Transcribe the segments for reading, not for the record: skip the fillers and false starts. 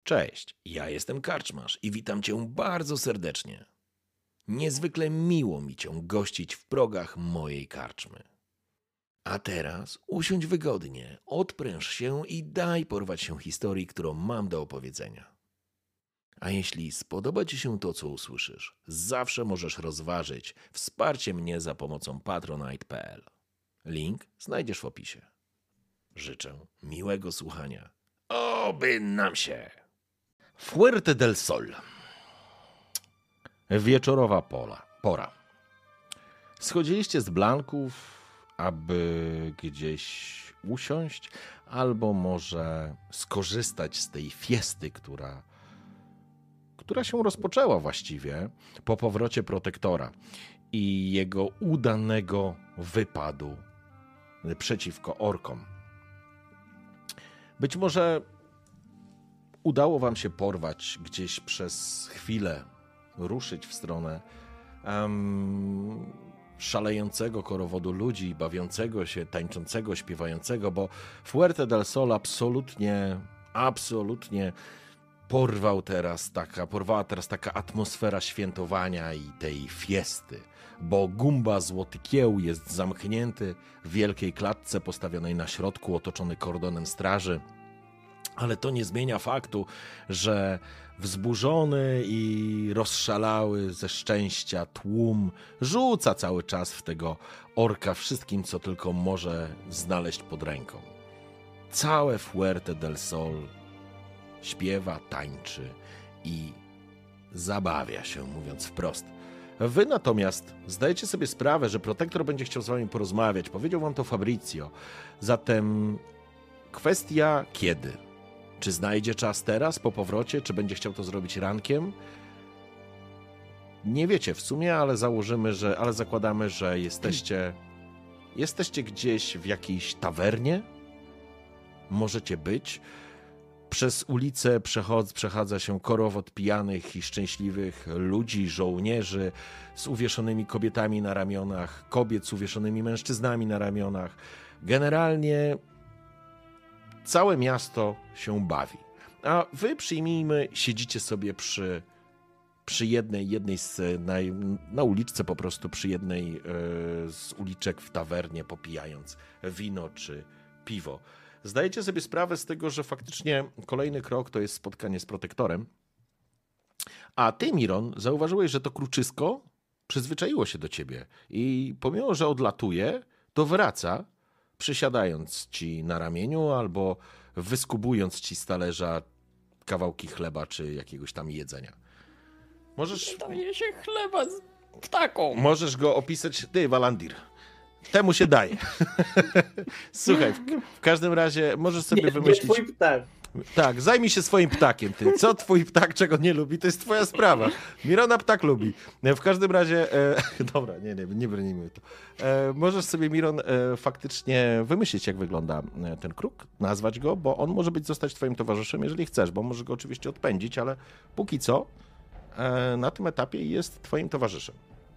Cześć, ja jestem karczmarz i witam cię bardzo serdecznie. Niezwykle miło mi cię gościć w progach mojej karczmy. A teraz usiądź wygodnie, odpręż się i daj porwać się historii, którą mam do opowiedzenia. A jeśli spodoba ci się to, co usłyszysz, zawsze możesz rozważyć wsparcie mnie za pomocą patronite.pl. Link znajdziesz w opisie. Życzę miłego słuchania. Oby nam się! Fuerte del Sol. Wieczorowa pora. Schodziliście z Blanków, aby gdzieś usiąść, albo może skorzystać z tej fiesty, która się rozpoczęła właściwie po powrocie protektora i jego udanego wypadu przeciwko orkom. Być może udało wam się porwać gdzieś przez chwilę, ruszyć w stronę szalejącego korowodu ludzi, bawiącego się, tańczącego, śpiewającego, bo Fuerte del Sol absolutnie porwała teraz taka atmosfera świętowania i tej fiesty, bo Gumba Złoty Kieł jest zamknięty w wielkiej klatce postawionej na środku, otoczony kordonem straży. Ale to nie zmienia faktu, że wzburzony i rozszalały ze szczęścia tłum rzuca cały czas w tego orka wszystkim, co tylko może znaleźć pod ręką. Całe Fuerte del Sol śpiewa, tańczy i zabawia się, mówiąc wprost. Wy natomiast zdajecie sobie sprawę, że protektor będzie chciał z wami porozmawiać. Powiedział wam to Fabrizio. Zatem kwestia kiedy? Czy znajdzie czas teraz, po powrocie, czy będzie chciał to zrobić rankiem? Nie wiecie w sumie, ale zakładamy, że jesteście gdzieś w jakiejś tawernie. Możecie być. Przez ulicę przechadza się korowód pijanych i szczęśliwych ludzi, żołnierzy z uwieszonymi kobietami na ramionach, kobiet z uwieszonymi mężczyznami na ramionach. Generalnie całe miasto się bawi. A wy, przyjmijmy, siedzicie sobie przy jednej na uliczce po prostu, przy jednej z uliczek w tawernie, popijając wino czy piwo. Zdajecie sobie sprawę z tego, że faktycznie kolejny krok to jest spotkanie z protektorem. A ty, Miron, zauważyłeś, że to kruczysko przyzwyczaiło się do ciebie i pomimo, że odlatuje, to wraca, przysiadając ci na ramieniu albo wyskubując ci z talerza kawałki chleba czy jakiegoś tam jedzenia. Możesz... Daje się chleba z ptaką. Możesz go opisać... Ty, Walandir. Temu się daje. Słuchaj, w każdym razie możesz sobie wymyślić... Nie twój ptak. Tak, zajmij się swoim ptakiem, ty. Co twój ptak czego nie lubi, to jest twoja sprawa. Mirona ptak lubi. W każdym razie... Dobra, nie bronimy to. Możesz sobie, Miron, faktycznie wymyślić, jak wygląda ten kruk, nazwać go, bo on może zostać twoim towarzyszem, jeżeli chcesz, bo możesz go oczywiście odpędzić, ale póki co na tym etapie jest twoim towarzyszem.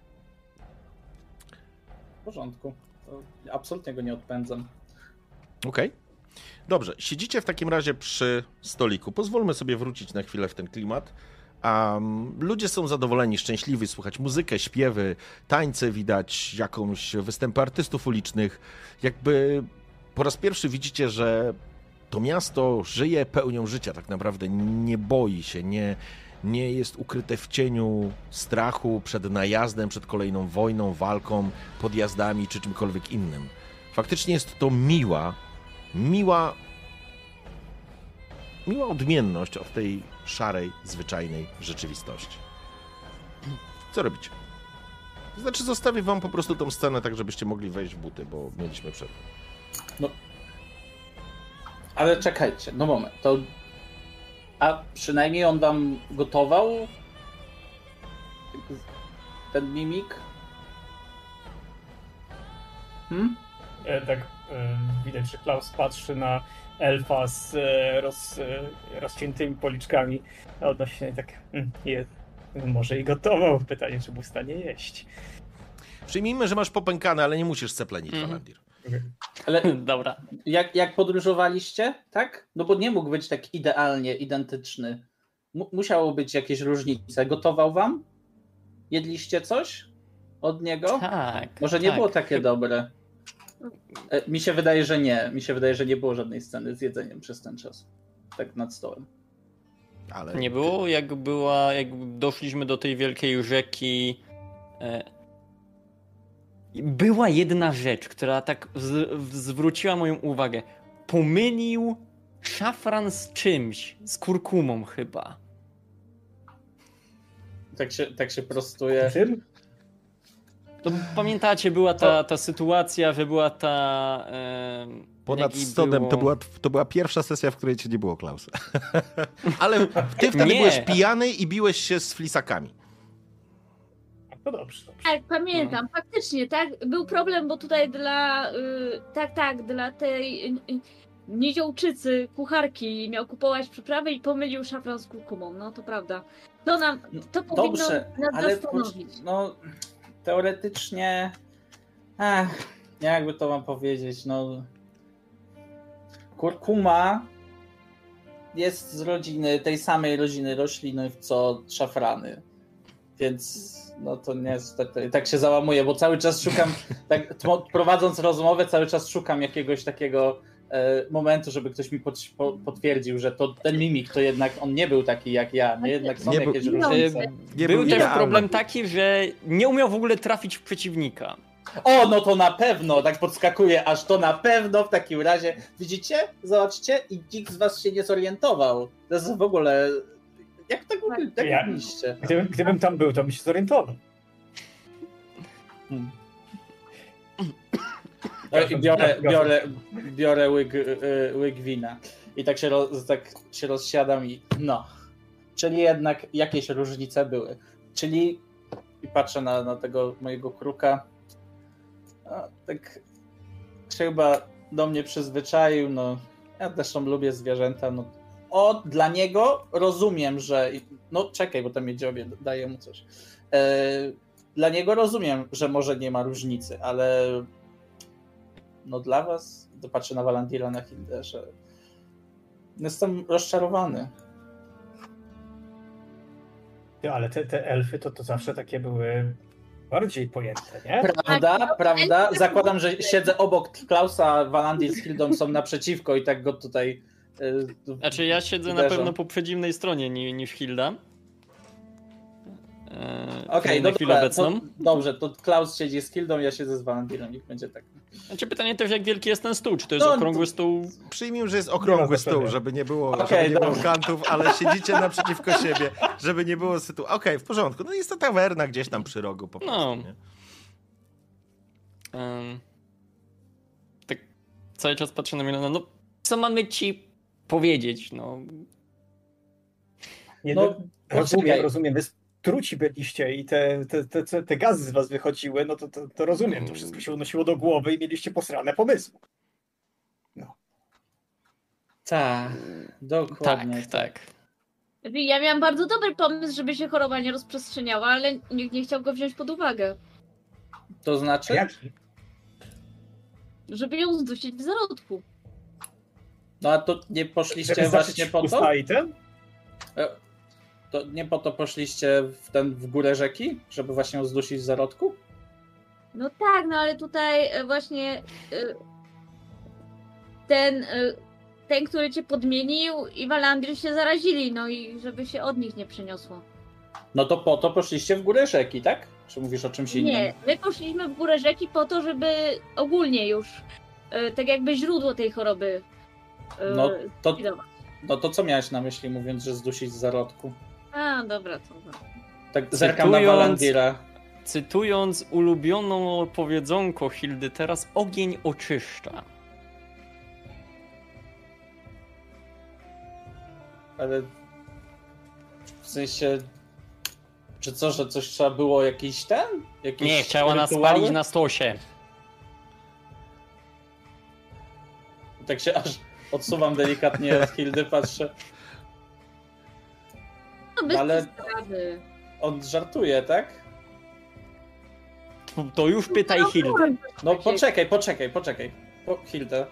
W porządku. To absolutnie go nie odpędzam. Okej. Dobrze, siedzicie w takim razie przy stoliku. Pozwólmy sobie wrócić na chwilę w ten klimat. Ludzie są zadowoleni, szczęśliwi, słychać muzykę, śpiewy, tańce, widać jakąś występy artystów ulicznych. Jakby po raz pierwszy widzicie, że to miasto żyje pełnią życia, tak naprawdę nie boi się, nie jest ukryte w cieniu strachu przed najazdem, przed kolejną wojną, walką, podjazdami czy czymkolwiek innym. Faktycznie jest to miła odmienność od tej szarej, zwyczajnej rzeczywistości. Co robicie? Znaczy, zostawię wam po prostu tą scenę, tak żebyście mogli wejść w buty, bo mieliśmy przerwę. No. Ale czekajcie, no moment, to... A przynajmniej on wam gotował? Ten mimik? Widać, że Klaus patrzy na elfa z rozciętymi policzkami. A odnośnie tak, może i gotował. Pytanie, czy był w stanie jeść. Przyjmijmy, że masz popękane, ale nie musisz ceplenić, Walandir. Ale Dobra. jak podróżowaliście, tak? No bo nie mógł być tak idealnie identyczny. Musiało być jakieś różnice. Gotował wam? Jedliście coś od niego? Tak. Może nie tak. było takie dobre. Mi się wydaje, że nie. Mi się wydaje, że nie było żadnej sceny z jedzeniem przez ten czas. Tak nad stołem. Ale Nie było, jak doszliśmy do tej wielkiej rzeki. Była jedna rzecz, która tak zwróciła moją uwagę. Pomylił szafran z czymś, z kurkumą chyba. Tak się prostuje. Czym? To pamiętacie, była ta sytuacja, że była ta... Ponad jak i 100 było- to była pierwsza sesja, w której cię nie było, Klaus. Ale ty wtedy Nie. byłeś pijany i biłeś się z flisakami. No dobrze. Tak, pamiętam, faktycznie, tak, był problem, bo tutaj dla, dla tej niziołczycy, kucharki miał kupować przyprawy i pomylił szafran z kurkumą, no to prawda. To powinno Dobrze, nas ale zastanowić. no teoretycznie jakby to wam powiedzieć, no kurkuma jest z rodziny, tej samej rodziny rośliny co szafrany, więc no to niestety tak się załamuje, bo cały czas szukam, tak prowadząc rozmowę, cały czas szukam jakiegoś takiego momentu, żeby ktoś mi potwierdził, że to ten mimik to jednak on nie był taki jak ja, nie? Jednak są Nie był- jakieś różnice. Nie Był był też idealny. problem taki, że nie umiał w ogóle trafić w przeciwnika. O, no to na pewno, tak podskakuje, aż to na pewno w takim razie. Widzicie? Zobaczcie, i nikt z was się nie zorientował. To jest w ogóle... Jak tak mogliście? Gdybym tam był, to bym się zorientował. Biorę łyk wina i tak się rozsiadam i no. Czyli jednak jakieś różnice były. Czyli i patrzę na tego mojego kruka. Tak się chyba do mnie przyzwyczaił. No, ja zresztą lubię zwierzęta. No, dla niego rozumiem, że... No czekaj, bo tam jedzie daje mu coś. Dla niego rozumiem, że może nie ma różnicy, ale no dla was, to patrzę na Valandira, na Hildę, że jestem rozczarowany. Ale te elfy to zawsze takie były bardziej pojęte, nie? Prawda? Zakładam, że siedzę obok Klausa, Valandir z Hildą są naprzeciwko i tak go tutaj... Znaczy ja siedzę na pewno po przeciwnej stronie niż Hilda. Okej, na chwilę obecną. Dobrze, to Klaus siedzi z Hildą, ja siedzę z Valandirem, niech będzie tak. Znaczy pytanie też, jak wielki jest ten stół? Czy to jest No, okrągły stół? Przyjmijmy, że jest okrągły stół, żeby nie było, żeby nie było kantów, ale siedzicie naprzeciwko siebie, żeby nie było sytuacji. Okej, w porządku. No jest to tawerna gdzieś tam przy rogu po prostu. No. Nie? Tak cały czas patrzę na Milana. No, co mamy ci powiedzieć? No, Nie, No, rozumiem, wy truci byliście i te gazy z was wychodziły, no to rozumiem, to wszystko się unosiło do głowy i mieliście posrane pomysły. Tak, dokładnie. tak. Ja miałam bardzo dobry pomysł, żeby się choroba nie rozprzestrzeniała, ale nikt nie chciał go wziąć pod uwagę. To znaczy? Jaki? Żeby ją zdusić w zarodku. No a to nie poszliście Żeby właśnie po to? usta i ten? To nie po to poszliście w górę rzeki? Żeby właśnie ją zdusić w zarodku? No tak, no ale tutaj właśnie ten, który cię podmienił i Valandry się zarazili, no i żeby się od nich nie przeniosło. No to po to poszliście w górę rzeki, tak? Czy mówisz o czymś innym? Nie, my poszliśmy w górę rzeki po to, żeby ogólnie już tak jakby źródło tej choroby zlikwidować. No to co miałeś na myśli, mówiąc, że zdusić z zarodku? A, dobra, to Tak zerkam na Valandira. Cytując ulubioną powiedzonko Hildy, teraz ogień oczyszcza. Ale w sensie, że coś trzeba było jakiś ten? Jakieś Nie, chciała nas rytuały? spalić na stosie. Tak się aż odsuwam delikatnie od Hildy, patrzę. no bez Ale- przesady. On żartuje, tak? To już pytaj Hildy. No poczekaj. O, Hilda.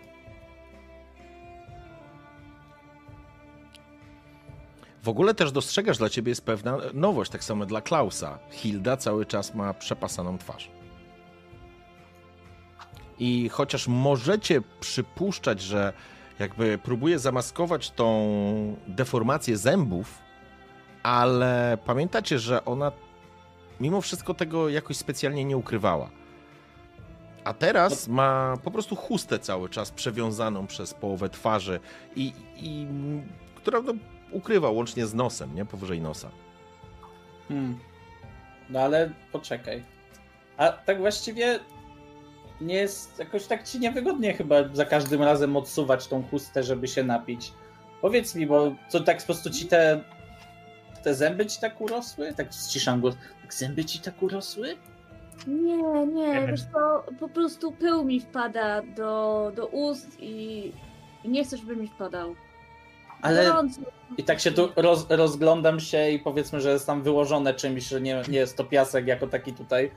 W ogóle też dostrzegasz, dla ciebie jest pewna nowość, tak samo dla Klausa. Hilda cały czas ma przepasaną twarz. I chociaż możecie przypuszczać, że jakby próbuje zamaskować tą deformację zębów, ale pamiętacie, że ona mimo wszystko tego jakoś specjalnie nie ukrywała. A teraz ma po prostu chustę cały czas przewiązaną przez połowę twarzy i która no, ukrywa łącznie z nosem, nie? Powyżej nosa. No ale poczekaj. A tak właściwie nie jest jakoś tak ci niewygodnie chyba za każdym razem odsuwać tą chustę, żeby się napić. Powiedz mi, bo co tak po prostu ci te zęby ci tak urosły? Tak ściszam głos. Tak zęby ci tak urosły? Nie, wiesz co, po prostu pył mi wpada do ust i nie chcę, żeby mi wpadał. Ale Gorąco. i tak się tu rozglądam się i powiedzmy, że jest tam wyłożone czymś, że nie jest to piasek jako taki tutaj.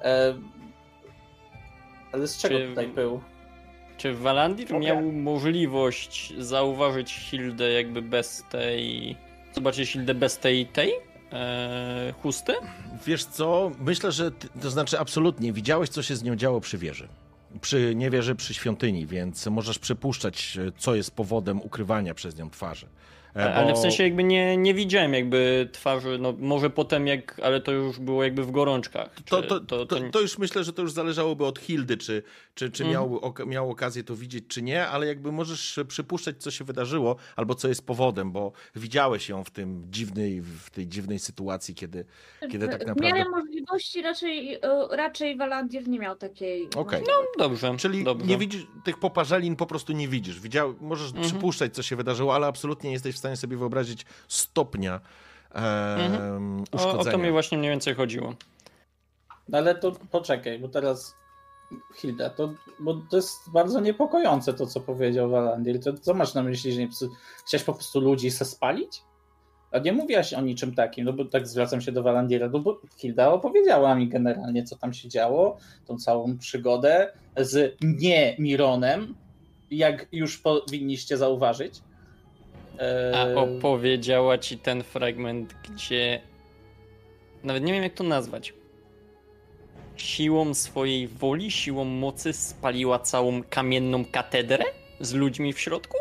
Ale z czego tutaj pył? Czy Walandir miał możliwość zauważyć Hildę jakby bez tej... Zobaczyć Hildę bez tej chusty? Wiesz co, myślę, że to znaczy absolutnie widziałeś, co się z nią działo przy wieży. Nie wieży, przy świątyni, więc możesz przypuszczać, co jest powodem ukrywania przez nią twarzy. Ale w sensie jakby nie widziałem jakby twarzy, no może potem ale to już było jakby w gorączkach. To już myślę, że to już zależałoby od Hildy, czy miał okazję to widzieć, czy nie, ale jakby możesz przypuszczać, co się wydarzyło, albo co jest powodem, bo widziałeś ją w tej dziwnej sytuacji, kiedy tak naprawdę... W miarę możliwości raczej Walandir nie miał takiej... Okej. No dobrze. Czyli dobrze. nie widzisz tych poparzelin, po prostu nie widzisz. Możesz przypuszczać, co się wydarzyło, ale absolutnie nie jesteś w stanie sobie wyobrazić stopnia uszkodzenia. O to mi właśnie mniej więcej chodziło. No ale to poczekaj, bo teraz Hilda, bo to jest bardzo niepokojące to, co powiedział Walandir. To co masz na myśli, że chciałeś po prostu ludzi spalić? A nie mówiłaś o niczym takim, no bo tak zwracam się do Walandira, no bo Hilda opowiedziała mi generalnie, co tam się działo, tą całą przygodę z Mironem, jak już powinniście zauważyć. A opowiedziała ci ten fragment, gdzie... Nawet nie wiem, jak to nazwać. Siłą swojej woli, siłą mocy spaliła całą kamienną katedrę z ludźmi w środku?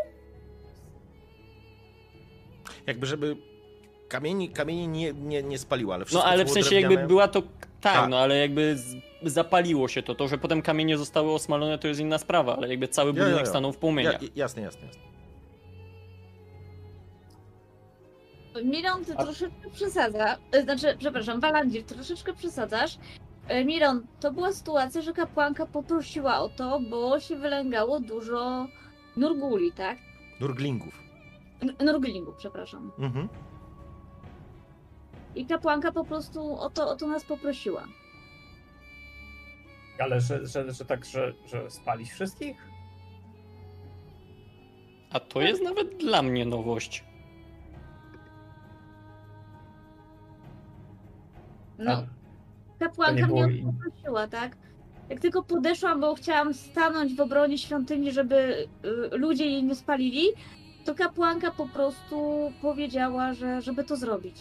Jakby, żeby kamieni nie spaliła, ale wszystko no ale w sensie drewniane. jakby była to... Tak, no ale jakby zapaliło się to. To, że potem kamienie zostały osmalone, to jest inna sprawa, ale jakby cały budynek stanął w płomieniach. Jasne. Miron, ty troszeczkę przesadza. Walandir, troszeczkę przesadzasz. Miron, to była sytuacja, że kapłanka poprosiła o to, bo się wylęgało dużo nurguli, tak? Nurglingów. Nurglingów, przepraszam. Mhm. I kapłanka po prostu o to nas poprosiła. Ale że spalić wszystkich? A to jest nawet dla mnie nowość. No, kapłanka mnie poprosiła, tak? Jak tylko podeszłam, bo chciałam stanąć w obronie świątyni, żeby ludzie jej nie spalili, to kapłanka po prostu powiedziała, żeby to zrobić.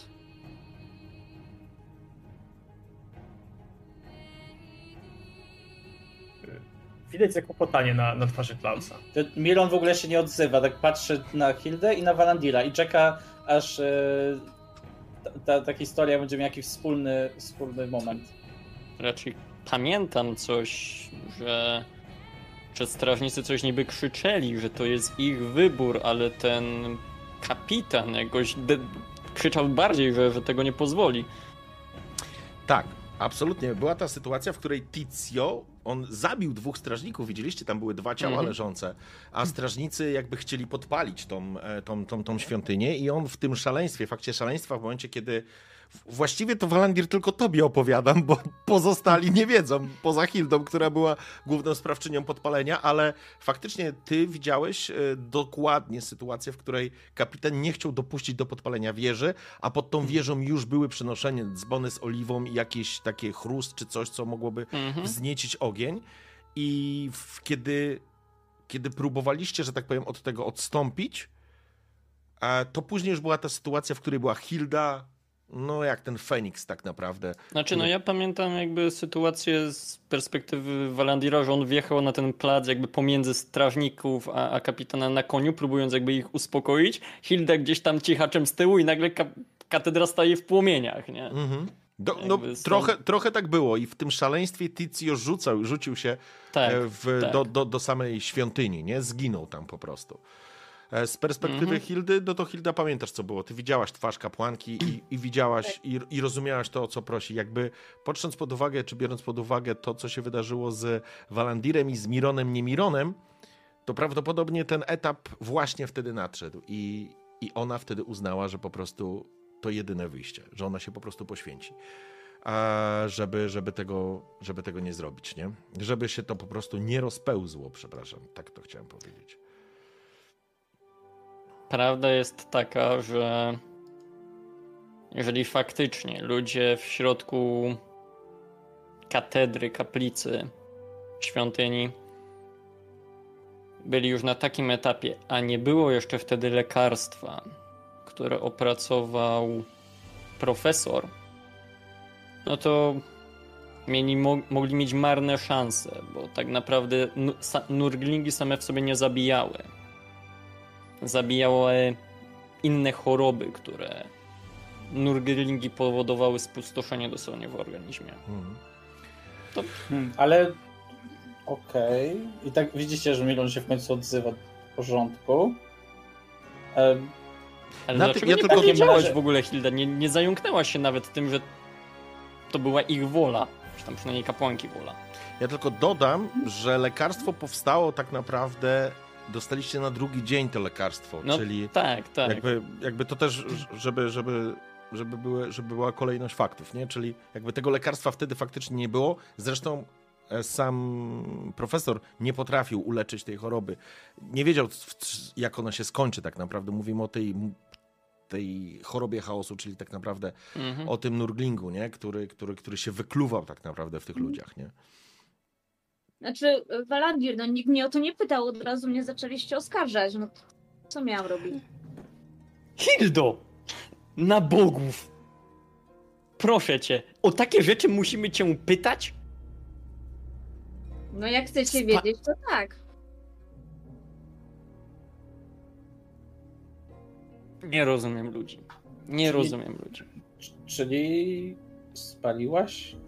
Widać zakłopotanie na twarzy Klausa. Miron w ogóle się nie odzywa, tak patrzy na Hildę i na Walandira i czeka, aż ta historia będzie miała jakiś wspólny moment. Raczej pamiętam coś, że strażnicy coś niby krzyczeli, że to jest ich wybór, ale ten kapitan jakoś krzyczał bardziej, że tego nie pozwoli. Tak, absolutnie. Była ta sytuacja, w której Tizio, on zabił 2 strażników, widzieliście, tam były 2 ciała leżące, a strażnicy jakby chcieli podpalić tą świątynię i on w tym szaleństwie, fakcie szaleństwa, w momencie, kiedy właściwie to Walandir tylko tobie opowiadam, bo pozostali nie wiedzą, poza Hildą, która była główną sprawczynią podpalenia, ale faktycznie ty widziałeś dokładnie sytuację, w której kapitan nie chciał dopuścić do podpalenia wieży, a pod tą wieżą już były przenoszone dzbony z oliwą i jakieś takie chrust czy coś, co mogłoby wzniecić ogień. I kiedy kiedy próbowaliście, że tak powiem, od tego odstąpić, to później już była ta sytuacja, w której była Hilda, no jak ten Feniks tak naprawdę. Znaczy, no ja pamiętam jakby sytuację z perspektywy Valandira, że on wjechał na ten plac jakby pomiędzy strażników a kapitana na koniu, próbując jakby ich uspokoić. Hilda gdzieś tam cichaczem z tyłu i nagle katedra staje w płomieniach, nie? Mhm. Stąd... Trochę tak było i w tym szaleństwie Tizio rzucił się do samej świątyni, nie? Zginął tam po prostu. Z perspektywy Hildy, no to Hilda, pamiętasz co było? Ty widziałaś twarz kapłanki i widziałaś i rozumiałaś to, o co prosi. Jakby patrząc pod uwagę, czy biorąc pod uwagę to, co się wydarzyło z Valandirem i z Mironem, nie Mironem, to prawdopodobnie ten etap właśnie wtedy nadszedł i ona wtedy uznała, że po prostu to jedyne wyjście, że ona się po prostu poświęci, żeby tego nie zrobić, nie? Żeby się to po prostu nie rozpełzło, przepraszam, tak to chciałem powiedzieć. Prawda jest taka, że jeżeli faktycznie ludzie w środku katedry, kaplicy, świątyni byli już na takim etapie, a nie było jeszcze wtedy lekarstwa, które opracował profesor, no to mogli mieć marne szanse, bo tak naprawdę nurglingi same w sobie nie zabijały. Zabijały inne choroby, które nurglingi powodowały spustoszenie dosłownie w organizmie. To... Ale okej. I tak widzicie, że Miron się w końcu odzywa w porządku. Ale dlaczego nie powiedziałaś w ogóle, Hilda? Nie zająknęłaś się nawet tym, że to była ich wola, czy tam przynajmniej kapłanki wola. Ja tylko dodam, że lekarstwo powstało tak naprawdę, dostaliście na drugi dzień to lekarstwo, no, czyli tak. Jakby to też, żeby była kolejność faktów, nie? Czyli jakby tego lekarstwa wtedy faktycznie nie było. Zresztą sam profesor nie potrafił uleczyć tej choroby. Nie wiedział, jak ona się skończy tak naprawdę. Mówimy o tej chorobie chaosu, czyli tak naprawdę o tym nurglingu, nie? Który się wykluwał tak naprawdę w tych ludziach, nie? Znaczy, Valandir, no nikt mnie o to nie pytał, od razu mnie zaczęliście oskarżać, no co miałam robić? Hildo! Na bogów! Proszę cię, o takie rzeczy musimy cię pytać? No jak chcecie wiedzieć, to tak. Nie rozumiem ludzi. Czyli spaliłaś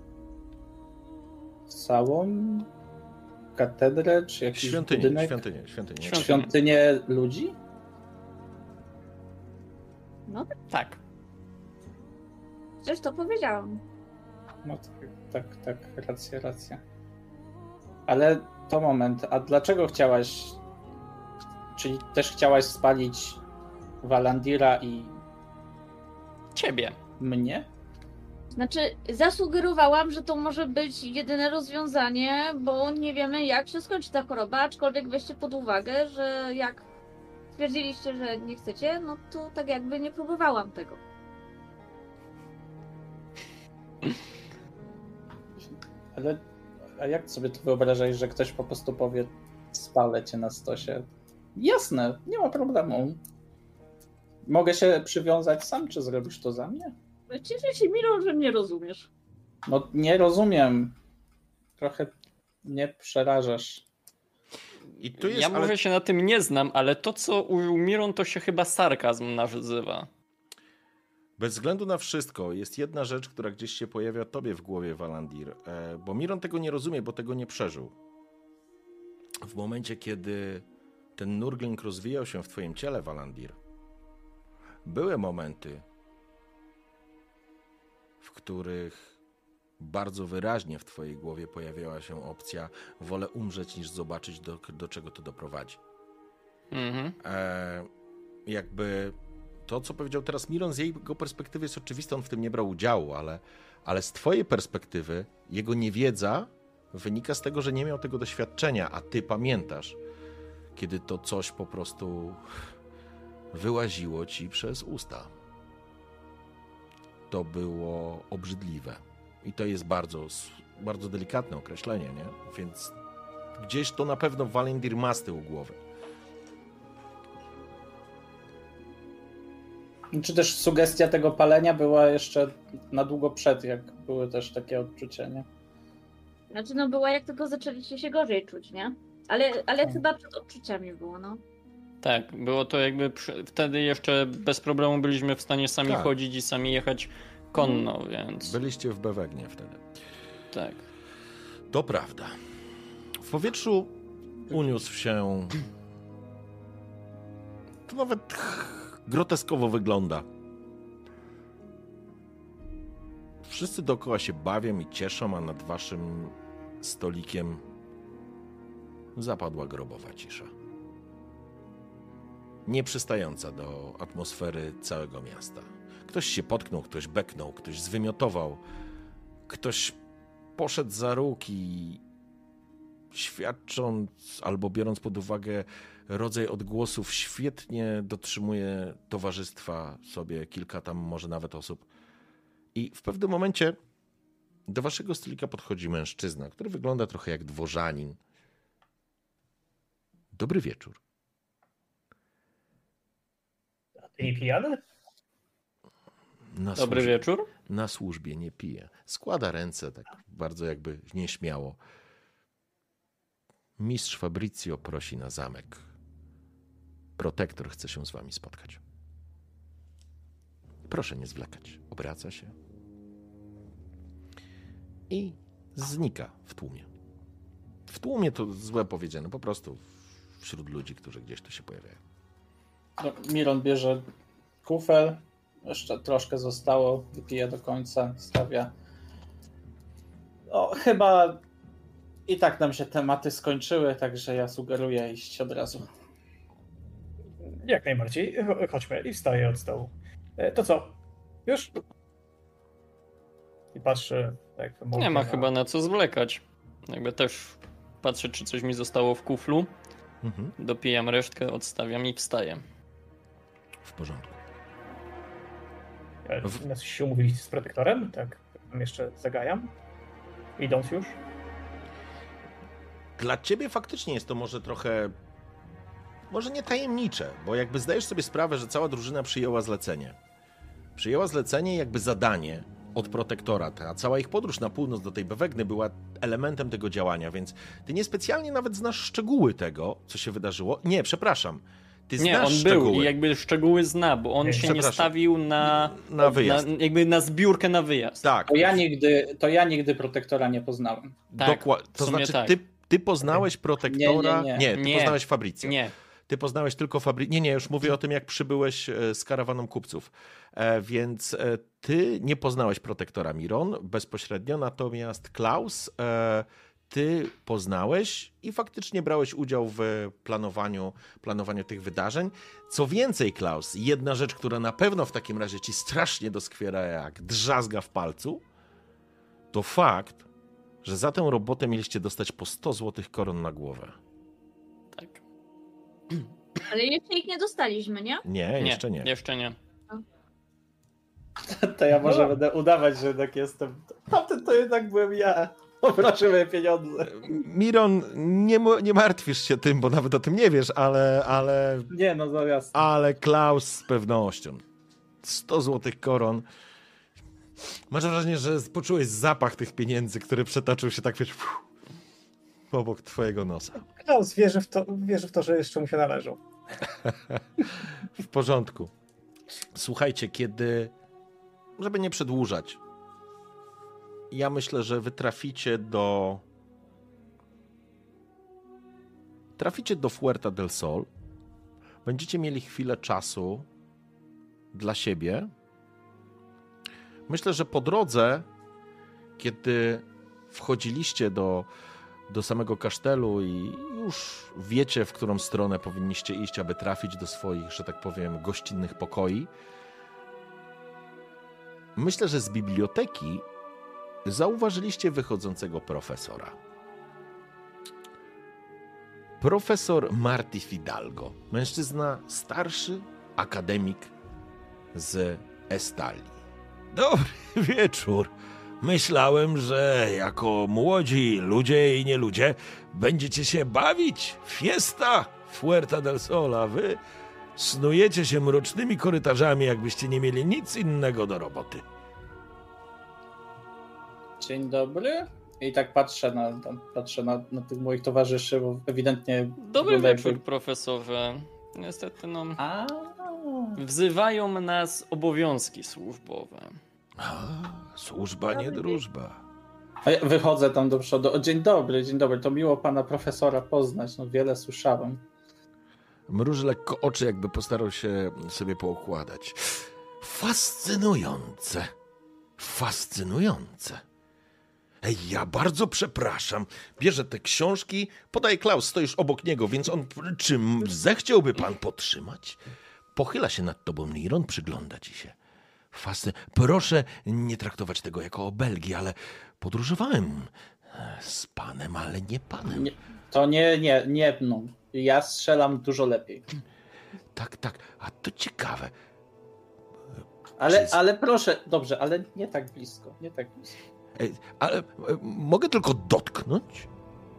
całą katedrę, czy jakiś budynek? Świątynię ludzi? No tak. Przecież to powiedziałam. No tak, racja. Ale to moment, a dlaczego chciałaś, czyli też chciałaś spalić Valandira i ciebie? Mnie? Znaczy, zasugerowałam, że to może być jedyne rozwiązanie, bo nie wiemy, jak się skończy ta choroba, aczkolwiek weźcie pod uwagę, że jak stwierdziliście, że nie chcecie, no to tak jakby nie próbowałam tego. Ale a jak sobie to wyobrażasz, że ktoś po prostu powie, spalę cię na stosie? Jasne, nie ma problemu. Mogę się przywiązać sam, czy zrobisz to za mnie? Cieszę się, Miro, że mnie rozumiesz. No nie rozumiem. Trochę mnie przerażasz. I tu jest, ja może się na tym nie znam, ale to, co użył Miron, to się chyba sarkazm nazywa. Bez względu na wszystko, jest jedna rzecz, która gdzieś się pojawia tobie w głowie, Valandir, bo Miron tego nie rozumie, bo tego nie przeżył. W momencie, kiedy ten nurgling rozwijał się w twoim ciele, Valandir, były momenty, w których bardzo wyraźnie w twojej głowie pojawiała się opcja wolę umrzeć niż zobaczyć, do czego to doprowadzi. Jakby to, co powiedział teraz Miron, z jego perspektywy jest oczywiste, on w tym nie brał udziału, ale z twojej perspektywy jego niewiedza wynika z tego, że nie miał tego doświadczenia, a ty pamiętasz, kiedy to coś po prostu wyłaziło ci przez usta. To było obrzydliwe. I to jest bardzo, bardzo delikatne określenie, nie? Więc gdzieś to na pewno Walendir ma z tyłu głowy. Czy też sugestia tego palenia była jeszcze na długo przed, jak były też takie odczucia, nie? Znaczy, no była jak tylko zaczęliście się gorzej czuć, nie? Ale chyba przed odczuciami było, no. Tak, było to jakby wtedy jeszcze bez problemu byliśmy w stanie sami Tak. chodzić i sami jechać konno, więc... Byliście w Bewegnie wtedy. Tak. To prawda. W powietrzu uniósł się... To nawet groteskowo wygląda. Wszyscy dookoła się bawią i cieszą, a nad waszym stolikiem zapadła grobowa cisza. Nieprzystająca do atmosfery całego miasta. Ktoś się potknął, ktoś beknął, ktoś zwymiotował, ktoś poszedł za róg i świadcząc albo biorąc pod uwagę rodzaj odgłosów, świetnie dotrzymuje towarzystwa sobie kilka tam może nawet osób. I w pewnym momencie do waszego stolika podchodzi mężczyzna, który wygląda trochę jak dworzanin. Dobry wieczór. A ty nie pijany? Dobry wieczór. Na służbie nie pije. Składa ręce tak bardzo jakby nieśmiało. Mistrz Fabrizio prosi na zamek. Protektor chce się z wami spotkać. Proszę nie zwlekać. Obraca się i znika w tłumie. W tłumie to złe powiedziane, po prostu wśród ludzi, którzy gdzieś tu się pojawiają. No, Miron bierze kufel, jeszcze troszkę zostało, wypija do końca, stawia. No, chyba i tak nam się tematy skończyły, także ja sugeruję iść od razu. Jak najbardziej. Chodźmy. I wstaję od stołu. To co? Już? I patrzę, tak. Nie ma chyba na co zwlekać. Jakby też patrzę, czy coś mi zostało w kuflu. Dopijam resztkę, odstawiam i wstaję. W porządku. Na coś się umówiliście z protektorem? Tak. Tam jeszcze zagajam. Idąc już. Dla ciebie faktycznie jest to może trochę, może nie tajemnicze, bo jakby zdajesz sobie sprawę, że cała drużyna przyjęła zlecenie. Przyjęła zlecenie jakby zadanie od protektora. Ta cała ich podróż na północ do tej Bewegny była elementem tego działania, więc ty niespecjalnie nawet znasz szczegóły tego, co się wydarzyło. Nie, przepraszam. Ty nie, znasz on szczegóły. był i jakby szczegóły zna, bo on się nie stawił na wyjazd. Jakby na zbiórkę na wyjazd. Tak. To ja nigdy protektora nie poznałem. Tak, to znaczy tak. ty poznałeś protektora... Nie, ty poznałeś Fabrizio. Nie. Ty poznałeś tylko Fabrizio. Nie, już mówię o tym, jak przybyłeś z karawaną kupców. Więc ty nie poznałeś protektora Miron bezpośrednio, natomiast Klaus ty poznałeś i faktycznie brałeś udział w planowaniu tych wydarzeń. Co więcej, Klaus, jedna rzecz, która na pewno w takim razie ci strasznie doskwiera jak drzazga w palcu, to fakt, że za tę robotę mieliście dostać po 100 złotych koron na głowę. Tak. Ale jeszcze ich nie dostaliśmy, nie? Nie, jeszcze nie. Jeszcze nie. To ja może będę udawać, że jednak jestem. Tamten to jednak byłem ja. Poproszę moje pieniądze. Miron, nie martwisz się tym, bo nawet o tym nie wiesz, ale... Nie, no to jasne. Ale Klaus z pewnością. 100 złotych koron. Masz wrażenie, że poczułeś zapach tych pieniędzy, który przetoczył się tak, wiesz, obok twojego nosa. Klaus wierzy w to, że jeszcze mu się należą. W porządku. Słuchajcie, żeby nie przedłużać, ja myślę, że wy traficie do Fuerta del Sol. Będziecie mieli chwilę czasu dla siebie. Myślę, że po drodze, kiedy wchodziliście do samego kasztelu i już wiecie, w którą stronę powinniście iść, aby trafić do swoich, że tak powiem, gościnnych pokoi, myślę, że z biblioteki zauważyliście wychodzącego profesora. Profesor Marty Fidalgo. Mężczyzna starszy, akademik z Estalii. Dobry wieczór. Myślałem, że jako młodzi ludzie i nie ludzie Będziecie się bawić? Fiesta Fuerta del Sol, a wy snujecie się mrocznymi korytarzami, jakbyście nie mieli nic innego do roboty. Dzień dobry. I tak patrzę na tych moich towarzyszy, bo ewidentnie... Dobry wieczór, profesorze. Niestety, wzywają nas obowiązki służbowe. Służba, nie drużba. A ja wychodzę tam do przodu. O, dzień dobry. To miło pana profesora poznać. Wiele słyszałem. Mruży lekko oczy, jakby postarał się sobie poukładać. Fascynujące. Ej, ja bardzo przepraszam. Bierze te książki, podaje Klaus, stoisz obok niego, więc on... Czy zechciałby pan potrzymać? Pochyla się nad tobą Niron, przygląda ci się. Proszę nie traktować tego jako obelgi, ale podróżowałem z panem, ale nie panem. Nie. Ja strzelam dużo lepiej. Tak. A to ciekawe. Ale proszę, dobrze, ale nie tak blisko. Ale mogę tylko dotknąć?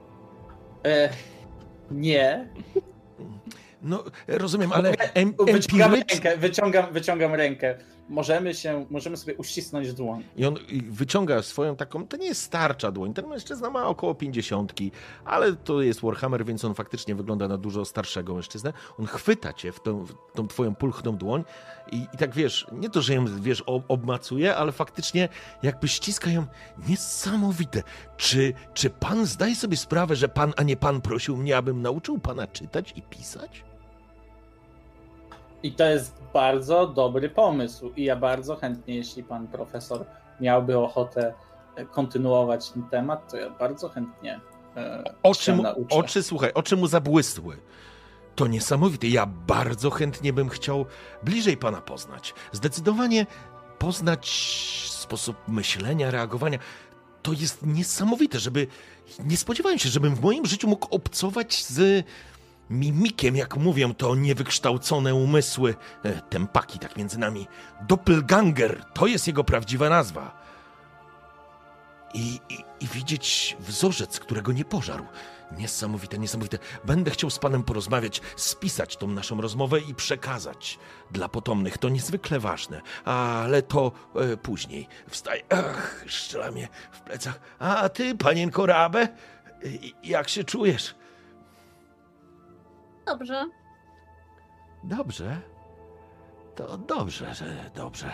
Nie. No, rozumiem, ale wyciągam rękę. Możemy sobie uścisnąć dłoń. I on wyciąga swoją taką, to nie jest starcza dłoń, ten mężczyzna ma około 50, ale to jest Warhammer, więc on faktycznie wygląda na dużo starszego mężczyznę. On chwyta cię w tą twoją pulchną dłoń i tak wiesz, nie to, że ją obmacuje, ale faktycznie jakby ściska ją. Niesamowite. Czy pan zdaje sobie sprawę, że pan, a nie pan prosił mnie, abym nauczył pana czytać i pisać? I to jest bardzo dobry pomysł. I ja bardzo chętnie, jeśli pan profesor miałby ochotę kontynuować ten temat, to ja bardzo chętnie się nauczę. Oczy mu zabłysły. To niesamowite. Ja bardzo chętnie bym chciał bliżej pana poznać. Zdecydowanie poznać sposób myślenia, reagowania. To jest niesamowite, nie spodziewałem się, żebym w moim życiu mógł obcować z mimikiem, jak mówią to niewykształcone umysły. Tempaki, tak między nami. Doppelganger, to jest jego prawdziwa nazwa. I widzieć wzorzec, którego nie pożarł. Niesamowite. Będę chciał z panem porozmawiać, spisać tą naszą rozmowę i przekazać dla potomnych. To niezwykle ważne, ale to później. Wstaję, szczela mnie w plecach. A ty, panienko Rabe, jak się czujesz? Dobrze. Dobrze? To dobrze, że dobrze.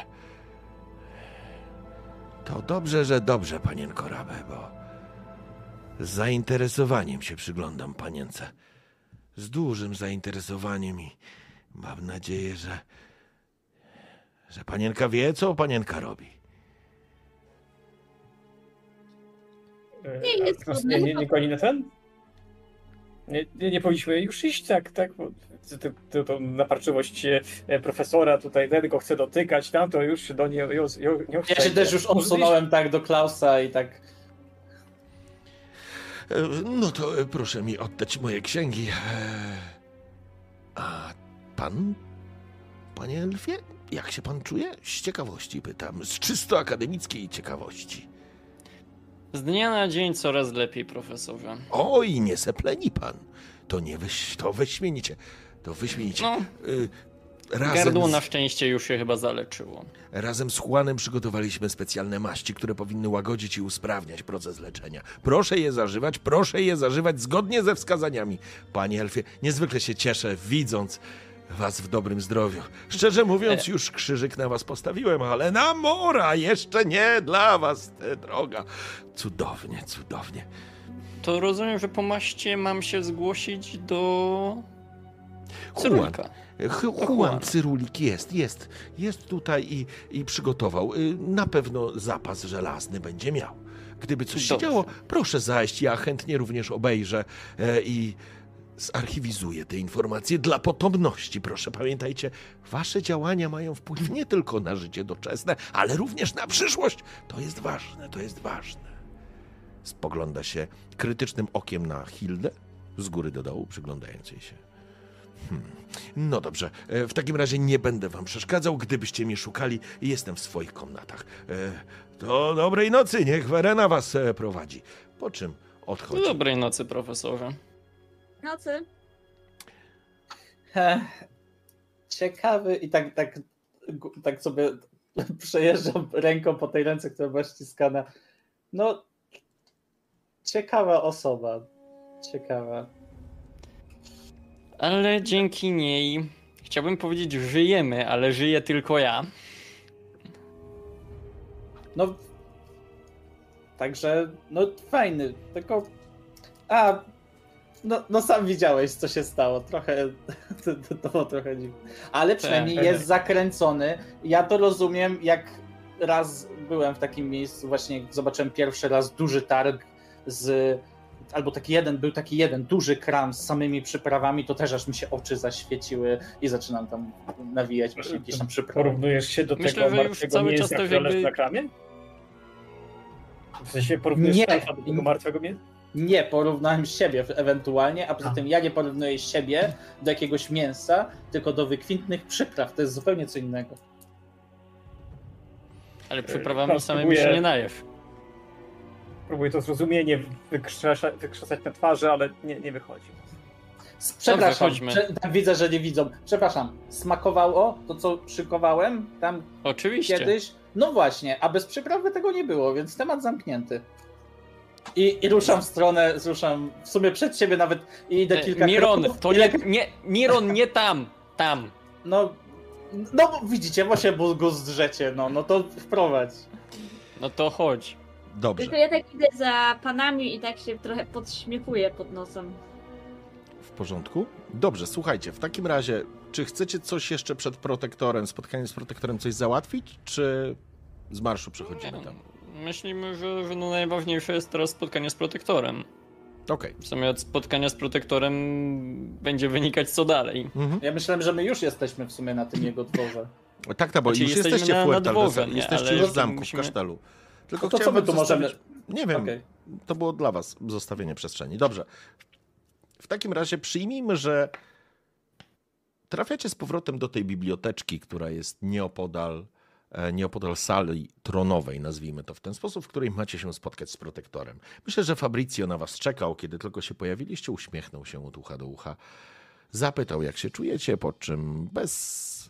To dobrze, że dobrze, panienko Rabe, bo z zainteresowaniem się przyglądam panience. Z dużym zainteresowaniem i mam nadzieję, że panienka wie, co panienka robi. Nie jest trudne. Nie goni na ten? Nie powinniśmy już iść, tak? To naparczywość profesora tutaj, ten go chce dotykać, tam to już do nie Ja się też już odsunąłem tak do Klausa i tak... No to proszę mi oddać moje księgi. A pan, panie Elfie, jak się pan czuje? Z ciekawości pytam, z czysto akademickiej ciekawości. Z dnia na dzień coraz lepiej, profesorze. Oj, nie sepleni pan. To wyśmienicie. No, gardło na szczęście już się chyba zaleczyło. Razem z Juanem przygotowaliśmy specjalne maści, które powinny łagodzić i usprawniać proces leczenia. Proszę je zażywać zgodnie ze wskazaniami. Panie Elfie, niezwykle się cieszę, widząc was w dobrym zdrowiu. Szczerze mówiąc, już krzyżyk na was postawiłem, ale na mora jeszcze nie dla was tę droga. Cudownie. To rozumiem, że po maście mam się zgłosić do Cyrulika. Juan Cyrulik jest tutaj i przygotował. Na pewno zapas żelazny będzie miał. Gdyby coś się działo, proszę zajść. Ja chętnie również obejrzę i zarchiwizuję te informacje dla potomności. Proszę, pamiętajcie, wasze działania mają wpływ nie tylko na życie doczesne, ale również na przyszłość. To jest ważne. Spogląda się krytycznym okiem na Hildę, z góry do dołu, przyglądając jej się. No dobrze, w takim razie nie będę wam przeszkadzał. Gdybyście mnie szukali, jestem w swoich komnatach. To dobrej nocy, niech Werena was prowadzi. Po czym odchodzi. Dobrej nocy, profesorze. Nocy. Ciekawy i tak sobie przejeżdżam ręką po tej ręce, która była ściskana. No, ciekawa osoba. Ciekawa. Ale dzięki niej, chciałbym powiedzieć, żyjemy, ale żyję tylko ja. No, także, no fajny, tylko... No sam widziałeś, co się stało. Trochę, to było trochę dziwne. Ale przynajmniej jest zakręcony. Ja to rozumiem, jak raz byłem w takim miejscu, właśnie jak zobaczyłem pierwszy raz duży targ był taki jeden duży kram z samymi przyprawami, to też aż mi się oczy zaświeciły i zaczynam tam nawijać właśnie jakieś tam przyprawy. Porównujesz się do Myślę, tego że już martwego cały mięsa, czas też które leży jakby... na kramie? W sensie porównujesz elfa do tego martwego mięsa? Nie, porównałem siebie ewentualnie, a poza tym ja nie porównuję siebie do jakiegoś mięsa, tylko do wykwintnych przypraw. To jest zupełnie co innego. Ale przyprawami samymi się nie najesz. Próbuję to zrozumienie wykrzesać na twarzy, ale nie wychodzi. Przepraszam, widzę, że nie widzą. Przepraszam, smakowało to, co szykowałem tam Oczywiście. kiedyś? No właśnie, a bez przyprawy tego nie było, więc temat zamknięty. I ruszam w stronę, w sumie przed siebie nawet i idę kilka Miron, kroków. to nie, Miron, nie tam, tam. No widzicie, właśnie go zdrzecie, no to wprowadź. No to chodź. Dobrze. Tylko ja tak idę za panami i tak się trochę podśmiechuję pod nosem. W porządku? Dobrze, słuchajcie, w takim razie, czy chcecie coś jeszcze przed protektorem, spotkaniem z protektorem coś załatwić, czy z marszu przechodzimy tam? Myślimy, że no najważniejsze jest teraz spotkanie z protektorem. Okej. W sumie od spotkania z protektorem będzie wynikać co dalej. Ja myślałem, że my już jesteśmy w sumie na tym jego dworze. Tak, bo Znaczy, już jesteśmy jesteście w na Puerto dworze, Aldezem, nie? jesteście Ale już w zamku, musimy- w kasztelu. Tylko To co chciałbym my tu możemy... Nie wiem, Okej. to było dla was zostawienie przestrzeni. Dobrze. W takim razie przyjmijmy, że trafiacie z powrotem do tej biblioteczki, która jest nieopodal sali tronowej, nazwijmy to w ten sposób, w której macie się spotkać z protektorem. Myślę, że Fabrizio na was czekał, kiedy tylko się pojawiliście, uśmiechnął się od ucha do ucha, zapytał, jak się czujecie, po czym bez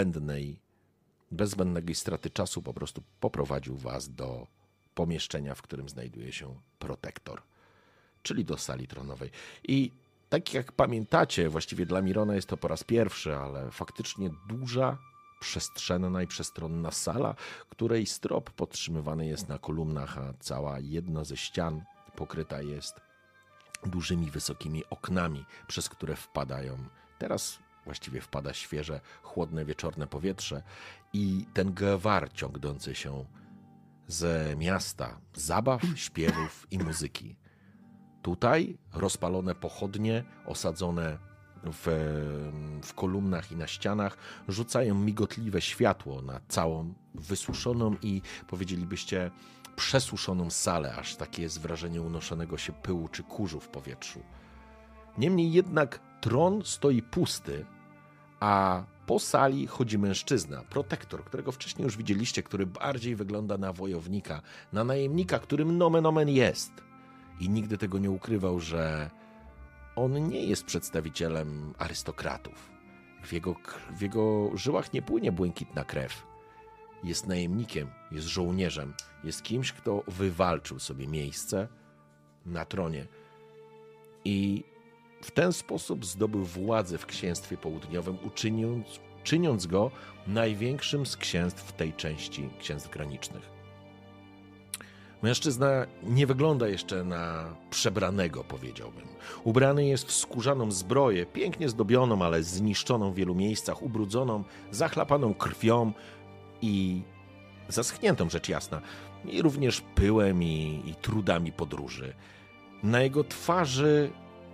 zbędnej straty czasu po prostu poprowadził was do pomieszczenia, w którym znajduje się protektor, czyli do sali tronowej. I tak jak pamiętacie, właściwie dla Mirona jest to po raz pierwszy, ale faktycznie duża, przestrzenna i przestronna sala, której strop podtrzymywany jest na kolumnach, a cała jedna ze ścian pokryta jest dużymi, wysokimi oknami, przez które teraz właściwie wpada świeże, chłodne, wieczorne powietrze i ten gwar ciągnący się z miasta zabaw, śpiewów i muzyki. Tutaj rozpalone pochodnie osadzone w kolumnach i na ścianach rzucają migotliwe światło na całą wysuszoną i powiedzielibyście przesuszoną salę, aż takie jest wrażenie unoszonego się pyłu czy kurzu w powietrzu. Niemniej jednak tron stoi pusty, a po sali chodzi mężczyzna, protektor, którego wcześniej już widzieliście, który bardziej wygląda na wojownika, na najemnika, którym nomen omen jest. I nigdy tego nie ukrywał, że on nie jest przedstawicielem arystokratów. W jego żyłach nie płynie błękitna krew. Jest najemnikiem, jest żołnierzem, jest kimś, kto wywalczył sobie miejsce na tronie. I w ten sposób zdobył władzę w księstwie południowym, czyniąc go największym z księstw w tej części księstw granicznych. Mężczyzna nie wygląda jeszcze na przebranego, powiedziałbym. Ubrany jest w skórzaną zbroję, pięknie zdobioną, ale zniszczoną w wielu miejscach, ubrudzoną, zachlapaną krwią i zaschniętą, rzecz jasna, i również pyłem i trudami podróży. Na jego twarzy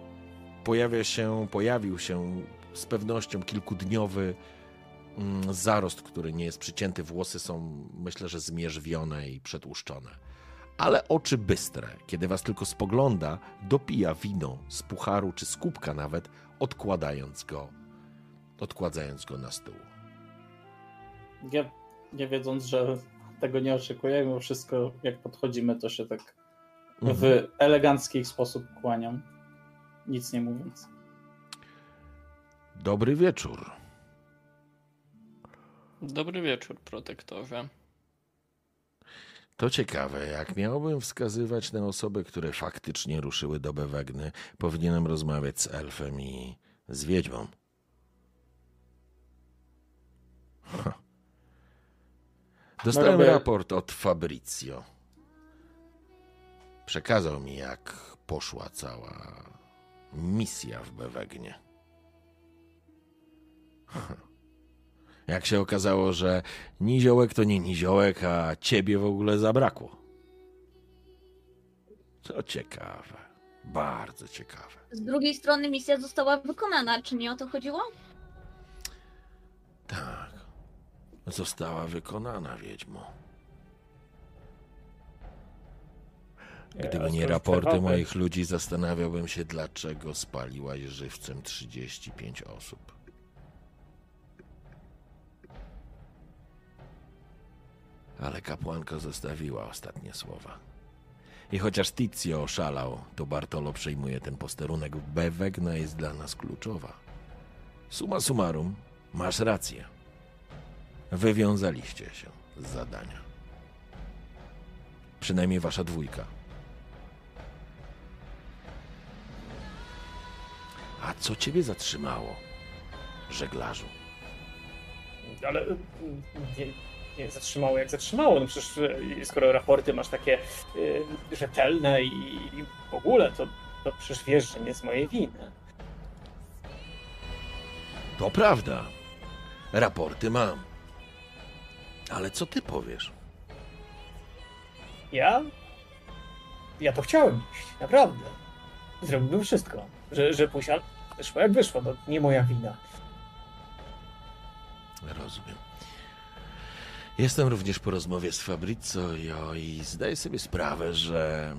pojawił się z pewnością kilkudniowy zarost, który nie jest przycięty. Włosy są, myślę, że zmierzwione i przetłuszczone. Ale oczy bystre, kiedy was tylko spogląda, dopija wino z pucharu czy z kubka nawet, odkładając go na stół. Ja, nie wiedząc, że tego nie oczekuję, mimo wszystko jak podchodzimy, to się tak w elegancki sposób kłaniam, nic nie mówiąc. Dobry wieczór. Dobry wieczór, protektorze. To ciekawe, jak miałbym wskazywać na osoby, które faktycznie ruszyły do Bewegny, powinienem rozmawiać z elfem i z wiedźmą. Dostałem raport od Fabrizio. Przekazał mi, jak poszła cała misja w Bewegnie. Jak się okazało, że niziołek to nie niziołek, a ciebie w ogóle zabrakło. To ciekawe. Bardzo ciekawe. Z drugiej strony misja została wykonana, czy nie o to chodziło? Tak. Została wykonana, wiedźmo. Gdyby nie raporty moich ludzi, zastanawiałbym się, dlaczego spaliłaś żywcem 35 osób. Ale kapłanka zostawiła ostatnie słowa. I chociaż Tizio oszalał, to Bartolo przejmuje ten posterunek. Bewegna jest dla nas kluczowa. Summa summarum, masz rację. Wywiązaliście się z zadania. Przynajmniej wasza dwójka. A co ciebie zatrzymało, żeglarzu? Ale nie zatrzymało jak zatrzymało. No przecież skoro raporty masz takie rzetelne i w ogóle, to przecież wiesz, że nie z mojej winy. To prawda. Raporty mam. Ale co ty powiesz? Ja to chciałem iść, naprawdę. Zrobiłbym wszystko, że pójść, ale wyszło jak wyszło, to nie moja wina. Rozumiem. Jestem również po rozmowie z Fabrizio i zdaję sobie sprawę, że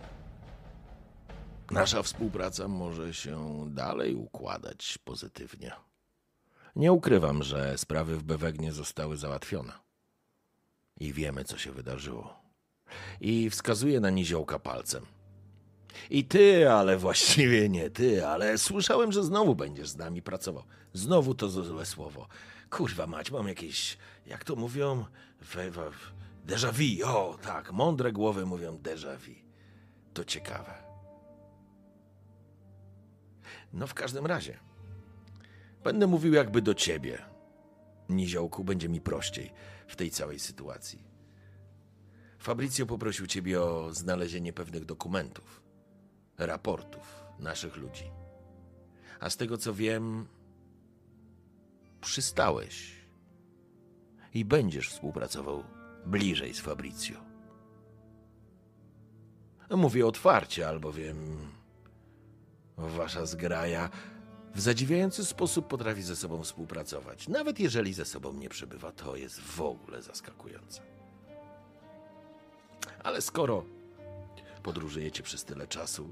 nasza współpraca może się dalej układać pozytywnie. Nie ukrywam, że sprawy w Bewegnie zostały załatwione. I wiemy, co się wydarzyło. I wskazuję na niziołka palcem. I ty, ale właściwie nie ty, ale słyszałem, że znowu będziesz z nami pracował. Znowu to złe słowo. Kurwa mać, mam jakieś, jak to mówią? Déjà vu. O, tak, mądre głowy mówią déjà vu. To ciekawe. No w każdym razie. Będę mówił jakby do ciebie. Niziołku, będzie mi prościej w tej całej sytuacji. Fabrizio poprosił ciebie o znalezienie pewnych dokumentów, raportów naszych ludzi. A z tego co wiem, przystałeś i będziesz współpracował bliżej z Fabrizio. Mówię otwarcie, albowiem wasza zgraja w zadziwiający sposób potrafi ze sobą współpracować. Nawet jeżeli ze sobą nie przebywa, to jest w ogóle zaskakujące. Ale skoro podróżujecie przez tyle czasu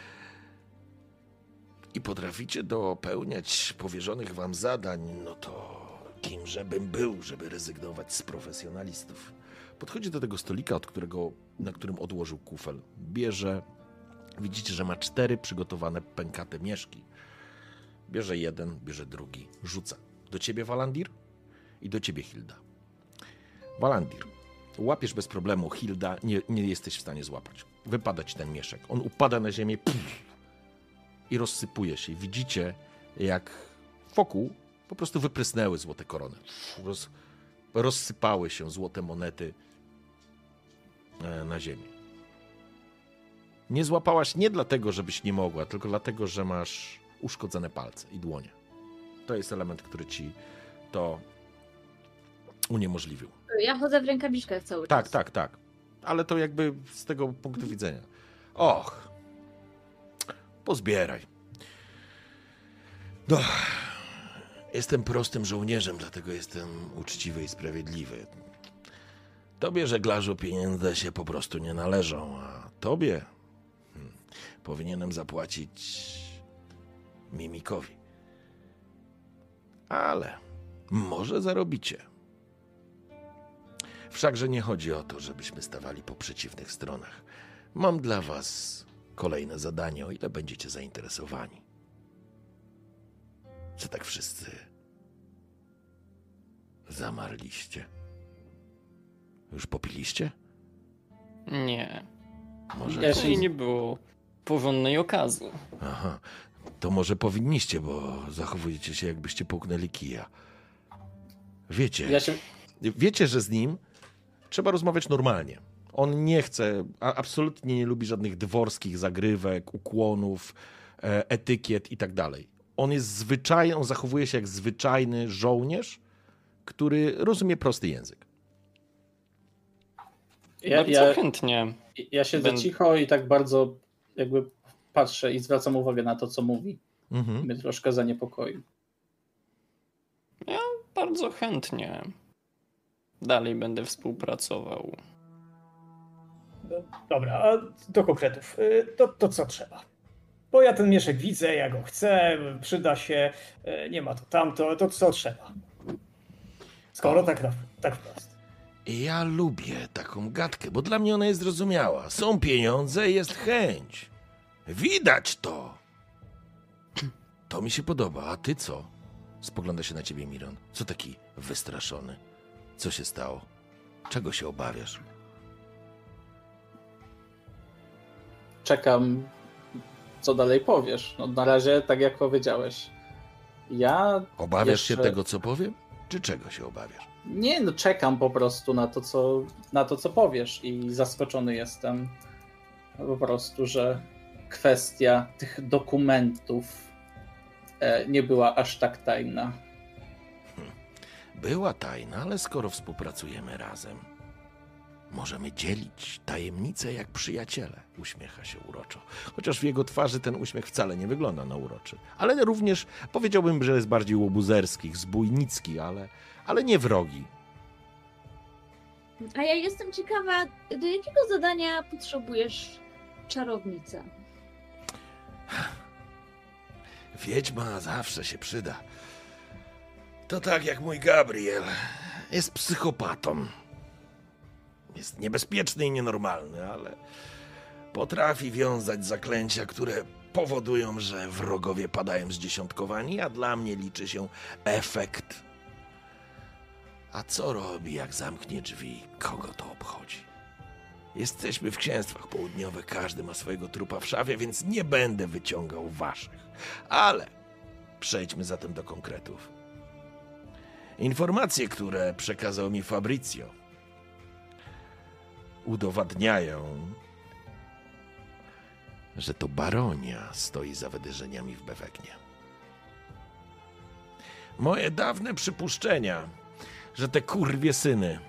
i potraficie dopełniać powierzonych wam zadań, no to kimże bym był, żeby rezygnować z profesjonalistów? Podchodzi do tego stolika, na którym odłożył kufel. Bierze, widzicie, że ma 4 przygotowane pękate mieszki. Bierze jeden, bierze drugi, rzuca. Do ciebie Walandir i do ciebie Hilda. Walandir, łapiesz bez problemu, Hilda nie jesteś w stanie złapać. Wypada ci ten mieszek. On upada na ziemię i rozsypuje się. Widzicie, jak wokół po prostu wyprysnęły złote korony. Rozsypały się złote monety na ziemię. Nie złapałaś nie dlatego, żebyś nie mogła, tylko dlatego, że masz uszkodzone palce i dłonie. To jest element, który ci to uniemożliwił. Ja chodzę w rękawiczkach cały czas. Tak. Ale to jakby z tego punktu widzenia. Och, pozbieraj. No, jestem prostym żołnierzem, dlatego jestem uczciwy i sprawiedliwy. Tobie, żeglarzu, pieniądze się po prostu nie należą, a tobie powinienem zapłacić Mimikowi. Ale może zarobicie. Wszakże nie chodzi o to, żebyśmy stawali po przeciwnych stronach. Mam dla was kolejne zadanie, o ile będziecie zainteresowani. Co tak wszyscy zamarliście? Już popiliście? Nie. Może Jeszcze nie było porządnej okazji. Aha, to może powinniście, bo zachowujecie się, jakbyście połknęli kija. Wiecie, że z nim trzeba rozmawiać normalnie. On nie chce, absolutnie nie lubi żadnych dworskich zagrywek, ukłonów, etykiet i tak dalej. On jest zwyczajny, on zachowuje się jak zwyczajny żołnierz, który rozumie prosty język. Bardzo chętnie. Ja siedzę cicho i tak bardzo jakby patrzę i zwracam uwagę na to, co mówi. Mnie troszkę zaniepokoi. Ja bardzo chętnie dalej będę współpracował. Dobra, a do konkretów. To co trzeba? Bo ja ten mieszek widzę, ja go chcę, przyda się, nie ma to tamto, to co trzeba? Skoro tak wprost. Ja lubię taką gadkę, bo dla mnie ona jest zrozumiała. Są pieniądze, jest chęć. Widać to. To mi się podoba, a ty co? Spogląda się na ciebie Miron. Co taki wystraszony? Co się stało? Czego się obawiasz? Czekam, co dalej powiesz. No, na razie, tak jak powiedziałeś. Obawiasz się tego, co powiem? Czy czego się obawiasz? Nie, no czekam po prostu na to, co powiesz i zaskoczony jestem po prostu, że kwestia tych dokumentów nie była aż tak tajna. Była tajna, ale skoro współpracujemy razem, możemy dzielić tajemnice jak przyjaciele. Uśmiecha się uroczo. Chociaż w jego twarzy ten uśmiech wcale nie wygląda na uroczy. Ale również powiedziałbym, że jest bardziej łobuzerski, zbójnicki, ale nie wrogi. A ja jestem ciekawa, do jakiego zadania potrzebujesz czarownicę? Wiedźma zawsze się przyda. To tak jak mój Gabriel. Jest psychopatą. Jest niebezpieczny i nienormalny, ale potrafi wiązać zaklęcia, które powodują, że wrogowie padają zdziesiątkowani, a dla mnie liczy się efekt. A co robi, jak zamknie drzwi? Kogo to obchodzi? Jesteśmy w księstwach południowych, każdy ma swojego trupa w szafie, więc nie będę wyciągał waszych. Ale przejdźmy zatem do konkretów. Informacje, które przekazał mi Fabrizio, udowadniają, że to baronia stoi za wydarzeniami w Bewegnie. Moje dawne przypuszczenia, że te kurwiesyny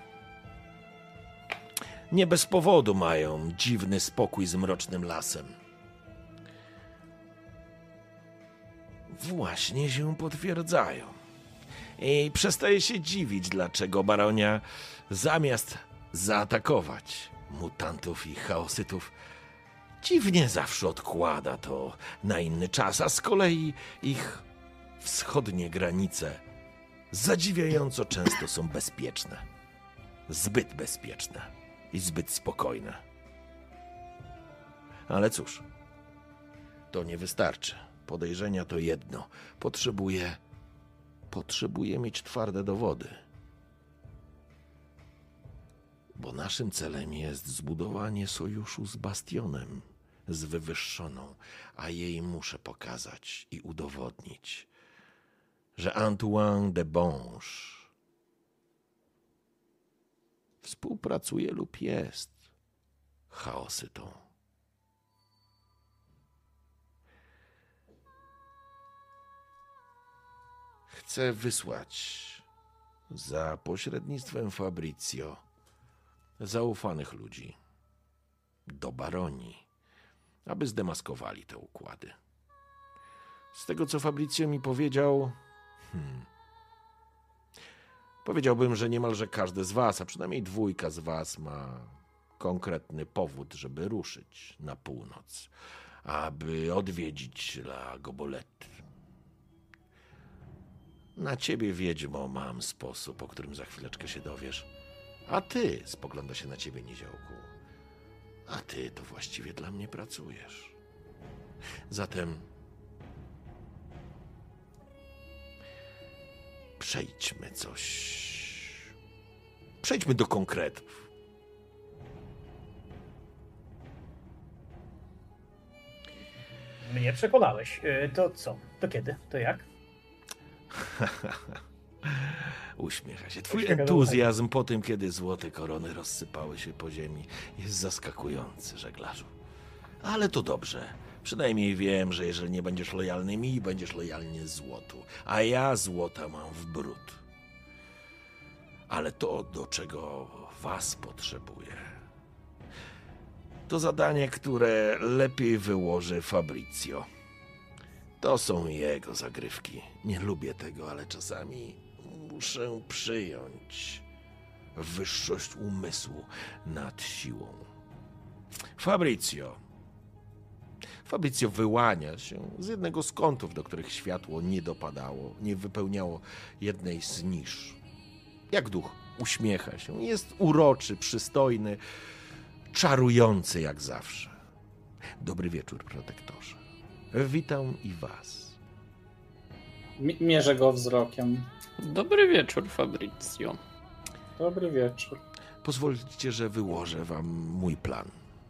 nie bez powodu mają dziwny spokój z mrocznym lasem. Właśnie się potwierdzają. I przestaję się dziwić, dlaczego baronia zamiast zaatakować mutantów i chaosytów, dziwnie zawsze odkłada to na inny czas, a z kolei ich wschodnie granice zadziwiająco często są bezpieczne. Zbyt bezpieczne i zbyt spokojne. Ale cóż, to nie wystarczy. Podejrzenia to jedno. Potrzebuję mieć twarde dowody. Bo naszym celem jest zbudowanie sojuszu z Bastionem, z Wywyższoną, a jej muszę pokazać i udowodnić, że Antoine de Bonge współpracuje lub jest chaosytą. Chcę wysłać za pośrednictwem Fabrizio zaufanych ludzi do baronii, aby zdemaskowali te układy. Z tego, co Fabrizio mi powiedział, powiedziałbym, że niemalże każdy z was, a przynajmniej 2 z was ma konkretny powód, żeby ruszyć na północ, aby odwiedzić La Gobolette. Na ciebie, wiedźmo, mam sposób, o którym za chwileczkę się dowiesz. A ty, spogląda się na ciebie Niziołku, A ty to właściwie dla mnie pracujesz. Zatem przejdźmy do konkretów. Mnie przekonałeś. To co? To kiedy? To jak? Uśmiecha się. Twój entuzjazm po tym, kiedy złote korony rozsypały się po ziemi, jest zaskakujący, żeglarzu. Ale to dobrze. Przynajmniej wiem, że jeżeli nie będziesz lojalny mi, będziesz lojalny złotu. A ja złota mam w bród. Ale to, do czego was potrzebuję, to zadanie, które lepiej wyłoży Fabrizio. To są jego zagrywki. Nie lubię tego, ale czasami muszę przyjąć wyższość umysłu nad siłą. Fabrizio wyłania się z jednego z kątów, do których światło nie dopadało, nie wypełniało jednej z nisz. Jak duch, uśmiecha się. Jest uroczy, przystojny, czarujący jak zawsze. Dobry wieczór, protektorze. Witam i was. Mierzę go wzrokiem. Dobry wieczór, Fabrizio. Dobry wieczór. Pozwolicie, że wyłożę wam mój plan.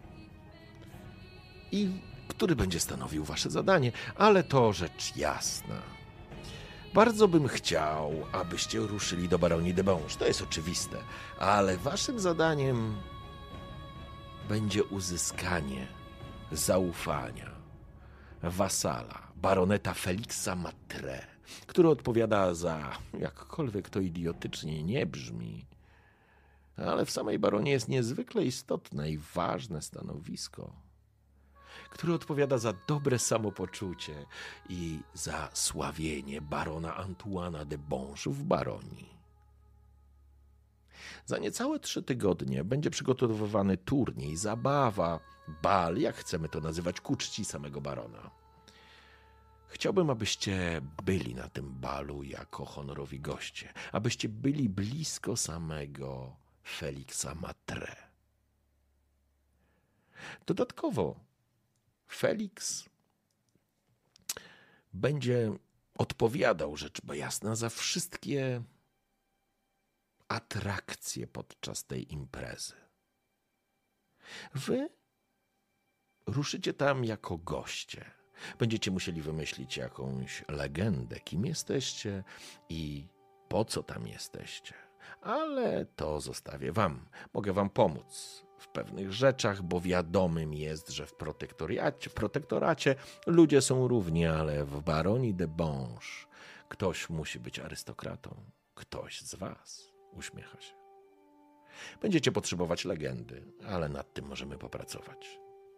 I który będzie stanowił wasze zadanie, ale to rzecz jasna. Bardzo bym chciał, abyście ruszyli do baronii de Bange. To jest oczywiste, ale waszym zadaniem będzie uzyskanie zaufania wasala, baroneta Felixa Matre, który odpowiada za, jakkolwiek to idiotycznie nie brzmi, ale w samej baronie jest niezwykle istotne i ważne stanowisko, który odpowiada za dobre samopoczucie i za sławienie barona Antoana de Bange w baronii. Za niecałe 3 tygodnie będzie przygotowywany turniej, zabawa, bal, jak chcemy to nazywać, ku czci samego barona. Chciałbym, abyście byli na tym balu jako honorowi goście, abyście byli blisko samego Felixa Matre. Dodatkowo Felix będzie odpowiadał, rzecz jasna, za wszystkie atrakcje podczas tej imprezy. Wy ruszycie tam jako goście. Będziecie musieli wymyślić jakąś legendę, kim jesteście i po co tam jesteście. Ale to zostawię wam. Mogę wam pomóc w pewnych rzeczach, bo wiadomym jest, że w protektoracie ludzie są równi, ale w baronii de Bange ktoś musi być arystokratą. Ktoś z was. Uśmiecha się. Będziecie potrzebować legendy, ale nad tym możemy popracować.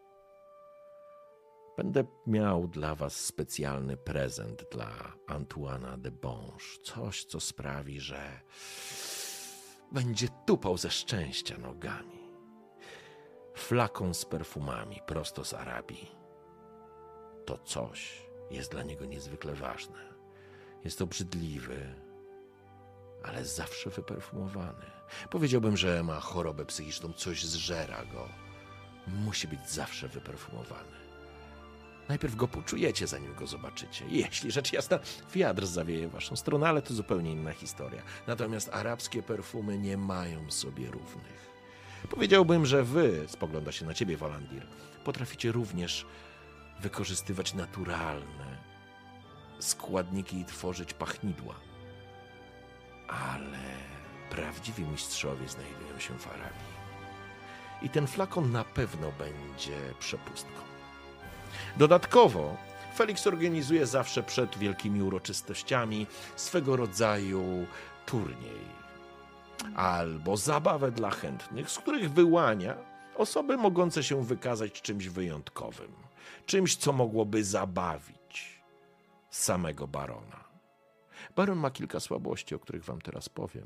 Będę miał dla was specjalny prezent dla Antoana de Bange. Coś, co sprawi, że będzie tupał ze szczęścia nogami. Flakon z perfumami prosto z Arabii. To coś jest dla niego niezwykle ważne. Jest obrzydliwy, ale zawsze wyperfumowany. Powiedziałbym, że ma chorobę psychiczną, coś zżera go. Musi być zawsze wyperfumowany. Najpierw go poczujecie, zanim go zobaczycie. Jeśli, rzecz jasna, wiatr zawieje w waszą stronę, ale to zupełnie inna historia. Natomiast arabskie perfumy nie mają sobie równych. Powiedziałbym, że wy, spogląda się na ciebie, Walandir, potraficie również wykorzystywać naturalne składniki i tworzyć pachnidła. Ale prawdziwi mistrzowie znajdują się w Arabii. I ten flakon na pewno będzie przepustką. Dodatkowo Felix organizuje zawsze przed wielkimi uroczystościami swego rodzaju turniej albo zabawę dla chętnych, z których wyłania osoby mogące się wykazać czymś wyjątkowym, czymś, co mogłoby zabawić samego barona. Baron ma kilka słabości, o których wam teraz powiem.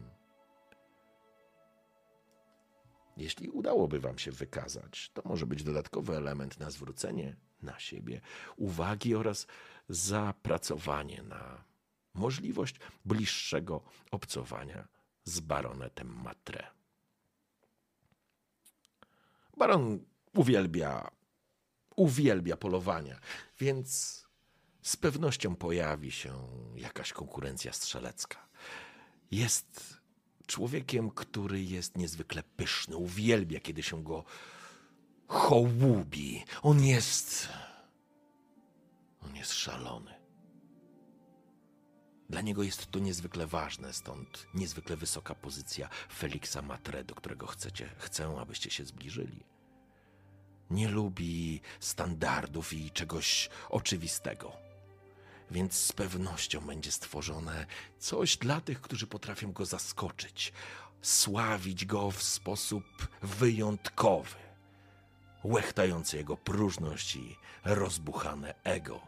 Jeśli udałoby wam się wykazać, to może być dodatkowy element na zwrócenie na siebie uwagi oraz zapracowanie na możliwość bliższego obcowania z baronetem Matre. Baron uwielbia polowania, więc z pewnością pojawi się jakaś konkurencja strzelecka. Jest człowiekiem, który jest niezwykle pyszny, uwielbia, kiedy się go hołubi. On jest szalony. Dla niego jest to niezwykle ważne, stąd niezwykle wysoka pozycja Feliksa Matre, do którego chcę, abyście się zbliżyli. Nie lubi standardów i czegoś oczywistego. Więc z pewnością będzie stworzone coś dla tych, którzy potrafią go zaskoczyć, sławić go w sposób wyjątkowy, łechtający jego próżność i rozbuchane ego.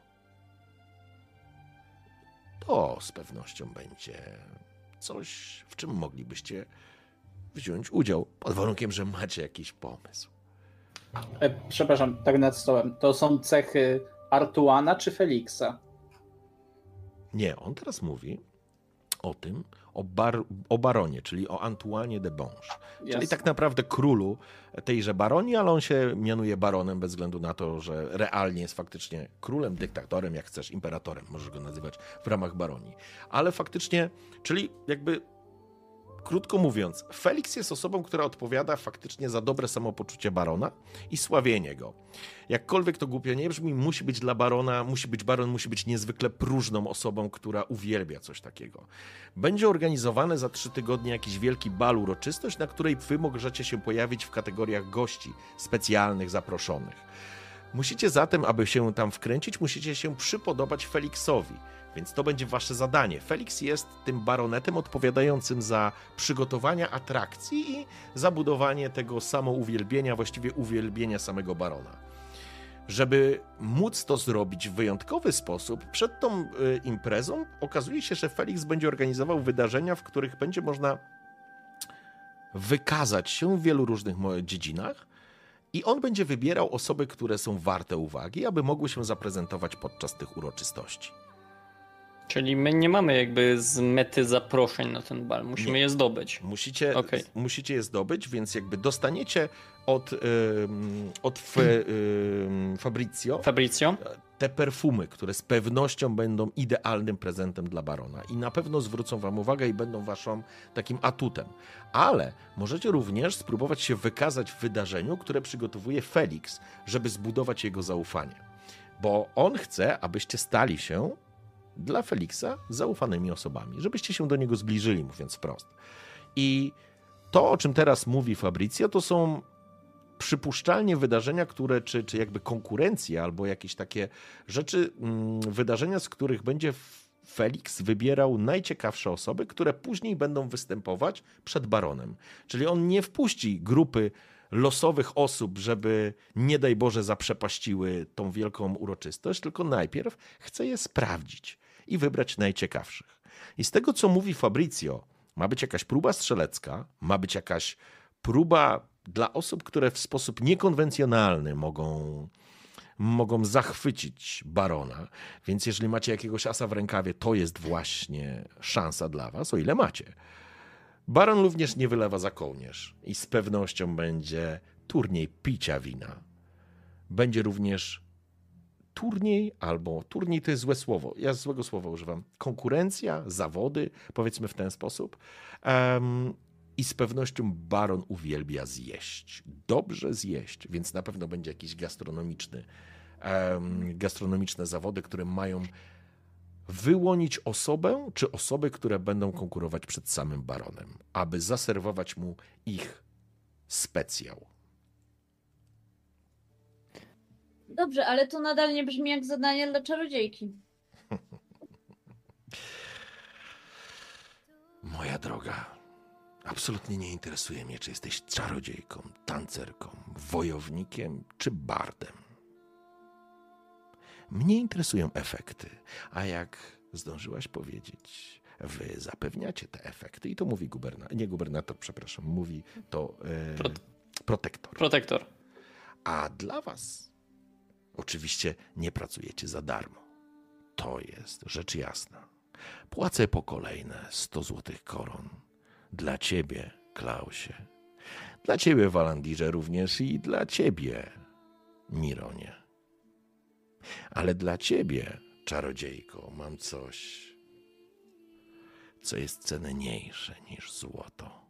To z pewnością będzie coś, w czym moglibyście wziąć udział, pod warunkiem, że macie jakiś pomysł. Przepraszam, tak nad stołem. To są cechy Artuana czy Feliksa? Nie, on teraz mówi o tym, o baronie, czyli o Antoine de Bonge. Jasne. Czyli tak naprawdę królu tejże baronii, ale on się mianuje baronem bez względu na to, że realnie jest faktycznie królem, dyktatorem, jak chcesz, imperatorem, możesz go nazywać w ramach baronii. Ale faktycznie, czyli jakby krótko mówiąc, Feliks jest osobą, która odpowiada faktycznie za dobre samopoczucie barona i sławienie go. Jakkolwiek to głupio nie brzmi, baron musi być niezwykle próżną osobą, która uwielbia coś takiego. Będzie organizowany za 3 tygodnie jakiś wielki bal, uroczystość, na której wy możecie się pojawić w kategoriach gości specjalnych, zaproszonych. Musicie zatem, aby się tam wkręcić, musicie się przypodobać Feliksowi. Więc to będzie wasze zadanie. Feliks jest tym baronetem odpowiadającym za przygotowanie atrakcji i zabudowanie tego samouwielbienia, właściwie uwielbienia samego barona. Żeby móc to zrobić w wyjątkowy sposób, przed tą imprezą okazuje się, że Feliks będzie organizował wydarzenia, w których będzie można wykazać się w wielu różnych dziedzinach i on będzie wybierał osoby, które są warte uwagi, aby mogły się zaprezentować podczas tych uroczystości. Czyli my nie mamy jakby z mety zaproszeń na ten bal, musimy je zdobyć. Musicie je zdobyć, więc jakby dostaniecie od Fabrizio te perfumy, które z pewnością będą idealnym prezentem dla barona i na pewno zwrócą wam uwagę i będą waszym takim atutem. Ale możecie również spróbować się wykazać w wydarzeniu, które przygotowuje Feliks, żeby zbudować jego zaufanie. Bo on chce, abyście stali się dla Feliksa zaufanymi osobami, żebyście się do niego zbliżyli, mówiąc wprost. I to, o czym teraz mówi Fabrizio, to są przypuszczalnie wydarzenia, które, czy jakby konkurencje, albo jakieś takie rzeczy, wydarzenia, z których będzie Feliks wybierał najciekawsze osoby, które później będą występować przed baronem. Czyli on nie wpuści grupy losowych osób, żeby nie daj Boże zaprzepaściły tą wielką uroczystość, tylko najpierw chce je sprawdzić i wybrać najciekawszych. I z tego, co mówi Fabrizio, ma być jakaś próba strzelecka, ma być jakaś próba dla osób, które w sposób niekonwencjonalny mogą zachwycić barona. Więc jeżeli macie jakiegoś asa w rękawie, to jest właśnie szansa dla was, o ile macie. Baron również nie wylewa za kołnierz i z pewnością będzie turniej picia wina. Będzie również turniej, albo turniej to jest złe słowo, ja złego słowa używam, konkurencja, zawody, powiedzmy w ten sposób. I z pewnością baron uwielbia zjeść, dobrze zjeść, więc na pewno będzie jakiś gastronomiczne zawody, które mają wyłonić osobę, czy osoby, które będą konkurować przed samym baronem, aby zaserwować mu ich specjał. Dobrze, ale to nadal nie brzmi jak zadanie dla czarodziejki. Moja droga, absolutnie nie interesuje mnie, czy jesteś czarodziejką, tancerką, wojownikiem czy bardem. Mnie interesują efekty, a jak zdążyłaś powiedzieć, wy zapewniacie te efekty i to mówi mówi to protektor. A dla was oczywiście nie pracujecie za darmo. To jest rzecz jasna. Płacę po kolejne 100 złotych koron. Dla ciebie, Klausie. Dla ciebie, Walandirze, również i dla ciebie, Mironie. Ale dla ciebie, czarodziejko, mam coś, co jest cenniejsze niż złoto.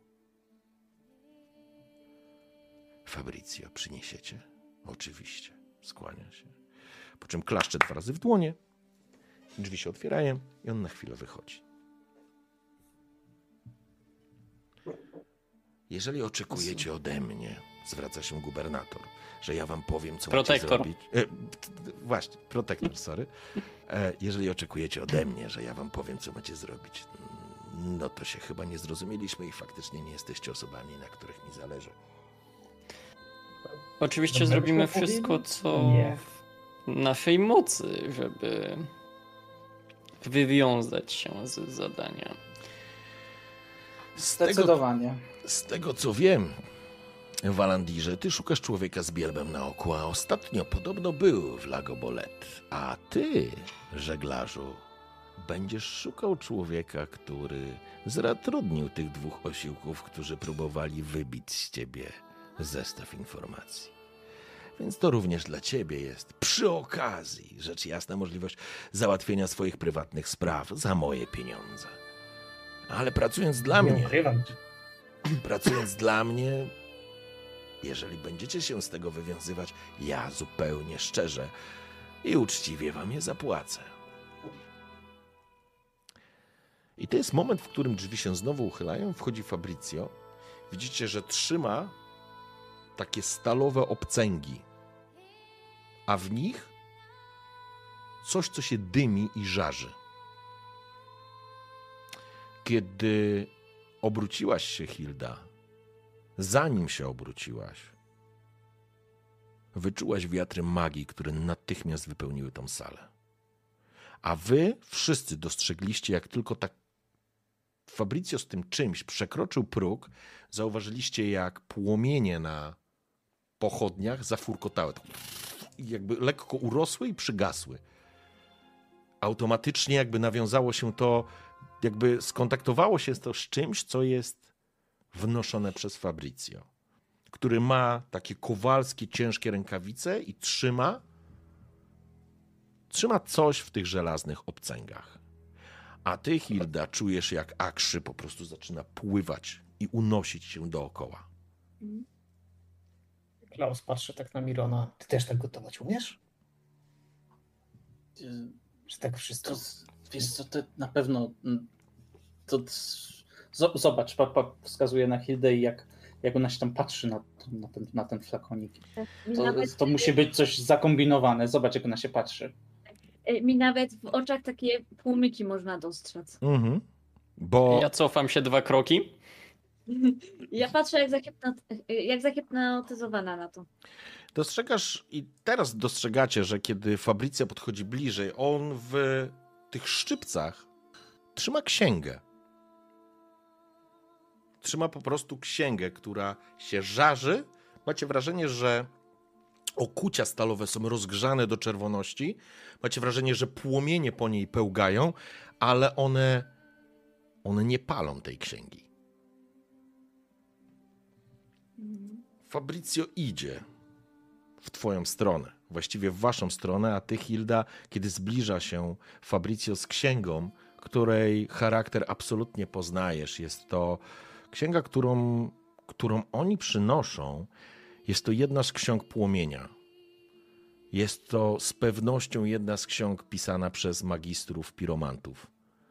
Fabrizio, przyniesiecie? Oczywiście. Skłania się. Po czym klaszcze 2 razy w dłonie. Drzwi się otwierają i on na chwilę wychodzi. Jeżeli oczekujecie ode mnie, zwraca się gubernator, że ja wam powiem, co macie zrobić. Właśnie, protektor, sorry. Jeżeli oczekujecie ode mnie, że ja wam powiem, co macie zrobić, no to się chyba nie zrozumieliśmy i faktycznie nie jesteście osobami, na których mi zależy. Oczywiście zrobimy wszystko, co w naszej mocy, żeby wywiązać się z zadania. Zdecydowanie. Z tego, co wiem, Walandirze, ty szukasz człowieka z bielbem na oku, a ostatnio podobno był w Lago Bolet. A ty, żeglarzu, będziesz szukał człowieka, który zatrudnił tych 2 osiłków, którzy próbowali wybić z ciebie zestaw informacji. Więc to również dla ciebie jest przy okazji, rzecz jasna, możliwość załatwienia swoich prywatnych spraw za moje pieniądze. Ale pracując dla mnie, jeżeli będziecie się z tego wywiązywać, ja zupełnie szczerze i uczciwie wam je zapłacę. I to jest moment, w którym drzwi się znowu uchylają, wchodzi Fabrizio. Widzicie, że trzyma takie stalowe obcęgi, a w nich coś, co się dymi i żarzy. Kiedy obróciłaś się, Hilda, zanim się obróciłaś, wyczułaś wiatry magii, które natychmiast wypełniły tą salę. A wy wszyscy dostrzegliście, jak tylko tak Fabrizio z tym czymś przekroczył próg, zauważyliście, jak płomienie na pochodniach zafurkotały. Jakby lekko urosły i przygasły. Automatycznie jakby nawiązało się to, jakby skontaktowało się to z czymś, co jest wnoszone przez Fabrizio, który ma takie kowalskie, ciężkie rękawice i trzyma coś w tych żelaznych obcęgach. A ty, Hilda, czujesz, jak akrzy po prostu zaczyna pływać i unosić się dookoła. Klaus patrzy tak na Mirona. Ty też tak gotować umiesz? Czy tak wszystko? Wiesz co, to na pewno... Zobacz, papa wskazuje na Hildę i jak ona się tam patrzy na ten flakonik. To musi być coś zakombinowane. Zobacz, jak ona się patrzy. Mi nawet w oczach takie płomyki można dostrzec. Mhm. Bo... Ja cofam się 2 kroki. Ja patrzę jak zahipnotyzowana na to. Dostrzegasz i teraz dostrzegacie, że kiedy Fabrizio podchodzi bliżej, on w tych szczypcach trzyma księgę. Trzyma po prostu księgę, która się żarzy. Macie wrażenie, że okucia stalowe są rozgrzane do czerwoności. Macie wrażenie, że płomienie po niej pełgają, ale one nie palą tej księgi. Fabrizio idzie w twoją stronę, właściwie w waszą stronę, a ty, Hilda, kiedy zbliża się Fabrizio z księgą, której charakter absolutnie poznajesz, jest to księga, którą oni przynoszą, jest to jedna z ksiąg płomienia. Jest to z pewnością jedna z ksiąg pisana przez magistrów piromantów.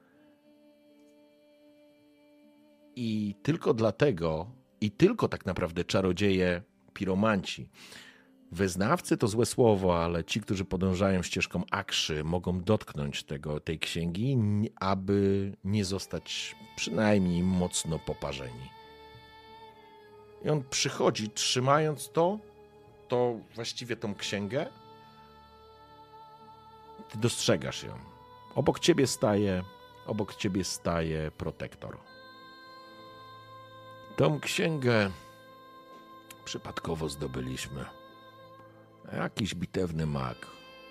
I tylko dlatego, i tylko tak naprawdę czarodzieje, piromanci, wyznawcy to złe słowo, ale ci, którzy podążają ścieżką akrzy, mogą dotknąć tej księgi, aby nie zostać przynajmniej mocno poparzeni. I on przychodzi, trzymając to właściwie tą księgę. Ty dostrzegasz ją. Obok ciebie staje protektor. Tą księgę przypadkowo zdobyliśmy. Jakiś bitewny mag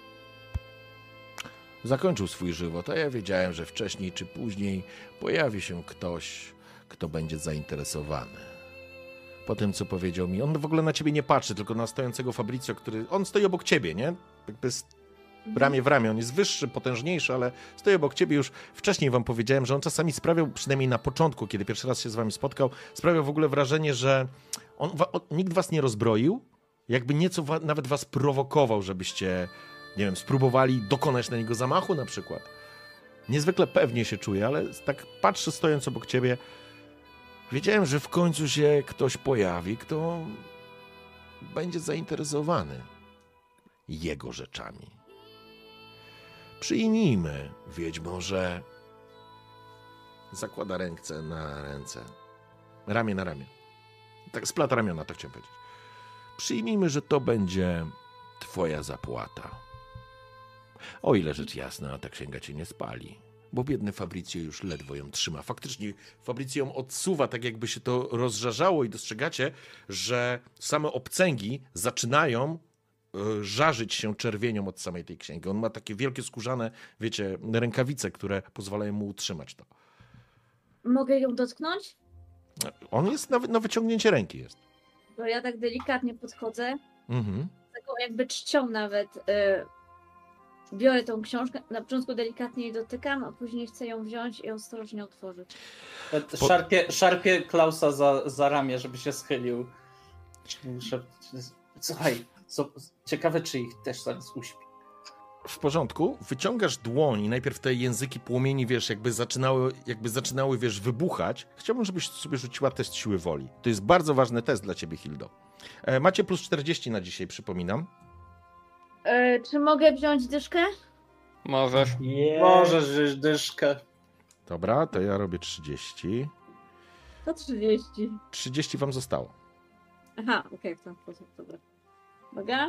zakończył swój żywot, a ja wiedziałem, że wcześniej czy później pojawi się ktoś, kto będzie zainteresowany. po tym, co powiedział mi. On w ogóle na ciebie nie patrzy, tylko na stojącego Fabrizio, który... On stoi obok ciebie, nie? Jakby ramię w ramię. On jest wyższy, potężniejszy, ale stoi obok ciebie. Już wcześniej wam powiedziałem, że on czasami sprawiał, przynajmniej na początku, kiedy pierwszy raz się z wami spotkał, sprawiał w ogóle wrażenie, że nikt was nie rozbroił, jakby nieco nawet was prowokował, żebyście, nie wiem, spróbowali dokonać na niego zamachu na przykład. Niezwykle pewnie się czuje, ale tak patrzę stojąc obok ciebie. Wiedziałem, że w końcu się ktoś pojawi, kto będzie zainteresowany jego rzeczami. Przyjmijmy, wiedźmo, że zakłada ręce na ręce, ramię na ramię. Tak splata ramiona, tak chciałem powiedzieć. Przyjmijmy, że to będzie twoja zapłata. O ile rzecz jasna, ta księga cię nie spali. Bo biedny Fabrizio już ledwo ją trzyma. Faktycznie Fabrizio ją odsuwa, tak jakby się to rozżarzało i dostrzegacie, że same obcęgi zaczynają żarzyć się czerwienią od samej tej księgi. On ma takie wielkie skórzane, wiecie, rękawice, które pozwalają mu utrzymać to. Mogę ją dotknąć? On jest na wyciągnięcie ręki jest. Bo ja tak delikatnie podchodzę, Mhm. taką jakby czcią nawet. Biorę tą książkę, na początku delikatnie jej dotykam, a później chcę ją wziąć i ostrożnie otworzyć. Szarpie Klausa za ramię, żeby się schylił. Słuchaj, ciekawe, czy ich też zaraz uśpi. W porządku, wyciągasz dłoń i najpierw te języki płomieni, wiesz, jakby zaczynały, wiesz, wybuchać. Chciałbym, żebyś sobie rzuciła test siły woli. To jest bardzo ważny test dla ciebie, Hildo. Macie plus 40 na dzisiaj, przypominam. Czy mogę wziąć dyszkę? Możesz. Możesz wziąć dyszkę. Dobra, to ja robię 30. To 30. 30 wam zostało. Aha, okej, w ten sposób, dobra. Uwaga.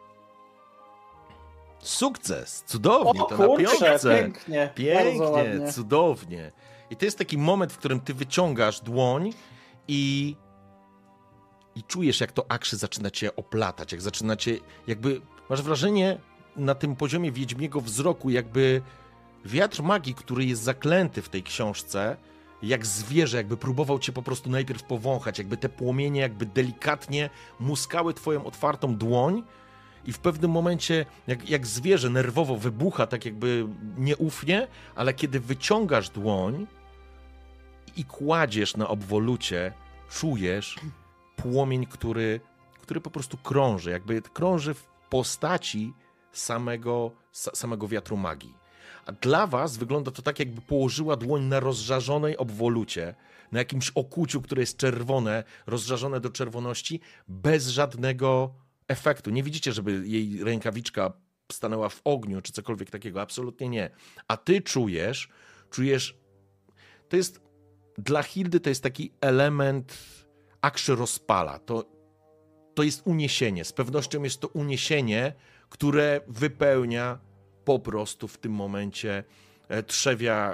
Sukces! Cudownie, O to na kurczę, piątce. pięknie. Bardzo Pięknie, ładnie. cudownie. I to jest taki moment, w którym ty wyciągasz dłoń i czujesz, jak to akrzy zaczyna cię oplatać, jak zaczyna cię, jakby masz wrażenie na tym poziomie wiedźmiego wzroku, jakby wiatr magii, który jest zaklęty w tej książce, jak zwierzę, jakby próbował cię po prostu najpierw powąchać, jakby te płomienie jakby delikatnie muskały twoją otwartą dłoń i w pewnym momencie jak zwierzę nerwowo wybucha, tak jakby nieufnie, ale kiedy wyciągasz dłoń i kładziesz na obwolucie, czujesz płomień, który po prostu krąży, jakby krąży w postaci samego wiatru magii. A dla was wygląda to tak, jakby położyła dłoń na rozżarzonej obwolucie, na jakimś okuciu, które jest czerwone, rozżarzone do czerwoności, bez żadnego efektu. Nie widzicie, żeby jej rękawiczka stanęła w ogniu, czy cokolwiek takiego. Absolutnie nie. A ty czujesz, to jest, dla Hildy to jest taki element akrzy rozpala. To jest uniesienie. Z pewnością jest to uniesienie, które wypełnia po prostu w tym momencie trzewia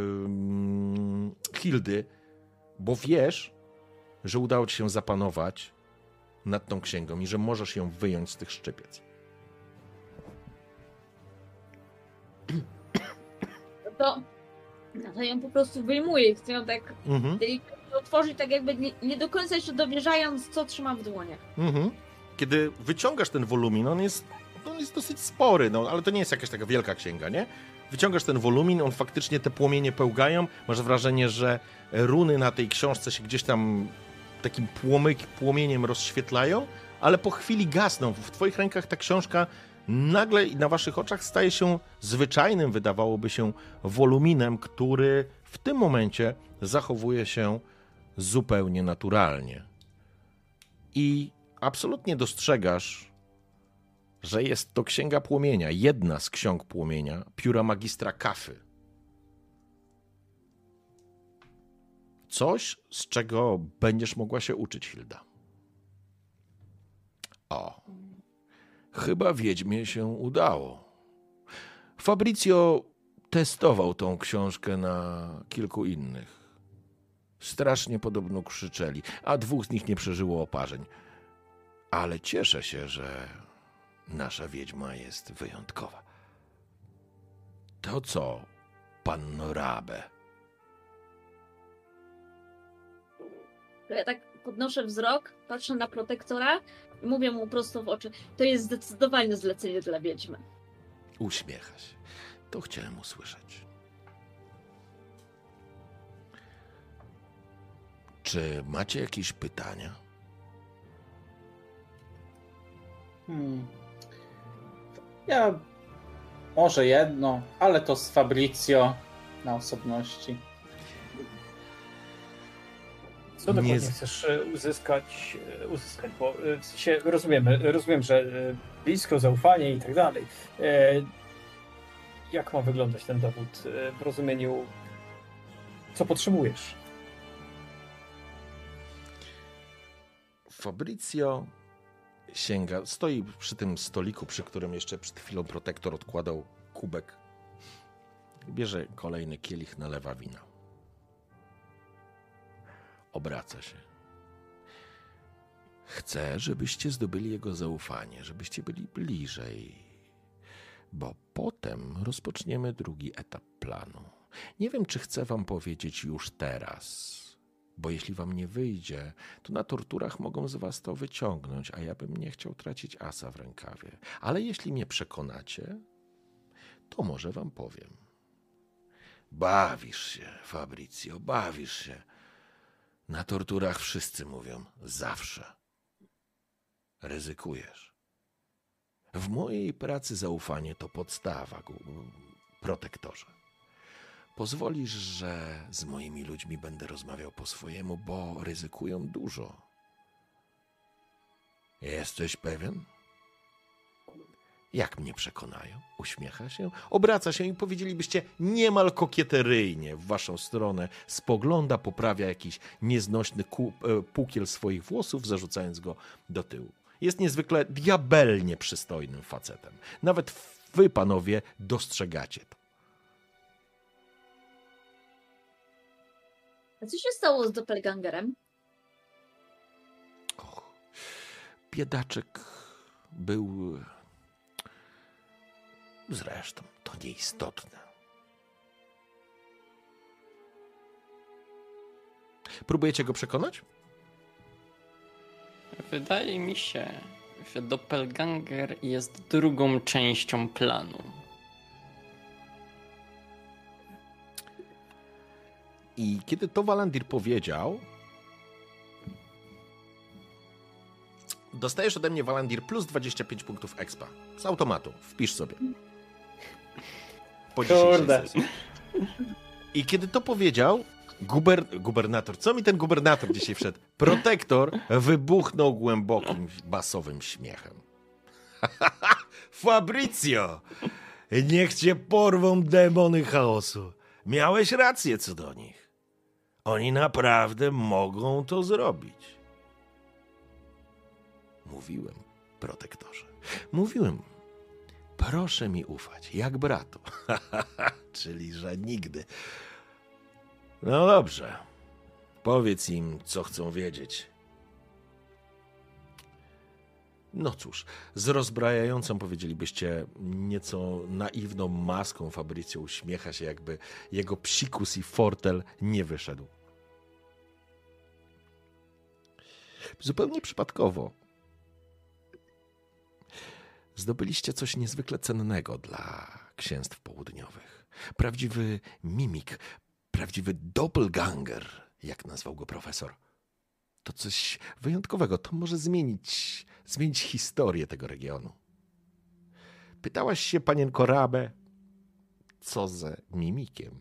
Hildy, bo wiesz, że udało ci się zapanować nad tą księgą i że możesz ją wyjąć z tych szczypiec. To ją po prostu wyjmuję i chcę ją tak delikatnie otworzyć, tak jakby nie do końca jeszcze dowierzając, co trzymam w dłoniach. Kiedy wyciągasz ten wolumin, on jest dosyć spory, no, ale to nie jest jakaś taka wielka księga, nie? Wyciągasz ten wolumin, on faktycznie te płomienie pełgają, masz wrażenie, że runy na tej książce się gdzieś tam takim płomieniem rozświetlają, ale po chwili gasną. W twoich rękach ta książka nagle i na waszych oczach staje się zwyczajnym, wydawałoby się, woluminem, który w tym momencie zachowuje się zupełnie naturalnie. I absolutnie dostrzegasz, że jest to Księga Płomienia, jedna z ksiąg Płomienia, pióra magistra Kafy. Coś, z czego będziesz mogła się uczyć, Hilda. O, chyba wiedźmie się udało. Fabrizio testował tą książkę na kilku innych. Strasznie podobno krzyczeli, a 2 z nich nie przeżyło oparzeń. Ale cieszę się, że nasza wiedźma jest wyjątkowa. To co, panno Rabe? Ja tak podnoszę wzrok, patrzę na protektora i mówię mu prosto w oczy. To jest zdecydowanie zlecenie dla wiedźmy. Uśmiecha się. To chciałem usłyszeć. Czy macie jakieś pytania? Ja może jedno, ale to z Fabrizio na osobności. Co dokładnie chcesz uzyskać, bo w sensie rozumiem, że blisko, zaufanie i tak dalej. Jak ma wyglądać ten dowód w rozumieniu, co potrzebujesz? Fabrizio sięga, stoi przy tym stoliku, przy którym jeszcze przed chwilą protektor odkładał kubek. Bierze kolejny kielich, nalewa wina. Obraca się. Chcę, żebyście zdobyli jego zaufanie, żebyście byli bliżej, bo potem rozpoczniemy drugi etap planu. Nie wiem, czy chcę wam powiedzieć już teraz, bo jeśli wam nie wyjdzie, to na torturach mogą z was to wyciągnąć, a ja bym nie chciał tracić asa w rękawie. Ale jeśli mnie przekonacie, to może wam powiem. Bawisz się, Fabrizio, bawisz się. Na torturach wszyscy mówią zawsze. Ryzykujesz. W mojej pracy zaufanie to podstawa, protektorze. Pozwolisz, że z moimi ludźmi będę rozmawiał po swojemu, bo ryzykują dużo. Jesteś pewien? Jak mnie przekonają? Uśmiecha się, obraca się i powiedzielibyście niemal kokieteryjnie w waszą stronę. Spogląda, poprawia jakiś nieznośny pukiel swoich włosów, zarzucając go do tyłu. Jest niezwykle diabelnie przystojnym facetem. Nawet wy, panowie, dostrzegacie to. A co się stało z doppelgangerem? Och, biedaczek był... Zresztą, to nieistotne. Próbujecie go przekonać? Wydaje mi się, że doppelganger jest drugą częścią planu. I kiedy to Walandir powiedział, dostajesz ode mnie, Walandir, plus 25 punktów expa. Z automatu. Wpisz sobie. Po dzisiejszej sesji. I kiedy to powiedział, gubernator, co mi ten gubernator dzisiaj wszedł? Protektor wybuchnął głębokim, basowym śmiechem. Fabrizio! Niech cię porwą demony chaosu. Miałeś rację co do nich. Oni naprawdę mogą to zrobić. Mówiłem, protektorze. Mówiłem. Proszę mi ufać, jak bratu. Czyli, że nigdy. No dobrze. Powiedz im, co chcą wiedzieć. No cóż, z rozbrajającą, powiedzielibyście, nieco naiwną maską Fabrizio uśmiecha się, jakby jego psikus i fortel nie wyszedł. Zupełnie przypadkowo zdobyliście coś niezwykle cennego dla księstw południowych. Prawdziwy mimik, prawdziwy doppelganger, jak nazwał go profesor. To coś wyjątkowego, to może zmienić historię tego regionu. Pytałaś się, panienko Rabe, co ze mimikiem?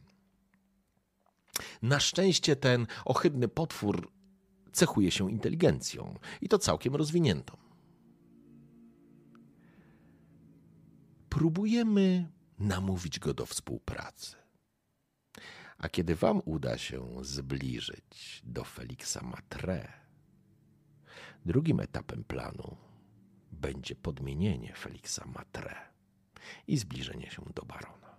Na szczęście ten ohydny potwór cechuje się inteligencją i to całkiem rozwiniętą. Próbujemy namówić go do współpracy. A kiedy wam uda się zbliżyć do Felixa Matre, drugim etapem planu będzie podmienienie Felixa Matre i zbliżenie się do barona.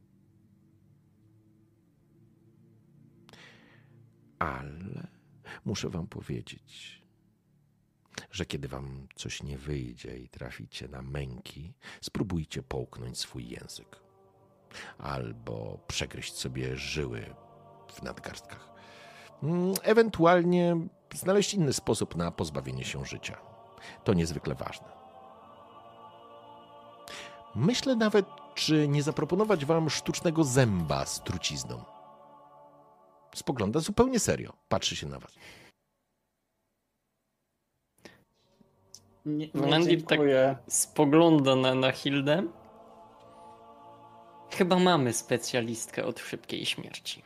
Ale muszę wam powiedzieć, że kiedy wam coś nie wyjdzie i traficie na męki, spróbujcie połknąć swój język. Albo przegryźć sobie żyły w nadgarstkach. Ewentualnie znaleźć inny sposób na pozbawienie się życia. To niezwykle ważne. Myślę nawet, czy nie zaproponować wam sztucznego zęba z trucizną. Spogląda zupełnie serio. Patrzy się na was. Mandir tak spogląda na Hildę. Chyba mamy specjalistkę od szybkiej śmierci.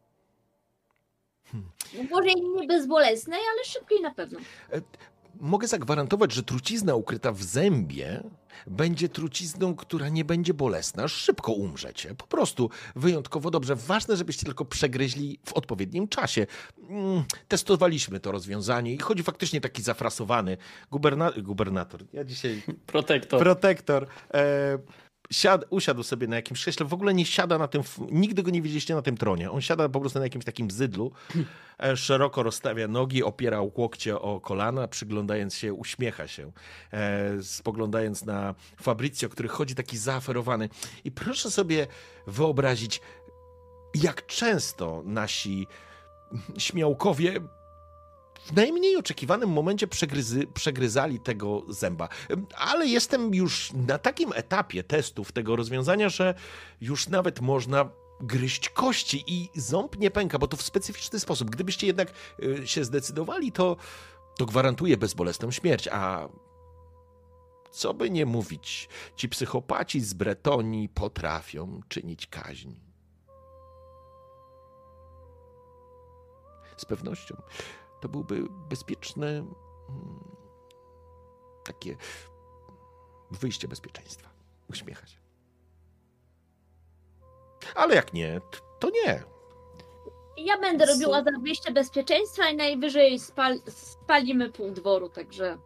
Może nie bezbolesnej, ale szybkiej na pewno. Mogę zagwarantować, że trucizna ukryta w zębie będzie trucizną, która nie będzie bolesna. Szybko umrzecie. Po prostu wyjątkowo dobrze. Ważne, żebyście tylko przegryźli w odpowiednim czasie. Testowaliśmy to rozwiązanie i chodzi faktycznie taki zafrasowany gubernator. Ja dzisiaj... Protektor. Usiadł sobie na jakimś krześle, w ogóle nie siada na tym, nigdy go nie widzieliście na tym tronie. On siada po prostu na jakimś takim zydlu, szeroko rozstawia nogi, opiera łokcie o kolana, przyglądając się, uśmiecha się, spoglądając na Fabrizio, który chodzi taki zaaferowany. I proszę sobie wyobrazić, jak często nasi śmiałkowie w najmniej oczekiwanym momencie przegryzali tego zęba. Ale jestem już na takim etapie testów tego rozwiązania, że już nawet można gryźć kości i ząb nie pęka, bo to w specyficzny sposób. Gdybyście jednak się zdecydowali, to gwarantuje bezbolesną śmierć. A co by nie mówić, ci psychopaci z Bretonii potrafią czynić kaźń. Z pewnością. To byłby bezpieczne takie wyjście bezpieczeństwa. Uśmiecha się. Ale jak nie, to nie. Ja będę robiła za wyjście bezpieczeństwa i najwyżej spalimy pół dworu, także...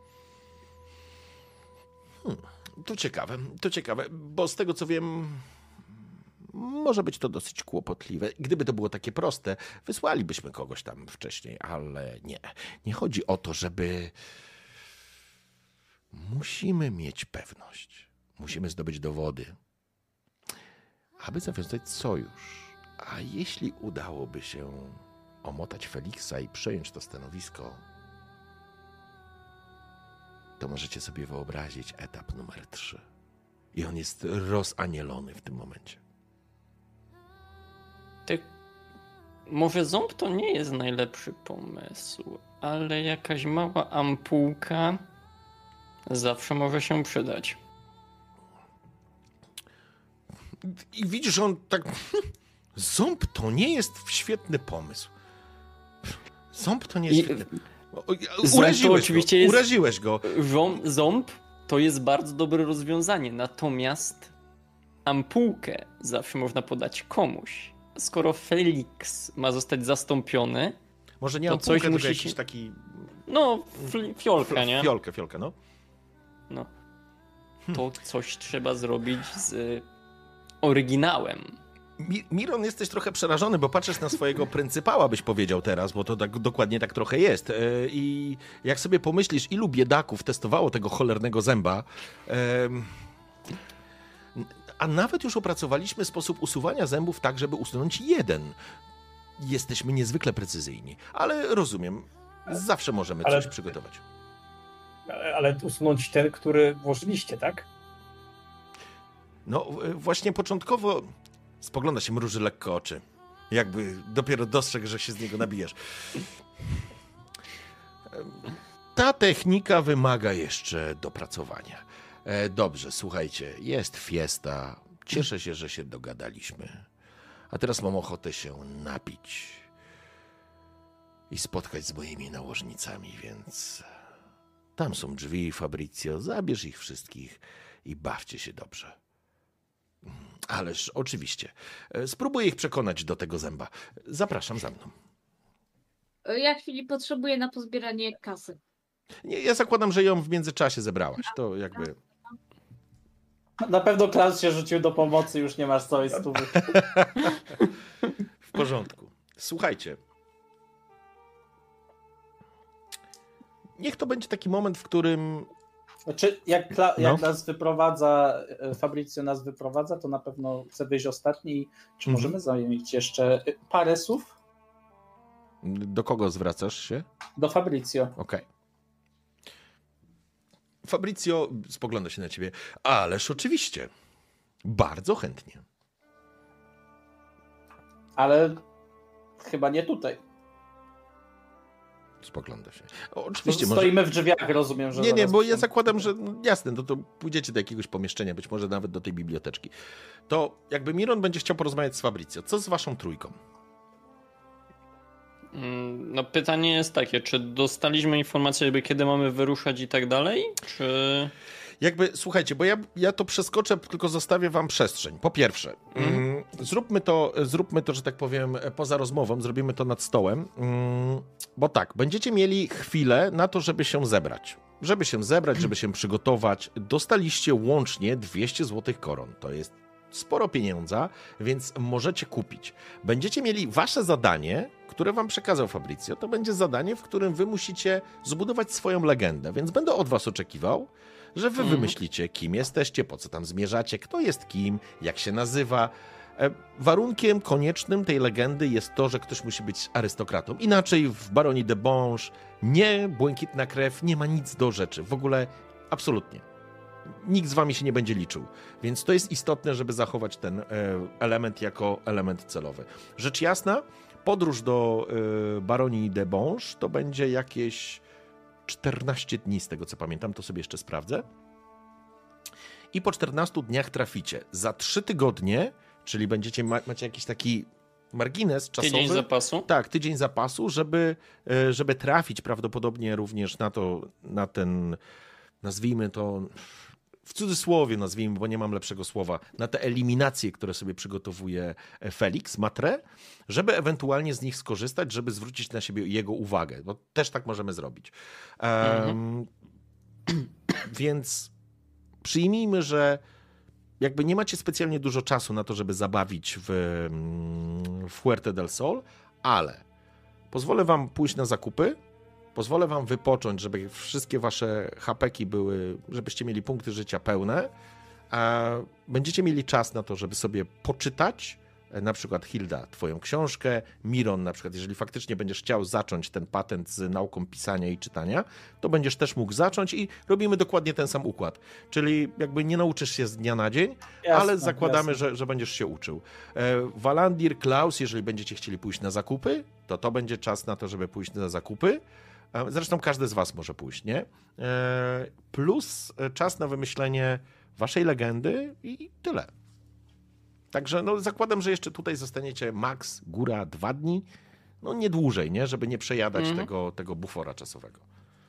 To ciekawe, bo z tego co wiem, może być to dosyć kłopotliwe. Gdyby to było takie proste, wysłalibyśmy kogoś tam wcześniej, ale nie. Nie chodzi o to, żeby... Musimy mieć pewność. Musimy zdobyć dowody, aby zawiązać sojusz. A jeśli udałoby się omotać Feliksa i przejąć to stanowisko, to możecie sobie wyobrazić etap numer 3. I on jest rozanielony w tym momencie. Może ząb to nie jest najlepszy pomysł, ale jakaś mała ampułka zawsze może się przydać. I widzisz, on tak... Ząb to nie jest świetny pomysł. Ząb to nie jest świetny... Uraziłeś go. Ząb to jest bardzo dobre rozwiązanie, natomiast ampułkę zawsze można podać komuś. Skoro Felix ma zostać zastąpiony, może nie to ampułkę, coś musi jakiś taki... No, fiolka, nie? Fiolkę, no. No. To coś trzeba zrobić z oryginałem. Miron, jesteś trochę przerażony, bo patrzysz na swojego pryncypała, byś powiedział teraz, bo to tak, dokładnie tak trochę jest. I jak sobie pomyślisz, ilu biedaków testowało tego cholernego zęba, a nawet już opracowaliśmy sposób usuwania zębów tak, żeby usunąć jeden. Jesteśmy niezwykle precyzyjni, ale rozumiem, zawsze możemy coś przygotować. Ale usunąć ten, który włożyliście, tak? No właśnie początkowo spogląda się, mruży lekko oczy. Jakby dopiero dostrzegł, że się z niego nabijesz. Ta technika wymaga jeszcze dopracowania. Dobrze, słuchajcie, jest fiesta. Cieszę się, że się dogadaliśmy. A teraz mam ochotę się napić i spotkać z moimi nałożnicami, więc tam są drzwi, Fabrizio, zabierz ich wszystkich i bawcie się dobrze. Ależ oczywiście. Spróbuję ich przekonać do tego zęba. Zapraszam za mną. Ja chwili potrzebuję na pozbieranie kasy. Nie, ja zakładam, że ją w międzyczasie zebrałaś. To jakby... Na pewno Klaus się rzucił do pomocy, już nie masz całej stówy. W porządku. Słuchajcie. Niech to będzie taki moment, w którym... Znaczy, jak nas wyprowadza, Fabrizio nas wyprowadza, to na pewno chce wyjść ostatni. Czy możemy zająć jeszcze parę słów? Do kogo zwracasz się? Do Fabrizio. Okej. Fabrizio spogląda się na ciebie. Ależ oczywiście. Bardzo chętnie. Ale chyba nie tutaj. Spogląda się. Oczywiście Stoimy w drzwiach, rozumiem, że... Nie, bo ja zakładam, że jasne, to pójdziecie do jakiegoś pomieszczenia, być może nawet do tej biblioteczki. To jakby Miron będzie chciał porozmawiać z Fabrizio. Co z waszą trójką? No pytanie jest takie, czy dostaliśmy informację, jakby kiedy mamy wyruszać i tak dalej, czy... Jakby, słuchajcie, bo ja to przeskoczę, tylko zostawię wam przestrzeń. Po pierwsze, zróbmy to, że tak powiem, poza rozmową, zrobimy to nad stołem, bo tak, będziecie mieli chwilę na to, żeby się zebrać. Żeby się przygotować. Dostaliście łącznie 200 złotych koron. To jest sporo pieniądza, więc możecie kupić. Będziecie mieli wasze zadanie, które wam przekazał Fabrizio. To będzie zadanie, w którym wy musicie zbudować swoją legendę, więc będę od was oczekiwał, że wy wymyślicie, kim jesteście, po co tam zmierzacie, kto jest kim, jak się nazywa. Warunkiem koniecznym tej legendy jest to, że ktoś musi być arystokratą. Inaczej w Baronii de Bonge nie błękitna krew, nie ma nic do rzeczy. W ogóle absolutnie. Nikt z wami się nie będzie liczył. Więc to jest istotne, żeby zachować ten element jako element celowy. Rzecz jasna, podróż do Baronii de Bonge to będzie jakieś 14 dni, z tego co pamiętam, to sobie jeszcze sprawdzę. I po 14 dniach traficie. Za 3 tygodnie, czyli macie jakiś taki margines czasowy. Tydzień zapasu? Tak, tydzień zapasu, żeby trafić prawdopodobnie również na ten, nazwijmy to, w cudzysłowie nazwijmy, bo nie mam lepszego słowa, na te eliminacje, które sobie przygotowuje Felix Matre, żeby ewentualnie z nich skorzystać, żeby zwrócić na siebie jego uwagę, bo też tak możemy zrobić. Więc przyjmijmy, że jakby nie macie specjalnie dużo czasu na to, żeby zabawić w Fuerte del Sol, ale pozwolę wam pójść na zakupy, pozwolę wam wypocząć, żeby wszystkie wasze hapeki były, żebyście mieli punkty życia pełne, a będziecie mieli czas na to, żeby sobie poczytać, na przykład Hilda, twoją książkę, Miron na przykład, jeżeli faktycznie będziesz chciał zacząć ten patent z nauką pisania i czytania, to będziesz też mógł zacząć i robimy dokładnie ten sam układ. Czyli jakby nie nauczysz się z dnia na dzień, ale zakładamy, że będziesz się uczył. Walandir, Klaus, jeżeli będziecie chcieli pójść na zakupy, to będzie czas na to, żeby pójść na zakupy. Zresztą każdy z was może pójść, nie? Plus czas na wymyślenie waszej legendy i tyle. Także no, zakładam, że jeszcze tutaj zostaniecie max, góra 2 dni, no nie dłużej, nie? Żeby nie przejadać tego bufora czasowego.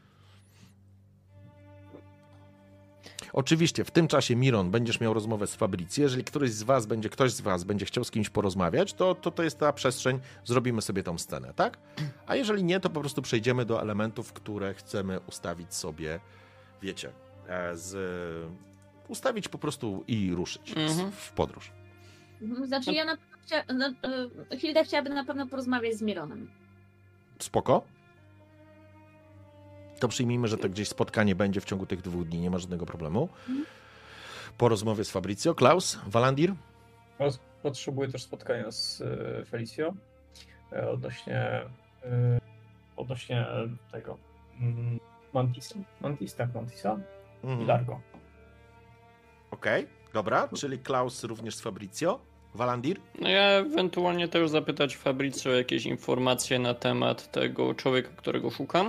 Oczywiście w tym czasie, Miron, będziesz miał rozmowę z Fabrizio. Jeżeli ktoś z was będzie chciał z kimś porozmawiać, to jest ta przestrzeń, zrobimy sobie tą scenę, tak? A jeżeli nie, to po prostu przejdziemy do elementów, które chcemy ustawić sobie, wiecie, ustawić po prostu i ruszyć w podróż. Znaczy ja na pewno Hilda chciałaby na pewno porozmawiać z Mironem. Spoko. To przyjmijmy, że to gdzieś spotkanie będzie w ciągu tych 2 dni, nie ma żadnego problemu. Po rozmowie z Fabrizio. Klaus, Walandir? Potrzebuję też spotkania z Felicio odnośnie tego Mantisa i Largo. Okej, dobra, czyli Klaus również z Fabrizio. Walandir? No ja ewentualnie też zapytać Fabrizio o jakieś informacje na temat tego człowieka, którego szukam.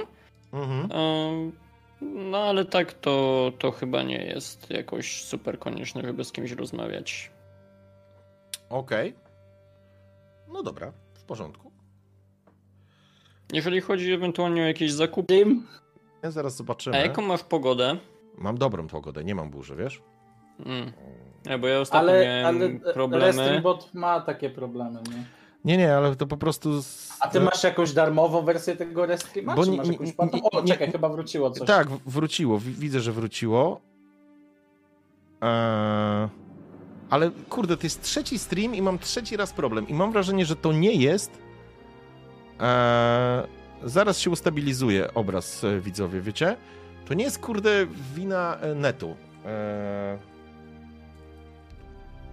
No ale tak to chyba nie jest jakoś super konieczne, żeby z kimś rozmawiać. Okej. No dobra, w porządku. Jeżeli chodzi ewentualnie o jakieś zakupy... Zaraz zobaczymy. A jaką masz pogodę? Mam dobrą pogodę, nie mam burzy, wiesz? Bo ja ostatnio miałem problemy. Restreambot ma takie problemy, nie? Nie, ale to po prostu... A ty masz jakąś darmową wersję tego Restreama? Czy masz jakąś czekaj, chyba wróciło coś. Tak, wróciło. Widzę, że wróciło. Ale kurde, to jest 3. stream i mam 3. raz problem. I mam wrażenie, że to nie jest... Zaraz się ustabilizuje obraz, widzowie, wiecie? To nie jest, kurde, wina netu.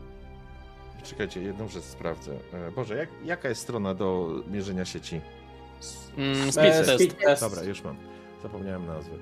Czekajcie, jedną rzecz sprawdzę. Boże, jaka jest strona do mierzenia sieci? Speed test. Dobra, już mam. Zapomniałem nazwy.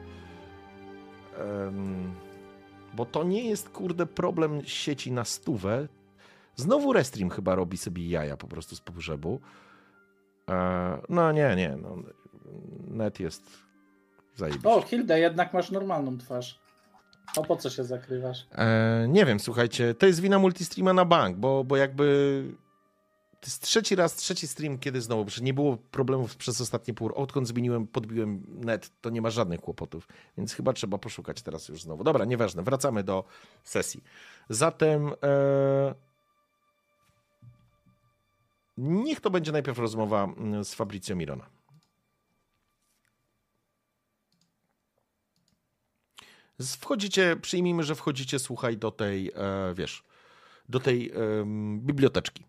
Bo to nie jest, kurde, problem sieci na 100. Znowu Restream chyba robi sobie jaja po prostu z pogrzebu. No nie. No, net jest zajebiście. O, Hilda, jednak masz normalną twarz. A po co się zakrywasz? Nie wiem, słuchajcie, to jest wina multistreama na bank, bo jakby to jest trzeci stream, kiedy znowu, przecież nie było problemów przez ostatnie pół roku. Odkąd podbiłem net, to nie ma żadnych kłopotów, więc chyba trzeba poszukać teraz już znowu. Dobra, nieważne, wracamy do sesji. Zatem niech to będzie najpierw rozmowa z Fabrizio Mirona. Przyjmijmy, że wchodzicie, słuchaj, do tej, do tej biblioteczki.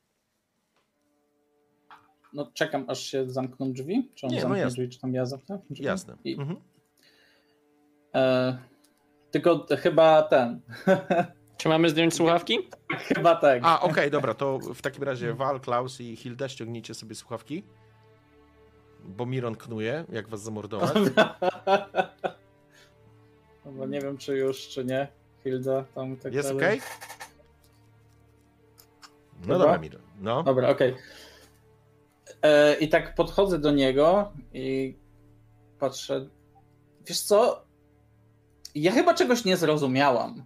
No czekam, aż się zamkną drzwi. Czy on zamknie drzwi, czy tam ja zamknę drzwi? Jasne. Tylko chyba Czy mamy zdjąć słuchawki? Chyba tak. Okej, dobra, to w takim razie Val, Klaus i Hilda, ściągnijcie sobie słuchawki, bo Miron knuje, jak was zamordować. No bo nie wiem, czy już, czy nie. Hilda tam tak jest dalej. okej? No dobra, Miron. No. Dobra, okej. I tak podchodzę do niego i patrzę. Wiesz co? Ja chyba czegoś nie zrozumiałam.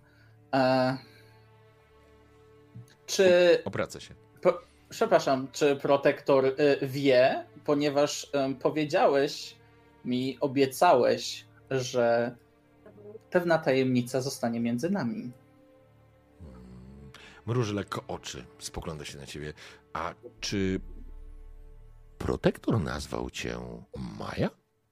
Czy... Opracę się. Przepraszam, czy protektor wie, ponieważ powiedziałeś mi, obiecałeś, że pewna tajemnica zostanie między nami. Mruży lekko oczy, spogląda się na ciebie. A czy protektor nazwał cię Maja?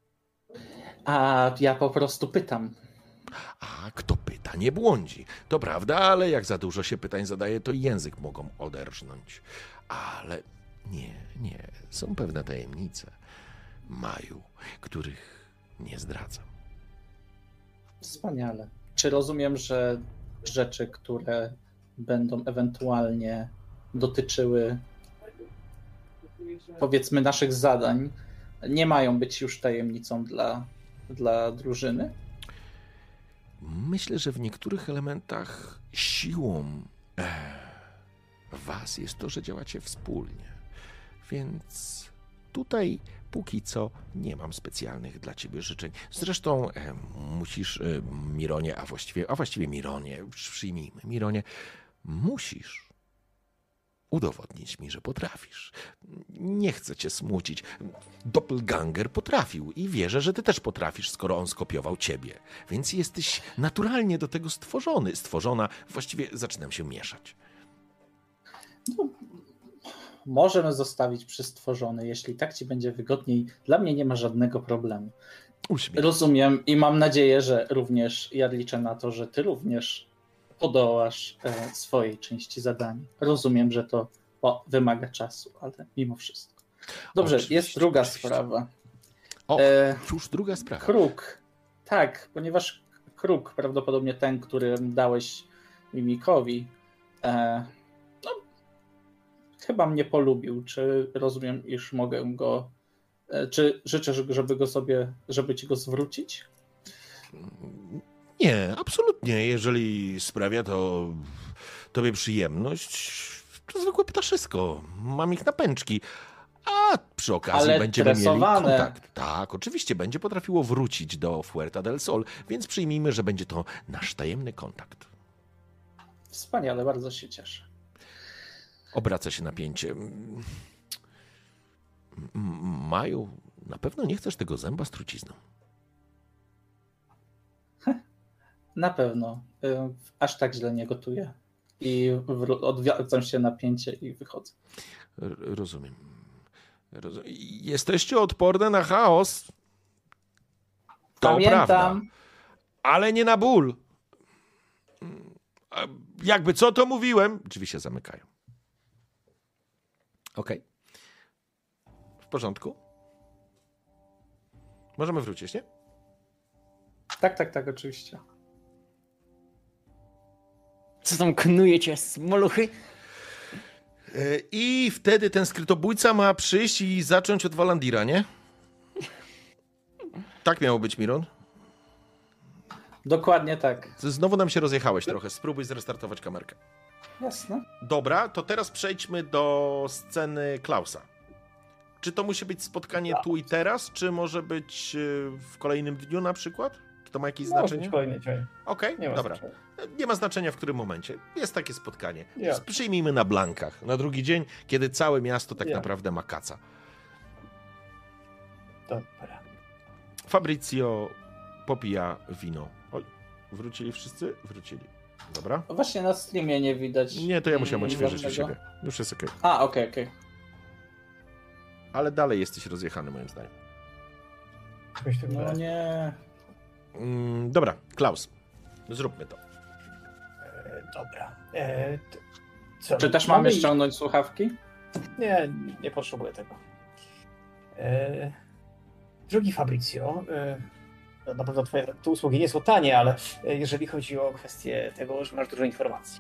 A ja po prostu pytam. A kto pyta, nie błądzi. To prawda, ale jak za dużo się pytań zadaje, to język mogą oderżnąć. Ale nie. Są pewne tajemnice, Maju, których nie zdradzam. Wspaniale. Czy rozumiem, że rzeczy, które będą ewentualnie dotyczyły, powiedzmy, naszych zadań, nie mają być już tajemnicą dla drużyny? Myślę, że w niektórych elementach siłą was jest to, że działacie wspólnie. Więc tutaj póki co nie mam specjalnych dla ciebie życzeń. Zresztą musisz, Mironie, a właściwie Mironie, przyjmijmy, Mironie, musisz udowodnić mi, że potrafisz. Nie chcę cię smucić. Doppelganger potrafił i wierzę, że ty też potrafisz, skoro on skopiował ciebie. Więc jesteś naturalnie do tego stworzona. Właściwie zaczynam się mieszać. No, możemy zostawić przy stworzony, jeśli tak ci będzie wygodniej. Dla mnie nie ma żadnego problemu. Uśmiech. Rozumiem i mam nadzieję, że również ja liczę na to, że ty również podołasz swojej części zadań. Rozumiem, że to wymaga czasu, ale mimo wszystko. Dobrze, jest druga sprawa. Cóż, druga sprawa. Kruk. Tak, ponieważ kruk, prawdopodobnie ten, który dałeś Mimikowi, chyba mnie polubił. Czy rozumiem, iż mogę go... Czy życzę, żeby ci go zwrócić? Nie, absolutnie. Jeżeli sprawia to tobie przyjemność, to zwykłe ptaszysko. Mam ich na pęczki. A przy okazji ale będziemy tresowane. mieli kontakt. Tak, oczywiście będzie potrafiło wrócić do Fuerta del Sol, więc przyjmijmy, że będzie to nasz tajemny kontakt. Wspaniale, bardzo się cieszę. Obraca się napięcie. Maju, na pewno nie chcesz tego zęba z trucizną. Na pewno. Aż tak źle nie gotuję. I odwracam się napięcie i wychodzę. Rozumiem. Jesteście odporne na chaos. To Pamiętam. prawda. Ale nie na ból. Jakby co to mówiłem? Drzwi się zamykają. Okej. W porządku? Możemy wrócić, nie? Tak, oczywiście. Co tam knujecie, smoluchy? I wtedy ten skrytobójca ma przyjść i zacząć od Walandira, nie? Tak miało być, Miron? Dokładnie tak. Znowu nam się rozjechałeś trochę. Spróbuj zrestartować kamerkę. Jasne. Dobra, to teraz przejdźmy do sceny Klausa. Czy to musi być spotkanie tu i teraz, czy może być w kolejnym dniu na przykład? Czy to ma jakieś znaczenie? Kolejny dzień. Okej, dobra. Znaczenia. Nie ma znaczenia w którym momencie. Jest takie spotkanie. Ja. Przyjmijmy na blankach. Na drugi dzień, kiedy całe miasto tak Ja. naprawdę ma kaca. Dobra. Fabrizio popija wino. Oj, wrócili wszyscy? Wrócili. Dobra. No właśnie na streamie nie widać. Nie, to ja musiałem odświeżyć u żadnego. siebie. Już jest okej. A, okej. Ale dalej jesteś rozjechany moim zdaniem. Myślę, No że- nie. Dobra, Klaus. Zróbmy to. Dobra. Co? Czy też mamy i- ściągnąć słuchawki? Nie potrzebuję tego. Drogi Fabrizio, na pewno twoje te usługi nie są tanie, ale jeżeli chodzi o kwestię tego, że masz dużo informacji.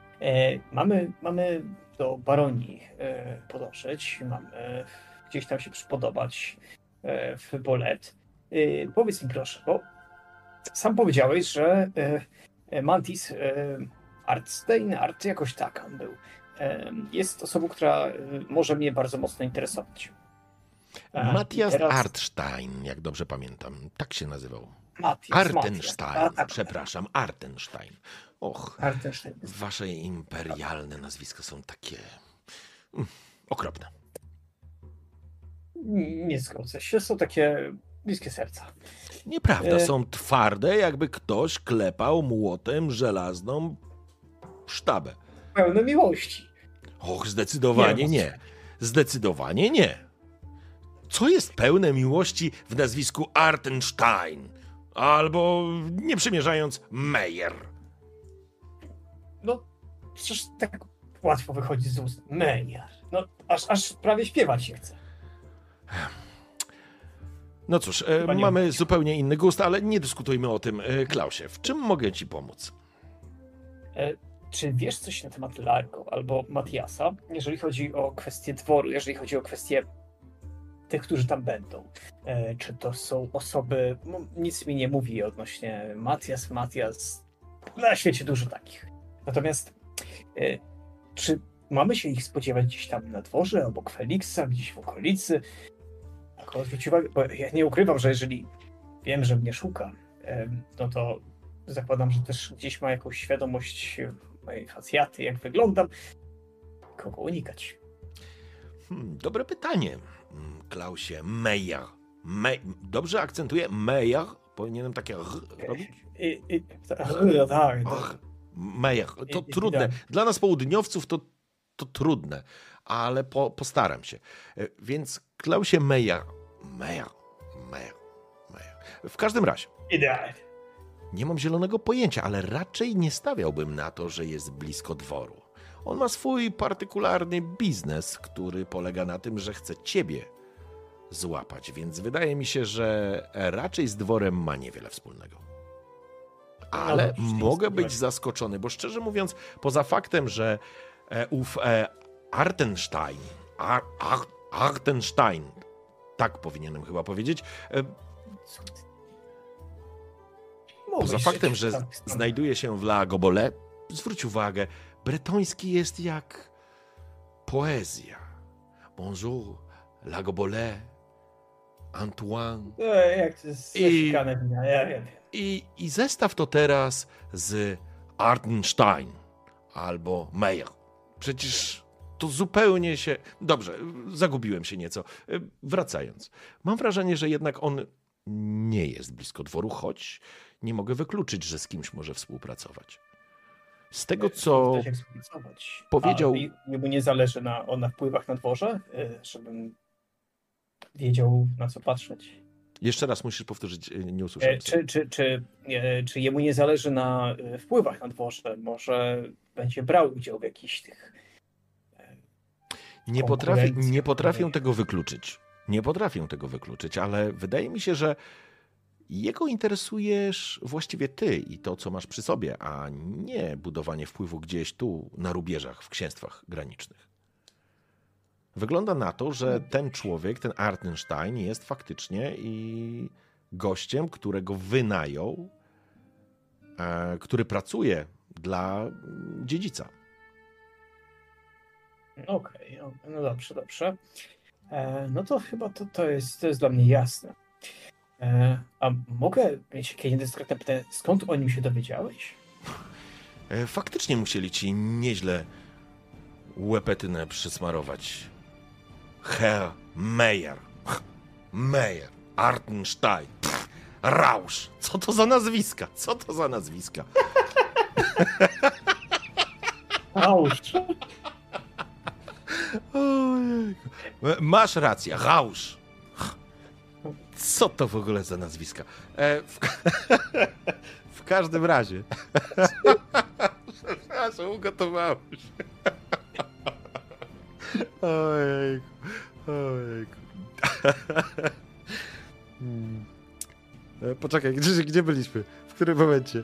Mamy do baronii podążyć, mamy gdzieś tam się przypodobać w Bolet. Powiedz mi proszę, bo sam powiedziałeś, że Mantis Artstein, jakoś tak on był. Jest osobą, która może mnie bardzo mocno interesować. Matthias teraz- Artstein, jak dobrze pamiętam. Tak się nazywał. Matias. Artenstein. Tak. Przepraszam, Artenstein. Och, Artenstein. wasze imperialne nazwiska są takie okropne. Nie zgodzę się, są takie bliskie serca. Nieprawda, są twarde, jakby ktoś klepał młotem żelazną sztabę. Pełne miłości. Och, zdecydowanie nie. Zdecydowanie nie. Co jest pełne miłości w nazwisku Artenstein? Albo, nie przymierzając, Meyer. No, przecież tak łatwo wychodzi z ust. Meyer. No, aż prawie śpiewać się chce. No cóż, Chyba nie mamy będzie. zupełnie inny gust, ale nie dyskutujmy o tym. Klausie, w czym mogę ci pomóc? Czy wiesz coś na temat Largo albo Matiasa, jeżeli chodzi o kwestię dworu, jeżeli chodzi o kwestię tych, którzy tam będą? Czy to są osoby, no, nic mi nie mówi odnośnie Matias, na świecie dużo takich. Natomiast czy mamy się ich spodziewać gdzieś tam na dworze, obok Feliksa, gdzieś w okolicy? Tak, zwróć uwagę, bo ja nie ukrywam, że jeżeli wiem, że mnie szuka, no to zakładam, że też gdzieś ma jakąś świadomość mojej facjaty, jak wyglądam, kogo unikać. Dobre pytanie, Klausie. Meyer. Dobrze akcentuję? Meyer? Powinienem takie robić? Tak. Meyer. To I trudne. tak. Dla nas południowców to trudne, ale postaram się. Więc Klausie Meyer. W każdym razie. Idealnie. Nie mam zielonego pojęcia, ale raczej nie stawiałbym na to, że jest blisko dworu. On ma swój partykularny biznes, który polega na tym, że chce ciebie złapać, więc wydaje mi się, że raczej z dworem ma niewiele wspólnego. Ale dobrze, mogę być jest zaskoczony, bo szczerze mówiąc, poza faktem, że ów Artenstein, tak powinienem chyba powiedzieć, poza faktem, że znajduje się w La Gobole, zwróć uwagę, bretoński jest jak poezja. Bonjour, La Gobole, Antoine. Jak to jest zasikane wina, ja wiem. I zestaw to teraz z Artenstein albo Meyer. Przecież to zupełnie się... Dobrze, zagubiłem się nieco. Wracając. Mam wrażenie, że jednak on nie jest blisko dworu, choć nie mogę wykluczyć, że z kimś może współpracować. Z tego, co Da się współpracować. powiedział- A jemu nie zależy na wpływach na dworze, żebym wiedział, na co patrzeć. Jeszcze raz musisz powtórzyć, nie usłyszałem. Czy jemu nie zależy na wpływach na dworze? Może będzie brał udział w jakichś tych... konkurencji, Nie potrafię której- tego wykluczyć. Nie potrafię tego wykluczyć, ale wydaje mi się, że jego interesujesz właściwie ty i to, co masz przy sobie, a nie budowanie wpływu gdzieś tu na rubieżach, w księstwach granicznych. Wygląda na to, że ten człowiek, ten Artenstein jest faktycznie i gościem, którego wynajął, który pracuje dla dziedzica. Okej, no dobrze. No to chyba to jest dla mnie jasne. A mogę mieć jakieś niedyskretne pytanie, skąd o nim się dowiedziałeś? Faktycznie musieli ci nieźle łepetynę przysmarować. Herr Meyer, Artenstein, Rausch. Co to za nazwiska? Rausch. Ojejku. Masz rację, Rausch. Co to w ogóle za nazwiska? W każdym razie. Przepraszam, ugotowałeś. Ojejku. Poczekaj, gdzie byliśmy? W którym momencie?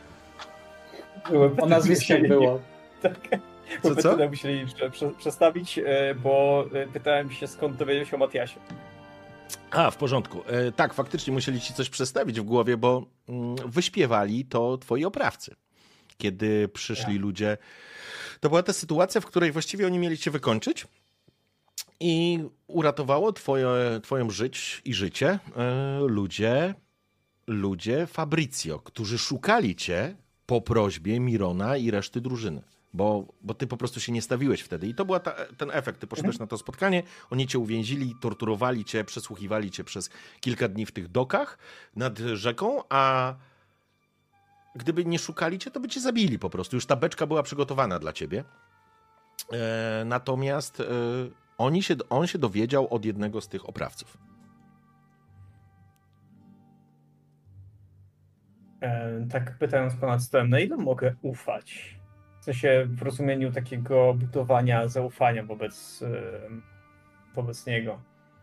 O nazwiskach było. Tak. Co? Musieli przestawić, bo pytałem się, skąd dowiedziałeś o Matiasie. A, w porządku. Tak, faktycznie musieli ci coś przestawić w głowie, bo wyśpiewali to twoi oprawcy. Kiedy przyszli ludzie... To była ta sytuacja, w której właściwie oni mieli cię wykończyć i uratowało twoją życie ludzie Fabrizio, którzy szukali cię po prośbie Mirona i reszty drużyny. Bo ty po prostu się nie stawiłeś wtedy. I to był ten efekt. Ty poszedłeś na to spotkanie, oni cię uwięzili, torturowali cię, przesłuchiwali cię przez kilka dni w tych dokach nad rzeką, a gdyby nie szukali cię, to by cię zabili po prostu. Już ta beczka była przygotowana dla ciebie. Natomiast on się dowiedział od jednego z tych oprawców. Tak pytając ponad stołem, na ile mogę ufać? W sensie w rozumieniu takiego budowania zaufania wobec niego.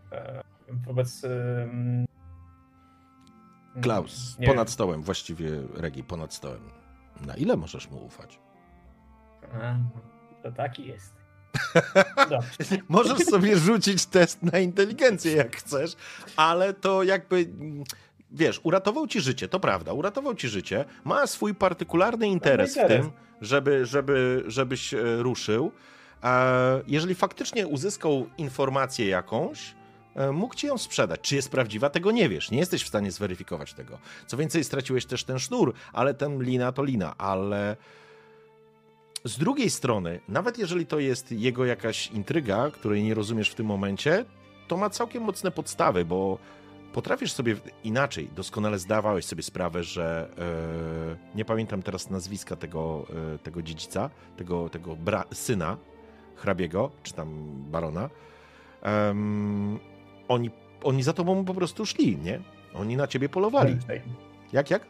Klaus, ponad stołem, właściwie Regi, ponad stołem. Na ile możesz mu ufać? To taki jest. Możesz sobie rzucić test na inteligencję, jak chcesz, ale to jakby... Wiesz, uratował ci życie, to prawda, uratował ci życie, ma swój partykularny interes w tym, żebyś ruszył. Jeżeli faktycznie uzyskał informację jakąś, mógł ci ją sprzedać. Czy jest prawdziwa, tego nie wiesz, nie jesteś w stanie zweryfikować tego. Co więcej, straciłeś też ten sznur, ale ten lina to lina, ale... Z drugiej strony, nawet jeżeli to jest jego jakaś intryga, której nie rozumiesz w tym momencie, to ma całkiem mocne podstawy, bo potrafisz sobie inaczej, doskonale zdawałeś sobie sprawę, że nie pamiętam teraz nazwiska tego dziedzica, tego syna hrabiego, czy tam barona. Oni za tobą po prostu szli, nie? Oni na ciebie polowali. Hohenstein. Jak?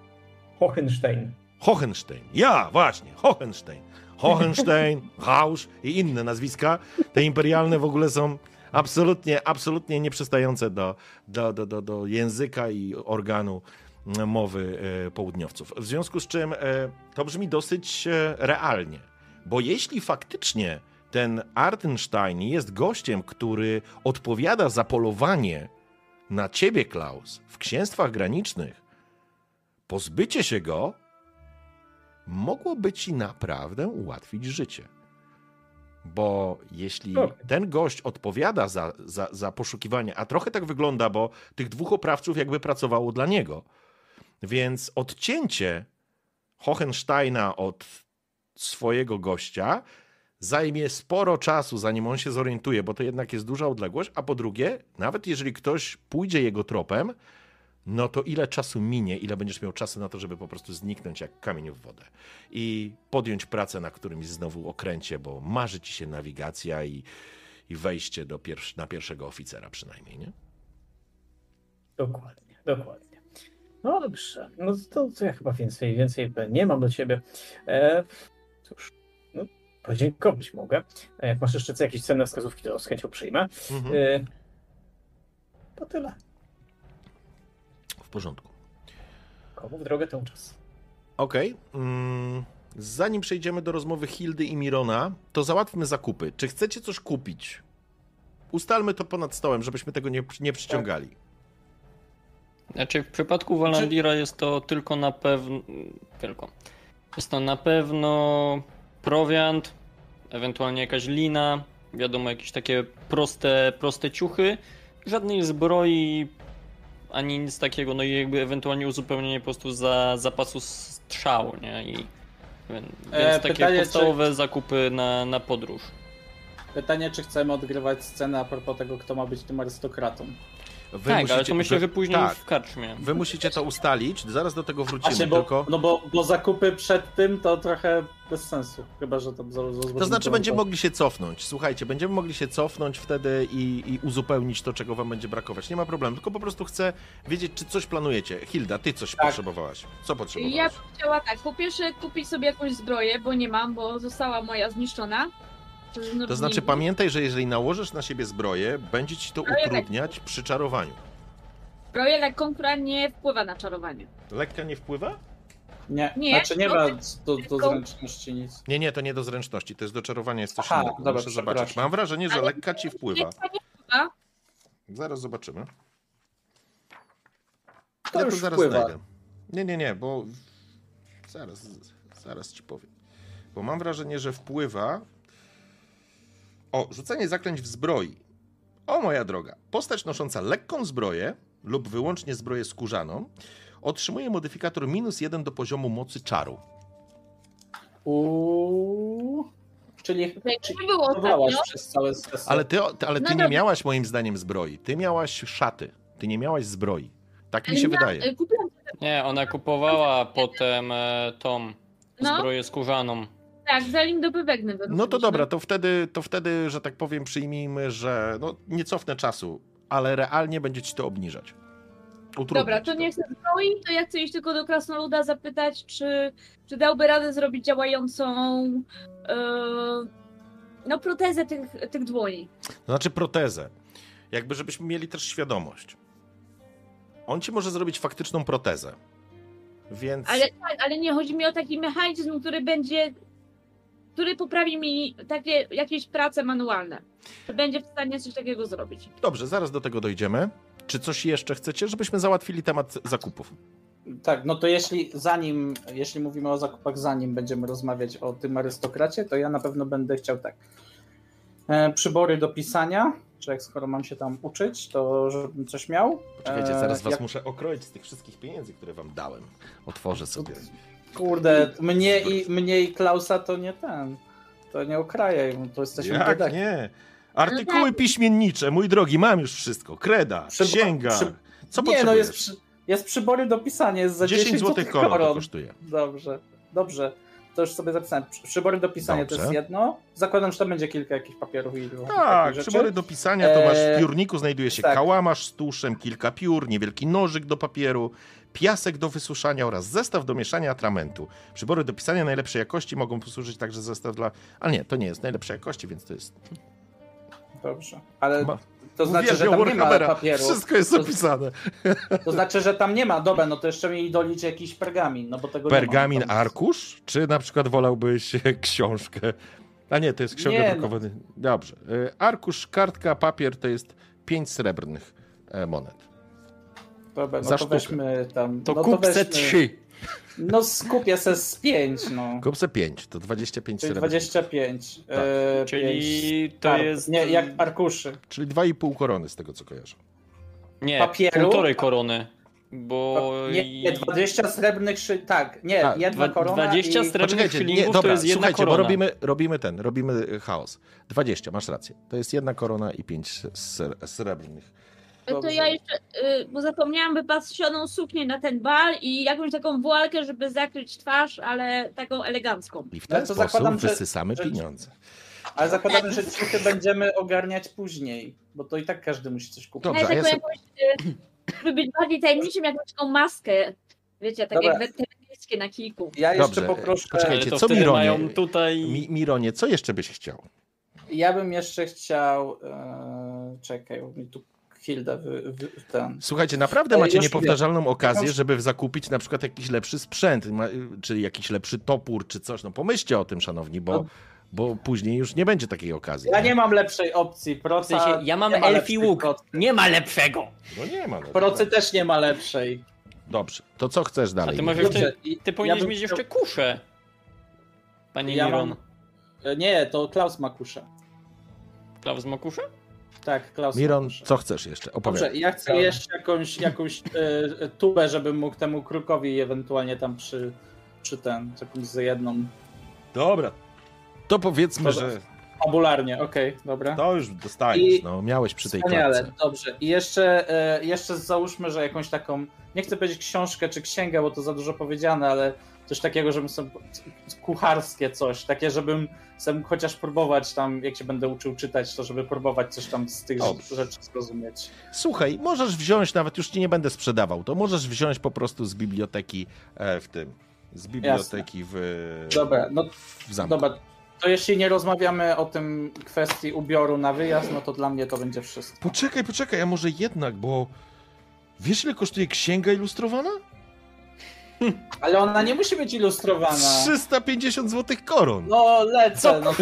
Hohenstein. Ja, właśnie, Hohenstein, Rausch i inne nazwiska. Te imperialne w ogóle są absolutnie nieprzystające do języka i organu mowy południowców. W związku z czym to brzmi dosyć realnie, bo jeśli faktycznie ten Artenstein jest gościem, który odpowiada za polowanie na ciebie, Klaus, w księstwach granicznych, pozbycie się go mogłoby ci naprawdę ułatwić życie. Bo jeśli ten gość odpowiada za poszukiwanie, a trochę tak wygląda, bo tych dwóch oprawców jakby pracowało dla niego, więc odcięcie Hohensteina od swojego gościa zajmie sporo czasu, zanim on się zorientuje, bo to jednak jest duża odległość, a po drugie, nawet jeżeli ktoś pójdzie jego tropem, no to ile czasu minie, ile będziesz miał czasu na to, żeby po prostu zniknąć jak kamień w wodę i podjąć pracę na którymś znowu okręcie, bo marzy ci się nawigacja i wejście na pierwszego oficera przynajmniej, nie? Dokładnie. No dobrze, no to ja chyba więcej nie mam do ciebie. Cóż, no, podziękować mogę. Jak masz jeszcze jakieś cenne wskazówki, to z chęcią przyjmę. To tyle. W porządku. Komu w drogę ten czas. Okej. Zanim przejdziemy do rozmowy Hildy i Mirona, to załatwmy zakupy. Czy chcecie coś kupić ustalmy to ponad stołem, żebyśmy tego nie przyciągali. Znaczy w przypadku Walandira jest to tylko na pewno... Jest to na pewno prowiant, ewentualnie jakaś lina, wiadomo, jakieś takie proste ciuchy, żadnej zbroi, ani nic takiego, no i jakby ewentualnie uzupełnienie po prostu zapasu strzał, nie? Więc takie podstawowe zakupy na podróż. Pytanie, czy chcemy odgrywać scenę a propos tego, kto ma być tym arystokratą. Ale to myślę, że później w karczmie. Wy musicie to ustalić, zaraz do tego wrócimy, tylko... No bo zakupy przed tym to trochę bez sensu, chyba że tam To znaczy będziemy mogli się cofnąć, słuchajcie, będziemy mogli się cofnąć wtedy i uzupełnić to, czego wam będzie brakować. Nie ma problemu, tylko po prostu chcę wiedzieć, czy coś planujecie. Hilda, ty coś potrzebowałaś. Co potrzebowałaś? Ja bym chciała tak, po pierwsze kupić sobie jakąś zbroję, bo nie mam, bo została moja zniszczona. To znaczy pamiętaj, że jeżeli nałożysz na siebie zbroję, będzie ci to utrudniać przy czarowaniu. Zbroję lekką, która nie wpływa na czarowanie. Lekka nie wpływa? Nie, znaczy nie ma do zręczności nic. Nie, to nie do zręczności, to jest do czarowania, jest coś Aha, innego. dobra, Muszę zobaczyć. Mam wrażenie, że lekka ci wpływa. Lekka nie wpływa. Zaraz zobaczymy. To ja już to zaraz wpływa. znajdę. Nie, bo zaraz ci powiem. Bo mam wrażenie, że wpływa... Rzucenie zaklęć w zbroi. Moja droga. Postać nosząca lekką zbroję lub wyłącznie zbroję skórzaną otrzymuje modyfikator -1 do poziomu mocy czaru. Czyli było chowałaś przez całe sesje. Ale ty nie miałaś moim zdaniem zbroi. Ty miałaś szaty. Ty nie miałaś zbroi. Tak mi się wydaje. Nie, ona kupowała potem tą zbroję skórzaną. Tak, zanim do Bewegny wyruszyliśmy. No to dobra, to wtedy, że tak powiem, przyjmijmy, że nie cofnę czasu, ale realnie będzie ci to obniżać. Dobra, to nie chcę zbroi, to ja chcę iść tylko do Krasnoluda zapytać, czy dałby radę zrobić działającą protezę tych dłoni. To znaczy protezę. Jakby żebyśmy mieli też świadomość. On ci może zrobić faktyczną protezę. Więc... Ale nie, chodzi mi o taki mechanizm, który poprawi mi takie jakieś prace manualne. Że będzie w stanie coś takiego zrobić. Dobrze, zaraz do tego dojdziemy. Czy coś jeszcze chcecie, żebyśmy załatwili temat zakupów? Tak, no to jeśli mówimy o zakupach, zanim będziemy rozmawiać o tym arystokracie, to ja na pewno będę chciał tak. Przybory do pisania, czy jak skoro mam się tam uczyć, to żebym coś miał. Poczekajcie, zaraz was muszę okroić z tych wszystkich pieniędzy, które wam dałem. Otworzę sobie. Kurde, mnie i Klausa to nie to nie okrajaj, to jesteśmy jak biedak. Nie? Artykuły piśmiennicze, mój drogi, mam już wszystko. Kreda, księga. Co potrzebujesz? Jest przybory do pisania, jest za 10 złotych koron to kosztuje. Dobrze. To już sobie zapisałem. Przybory do pisania to jest jedno. Zakładam, że to będzie kilka jakichś papierów i tak, przybory do pisania to masz w piórniku, znajduje się kałamarz z tuszem, kilka piór, niewielki nożyk do papieru, piasek do wysuszania oraz zestaw do mieszania atramentu. Przybory do pisania najlepszej jakości mogą posłużyć także zestaw dla... Ale nie, to nie jest najlepszej jakości, więc to jest... Dobrze, ale to znaczy, że tam nie ma papieru. Wszystko jest opisane. To znaczy, że tam nie ma. Dobra, no to jeszcze mi doliczy jakiś pergamin, no bo tego pergamin nie ma. arkusz? Czy na przykład wolałbyś książkę? A nie, to jest książka drukowana. No. Dobrze. Arkusz, kartka, papier to jest 5 srebrnych monet. Dobra, no to weźmy tam... To kup se 3. No skupię se z 5, no. Kup se 5, to 25 czyli srebrnych. 25. Tak. Czyli to jest... Nie, jak arkuszy. Czyli 2,5 korony z tego, co kojarzę. Nie, papieru? 1,5 korony. Bo... Nie, 20 srebrnych tak, nie, jedna korona 20 srebrnych szylingów to jest jedna korona. Bo robimy chaos. 20, masz rację. To jest 1 korona i 5 srebrnych. Dobrze. To ja jeszcze, bo zapomniałam wypasioną suknię na ten bal i jakąś taką woalkę, żeby zakryć twarz, ale taką elegancką. I w ten sposób wysysamy pieniądze. Ale zakładamy, że ciuchy będziemy ogarniać później, bo to i tak każdy musi coś kupić. Dobrze, żeby być bardziej tajemniczym, jakąś taką maskę. Wiecie, tak jak weterynarskie na kilku. Ja jeszcze poproszę... Poczekajcie, co Mironie? Mironie, co jeszcze byś chciał? Ja bym jeszcze chciał... Czekaj, mi tu Hilda Słuchajcie, naprawdę macie niepowtarzalną okazję, żeby zakupić na przykład jakiś lepszy sprzęt, czy jakiś lepszy topór, czy coś. No pomyślcie o tym, szanowni, bo później już nie będzie takiej okazji. Ja nie mam lepszej opcji. W sensie, ja mam elfi łuk. Nie ma lepszego. No nie ma. Procy też nie ma lepszej. Dobrze, to co chcesz dalej? A ty masz Dobrze, jeszcze, ty powinieneś mieć jeszcze kuszę. Panie Miron. Nie, to Klaus ma kuszę. Klaus ma kuszę? Tak, Klaus Miron, ma kuszę. co chcesz jeszcze? Opowiadaj. Dobrze, ja chcę jeszcze jakąś tubę, żebym mógł temu krukowi ewentualnie tam jakąś za jedną. Dobra. To powiedzmy, Dobra. że Fabularnie, okej, dobra. to już dostajesz, I- no miałeś przy tej Wspaniale, klatce. dobrze. I jeszcze załóżmy, że jakąś taką, nie chcę powiedzieć książkę czy księgę, bo to za dużo powiedziane, ale coś takiego, żebym sobie, kucharskie coś, takie, żebym sobie mógł chociaż próbować tam, jak się będę uczył czytać, to żeby próbować coś tam z tych Dobrze. rzeczy zrozumieć. Słuchaj, możesz wziąć, nawet już ci nie będę sprzedawał, to możesz wziąć po prostu z biblioteki z biblioteki Dobra, no w zamku. dobra. To jeśli nie rozmawiamy o tym kwestii ubioru na wyjazd, no to dla mnie to będzie wszystko. Poczekaj, a może jednak, bo wiesz ile kosztuje księga ilustrowana? Ale ona nie musi być ilustrowana. 350 zł koron. No lecę, no to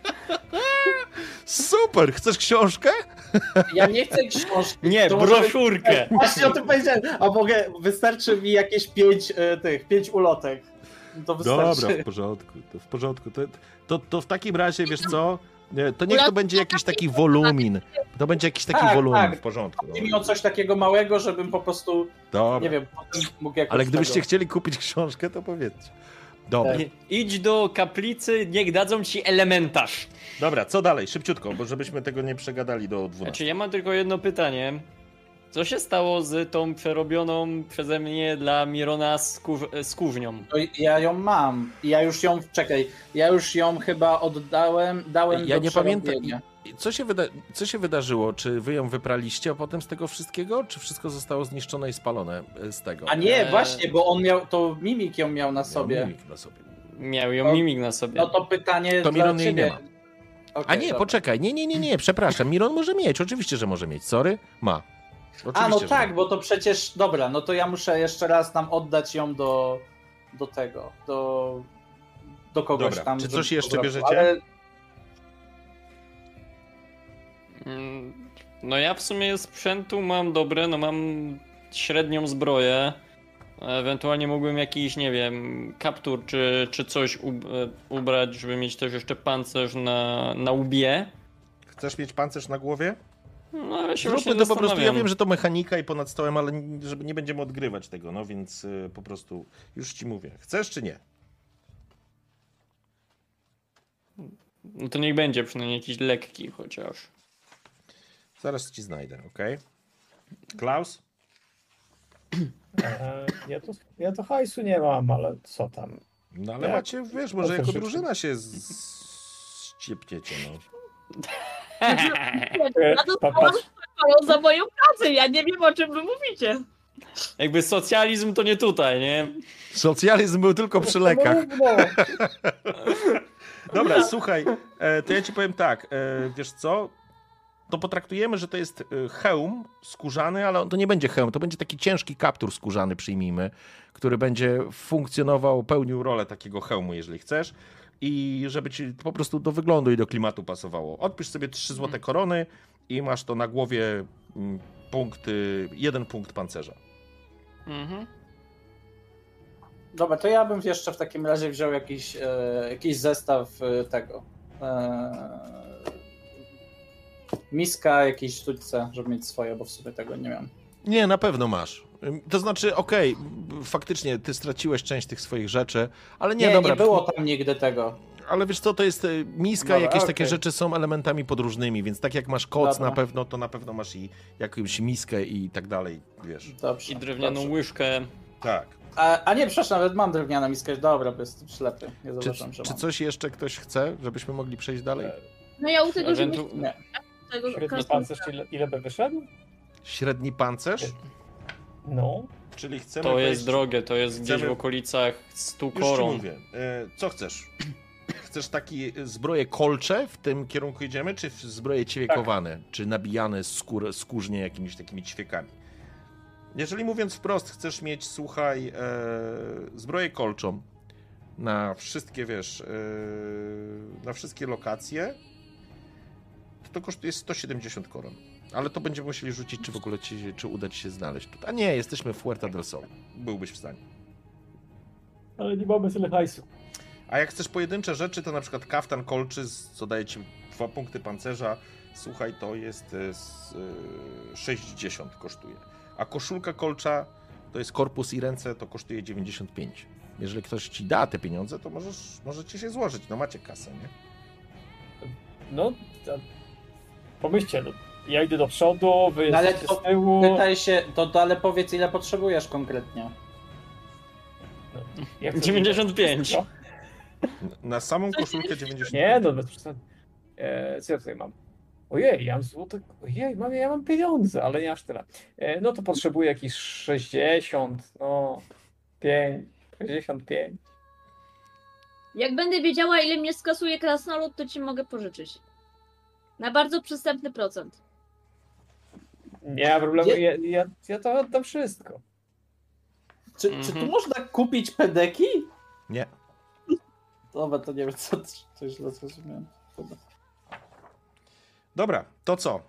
Super, chcesz książkę? ja nie chcę książki. Nie, to może być- broszurkę. Właśnie o tym powiedziałem. A mogę, wystarczy mi jakieś 5 ulotek. To wystarczy. Dobra, w porządku. To w takim razie, wiesz co? To niech to będzie jakiś taki wolumin. To będzie jakiś taki Tak, wolumin, tak. w porządku. Chodzi mi o coś takiego małego, żebym po prostu, Dobra. nie wiem, potem mógł jakoś Ale gdybyście tego... chcieli kupić książkę, to powiedzcie. Dobra. Tak. Idź do kaplicy, niech dadzą ci elementarz. Dobra, co dalej? Szybciutko, bo żebyśmy tego nie przegadali do 12. Znaczy, ja mam tylko jedno pytanie. Co się stało z tą przerobioną przeze mnie dla Mirona skórznią? No, ja ją mam. Ja już ją chyba dałem Ja do nie pamiętam. przerobienia. Co się wydarzyło? Czy wy ją wypraliście, a potem z tego wszystkiego? Czy wszystko zostało zniszczone i spalone z tego? A nie, właśnie, bo on miał, to Mimik ją miał na sobie. Mimik na sobie. Miał ją mimik na sobie. No to pytanie To dla Miron jej ciebie. nie ma. Okej, A nie, dobra. poczekaj. Nie, przepraszam. Miron może mieć, oczywiście, że może mieć. Sorry, ma. Oczywiście, A no że tak, ma. bo to przecież, dobra, no to ja muszę jeszcze raz tam oddać ją do tego, do kogoś Dobra, tam. czy żeby coś jeszcze to bierzecie? zrobił, ale No ja w sumie sprzętu mam dobre, no mam średnią zbroję. Ewentualnie mógłbym jakiś, nie wiem, kaptur czy coś ubrać, żeby mieć też jeszcze pancerz na łbie. Chcesz mieć pancerz na głowie? No ale się Zróbmy właśnie to po prostu. Ja zastanawiam. wiem, że to mechanika i ponad stołem, ale żeby nie będziemy odgrywać tego, no więc po prostu już ci mówię. Chcesz czy nie? No to niech będzie przynajmniej jakiś lekki chociaż. Zaraz ci znajdę, okej? Klaus? Ja to hajsu nie mam, ale co tam? No ale Jak? macie, wiesz, może to jako życzę. drużyna się ściepniecie, no. Ja dostałam chwałą za moją pracę, ja nie wiem o czym wy mówicie. Jakby socjalizm to nie tutaj, nie? Socjalizm był tylko przy lekach. Dobra, słuchaj, to ja ci powiem tak, wiesz co? To potraktujemy, że to jest hełm skórzany, ale to nie będzie hełm, to będzie taki ciężki kaptur skórzany, przyjmijmy, który będzie funkcjonował, pełnił rolę takiego hełmu, jeżeli chcesz. I żeby ci po prostu do wyglądu i do klimatu pasowało. Odpisz sobie 3 złote korony i masz to na głowie punkty, 1 punkt pancerza. Mhm. dobra, to ja bym jeszcze w takim razie wziął jakiś zestaw tego. Miska, jakieś sztućce, żeby mieć swoje, bo w sumie tego nie miałem. Nie, na pewno masz. To znaczy, okej, faktycznie ty straciłeś część tych swoich rzeczy, ale nie, dobra. Nie było tam nigdy tego. Ale wiesz co, to jest miska, Dobra, jakieś okej. takie rzeczy są elementami podróżnymi, więc tak jak masz koc Dobra. na pewno, to na pewno masz i jakąś miskę i tak dalej, wiesz. Dobrze. I drewnianą dobrze. łyżkę. Tak. A nie, przepraszam, nawet mam drewnianą miskę. Dobra, bo jestem ślepy. Nie Czy, zauważyłem, że czy mam. coś jeszcze ktoś chce, żebyśmy mogli przejść dalej? No ja u tego, że Nie. tego Średni pancerz ile by wyszedł? Średni pancerz, No. czyli chcemy To wejść... jest drogie, to jest gdzieś Chcemy- w okolicach 100 Już ci koron. mówię. Co chcesz? Chcesz taki zbroje kolcze, w tym kierunku idziemy, czy zbroje ćwiekowane, czy nabijane skórznie jakimiś takimi ćwiekami? Jeżeli mówiąc wprost, chcesz mieć, słuchaj, zbroję kolczą, na wszystkie, wiesz, na wszystkie lokacje, to kosztuje 170 koron. Ale to będziemy musieli rzucić, czy w ogóle czy uda ci się znaleźć. A nie, jesteśmy w Huerta del Sol. Byłbyś w stanie. Ale nie mamy tyle hajsu. A jak chcesz pojedyncze rzeczy, to na przykład kaftan kolczy, co daje ci 2 punkty pancerza, słuchaj, to jest 60 kosztuje. A koszulka kolcza, to jest korpus i ręce, to kosztuje 95. Jeżeli ktoś ci da te pieniądze, to możecie się złożyć. No macie kasę, nie? No, pomyślcie, no, ja idę do przodu, wy No ale jesteście z tyłu. pytaj się, ale powiedz, ile potrzebujesz konkretnie. Ja chcę 95. No. Na samą koszulkę 95. Nie, no bez przesady. Co ja tutaj mam? Ojej, ja mam złote. Ojej, ja mam pieniądze, ale nie aż tyle. No to potrzebuję jakieś 60, no 5, 65. Jak będę wiedziała, ile mnie skasuje krasnolud, to ci mogę pożyczyć. Na bardzo przystępny procent. Nie ma problemu, ja to oddam wszystko. Czy tu można kupić pedeki? Nie. Dobra, to nie wiem, co źle zrozumiałem. Dobra, to co?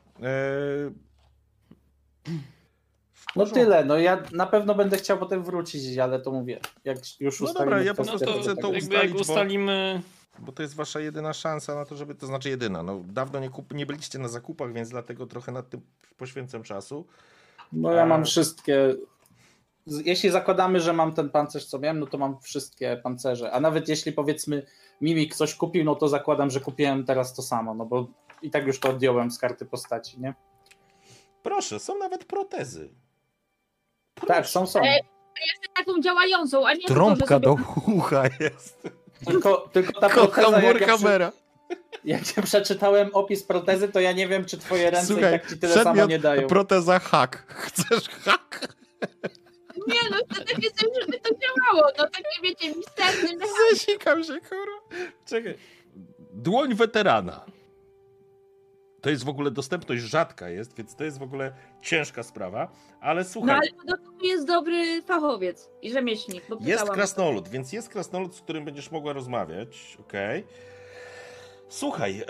No tyle, no ja na pewno będę chciał potem wrócić, ale to mówię, jak już No ustalimy dobra, ja po kwestię, prostu chcę to jakby ustalić, jak ustalimy... bo to jest wasza jedyna szansa na to, żeby, to znaczy jedyna, no dawno nie byliście na zakupach, więc dlatego trochę nad tym poświęcam czasu. No ja mam wszystkie. Jeśli zakładamy, że mam ten pancerz, co miałem, no to mam wszystkie pancerze. A nawet jeśli powiedzmy Mimik coś kupił, no to zakładam, że kupiłem teraz to samo, no bo i tak już to odjąłem z karty postaci, nie? Proszę, są nawet protezy. Tak, są. Taką działającą, a nie Trąbka tylko, do ucha jest. Tylko ta proteza, Hamera. jak ja przeczytałem opis protezy, to ja nie wiem, czy twoje ręce Słuchaj, i tak ci tyle samo nie dają. Proteza hak. Chcesz hak? Nie no, wtedy wiedzę, żeby to działało. No takie wiecie, misterny Zasikam się, kurwa. Czekaj. Dłoń weterana. To jest w ogóle dostępność rzadka jest, więc to jest w ogóle ciężka sprawa, ale słuchaj. No ale podobno jest dobry fachowiec i rzemieślnik. Bo Jest pytałam. krasnolud, więc jest krasnolud, z którym będziesz mogła rozmawiać, okej. Słuchaj,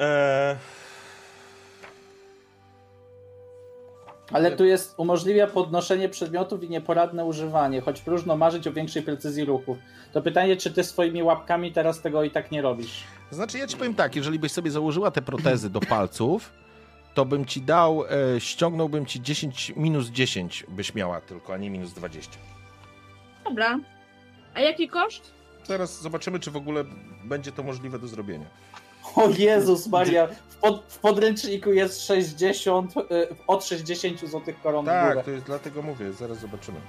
Ale tu jest, umożliwia podnoszenie przedmiotów i nieporadne używanie, choć próżno marzyć o większej precyzji ruchów. To pytanie, czy ty swoimi łapkami teraz tego i tak nie robisz? Znaczy ja ci powiem tak, jeżeli byś sobie założyła te protezy do palców, to bym ci dał, ściągnąłbym ci 10, minus 10 byś miała tylko, a nie minus 20. Dobra. A jaki koszt? Zaraz zobaczymy, czy w ogóle będzie to możliwe do zrobienia. O Jezus Maria, w podręczniku jest 60, od 60 zł koron w Tak, górę. to jest, dlatego mówię, zaraz zobaczymy.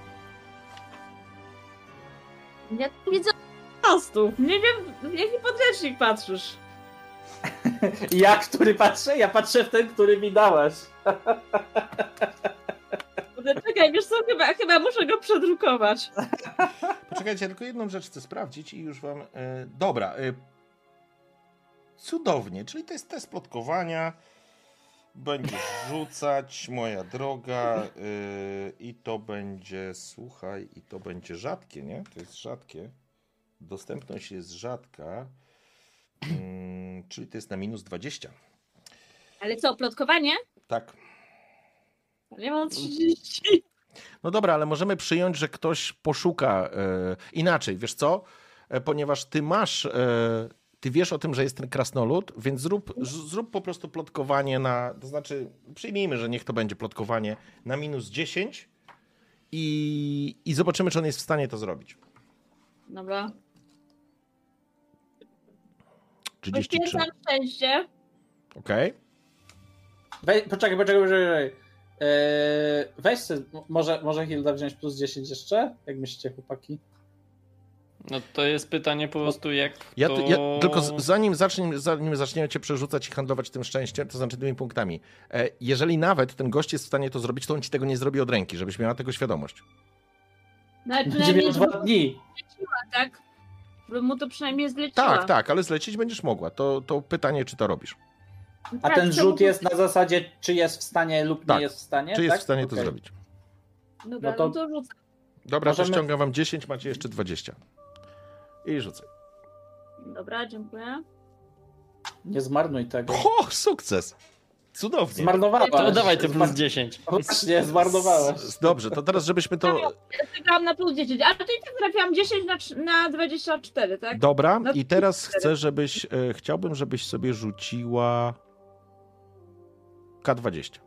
Ja widzę prostu. Nie wiem, w jaki podręcznik patrzysz. Ja, który patrzę? Ja patrzę w ten, który mi dałaś. Czekaj, wiesz co, chyba muszę go przedrukować. Poczekajcie, tylko jedną rzecz chcę sprawdzić i już wam... Dobra. Cudownie, czyli to jest test plotkowania. Będziesz rzucać, moja droga. I to będzie, słuchaj, i to będzie rzadkie, nie? To jest rzadkie. Dostępność jest rzadka. Czyli to jest na minus 20. Ale co, plotkowanie? Tak. Ja mam 30. No dobra, ale możemy przyjąć, że ktoś poszuka inaczej, wiesz co? Ponieważ ty masz, ty wiesz o tym, że jest ten krasnolud, więc zrób po prostu plotkowanie to znaczy przyjmijmy, że niech to będzie plotkowanie na minus 10 i zobaczymy, czy on jest w stanie to zrobić. Dobra. 33. Potwierdzam szczęście. Okej. Poczekaj. Weź sobie, może Hilda wziąć plus 10 jeszcze? Jak myślicie, chłopaki? No to jest pytanie po prostu jak Ja to... tylko zanim zaczniemy cię przerzucać i handlować tym szczęściem, to znaczy tymi punktami, jeżeli nawet ten gość jest w stanie to zrobić, to on ci tego nie zrobi od ręki, żebyś miała tego świadomość. No ale Będzie przynajmniej, miał 2 dni. zleciła, tak? Żeby mu to przynajmniej zleciła. Tak, ale zlecić będziesz mogła. To pytanie, czy to robisz. A ten rzut jest na zasadzie, czy jest w stanie lub Tak. nie jest w stanie? Czy jest tak? w stanie to Okej. zrobić. Dobra, No to- no to rzucę. Dobra, Możemy- to ściągam wam 10, macie jeszcze 20. I rzucaj. Dobra, dziękuję. Nie zmarnuj tego. O, sukces! Cudownie. Zmarnowałeś. To dawaj ty plus 10. Właśnie, zmarnowałeś. Dobrze, to teraz żebyśmy to... Ja czekałam na plus 10, ale to i tak trafiłam 10 na 24, tak? Dobra, No, i teraz chcę, żebyś... Chciałbym, żebyś sobie rzuciła... K20.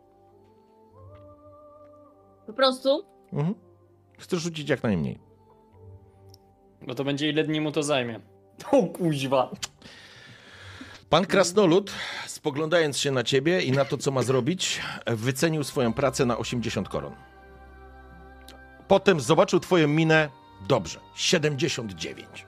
Po prostu? Mhm. Chcesz rzucić jak najmniej. Bo to będzie ile dni mu to zajmie. O kuźwa. Pan Krasnolud, spoglądając się na ciebie i na to, co ma zrobić, wycenił swoją pracę na 80 koron. Potem zobaczył twoją minę. Dobrze, 79.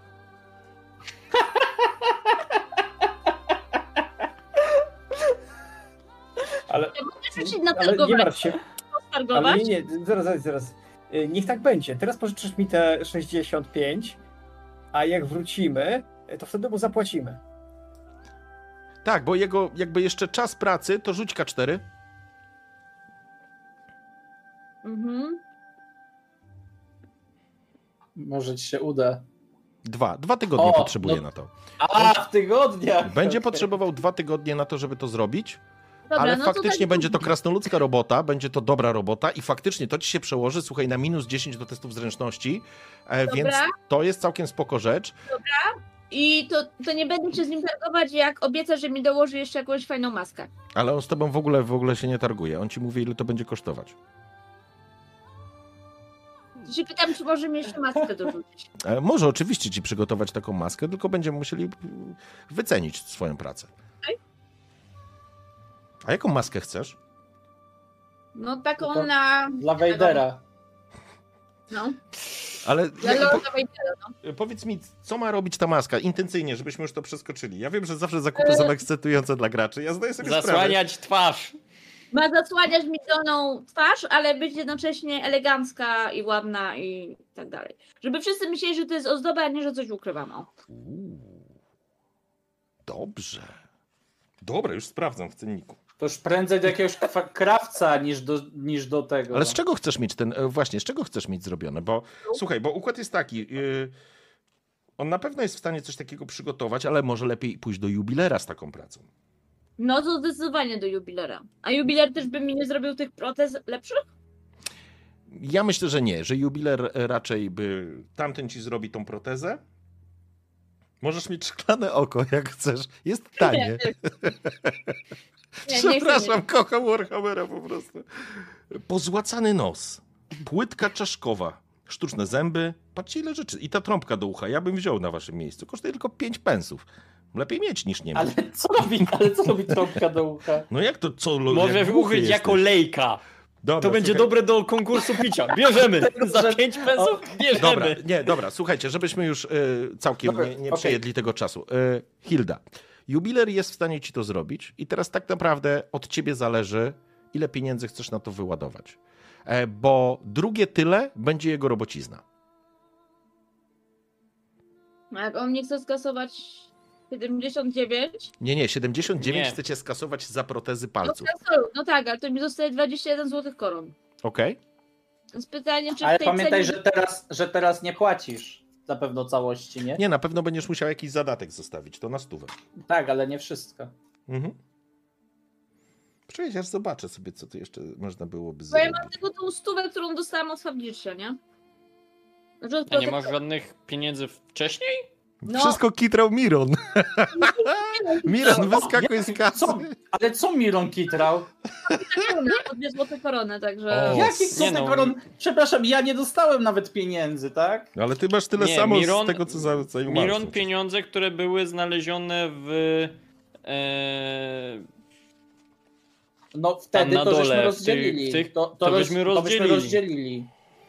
Ale, Ja mogę rzucić ale nie natargować. martw się. Ale Targować? nie, zaraz. Niech tak będzie. Teraz pożyczysz mi te 65, a jak wrócimy, to wtedy mu zapłacimy. Tak, bo jego jakby jeszcze czas pracy, to rzuć K4. Mhm. Może ci się uda. 2 tygodnie O, potrzebuje no- na to. A, w tygodniach! Będzie Okej. potrzebował 2 tygodnie na to, żeby to zrobić, Dobra, ale no to faktycznie tak będzie to krasnoludzka robota, będzie to dobra robota i faktycznie to ci się przełoży, słuchaj, na minus 10 do testów zręczności, więc to jest całkiem spoko rzecz. I to nie będę się z nim targować, jak obieca, że mi dołoży jeszcze jakąś fajną maskę. Ale on z tobą w ogóle się nie targuje. On ci mówi, ile to będzie kosztować. Się pytam, czy może mi jeszcze maskę dorzucić. Może oczywiście ci przygotować taką maskę, tylko będziemy musieli wycenić swoją pracę. Okej. A jaką maskę chcesz? No taką To na... Dla Wejdera. No, Ale dla Lorda Vadera. powiedz mi, co ma robić ta maska? Intencyjnie, żebyśmy już to przeskoczyli. Ja wiem, że zawsze zakupy są ekscytujące dla graczy. Ja zdaję sobie sprawę. Zasłaniać twarz. Ma zasłaniać mi dolną twarz, ale być jednocześnie elegancka i ładna i tak dalej. Żeby wszyscy myśleli, że to jest ozdoba, a nie, że coś ukrywam. Dobrze. Dobra, już sprawdzam w cenniku. To już prędzej do jakiegoś krawca niż do tego. Ale z czego chcesz mieć właśnie, z czego chcesz mieć zrobione? Bo słuchaj, bo układ jest taki, on na pewno jest w stanie coś takiego przygotować, ale może lepiej pójść do jubilera z taką pracą. No to zdecydowanie do jubilera. A jubiler też by mi nie zrobił tych protez lepszych? Ja myślę, że nie, że jubiler raczej by tamten ci zrobi tą protezę. Możesz mieć szklane oko, jak chcesz. Jest tanie. Nie, Przepraszam, kocham Warhammera po prostu. Pozłacany nos, płytka czaszkowa, sztuczne zęby. Patrzcie, ile rzeczy. I ta trąbka do ucha. Ja bym wziął na waszym miejscu. Kosztuje tylko 5 pensów. Lepiej mieć niż nie mieć. Ale co robi trąbka do ucha? No jak to co? Może jak głuchy wybuchyć jako jesteś? lejka. Dobra, To będzie słuchaj. dobre do konkursu picia. Bierzemy. Za 5 pensów bierzemy. Dobra, słuchajcie, żebyśmy już całkiem Dobra, nie okej. przejedli tego czasu. Hilda, jubiler jest w stanie ci to zrobić i teraz tak naprawdę od ciebie zależy, ile pieniędzy chcesz na to wyładować. Bo drugie tyle będzie jego robocizna. A jak on nie chce skasować 79, Nie, 79 Nie. chcecie skasować za protezy no, palców. no tak, ale to mi zostaje 21 złotych koron. Okej? Więc pytanie, czy Ale w tej pamiętaj, cenie... że teraz nie płacisz za pewno całości, nie? Nie, na pewno będziesz musiał jakiś zadatek zostawić, to na 100. Tak, ale nie wszystko. Mhm. Poczekajcie, aż zobaczę sobie, co tu jeszcze można byłoby Bo ja zrobić. mam tylko tą stówę, którą dostałam od Fabricia, nie? Znaczy od A nie masz protektora. żadnych pieniędzy wcześniej? No. Wszystko kitrał Miron. Miron, wyskakuj z kasy. Ale co Miron kitrał? Po 2 złote korony, także... O, Jaki nie co no. koron? Przepraszam, ja nie dostałem nawet pieniędzy, tak? Ale ty masz tyle Nie, samo Miron- z tego, co zajął Miron Marcin. pieniądze, które były znalezione w... No wtedy na to żeśmy dole, w rozdzielili. tych- to to byśmy rozdzielili. rozdzielili.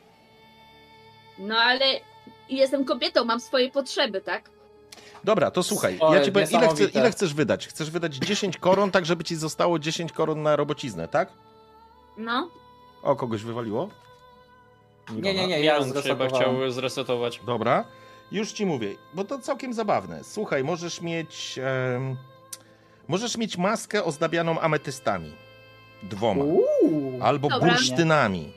No ale jestem kobietą, mam swoje potrzeby, tak? Dobra, to słuchaj, O, ja ci powiem, niesamowite. ile chcesz wydać? Chcesz wydać 10 koron, tak żeby ci zostało 10 koron na robociznę, tak? No. O, kogoś wywaliło? Nie, ja Miron chyba zresetowałem. chciał zresetować. Dobra, już ci mówię, bo to całkiem zabawne. Słuchaj, możesz mieć maskę ozdabianą ametystami. 2. Albo Dobra. bursztynami.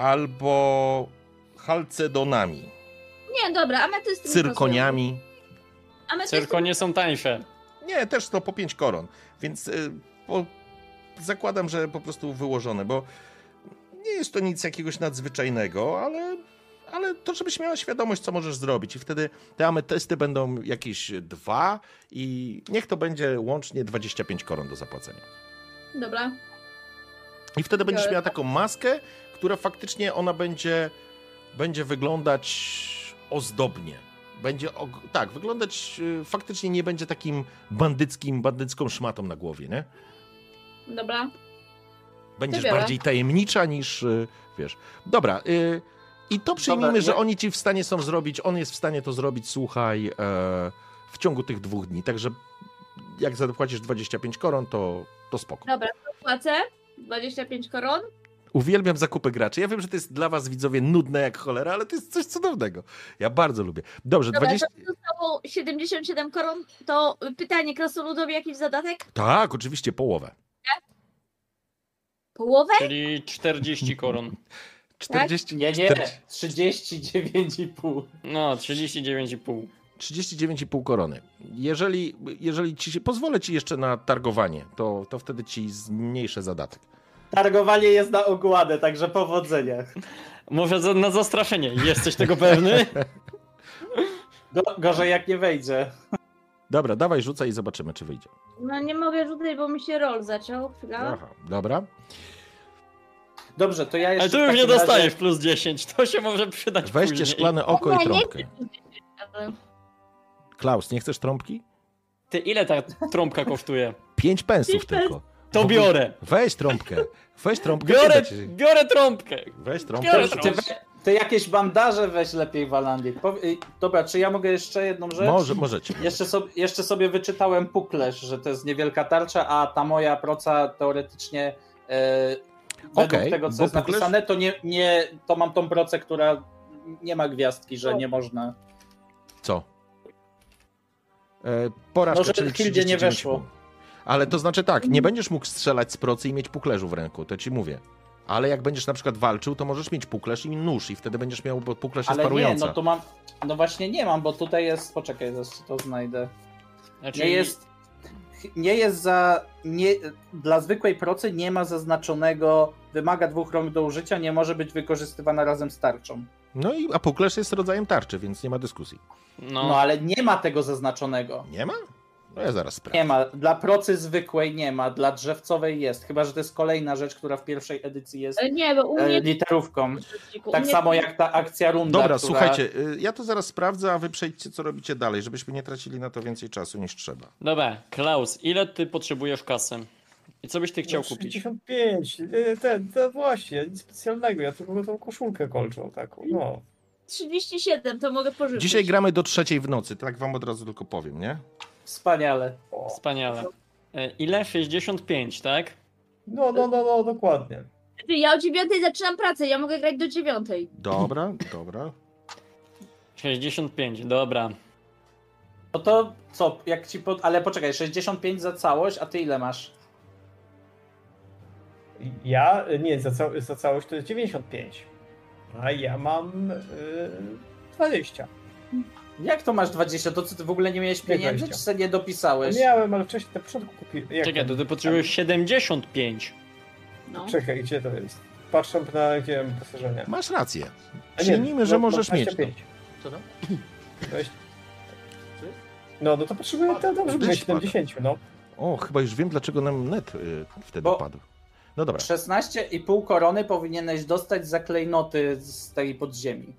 Albo halcedonami. Nie, dobra, ametysty mi Cyrkoniami. Cyrkonie są tańsze. Nie, też to po 5 koron, więc zakładam, że po prostu wyłożone, bo nie jest to nic jakiegoś nadzwyczajnego, ale to, żebyś miała świadomość, co możesz zrobić i wtedy te ametysty będą jakieś 2 i niech to będzie łącznie 25 koron do zapłacenia. Dobra. I wtedy będziesz miała taką maskę, która faktycznie ona będzie wyglądać ozdobnie. Będzie, tak, wyglądać faktycznie nie będzie takim bandycką szmatą na głowie, nie? Dobra. Będziesz bardziej tajemnicza niż, wiesz. Dobra, i to przyjmijmy, że oni ci w stanie są zrobić, on jest w stanie to zrobić, słuchaj, w ciągu tych 2 dni. Także jak zapłacisz 25 koron, to spoko. Dobra, to płacę 25 koron. Uwielbiam zakupy graczy. Ja wiem, że to jest dla was, widzowie, nudne jak cholera, ale to jest coś cudownego. Ja bardzo lubię. Dobrze, Dobra, 20... to zostało 77 koron. To pytanie, krasnoludowi jakiś zadatek? Tak, oczywiście, połowę. Połowę? Czyli 40 koron. 40? Nie, 39,5. No, 39,5. 39,5 korony. Jeżeli ci się... Pozwolę ci jeszcze na targowanie, to wtedy ci zmniejszę zadatek. Targowanie jest na ogładę, także powodzenia. Może na zastraszenie. Jesteś tego pewny? Gorzej jak nie wejdzie. Dobra, dawaj rzucaj i zobaczymy, czy wyjdzie. No nie mogę rzucać, bo mi się roll zaczął. Chwila. Aha, dobra. Dobrze, to ja jeszcze... Ale tu już nie dostajesz plus 10. To się może przydać Weźcie później. szklane oko i trąbkę. Ale... Klaus, nie chcesz trąbki? Ty, ile ta trąbka kosztuje? 5 pensów tylko. To biorę. Weź trąbkę. Biorę trąbkę. Weź trąbkę. Biorę trąbkę. Ty jakieś bandaże weź lepiej, Walandik. Dobra, czy ja mogę jeszcze jedną rzecz? Możecie. Jeszcze sobie wyczytałem puklerz, że to jest niewielka tarcza, a ta moja proca teoretycznie według tego, co jest napisane, to mam tą procę, która nie ma gwiazdki, że nie można... Co? Porażka, że czyli w Hildzie nie 39,5. weszło. Ale to znaczy tak, nie będziesz mógł strzelać z procy i mieć puklerzu w ręku, to ci mówię. Ale jak będziesz na przykład walczył, to możesz mieć puklerz i nóż i wtedy będziesz miał, bo puklerz jest parująca. Ale nie, no to mam... No właśnie nie mam, bo tutaj jest... Poczekaj, zaraz to znajdę. Znaczy... Nie jest za... Dla zwykłej procy nie ma zaznaczonego... Wymaga 2 rąk do użycia, nie może być wykorzystywana razem z tarczą. No i a puklerz jest rodzajem tarczy, więc nie ma dyskusji. No ale nie ma tego zaznaczonego. Nie ma? No ja zaraz sprawdzę. Nie ma. Dla procy zwykłej nie ma, dla drzewcowej jest. Chyba że to jest kolejna rzecz, która w pierwszej edycji jest nie, bo u mnie... literówką. Tak samo jak ta akcja runda. Dobra, która... słuchajcie, ja to zaraz sprawdzę, a wy przejdźcie, co robicie dalej, żebyśmy nie tracili na to więcej czasu niż trzeba. Dobra, Klaus, ile ty potrzebujesz kasy? I co byś ty chciał kupić? 65. To właśnie, nic specjalnego. Ja tylko tą koszulkę kolczą taką. No. 37, to mogę pożyczyć. Dzisiaj gramy do 3:00 w nocy, tak wam od razu tylko powiem, nie? Wspaniale. Wspaniale. Ile? 65, tak? No, dokładnie. Ja o 9 zaczynam pracę, ja mogę grać do 9. Dobra. 65, dobra. No to co, jak ci ale poczekaj, 65 za całość, a ty ile masz? Ja? Nie, za całość to jest 95. A ja mam 20. Jak to masz 20? To co, ty w ogóle nie miałeś pieniędzy, czy sobie nie dopisałeś? Miałem, ale wcześniej na początku kupiłem. Czekaj, to ty potrzebujesz 75. No. Czekaj, gdzie to jest? Patrzę na gdzie mam wyposażenie. Masz rację. Przyjmijmy, że możesz mieć to. Co tam? 20. No to potrzebuję dobrze, żeby 70, no. O, chyba już wiem, dlaczego nam net wtedy padł. No dobra. 16,5 korony powinieneś dostać za klejnoty z tej podziemi.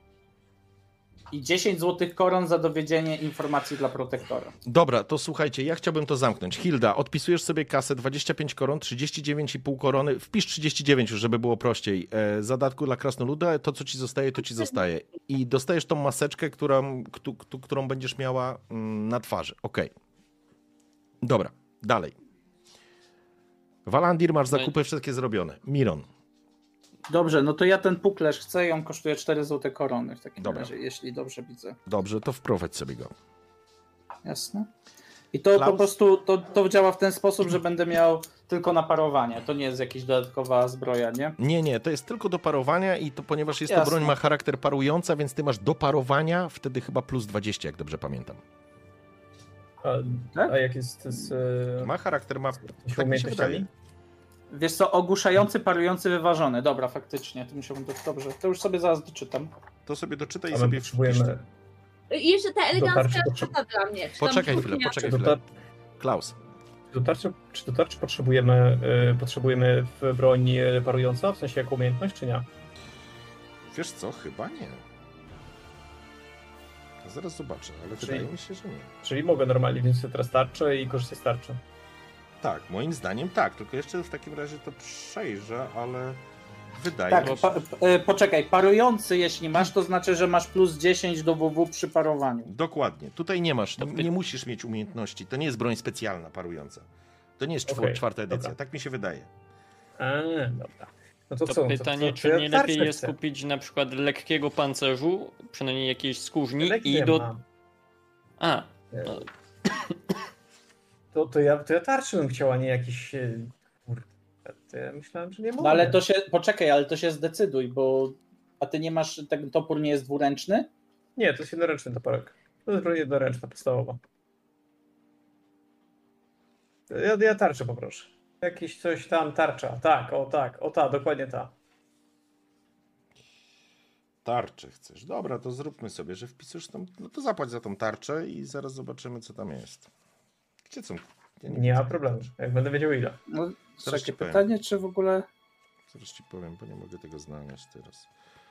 I 10 złotych koron za dowiedzenie informacji dla protektora. Dobra, to słuchajcie, ja chciałbym to zamknąć. Hilda, odpisujesz sobie kasę 25 koron, 39,5 korony. Wpisz 39 już, żeby było prościej. Zadatku dla krasnoluda, to co ci zostaje, to ci zostaje. I dostajesz tą maseczkę, którą będziesz miała na twarzy. Okej. Dobra, dalej. Walandir, masz zakupy wszystkie zrobione. Miron. Dobrze, no to ja ten puklerz chcę i on kosztuje 4 złote korony w takim razie, jeśli dobrze widzę. Dobrze, to wprowadź sobie go. Jasne. I to po prostu to działa w ten sposób, że będę miał tylko na parowanie. To nie jest jakaś dodatkowa zbroja, nie? Nie, to jest tylko do parowania i to ponieważ jest to broń, ma charakter parująca, więc ty masz do parowania wtedy chyba plus 20, jak dobrze pamiętam. Tak? A jak jest Ma charakter, ma... z Tak mi się umiejętnościami? wydaje. Wiesz co, ogłuszający, parujący, wyważony. Dobra, faktycznie, to musiałbym to dobrze. To już sobie zaraz doczytam. To sobie doczytaj i A my sobie potrzebujemy... I jeszcze ta elegancka Dotarcie szata dla mnie. Czy tam Poczekaj chwilę, kuchnia? poczekaj Czy chwilę. Klaus. Czy do tarczy potrzebujemy w broń parująca, w sensie jako umiejętność, czy nie? Wiesz co? Chyba nie. Zaraz zobaczę, ale Czyli- wydaje mi się, że nie. Czyli mogę normalnie wziąć sobie teraz tarczę i korzystać z tarczy. Tak, moim zdaniem tak, tylko jeszcze w takim razie to przejrzę, ale wydaje Tak, mi się... poczekaj, parujący jeśli masz, to znaczy, że masz plus 10 do WW przy parowaniu. Dokładnie. Tutaj nie masz, nie musisz mieć umiejętności. To nie jest broń specjalna parująca. To nie jest Okej, czwarta edycja, dobra. tak mi się wydaje. Dobra. No to To co? pytanie, to czy ja nie lepiej tarczę jest chcę. kupić na przykład lekkiego pancerzu, przynajmniej jakiejś skórzni Lek i nie do... mam. A, Nie. no, To ja tarczę bym chciała, nie jakiś... Kurde, to ja myślałem, że nie mogę. No ale to się, poczekaj, ale to się zdecyduj, bo... A ty nie masz, ten topór nie jest dwuręczny? Nie, to jest jednoręczny toporek. To jest broń jednoręczna, podstawowa. Ja tarczę poproszę. Jakiś coś tam, tarcza. Tak, o ta, dokładnie ta. Tarczę chcesz. Dobra, to zróbmy sobie, że wpisujesz tą... No to zapłać za tą tarczę i zaraz zobaczymy, co tam jest. Gdzie są? Ja Nie ma widzę. problemu, jak będę wiedział ile. No, Zaraz ci takie powiem. pytanie, czy w ogóle... Zaraz ci powiem, bo nie mogę tego znaleźć teraz.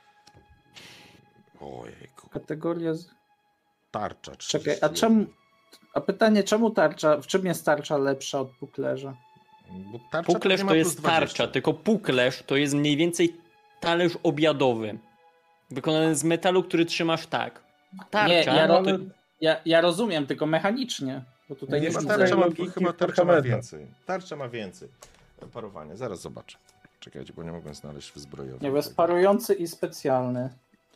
Ojejku. Kategoria... Tarcza. Czekaj, a 31. czemu... A pytanie, czemu tarcza... W czym jest tarcza lepsza od puklerza? Bo tarcza puklesz pewnie ma to plus jest 20. tarcza, tylko puklesz to jest mniej więcej talerz obiadowy. Wykonany z metalu, który trzymasz tak. Tarcza, Nie, no to... ja rozumiem, tylko mechanicznie. Bo tutaj Nie nie ma widzę. tarcza, Chyba tarcza ma Archimeda. więcej. Tarcza ma więcej. Parowanie, zaraz zobaczę. Czekajcie, bo nie mogłem znaleźć w zbrojowym. Nie, bo jest parujący i specjalny.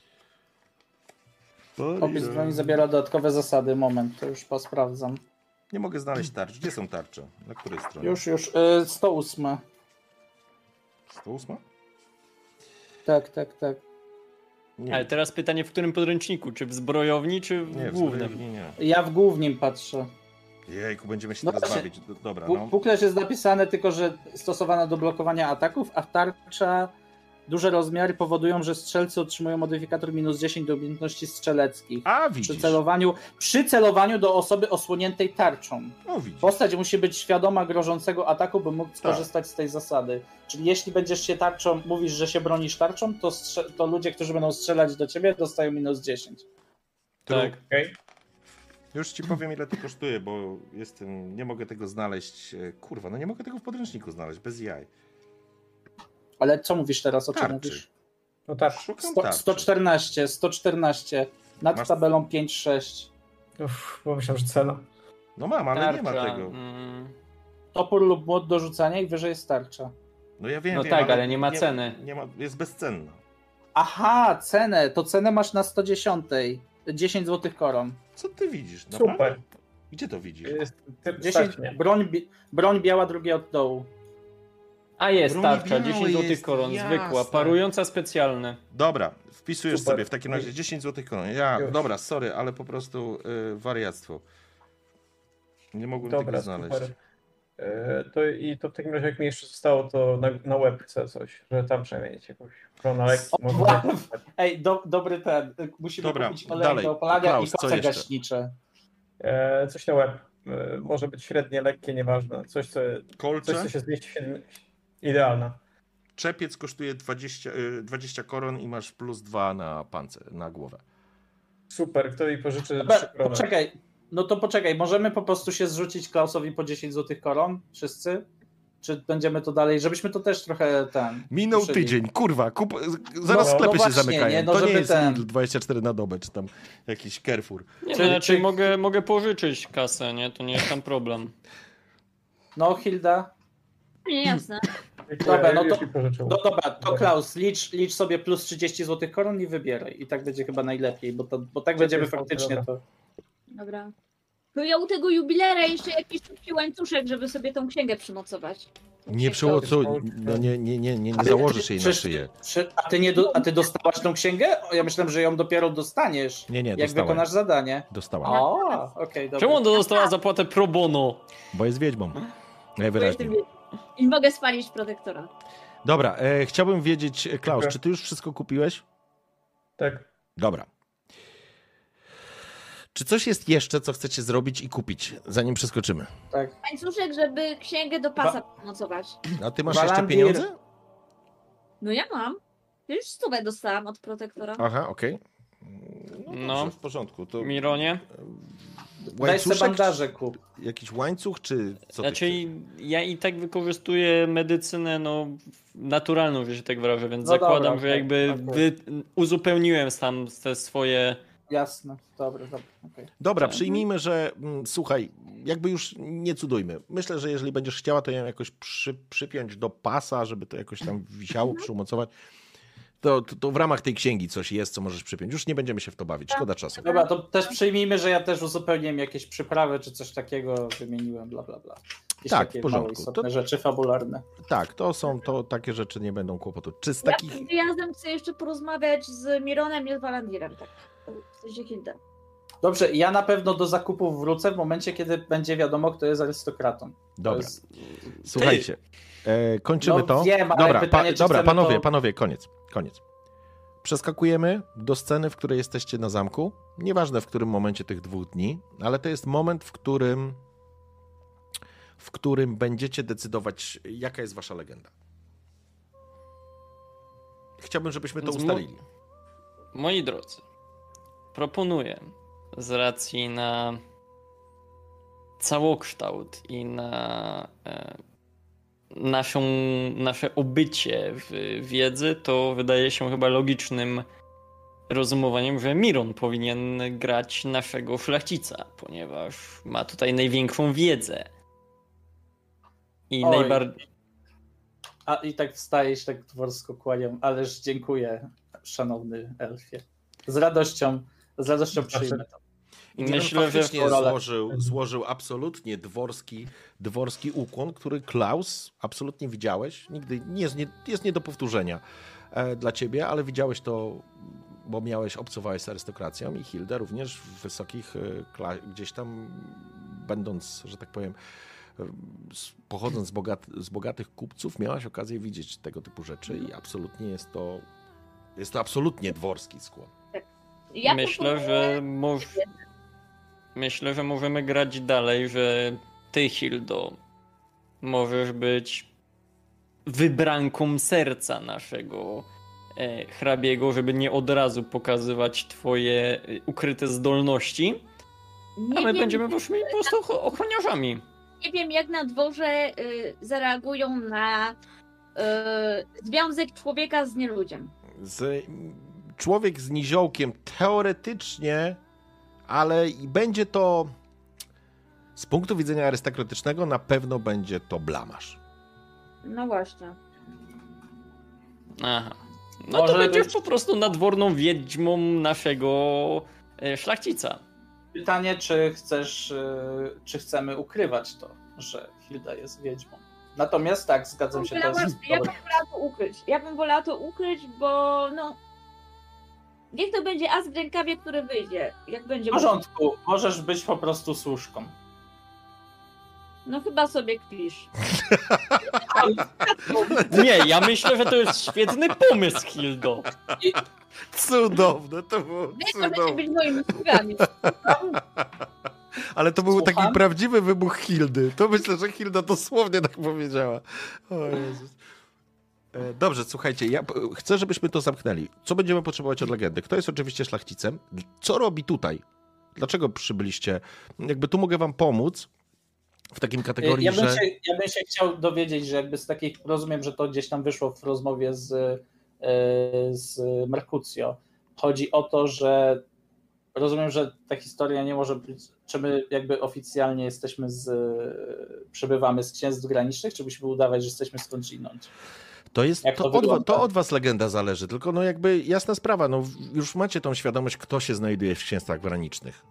Opis broni zabiera dodatkowe zasady. Moment, to już posprawdzam. Nie mogę znaleźć tarcz. Gdzie są tarcze? Na której stronie? Już. 108. 108? Tak. Nie, Ale teraz pytanie, w którym podręczniku? Czy w zbrojowni, czy w nie, w głównym? zbrojowni nie. Ja w głównym patrzę. Jejku, będziemy się No teraz właśnie. bawić. Dobra, no. Puklerz jest napisane tylko, że stosowana do blokowania ataków, a tarcza duże rozmiary powodują, że strzelcy otrzymują modyfikator minus 10 do umiejętności strzeleckich. A, widzisz. Przy celowaniu do osoby osłoniętej tarczą. O, widzisz. Postać musi być świadoma grożącego ataku, by móc skorzystać z tej zasady. Czyli jeśli będziesz się tarczą, mówisz, że się bronisz tarczą, to ludzie, którzy będą strzelać do ciebie, dostają minus 10. Tak. Okej. Już ci powiem, ile to kosztuje, bo nie mogę tego znaleźć. Kurwa, no nie mogę tego w podręczniku znaleźć, bez jaj. Ale co mówisz teraz? O czym Tarczy. mówisz? No tak. Szukam tarczy. 114. Nad Masz- tabelą 5-6. Bo myślałem, że cena. No mam, ale nie ma Tarcza, tego. Topór lub młot do rzucania i wyżej jest tarcza. No ja wiem, No wiem, tak, ale nie ma ceny. Nie ma, jest bezcenna. Aha, cenę. To cenę masz na 110. 10 zł koron. Co ty widzisz? Naprawdę? Super. Gdzie to widzisz? Jest 10, stać mnie. broń biała, drugie od dołu. A jest Broń tarcza, białej 10 zł jest, koron, jasne. zwykła, parująca specjalne. Dobra, wpisujesz Super. sobie w takim razie 10 zł koron. Już. Dobra, sorry, ale po prostu wariactwo. Nie mogłem Dobra, tego znaleźć. super. To w takim razie, jak mi jeszcze zostało, to na web chcę coś, że tam przynajmniej mieć jakąś chronę lekcji. Wow. Ej, dobry ten. Musimy Dobra, kupić olej dalej. do opalania Klaus, i co koce jeszcze? gaśnicze. Coś na web. Może być średnie, lekkie, nieważne. Coś, Kolcze, co się zmieści w idealna. czepiec kosztuje 20 koron i masz plus 2 na pancerz, na głowę. Super, kto mi pożyczy Dobra, 3 korony? poczekaj, możemy po prostu się zrzucić Klausowi po 10 zł koron? Wszyscy? Czy będziemy to dalej? Żebyśmy to też trochę Minął ruszyli. tydzień, kurwa, zaraz No, sklepy no się właśnie, zamykają. nie? No To nie żeby jest ten- Lidl 24 na dobę, czy tam jakiś Carrefour. Nie, Czy- znaczy czy- mogę pożyczyć kasę, nie? To nie jest tam problem. No, Hilda? Nie, jasne. Dobra, no Już to- mi pożyczył. No dobra, to Klaus, licz sobie plus 30 zł koron i wybieraj. I tak będzie chyba najlepiej, bo tak będziemy jest faktycznie dobra. to... Dobra. To ja u tego jubilera jeszcze jakiś szybki łańcuszek, żeby sobie tą księgę przymocować. Nie przyłocuj, no nie założysz jej na szyję. A ty dostałaś tą księgę? Ja myślałem, że ją dopiero dostaniesz. Nie, jak dostałem. wykonasz zadanie. Dostałem. Okej, dobra. Czemu on dostała zapłatę pro bono? Bo jest wiedźmą. Najwyraźniej. I mogę spalić protektora. Dobra, chciałbym wiedzieć, Klaus, czy ty już wszystko kupiłeś? Tak. Dobra. Czy coś jest jeszcze, co chcecie zrobić i kupić, zanim przeskoczymy? Tak. Łańcuszek, żeby księgę do pasa pomocować. A ty masz Walandir. jeszcze pieniądze? No ja mam. Ja już 100 dostałam od protektora. Aha, okej. No. Dobrze, w porządku. To Mironie? Daj sobie bandaże kup. Jakiś łańcuch, czy co ty Znaczy, chcesz? ja i tak wykorzystuję medycynę naturalną, że się tak wyrażę, więc No zakładam, dobra, że jakby uzupełniłem tam te swoje... Jasne, dobra. Okay. Dobra, przyjmijmy, że słuchaj, jakby już nie cudujmy. Myślę, że jeżeli będziesz chciała, to ją jakoś przypiąć do pasa, żeby to jakoś tam wisiało, przyumocować. To w ramach tej księgi coś jest, co możesz przypiąć. Już nie będziemy się w to bawić, szkoda czasu. Dobra, to też przyjmijmy, że ja też uzupełniłem jakieś przyprawy, czy coś takiego wymieniłem, bla. Jakieś Tak, takie w porządku. małe, istotne rzeczy fabularne. Tak, to takie rzeczy nie będą kłopotu. Czy z Ja takich... przed wyjazdem chcę jeszcze porozmawiać z Mironem i z Walandirem, tak. W sensie Hildę. Dobrze, ja na pewno do zakupów wrócę w momencie, kiedy będzie wiadomo, kto jest arystokratą. Dobra, jest... słuchajcie, kończymy No to. wiem, ale Dobra, pytanie, czy dobra, chcemy panowie, koniec. Przeskakujemy do sceny, w której jesteście na zamku. Nieważne w którym momencie tych 2 dni, ale to jest moment, w którym będziecie decydować, jaka jest wasza legenda. Chciałbym, żebyśmy to ustalili. Moi drodzy, proponuję z racji na całokształt i na nasze obycie w wiedzy, to wydaje się chyba logicznym rozumowaniem, że Miron powinien grać naszego szlachcica, ponieważ ma tutaj największą wiedzę. I najbardziej... A i tak wstaję i się tak dworsko kłaniam, ależ dziękuję, szanowny elfie. Z radością przyjmę to. I myślę, że złożył absolutnie dworski ukłon, który Klaus absolutnie widziałeś. Nigdy jest nie do powtórzenia dla ciebie, ale widziałeś to, bo obcowałeś z arystokracją i Hilda również w wysokich gdzieś tam będąc, że tak powiem, pochodząc z bogatych kupców, miałaś okazję widzieć tego typu rzeczy i absolutnie jest to absolutnie dworski skłon. Ja Myślę, że możemy grać dalej, że ty, Hildo, możesz być wybranką serca naszego hrabiego, żeby nie od razu pokazywać twoje ukryte zdolności, a my będziemy waszymi po prostu ochroniarzami. Nie wiem, jak na dworze zareagują na związek człowieka z nieludziem. Człowiek z niziołkiem teoretycznie, ale będzie to z punktu widzenia arystokratycznego na pewno będzie to blamaż. No właśnie. Aha. No może to będziesz po prostu nadworną wiedźmą naszego szlachcica. Pytanie, czy chcemy ukrywać to, że Hilda jest wiedźmą. Natomiast tak, zgadzam się. Ja bym wolała to ukryć, bo niech to będzie as w rękawie, który wyjdzie. Jak będzie w porządku, możesz być po prostu służką. No chyba sobie kpisz. Nie, ja myślę, że to jest świetny pomysł, Hildo. Cudowne, to było cudowne. Będziecie być moimi sługami. Ale to był taki prawdziwy wybuch Hildy. To myślę, że Hilda dosłownie tak powiedziała. O Jezus. Dobrze, słuchajcie, ja chcę, żebyśmy to zamknęli. Co będziemy potrzebować od legendy? Kto jest oczywiście szlachcicem? Co robi tutaj? Dlaczego przybyliście? Jakby tu mogę wam pomóc w takim kategorii, ja bym się chciał dowiedzieć, że jakby z takich, rozumiem, że to gdzieś tam wyszło w rozmowie z Mercutio. Chodzi o to, że rozumiem, że ta historia nie może być, czy my jakby oficjalnie przybywamy z księstw granicznych, czy musimy udawać, że jesteśmy skądinąd? To od was legenda zależy, tylko jakby jasna sprawa, już macie tą świadomość, kto się znajduje w księstwach granicznych.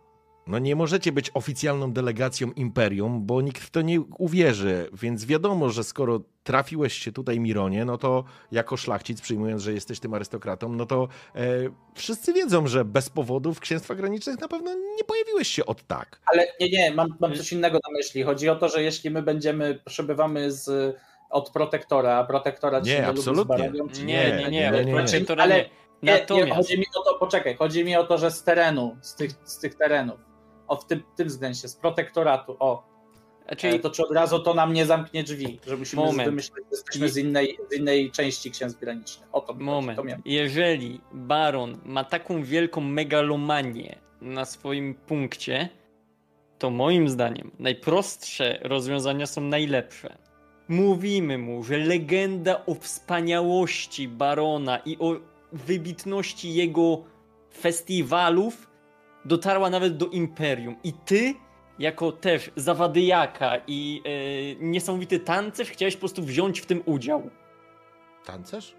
No nie możecie być oficjalną delegacją Imperium, bo nikt w to nie uwierzy, więc wiadomo, że skoro trafiłeś się tutaj, Mironie, no to jako szlachcic, przyjmując, że jesteś tym arystokratą, no to wszyscy wiedzą, że bez powodu w księstwach granicznych na pewno nie pojawiłeś się od tak. Ale nie, mam coś innego na myśli. Chodzi o to, że jeśli my przebywamy od protektora, a protektorat się nie absolutnie. Z baronią, czy nie. Ale natomiast... chodzi mi o to, poczekaj, chodzi mi o to, że z terenu, z tych terenów, w tym względzie, z protektoratu, to czy od razu to nam nie zamknie drzwi, że musimy wymyślić, że jesteśmy z innej części księstw granicznych. O to moment. Jeżeli baron ma taką wielką megalomanię na swoim punkcie, to moim zdaniem najprostsze rozwiązania są najlepsze. Mówimy mu, że legenda o wspaniałości barona i o wybitności jego festiwalów dotarła nawet do Imperium. I ty, jako też zawadyjaka i niesamowity tancerz, chciałeś po prostu wziąć w tym udział. Tancerz?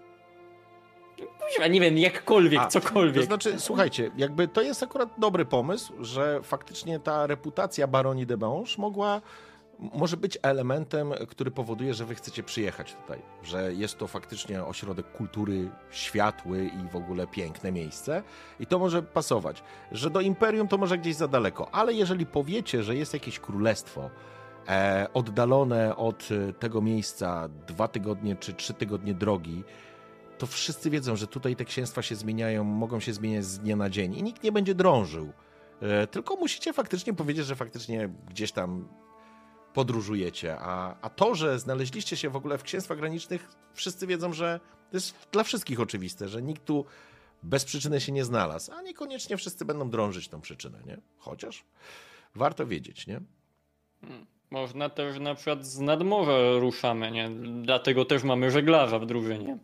Nie wiem, jakkolwiek, cokolwiek. To znaczy, słuchajcie, jakby to jest akurat dobry pomysł, że faktycznie ta reputacja baronii de Bange może być elementem, który powoduje, że wy chcecie przyjechać tutaj, że jest to faktycznie ośrodek kultury światły i w ogóle piękne miejsce i to może pasować, że do Imperium to może gdzieś za daleko, ale jeżeli powiecie, że jest jakieś królestwo oddalone od tego miejsca 2 tygodnie czy 3 tygodnie drogi, to wszyscy wiedzą, że tutaj te księstwa się zmieniają, mogą się zmieniać z dnia na dzień i nikt nie będzie drążył. Tylko musicie faktycznie powiedzieć, że faktycznie gdzieś tam podróżujecie, a to, że znaleźliście się w ogóle w księstwach granicznych, wszyscy wiedzą, że to jest dla wszystkich oczywiste, że nikt tu bez przyczyny się nie znalazł, a niekoniecznie wszyscy będą drążyć tą przyczynę, nie? Chociaż warto wiedzieć, nie? Można też na przykład z nadmorza ruszamy, nie? Dlatego też mamy żeglarza w drużynie,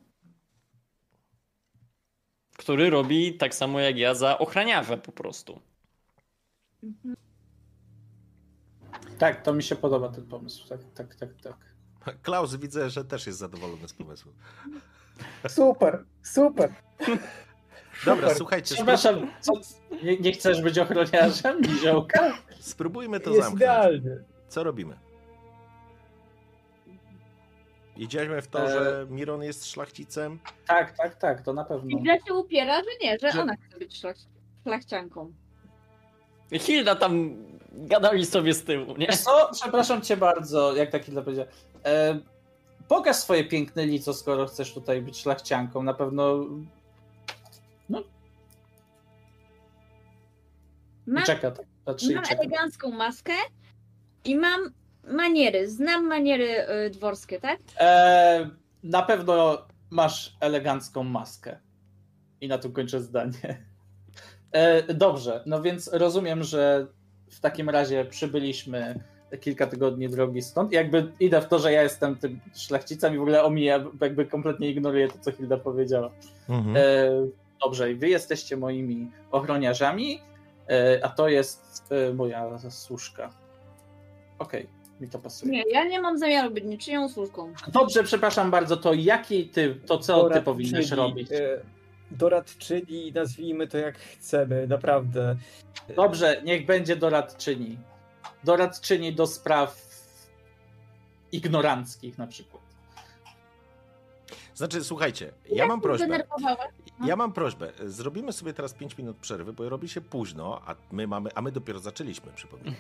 który robi tak samo jak ja za ochraniarza po prostu. Tak, to mi się podoba ten pomysł. Tak. Klaus, widzę, że też jest zadowolony z pomysłu. Super. Dobra, słuchajcie. Przepraszam, nie chcesz być ochroniarzem, niziołka? Spróbujmy to jest zamknąć. Idealny. Co robimy? Idziemy w to, że Miron jest szlachcicem? Tak, to na pewno. I się upiera, że nie, że ona chce być szlachcianką. Hilda tam gadali sobie z tyłu, nie? Co? Przepraszam cię bardzo, jak tak Hilda powiedziała. Pokaż swoje piękne lico, skoro chcesz tutaj być szlachcianką. Na pewno... Mam elegancką maskę i mam maniery. Znam maniery dworskie, tak? Na pewno masz elegancką maskę. I na tym kończę zdanie. Dobrze, no więc rozumiem, że w takim razie przybyliśmy kilka tygodni drogi stąd. Jakby idę w to, że ja jestem tym szlachcicem i w ogóle omija, jakby kompletnie ignoruję to, co Hilda powiedziała. Dobrze, i wy jesteście moimi ochroniarzami, a to jest moja służka. Okej, mi to pasuje. Nie, ja nie mam zamiaru być niczyją służką. Dobrze, przepraszam bardzo, to co ty powinieneś robić? Doradczyni, nazwijmy to jak chcemy, naprawdę. Dobrze, niech będzie doradczyni. Doradczyni do spraw ignoranckich na przykład. Znaczy, słuchajcie, ja mam prośbę. Zrobimy sobie teraz 5 minut przerwy, bo robi się późno, a my dopiero zaczęliśmy, przypominam.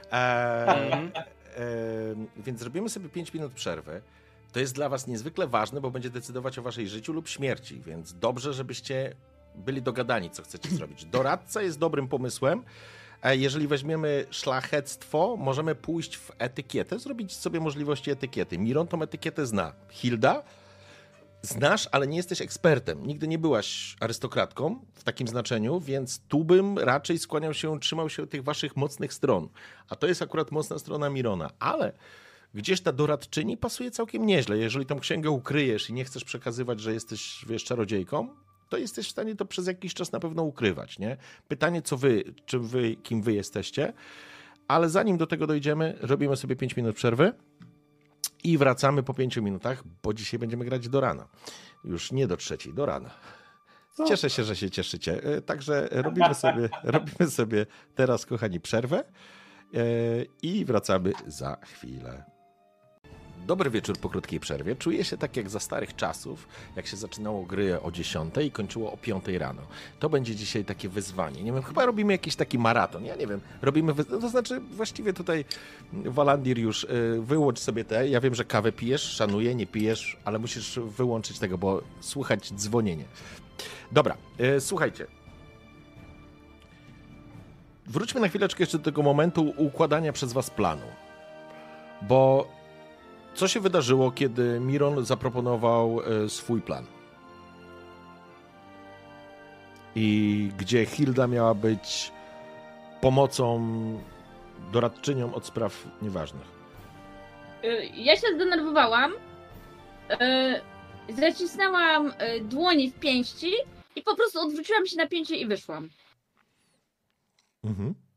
Więc zrobimy sobie 5 minut przerwy. To jest dla was niezwykle ważne, bo będzie decydować o waszej życiu lub śmierci, więc dobrze, żebyście byli dogadani, co chcecie zrobić. Doradca jest dobrym pomysłem. Jeżeli weźmiemy szlachectwo, możemy pójść w etykietę, zrobić sobie możliwości etykiety. Miron tą etykietę zna. Hilda, znasz, ale nie jesteś ekspertem. Nigdy nie byłaś arystokratką w takim znaczeniu, więc tu bym raczej trzymał się tych waszych mocnych stron. A to jest akurat mocna strona Mirona. Ale gdzieś ta doradczyni pasuje całkiem nieźle. Jeżeli tą księgę ukryjesz i nie chcesz przekazywać, że jesteś, czarodziejką, to jesteś w stanie to przez jakiś czas na pewno ukrywać, nie? Pytanie, kim wy jesteście, ale zanim do tego dojdziemy, robimy sobie 5 minut przerwy i wracamy po 5 minutach, bo dzisiaj będziemy grać do rana. Już nie do 3:00, do rana. Cieszę się, że się cieszycie. Także robimy sobie teraz, kochani, przerwę i wracamy za chwilę. Dobry wieczór po krótkiej przerwie. Czuję się tak jak za starych czasów, jak się zaczynało gry o 10 i kończyło o 5 rano. To będzie dzisiaj takie wyzwanie. Nie wiem, chyba robimy jakiś taki maraton. Ja nie wiem, to znaczy właściwie tutaj Walandir już wyłącz sobie te. Ja wiem, że kawę pijesz, szanuję, nie pijesz, ale musisz wyłączyć tego, bo słychać dzwonienie. Dobra, słuchajcie. Wróćmy na chwileczkę jeszcze do tego momentu układania przez was planu. Bo co się wydarzyło, kiedy Miron zaproponował swój plan? I gdzie Hilda miała być pomocą, doradczynią od spraw nieważnych? Ja się zdenerwowałam, zacisnęłam dłoni w pięści i po prostu odwróciłam się na pięcie i wyszłam. Mhm.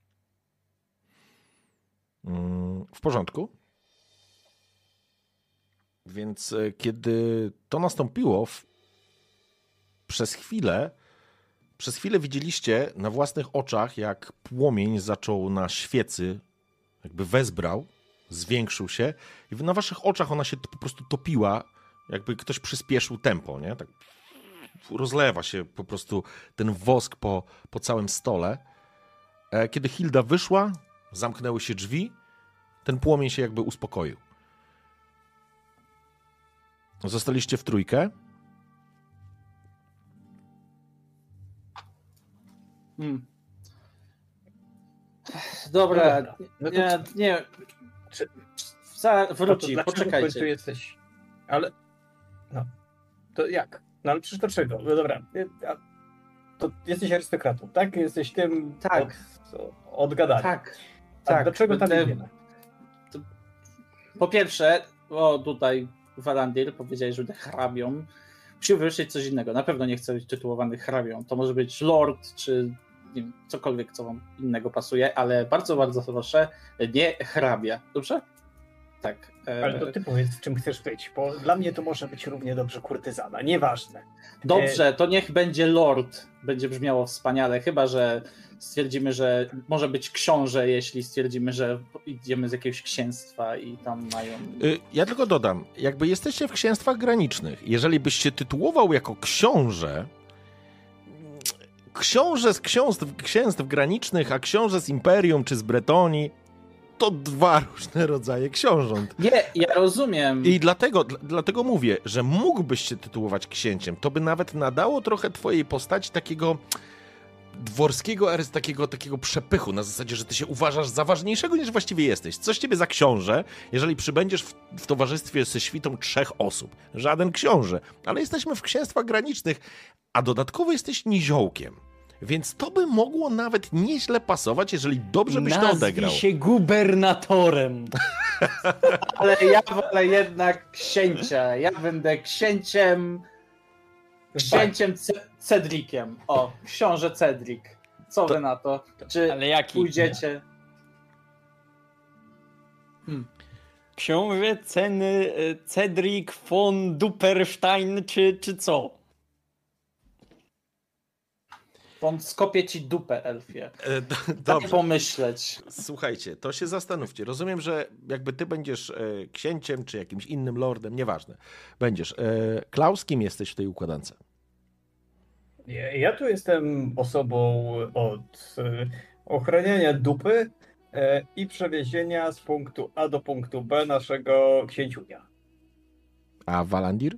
W porządku. Więc kiedy to nastąpiło, przez chwilę widzieliście na własnych oczach, jak płomień zaczął na świecy, jakby wezbrał, zwiększył się i na waszych oczach ona się po prostu topiła, jakby ktoś przyspieszył tempo, nie? Tak rozlewa się po prostu ten wosk po całym stole. Kiedy Hilda wyszła, zamknęły się drzwi, ten płomień się jakby uspokoił. Zostaliście w trójkę. Dobra, no to, nie. Wróci, poczekajcie. Tu jesteś? Ale. No. To jak? No ale przecież dlaczego? No dobra. To jesteś arystokratą, tak? Jesteś tym tak. od gadania. Tak. A dlaczego tam idziemy? Po pierwsze, tutaj Walandir powiedziałeś, że będę hrabią. Musimy wymyślić coś innego. Na pewno nie chcę być tytułowany hrabią. To może być lord, czy nie wiem, cokolwiek, co wam innego pasuje, ale bardzo, bardzo proszę, nie hrabia. Dobrze? Tak. Ale to ty powiedz, czym chcesz być, bo dla mnie to może być równie dobrze kurtyzana. Nieważne. Dobrze, to niech będzie lord. Będzie brzmiało wspaniale, chyba że stwierdzimy, że może być książę, jeśli stwierdzimy, że idziemy z jakiegoś księstwa i tam mają... Ja tylko dodam, jakby jesteście w księstwach granicznych. Jeżeli byś się tytułował jako książę z księstw granicznych, a książę z Imperium czy z Bretonii, to dwa różne rodzaje książąt. Nie, ja rozumiem. I dlatego mówię, że mógłbyś się tytułować księciem. To by nawet nadało trochę twojej postaci takiego dworskiego, takiego przepychu, na zasadzie, że ty się uważasz za ważniejszego niż właściwie jesteś. Coś ciebie za książę, jeżeli przybędziesz w towarzystwie ze świtą 3 osób. Żaden książę. Ale jesteśmy w księstwach granicznych, a dodatkowo jesteś niziołkiem. Więc to by mogło nawet nieźle pasować, jeżeli dobrze byś to odegrał. Nazwij się gubernatorem. Ale ja wolę jednak księcia. Ja będę księciem Cedriciem. O, książę Cedric. Co wy na to? Czy ale jaki? Pójdziecie? Książę Cedric von Duperstein, czy co? On skopie ci dupę, elfie. Dobrze. Tak pomyśleć. Słuchajcie, to się zastanówcie. Rozumiem, że jakby ty będziesz księciem, czy jakimś innym lordem, nieważne. Będziesz. Klaus, kim jesteś w tej układance? Ja tu jestem osobą od ochraniania dupy i przewiezienia z punktu A do punktu B naszego księciunia. A Walandir?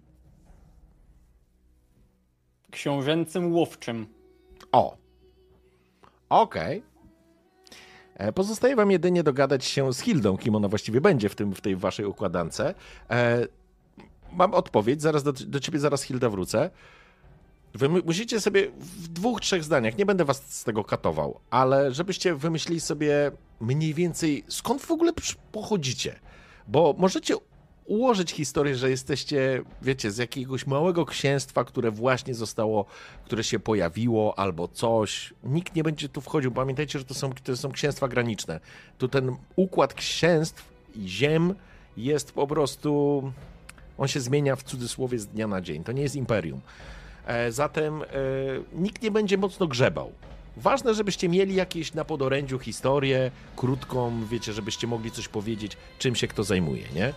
Książęcym łowczym. O. Okej. Pozostaje wam jedynie dogadać się z Hildą, kim ona właściwie będzie w tej waszej układance. Mam odpowiedź, zaraz do ciebie zaraz, Hilda, wrócę. Wy musicie sobie w 2-3 zdaniach, nie będę was z tego katował, ale żebyście wymyślili sobie mniej więcej, skąd w ogóle pochodzicie. Bo możecie ułożyć historię, że jesteście, wiecie, z jakiegoś małego księstwa, które właśnie które się pojawiło, albo coś. Nikt nie będzie tu wchodził. Pamiętajcie, że to są księstwa graniczne. Tu ten układ księstw i ziem jest po prostu... On się zmienia w cudzysłowie z dnia na dzień. To nie jest imperium. Zatem nikt nie będzie mocno grzebał. Ważne, żebyście mieli jakieś na podorędziu historię krótką, wiecie, żebyście mogli coś powiedzieć, czym się kto zajmuje, nie?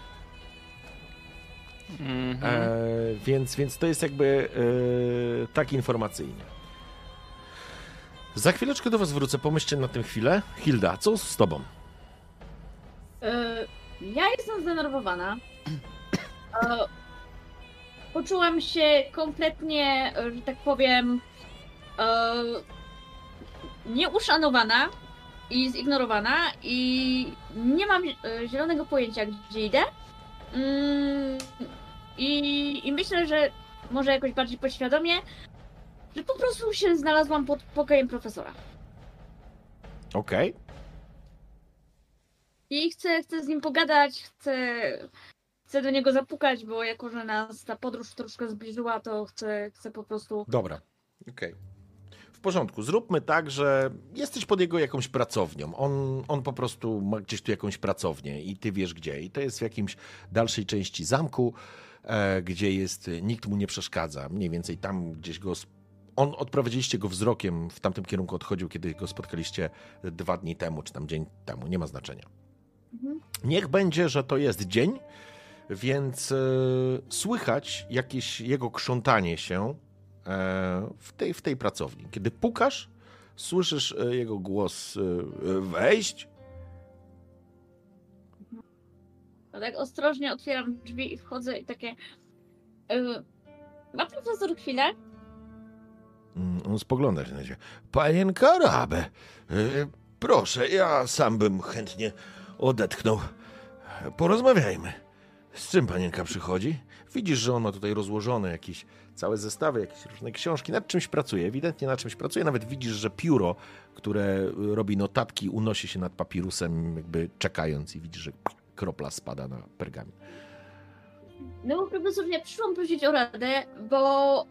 Więc to jest jakby tak informacyjnie. Za chwileczkę do was wrócę, pomyślcie na tym chwilę. Hilda, co z tobą? Ja jestem zdenerwowana. Poczułam się kompletnie, że tak powiem, nieuszanowana i zignorowana i nie mam zielonego pojęcia, gdzie idę. I myślę, że może jakoś bardziej podświadomie, że po prostu się znalazłam pod pokojem profesora. Okej. I chcę z nim pogadać, chcę do niego zapukać, bo jako, że nas ta podróż troszkę zbliżyła, to chcę po prostu... Dobra, okej. W porządku, zróbmy tak, że jesteś pod jego jakąś pracownią. On po prostu ma gdzieś tu jakąś pracownię i ty wiesz gdzie. I to jest w jakimś dalszej części zamku, gdzie jest, nikt mu nie przeszkadza. Mniej więcej tam gdzieś go... Odprowadziliście go wzrokiem, w tamtym kierunku odchodził, kiedy go spotkaliście 2 dni temu, czy tam dzień temu, nie ma znaczenia. Niech będzie, że to jest dzień, więc słychać jakieś jego krzątanie się w tej pracowni. Kiedy pukasz, słyszysz jego głos: wejść. No tak ostrożnie otwieram drzwi i wchodzę i takie... Ma profesor chwilę? On spogląda się na ciebie. Panienka Rabe, proszę, ja sam bym chętnie odetchnął. Porozmawiajmy. Z czym panienka przychodzi? Widzisz, że on ma tutaj rozłożone jakieś całe zestawy, jakieś różne książki, nad czymś pracuje, ewidentnie nad czymś pracuje. Nawet widzisz, że pióro, które robi notatki, unosi się nad papirusem, jakby czekając, i widzisz, że kropla spada na pergamin. No bo profesor, nie przyszłam prosić o radę, bo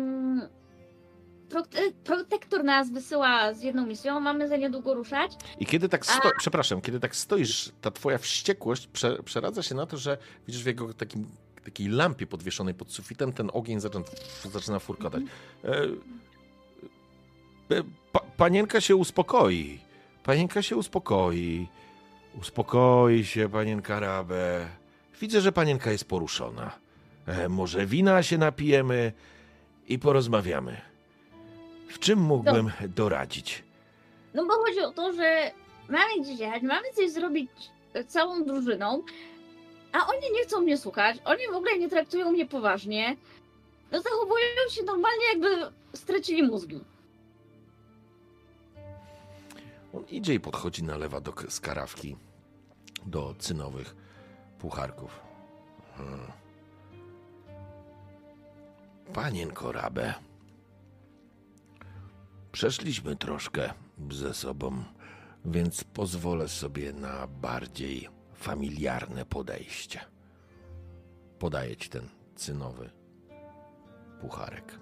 protektor nas wysyła z jedną misją, mamy za niedługo ruszać. I kiedy tak kiedy tak stoisz, ta twoja wściekłość przeradza się na to, że widzisz w jego takiej lampie podwieszonej pod sufitem, ten ogień zaczyna furkotać. Panienka się uspokoi. Panienka się uspokoi. Uspokoi się, panienka Rabe. Widzę, że panienka jest poruszona. Może wina się napijemy i porozmawiamy. W czym mógłbym doradzić? No bo chodzi o to, że mamy gdzieś jechać, mamy coś zrobić całą drużyną, a oni nie chcą mnie słuchać, oni w ogóle nie traktują mnie poważnie. No zachowują się normalnie, jakby stracili mózgi. On idzie i podchodzi, nalewa do skarawki, do cynowych pucharków. Panienko Rabe, przeszliśmy troszkę ze sobą, więc pozwolę sobie na bardziej familiarne podejście. Podaję ci ten cynowy pucharek.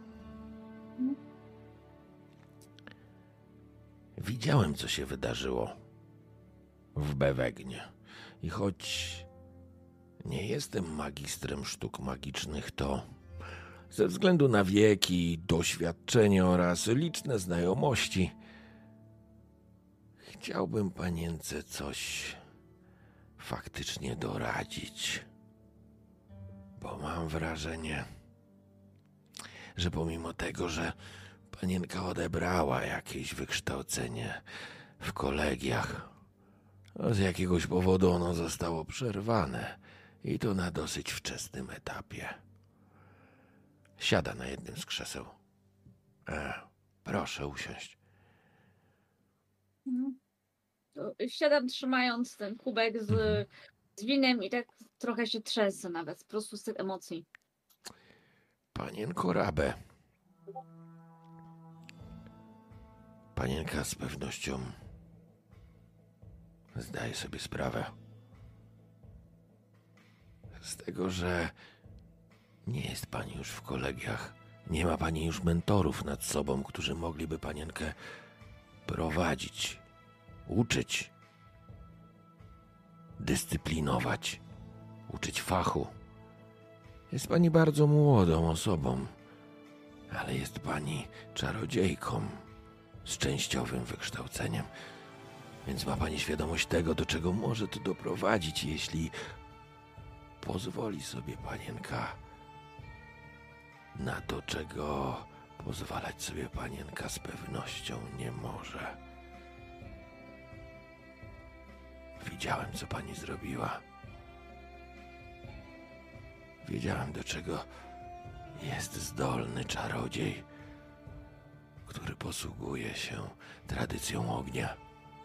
Widziałem, co się wydarzyło w Bewegnie. I choć nie jestem magistrem sztuk magicznych, to ze względu na wieki, doświadczenie oraz liczne znajomości chciałbym panience coś faktycznie doradzić. Bo mam wrażenie, że pomimo tego, że panienka odebrała jakieś wykształcenie w kolegiach, z jakiegoś powodu ono zostało przerwane i to na dosyć wczesnym etapie. Siada na jednym z krzeseł. Proszę usiąść. Siadam trzymając ten kubek z winem i tak trochę się trzęsę nawet, po prostu z tych emocji. Panienko Rabe, panienka z pewnością zdaje sobie sprawę z tego, że nie jest pani już w kolegiach. Nie ma pani już mentorów nad sobą, którzy mogliby panienkę prowadzić, uczyć, dyscyplinować, uczyć fachu. Jest pani bardzo młodą osobą. Ale jest pani czarodziejką z częściowym wykształceniem, więc ma pani świadomość tego, do czego może to doprowadzić, jeśli pozwoli sobie panienka na to, czego pozwalać sobie panienka z pewnością nie może. Widziałem, co pani zrobiła. Wiedziałem, do czego jest zdolny czarodziej, który posługuje się tradycją ognia.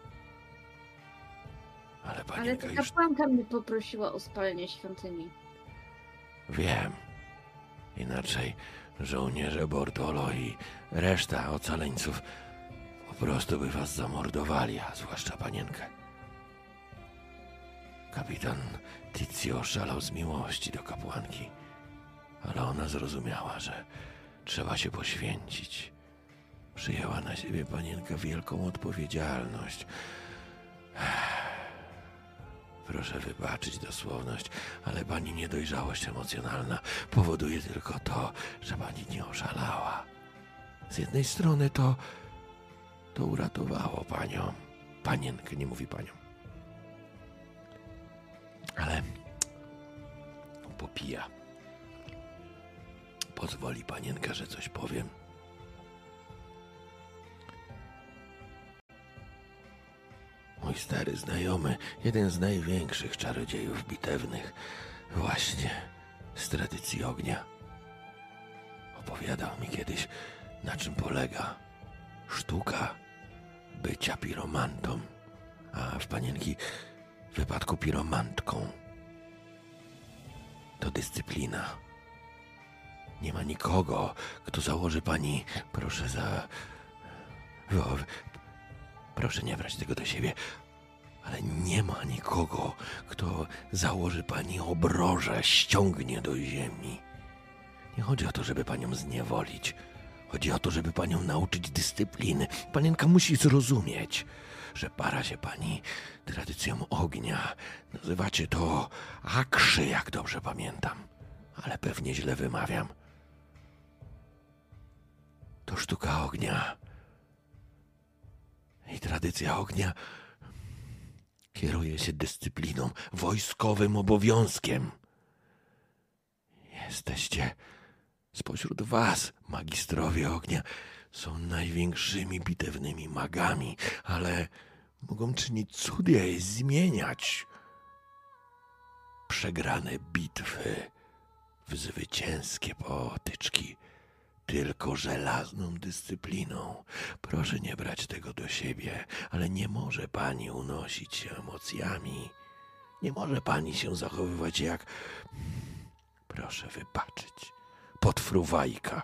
Ale panienka ta już... kapłanka mnie poprosiła o spalenie świątyni. Wiem. Inaczej żołnierze Bortolo i reszta ocaleńców po prostu by was zamordowali, a zwłaszcza panienkę. Kapitan Tizio szalał z miłości do kapłanki, ale ona zrozumiała, że trzeba się poświęcić. Przyjęła na siebie panienkę wielką odpowiedzialność. Proszę wybaczyć dosłowność, ale pani niedojrzałość emocjonalna powoduje tylko to, że pani nie oszalała. Z jednej strony to uratowało panią. Panienkę, nie mówi panią. Ale popija. Pozwoli panienka, że coś powiem. Mój stary znajomy, jeden z największych czarodziejów bitewnych, właśnie z tradycji ognia, opowiadał mi kiedyś, na czym polega sztuka bycia piromantą, a w panienki wypadku piromantką to dyscyplina. Nie ma nikogo, kto założy pani, proszę nie brać tego do siebie, ale nie ma nikogo, kto założy pani obroże, ściągnie do ziemi. Nie chodzi o to, żeby panią zniewolić. Chodzi o to, żeby panią nauczyć dyscypliny. Panienka musi zrozumieć, że para się pani tradycją ognia. Nazywacie to akszy, jak dobrze pamiętam, ale pewnie źle wymawiam. To sztuka ognia. I tradycja ognia kieruje się dyscypliną, wojskowym obowiązkiem. Jesteście spośród was, magistrowie ognia, są największymi bitewnymi magami, ale mogą czynić cudy i zmieniać przegrane bitwy w zwycięskie potyczki. Tylko żelazną dyscypliną. Proszę nie brać tego do siebie, ale nie może pani unosić się emocjami. Nie może pani się zachowywać jak... Proszę wybaczyć. Podfruwajka.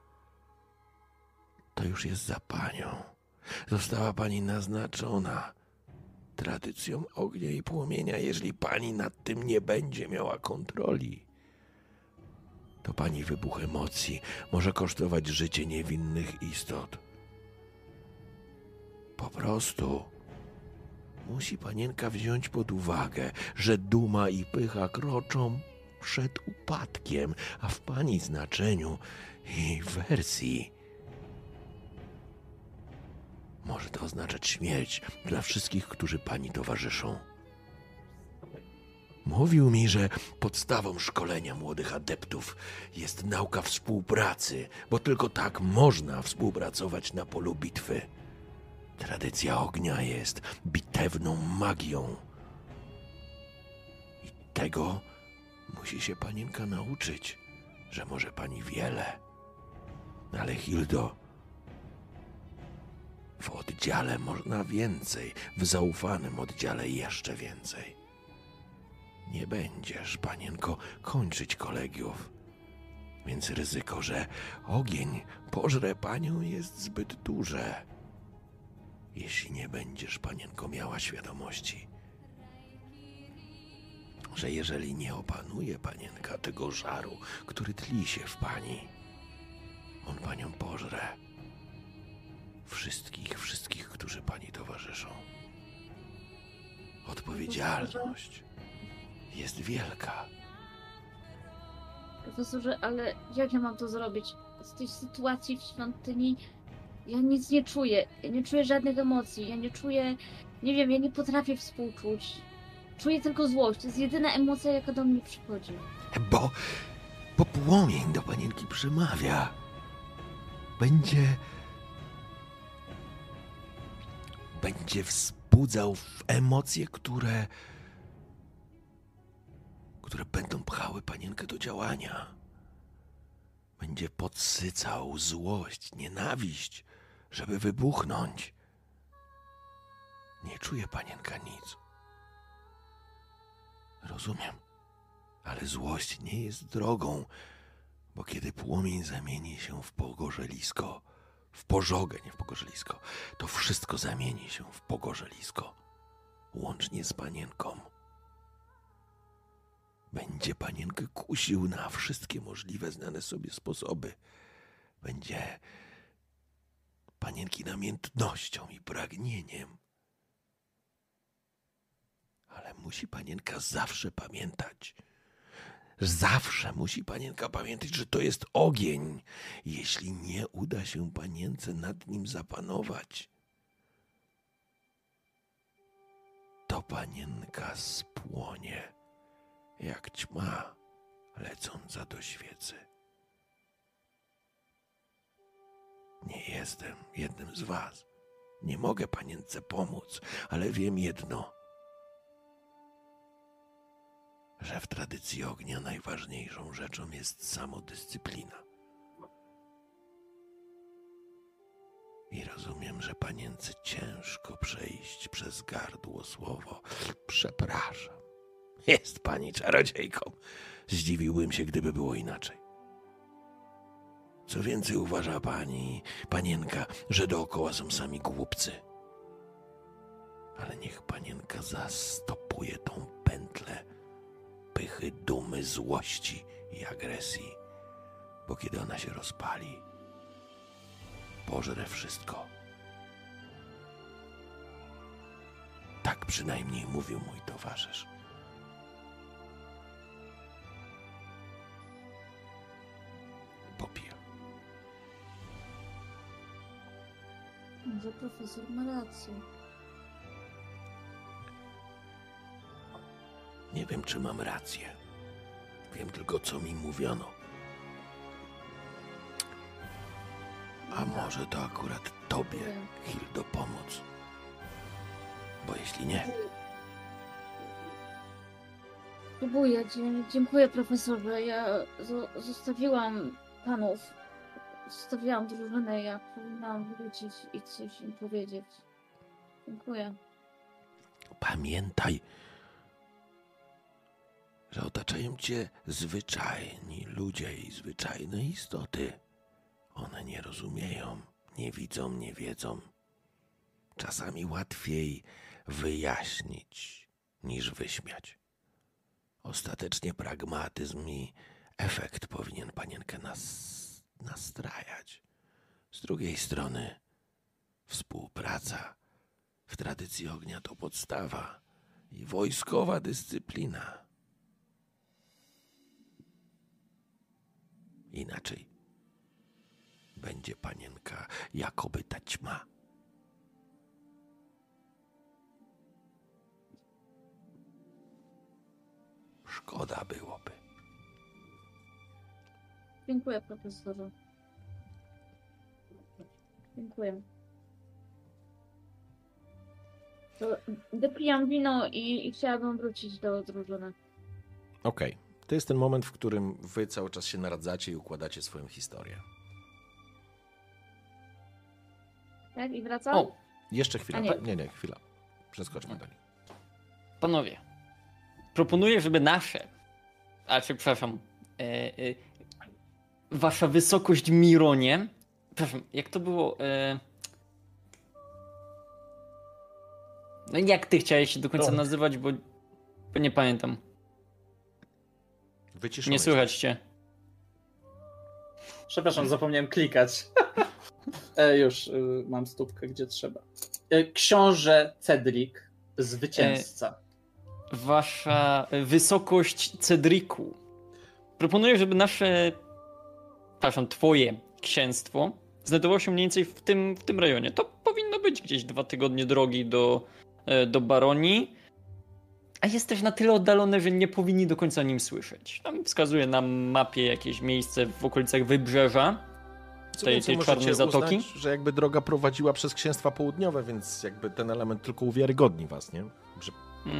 To już jest za panią. Została pani naznaczona tradycją ognia i płomienia. Jeżeli pani nad tym nie będzie miała kontroli, to pani wybuch emocji może kosztować życie niewinnych istot. Po prostu musi panienka wziąć pod uwagę, że duma i pycha kroczą przed upadkiem, a w pani znaczeniu i wersji może to oznaczać śmierć dla wszystkich, którzy pani towarzyszą. Mówił mi, że podstawą szkolenia młodych adeptów jest nauka współpracy, bo tylko tak można współpracować na polu bitwy. Tradycja ognia jest bitewną magią. I tego musi się panienka nauczyć, że może pani wiele. Ale Hildo, w oddziale można więcej, w zaufanym oddziale jeszcze więcej. Nie będziesz, panienko, kończyć kolegiów, więc ryzyko, że ogień pożre panią, jest zbyt duże. Jeśli nie będziesz, panienko, miała świadomości, że jeżeli nie opanuje panienka tego żaru, który tli się w pani, on panią pożre. Wszystkich, którzy pani towarzyszą. Odpowiedzialność jest wielka. Profesorze, ale jak ja mam to zrobić? z tej sytuacji w świątyni, ja nic nie czuję. Ja nie czuję żadnych emocji. Ja nie czuję, nie wiem, ja nie potrafię współczuć. Czuję tylko złość. To jest jedyna emocja, jaka do mnie przychodzi. Bo płomień do panienki przemawia. Będzie wzbudzał emocje, które będą pchały panienkę do działania. Będzie podsycał złość, nienawiść, żeby wybuchnąć. Nie czuje panienka nic. Rozumiem, ale złość nie jest drogą, bo kiedy płomień zamieni się w pogorzelisko, w pożogę, nie w pogorzelisko, to wszystko zamieni się w pogorzelisko, łącznie z panienką. Będzie panienkę kusił na wszystkie możliwe znane sobie sposoby. Będzie panienki namiętnością i pragnieniem. Ale musi panienka zawsze pamiętać. Zawsze musi panienka pamiętać, że to jest ogień. Jeśli nie uda się panience nad nim zapanować, to panienka spłonie jak ćma lecąca do świecy. Nie jestem jednym z was. Nie mogę panience pomóc, ale wiem jedno, że w tradycji ognia najważniejszą rzeczą jest samodyscyplina. I rozumiem, że panience ciężko przejść przez gardło słowo przepraszam. Jest pani czarodziejką. Zdziwiłbym się, gdyby było inaczej. Co więcej, uważa panienka, że dookoła są sami głupcy. Ale niech panienka zastopuje tą pętlę pychy, dumy, złości i agresji, bo kiedy ona się rozpali, pożre wszystko. Tak przynajmniej mówił mój towarzysz. Popija. Może profesor ma rację. Nie wiem, czy mam rację. Wiem tylko, co mi mówiono. A może to akurat tobie, Hildo, pomóc. Bo jeśli nie... Próbuję. Dziękuję, profesorze. Ja zostawiłam panów. Zostawiłam drużynę. Ja powinnam wrócić i coś im powiedzieć. Dziękuję. Pamiętaj, że otaczają cię zwyczajni ludzie i zwyczajne istoty. One nie rozumieją, nie widzą, nie wiedzą. Czasami łatwiej wyjaśnić niż wyśmiać. Ostatecznie pragmatyzm i efekt powinien panienkę nastrajać. Z drugiej strony współpraca w tradycji ognia to podstawa i wojskowa dyscyplina. Inaczej będzie panienka jakoby ta ćma. Szkoda byłoby. Dziękuję, profesorze. Dziękuję. To dopijam wino i chciałabym wrócić do drużyny. Okej. To jest ten moment, w którym wy cały czas się naradzacie i układacie swoją historię. Tak? I wracam? O, Jeszcze chwila. Nie. Nie, chwila. Przeskoczmy dalej. panowie, proponuję, żeby wasza wysokość Mironie, przepraszam, jak to było, no jak ty chciałeś się do końca nazywać, bo nie pamiętam. Wyciszony. Nie słychać cię. Przepraszam, zapomniałem klikać. Już mam stópkę, gdzie trzeba. Książę Cedric, zwycięzca. Wasza wysokość Cedriku. Proponuję, żeby twoje księstwo znajdowało się mniej więcej w tym rejonie. To powinno być gdzieś 2 tygodnie drogi do Baronii, a jest też na tyle oddalone, że nie powinni do końca o nim słyszeć. Tam wskazuje na mapie jakieś miejsce w okolicach wybrzeża tej czarnej zatoki. Uznać, że jakby droga prowadziła przez księstwa południowe, więc jakby ten element tylko uwiarygodni was, nie? Że...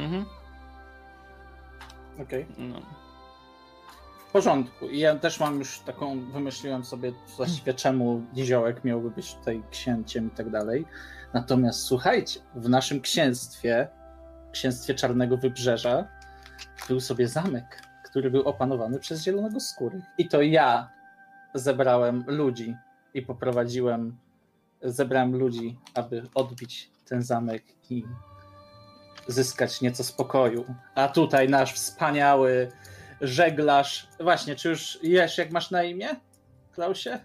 Okej. No. W porządku. I ja też mam już taką, wymyśliłem sobie właściwie czemu Niziołek miałby być tutaj księciem i tak dalej. Natomiast słuchajcie, w naszym księstwie Czarnego Wybrzeża, był sobie zamek, który był opanowany przez Zielonoskórych. I to ja zebrałem ludzi i zebrałem ludzi, aby odbić ten zamek i zyskać nieco spokoju. A tutaj nasz wspaniały żeglarz. Właśnie, czy już wiesz, jak masz na imię, Klausie?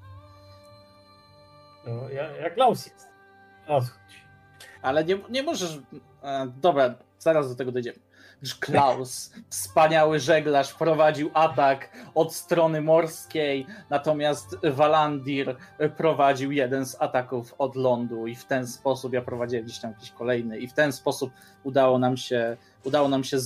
No, jak Klaus jest. Odchodź. Ale nie możesz... Dobra, zaraz do tego dojdziemy. Klaus, wspaniały żeglarz, prowadził atak od strony morskiej, natomiast Walandir prowadził jeden z ataków od lądu i w ten sposób ja prowadziłem gdzieś tam jakiś kolejny i w ten sposób udało nam się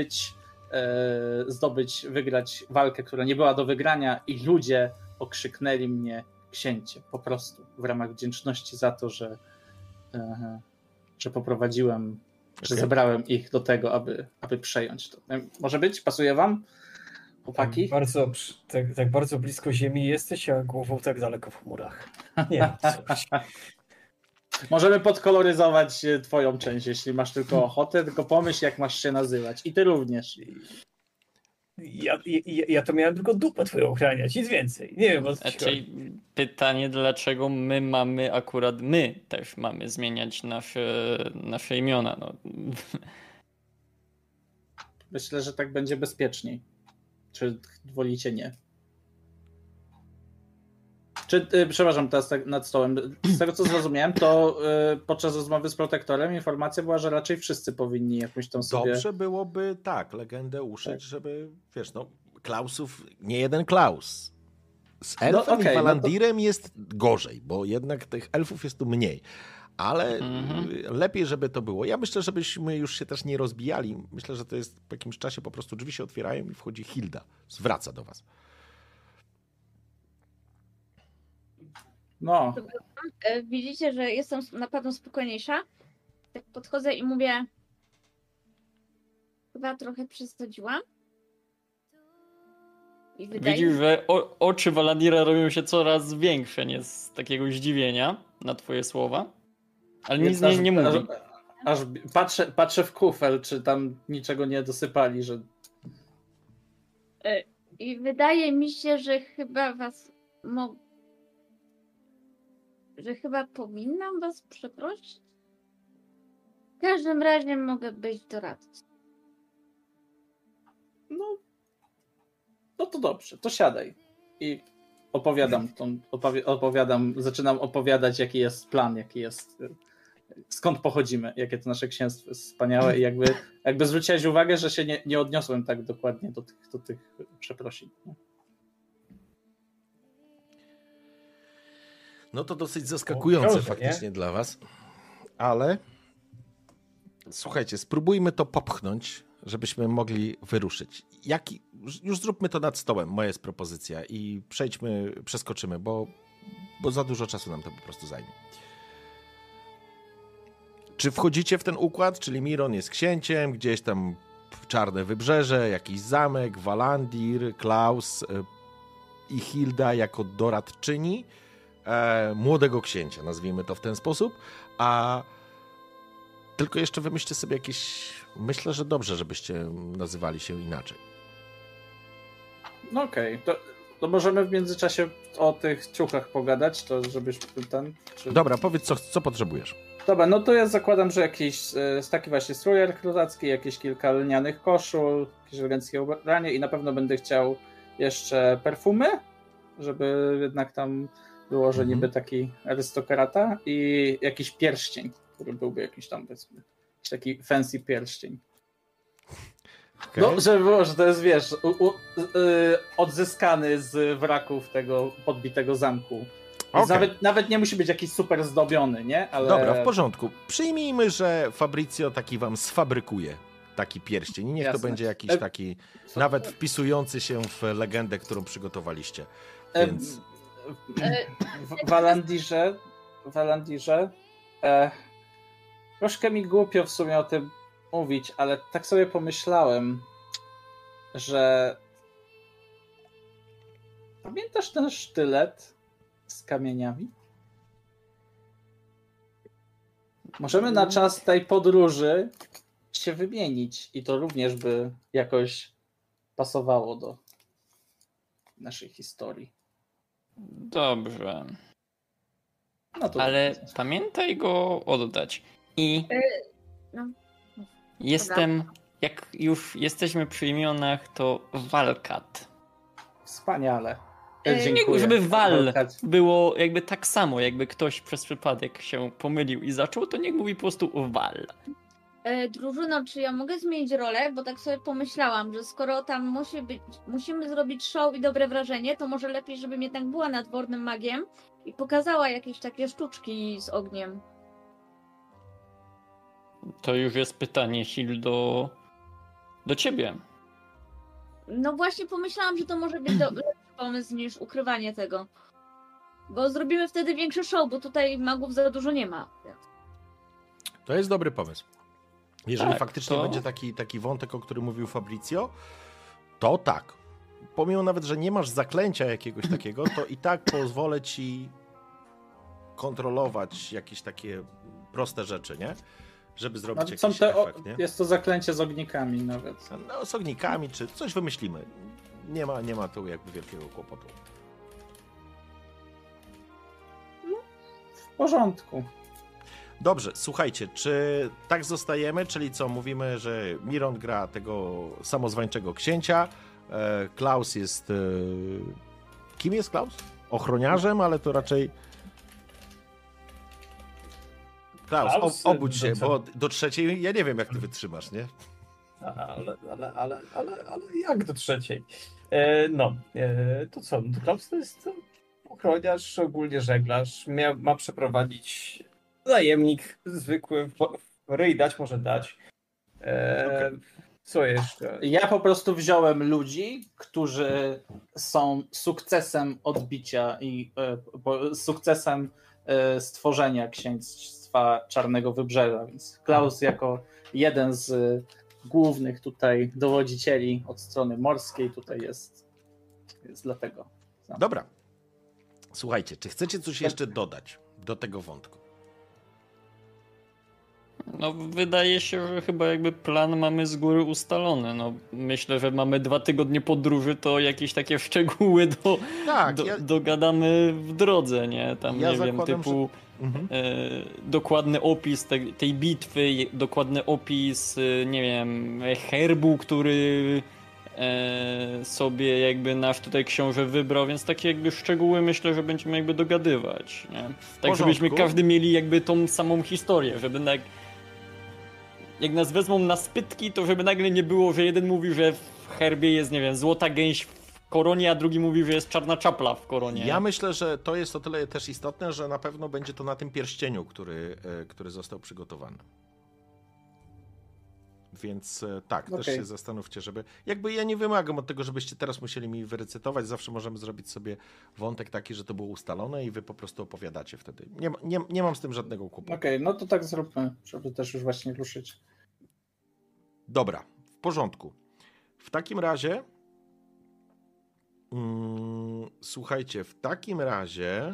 wygrać walkę, która nie była do wygrania i ludzie okrzyknęli mnie księciem, po prostu w ramach wdzięczności za to, że poprowadziłem, że zebrałem ich do tego, aby przejąć to. Może być? Pasuje wam? Chłopaki? Tak bardzo blisko ziemi jesteś, a głową tak daleko w chmurach. Nie, cóż. Możemy podkoloryzować twoją część, jeśli masz tylko ochotę, tylko pomyśl, jak masz się nazywać. I ty również. Ja to miałem tylko dupę twoją ochraniać, nic więcej. Nie wiem, o co Znaczy, pytanie, dlaczego my też mamy zmieniać nasze imiona. No. Myślę, że tak będzie bezpieczniej. Czy wolicie nie? Przepraszam, teraz tak nad stołem. Z tego, co zrozumiałem, to podczas rozmowy z protektorem informacja była, że raczej wszyscy powinni jakąś tam sobie... Dobrze byłoby, tak, legendę uszyć, żeby, wiesz, no, Klausów, nie jeden Klaus. Z elfem i Walandirem jest gorzej, bo jednak tych elfów jest tu mniej. Ale lepiej, żeby to było. Ja myślę, żebyśmy już się też nie rozbijali. Myślę, że to jest po jakimś czasie po prostu drzwi się otwierają i wchodzi Hilda. Zwraca do was. No. Widzicie, że jestem na pewno spokojniejsza. Tak podchodzę i mówię, chyba trochę przesadziłam. I Widzisz, że oczy Walandira robią się coraz większe, nie z takiego zdziwienia na twoje słowa. Ale nic nie mówi. Aż patrzę w kufel, czy tam niczego nie dosypali, że... I wydaje mi się, że chyba że chyba powinnam was przeprosić. W każdym razie mogę być doradcą. No to dobrze, to siadaj. I zaczynam opowiadać, jaki jest plan, skąd pochodzimy, jakie to nasze księstwo jest wspaniałe i jakby zwróciłeś uwagę, że się nie odniosłem tak dokładnie do tych przeprosin. No to dosyć zaskakujące faktycznie dla was, ale słuchajcie, spróbujmy to popchnąć, żebyśmy mogli wyruszyć. Już zróbmy to nad stołem, moja jest propozycja i przeskoczymy, bo za dużo czasu nam to po prostu zajmie. Czy wchodzicie w ten układ? Czyli Miron jest księciem, gdzieś tam Czarne Wybrzeże, jakiś zamek, Walandir, Klaus i Hilda jako doradczyni młodego księcia, nazwijmy to w ten sposób, a tylko jeszcze wymyślcie sobie jakieś... Myślę, że dobrze, żebyście nazywali się inaczej. No okej, to możemy w międzyczasie o tych ciuchach pogadać, to żebyś ten... Dobra, powiedz, co potrzebujesz. Dobra, no to ja zakładam, że jakiś taki właśnie strój rekrutacki, jakieś kilka lnianych koszul, jakieś eleganckie ubranie i na pewno będę chciał jeszcze perfumy, żeby jednak tam było, że niby taki arystokrata i jakiś pierścień, który byłby jakiś tam, powiedzmy, jakiś taki fancy pierścień. Okay. No, żeby było, że to jest, wiesz, odzyskany z wraków tego podbitego zamku. Więc nawet nie musi być jakiś super zdobiony, nie? Ale... Dobra, w porządku. Przyjmijmy, że Fabrizio taki wam sfabrykuje taki pierścień. I niech Jasne. to będzie jakiś taki, nawet wpisujący się w legendę, którą przygotowaliście. Więc... Walandirze, troszkę mi głupio w sumie o tym mówić, ale tak sobie pomyślałem, że pamiętasz ten sztylet z kamieniami? Możemy na czas tej podróży się wymienić i to również by jakoś pasowało do naszej historii. Dobrze. No to ale pamiętaj go oddać. I No. jestem, jak już jesteśmy przy imionach, to Walkat. Wspaniale. Nie, Dziękuję. żeby Wal było jakby tak samo, jakby ktoś przez przypadek się pomylił i zaczął, to niech mówi po prostu Wal. Drużyno, czy ja mogę zmienić rolę? Bo tak sobie pomyślałam, że skoro tam musimy zrobić show i dobre wrażenie, to może lepiej, żebym jednak była nadwornym magiem i pokazała jakieś takie sztuczki z ogniem. To już jest pytanie, Hildo, do ciebie. No właśnie pomyślałam, że to może być lepszy pomysł niż ukrywanie tego. Bo zrobimy wtedy większy show, bo tutaj magów za dużo nie ma. To jest dobry pomysł. Jeżeli tak, faktycznie to... będzie taki wątek, o którym mówił Fabrizio, to tak. Pomimo nawet, że nie masz zaklęcia jakiegoś takiego, to i tak pozwolę ci kontrolować jakieś takie proste rzeczy, nie? Żeby zrobić jakiś efekt, nie? Jest to zaklęcie z ognikami nawet. No, z ognikami, czy coś wymyślimy. Nie ma tu jakby wielkiego kłopotu. W porządku. Dobrze, słuchajcie, czy tak zostajemy, czyli co, mówimy, że Miron gra tego samozwańczego księcia, Klaus jest... Kim jest Klaus? Ochroniarzem, ale to raczej... Klaus, obudź się, bo do trzeciej ja nie wiem, jak ty wytrzymasz, nie? Ale jak do trzeciej? To co? Klaus to jest ochroniarz, ogólnie żeglarz, ma przeprowadzić najemnik zwykły, ryj dać może dać. Okay. Co jeszcze? Ja po prostu wziąłem ludzi, którzy są sukcesem odbicia i sukcesem stworzenia księstwa Czarnego Wybrzeża, więc Klaus jako jeden z głównych tutaj dowodzicieli od strony morskiej tutaj jest dlatego. Dobra. Słuchajcie, czy chcecie coś jeszcze dodać do tego wątku? No wydaje się, że chyba jakby plan mamy z góry ustalony. No myślę, że mamy 2 tygodnie podróży, to jakieś takie szczegóły dogadamy w drodze, nie? Tam nie wiem, typu dokładny opis tej bitwy, dokładny opis, nie wiem, herbu, który sobie jakby nasz tutaj książę wybrał, więc takie jakby szczegóły myślę, że będziemy jakby dogadywać, nie? Tak żebyśmy każdy mieli jakby tą samą historię, żeby jak nas wezmą na spytki, to żeby nagle nie było, że jeden mówi, że w herbie jest, nie wiem, złota gęś w koronie, a drugi mówi, że jest czarna czapla w koronie. Ja myślę, że to jest o tyle też istotne, że na pewno będzie to na tym pierścieniu, który został przygotowany. Więc tak, też się zastanówcie, żeby... Jakby ja nie wymagam od tego, żebyście teraz musieli mi wyrecytować, zawsze możemy zrobić sobie wątek taki, że to było ustalone i wy po prostu opowiadacie wtedy. Nie mam z tym żadnego kłopotu. Okej, no to tak zróbmy, żeby też już właśnie ruszyć. Dobra, w porządku. W takim razie... słuchajcie, w takim razie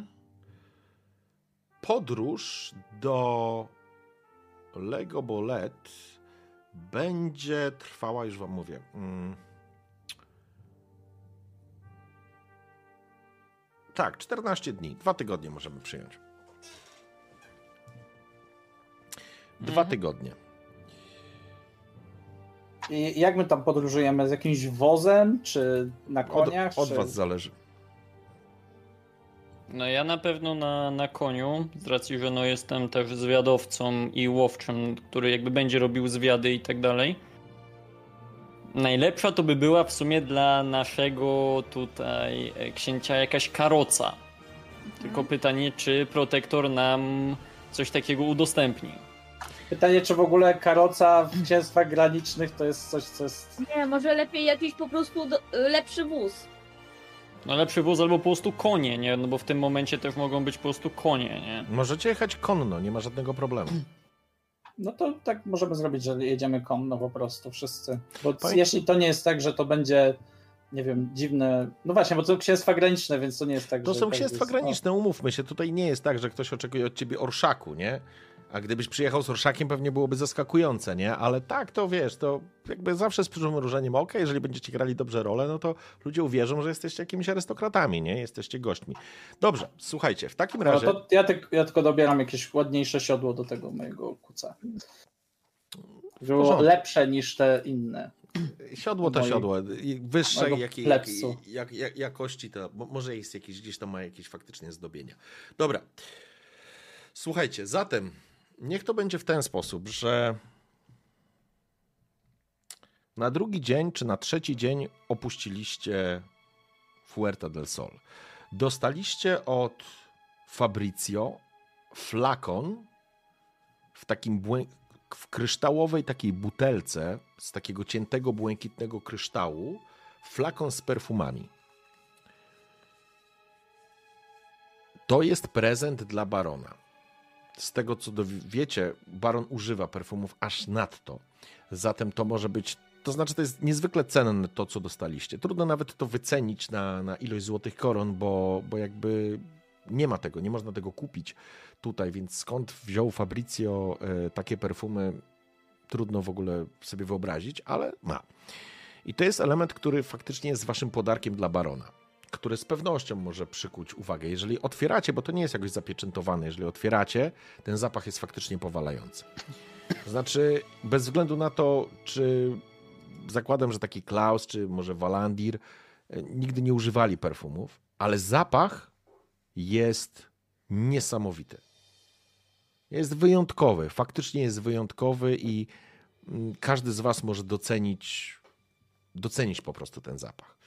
podróż do Legobolet będzie trwała, już wam mówię. Tak, 14 dni. 2 tygodnie możemy przyjąć. 2 tygodnie. I jak my tam podróżujemy? Z jakimś wozem, czy na koniach? Od was zależy. No ja na pewno na koniu, z racji, że no jestem też zwiadowcą i łowczym, który jakby będzie robił zwiady i tak dalej. najlepsza to by była w sumie dla naszego tutaj księcia jakaś karoca. Tylko pytanie, czy protektor nam coś takiego udostępni. Pytanie, czy w ogóle karoca w księstwach granicznych to jest coś, co jest... Nie, może lepiej jakiś po prostu lepszy wóz. No lepszy wóz albo po prostu konie, nie? No bo w tym momencie też mogą być po prostu konie, nie? Możecie jechać konno, nie ma żadnego problemu. No to tak możemy zrobić, że jedziemy konno po prostu wszyscy. Bo jeśli to nie jest tak, że to będzie, nie wiem, dziwne... No właśnie, bo to są księstwa graniczne, więc to nie jest tak, To że... są księstwa graniczne, umówmy się. Tutaj nie jest tak, że ktoś oczekuje od ciebie orszaku, nie? A gdybyś przyjechał z orszakiem, pewnie byłoby zaskakujące, nie? Ale tak, to wiesz, to jakby zawsze z przymrużeniem oka, jeżeli będziecie grali dobrze rolę, no to ludzie uwierzą, że jesteście jakimiś arystokratami, nie? Jesteście gośćmi. Dobrze, słuchajcie, w takim razie... No to ja tylko dobieram jakieś ładniejsze siodło do tego mojego kuca. Było lepsze niż te inne. Siodło to siodło. Wyższej jakości to... Może jest jakieś, gdzieś tam ma jakieś faktycznie zdobienia. Dobra. Słuchajcie, zatem niech to będzie w ten sposób, że na drugi dzień czy na trzeci dzień opuściliście Fuerta del Sol. Dostaliście od Fabrizio flakon w kryształowej takiej butelce z takiego ciętego, błękitnego kryształu, flakon z perfumami. To jest prezent dla barona. Z tego, co wiecie, baron używa perfumów aż nadto. Zatem to może być... To znaczy, to jest niezwykle cenne to, co dostaliście. Trudno nawet to wycenić na ilość złotych koron, bo jakby nie ma tego, nie można tego kupić tutaj, więc skąd wziął Fabrizio takie perfumy, trudno w ogóle sobie wyobrazić, ale ma. I to jest element, który faktycznie jest waszym podarkiem dla barona, który z pewnością może przykuć uwagę. Jeżeli otwieracie, bo to nie jest jakoś zapieczętowane, jeżeli otwieracie, ten zapach jest faktycznie powalający. To znaczy, bez względu na to, czy zakładam, że taki Klaus, czy może Walandir nigdy nie używali perfumów, ale zapach jest niesamowity. Jest wyjątkowy, faktycznie jest wyjątkowy i każdy z was może docenić po prostu ten zapach.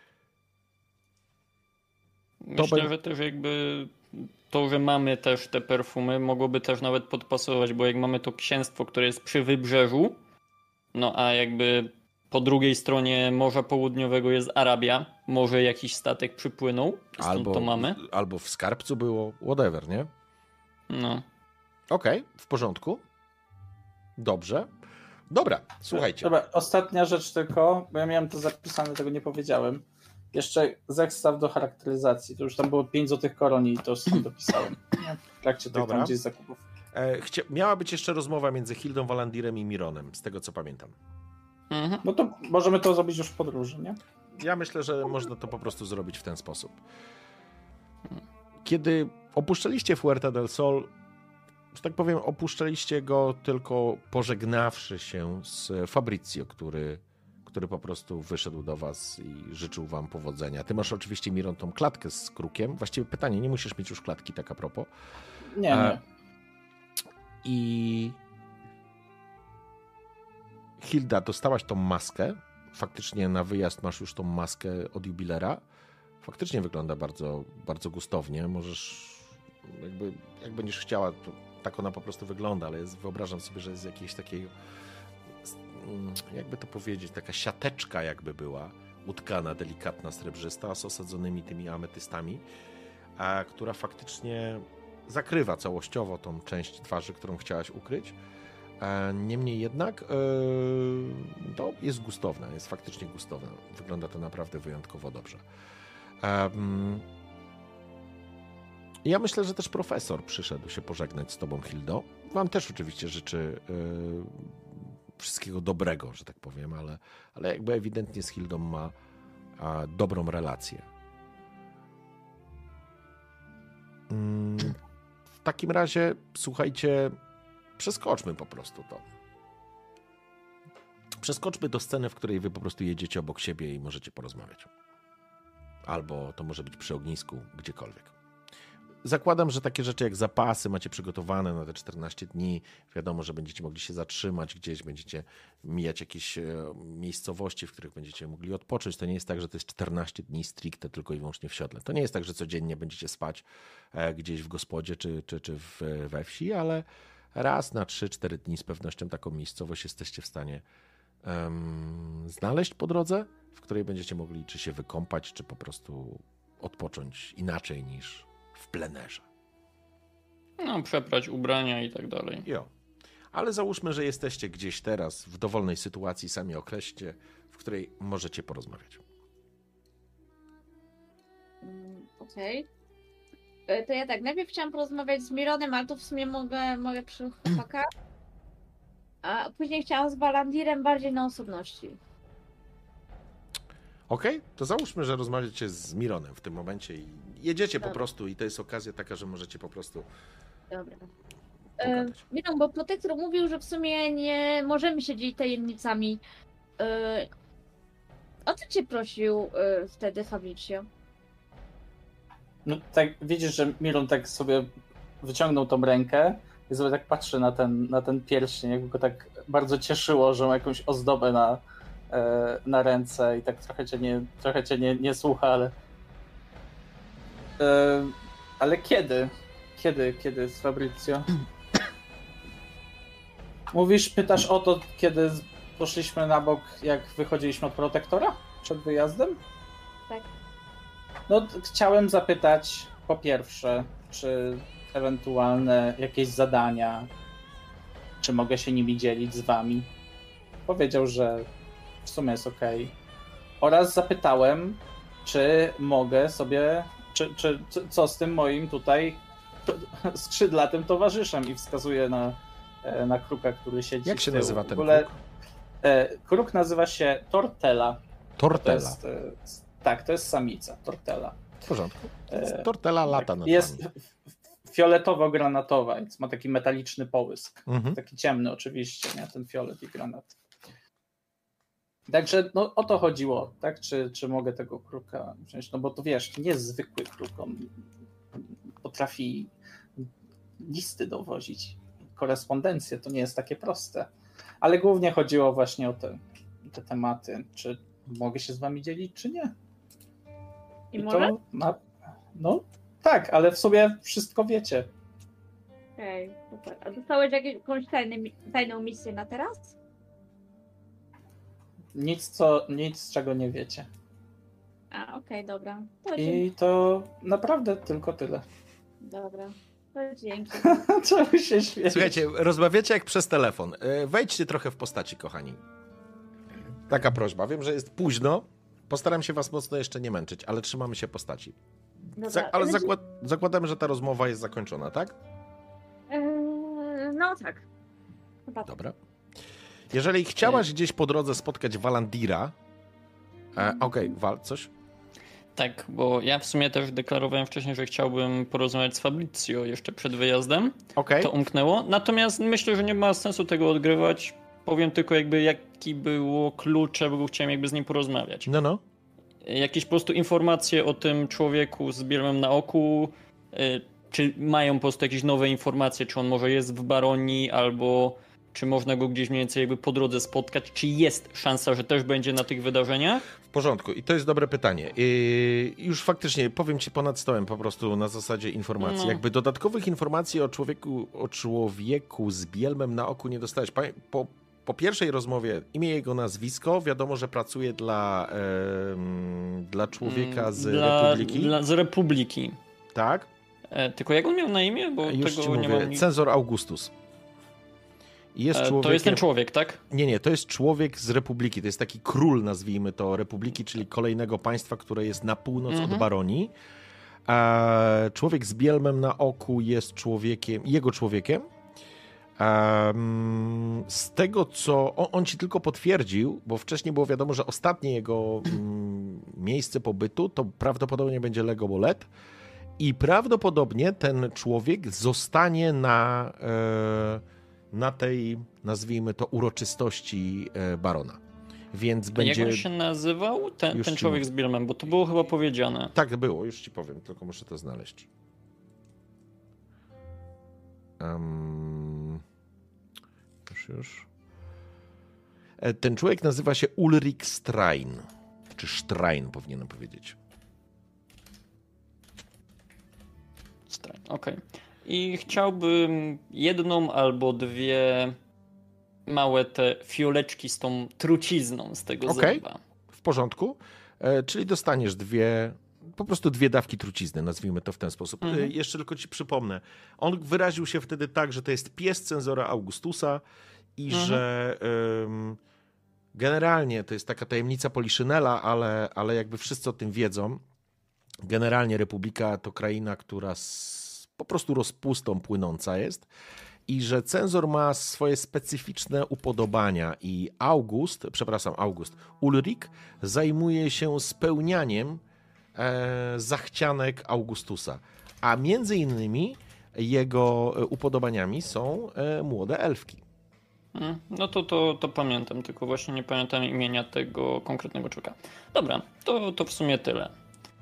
Myślę, że też jakby to, że mamy też te perfumy, mogłoby też nawet podpasować, bo jak mamy to księstwo, które jest przy wybrzeżu, no a jakby po drugiej stronie Morza Południowego jest Arabia, może jakiś statek przypłynął, stąd to mamy. Albo w skarbcu było, whatever, nie? No. Okej, w porządku. Dobrze. Dobra, słuchajcie. Dobra, ostatnia rzecz tylko, bo ja miałem to zapisane, tego nie powiedziałem. Jeszcze zestaw do charakteryzacji. To już tam było 5 złotych koron i to sobie dopisałem. W trakcie tych tam gdzieś zakupów. Miała być jeszcze rozmowa między Hildą, Walandirem i Mironem, z tego co pamiętam. Mhm. No to możemy to zrobić już w podróży, nie? Ja myślę, że można to po prostu zrobić w ten sposób. Kiedy opuszczaliście Fuerta del Sol, że tak powiem, opuszczaliście go tylko pożegnawszy się z Fabrizio, który po prostu wyszedł do was i życzył wam powodzenia. Ty masz oczywiście, Miron, tą klatkę z krukiem. Właściwie pytanie, nie musisz mieć już klatki, tak a propos. Nie. I Hilda, dostałaś tą maskę. Faktycznie na wyjazd masz już tą maskę od jubilera. Faktycznie wygląda bardzo, bardzo gustownie. Możesz, jak będziesz chciała, to tak ona po prostu wygląda, ale wyobrażam sobie, że jest jakiejś takiej, jakby to powiedzieć, taka siateczka jakby była, utkana, delikatna, srebrzysta, z osadzonymi tymi ametystami, która faktycznie zakrywa całościowo tą część twarzy, którą chciałaś ukryć. Niemniej jednak to jest gustowne, jest faktycznie gustowne. Wygląda to naprawdę wyjątkowo dobrze. Ja myślę, że też profesor przyszedł się pożegnać z tobą, Hildo. Wam też oczywiście życzy wszystkiego dobrego, że tak powiem, ale jakby ewidentnie z Hildą ma dobrą relację. W takim razie, słuchajcie, przeskoczmy po prostu to. Przeskoczmy do sceny, w której wy po prostu jedziecie obok siebie i możecie porozmawiać. Albo to może być przy ognisku, gdziekolwiek. zakładam, że takie rzeczy jak zapasy macie przygotowane na te 14 dni. Wiadomo, że będziecie mogli się zatrzymać gdzieś, będziecie mijać jakieś miejscowości, w których będziecie mogli odpocząć. To nie jest tak, że to jest 14 dni stricte tylko i wyłącznie w siodle. To nie jest tak, że codziennie będziecie spać gdzieś w gospodzie czy we wsi, ale raz na 3-4 dni z pewnością taką miejscowość jesteście w stanie znaleźć po drodze, w której będziecie mogli czy się wykąpać, czy po prostu odpocząć inaczej niż w plenerze. No, przeprać ubrania i tak dalej. Jo. Ale załóżmy, że jesteście gdzieś teraz w dowolnej sytuacji, sami określcie, w której możecie porozmawiać. Okej. To ja tak, najpierw chciałam porozmawiać z Mironem, ale tu w sumie mogę przy chłopaka. A później chciałam z Walandirem bardziej na osobności. Okej? To załóżmy, że rozmawiacie z Mironem w tym momencie i jedziecie po Dobra. prostu i to jest okazja taka, że możecie po prostu Dobra. pogadać. Miron, bo Protektor mówił, że w sumie nie możemy się dzielić tajemnicami. O co cię prosił wtedy Fabricio? No tak, widzisz, że Miron tak sobie wyciągnął tą rękę i sobie tak patrzy na ten pierścień, jakby go tak bardzo cieszyło, że ma jakąś ozdobę na ręce i tak trochę cię nie słucha, ale kiedy? Kiedy z Fabrizio? Pytasz o to, kiedy poszliśmy na bok, jak wychodziliśmy od Protektora przed wyjazdem? Tak. No, chciałem zapytać po pierwsze, czy ewentualne jakieś zadania, czy mogę się nimi dzielić z wami? Powiedział, że w sumie jest okej. Oraz zapytałem, czy mogę sobie, co z tym moim tutaj skrzydlatym towarzyszem i wskazuje na kruka, który siedzi. Jak się nazywa ten kruk? kruk? Kruk nazywa się Tortella. Tortella. To jest samica, Tortella. W porządku. Tortella lata nad Jest wami. fioletowo-granatowa, więc ma taki metaliczny połysk. Mhm. Taki ciemny oczywiście, nie? Ten fiolet i granat. Także no, o to chodziło, tak? Czy mogę tego kruka wziąć? No bo to wiesz, to nie jest zwykły kruk, on potrafi listy dowozić, korespondencję, to nie jest takie proste. Ale głównie chodziło właśnie o te tematy, czy mogę się z wami dzielić, czy nie. I może? No tak, ale w sumie wszystko wiecie. Okej, super. A dostałeś jakąś tajną misję na teraz? Nic, czego nie wiecie. A, okej, dobra. To I to naprawdę tylko tyle. Dobra. To dzięki. Czemu się śmiejesz? Słuchajcie, rozmawiacie jak przez telefon. Wejdźcie trochę w postaci, kochani. Taka prośba. Wiem, że jest późno. Postaram się was mocno jeszcze nie męczyć, ale trzymamy się postaci. Dobra. Ale zakładamy, że ta rozmowa jest zakończona, tak? No tak. Chyba tak. Dobra. Jeżeli chciałaś gdzieś po drodze spotkać Walandira... Okej, Wal, coś? Tak, bo ja w sumie też deklarowałem wcześniej, że chciałbym porozmawiać z Fabrizio jeszcze przed wyjazdem. Okej. To umknęło. Natomiast myślę, że nie ma sensu tego odgrywać. Powiem tylko jakby jaki było klucze, bo chciałem jakby z nim porozmawiać. No. Jakieś po prostu informacje o tym człowieku z bielmem na oku, czy mają po prostu jakieś nowe informacje, czy on może jest w Baronii, albo czy można go gdzieś mniej więcej jakby po drodze spotkać, czy jest szansa, że też będzie na tych wydarzeniach? W porządku. I to jest dobre pytanie. Już faktycznie powiem ci ponad stołem po prostu na zasadzie informacji. No. Jakby dodatkowych informacji o człowieku z bielmem na oku nie dostałeś. Po pierwszej rozmowie imię, jego nazwisko, wiadomo, że pracuje dla człowieka z Republiki. Z Republiki. Tak? Tylko jak on miał na imię? Bo Już tego ci nie mówię. mam. Cenzor Augustus. To jest ten człowiek, tak? Nie, to jest człowiek z Republiki. To jest taki król, nazwijmy to, Republiki, czyli kolejnego państwa, które jest na północ od Baronii. Człowiek z bielmem na oku jest jego człowiekiem. Z tego, co on ci tylko potwierdził, bo wcześniej było wiadomo, że ostatnie jego miejsce pobytu to prawdopodobnie będzie Legobolet i prawdopodobnie ten człowiek zostanie na tej, nazwijmy to, uroczystości barona. Więc będzie... Jak on się nazywał, ten człowiek z bielmem? Bo to było chyba powiedziane. Tak było, już ci powiem, tylko muszę to znaleźć. Już. Ten człowiek nazywa się Ulrik Strain. Czy Strain powinienem powiedzieć. Strain, okej. I chciałbym jedną albo dwie małe te fioleczki z tą trucizną z tego zęba. W porządku. Czyli dostaniesz po prostu dwie dawki trucizny, nazwijmy to w ten sposób. Jeszcze tylko ci przypomnę. On wyraził się wtedy tak, że to jest pies cenzora Augustusa i że generalnie to jest taka tajemnica Poliszynela, ale jakby wszyscy o tym wiedzą. Generalnie Republika to kraina, która po prostu rozpustą płynąca jest i że cenzor ma swoje specyficzne upodobania i Ulrik zajmuje się spełnianiem zachcianek Augustusa, a między innymi jego upodobaniami są młode elfki. No to pamiętam, tylko właśnie nie pamiętam imienia tego konkretnego człowieka. Dobra, to w sumie tyle.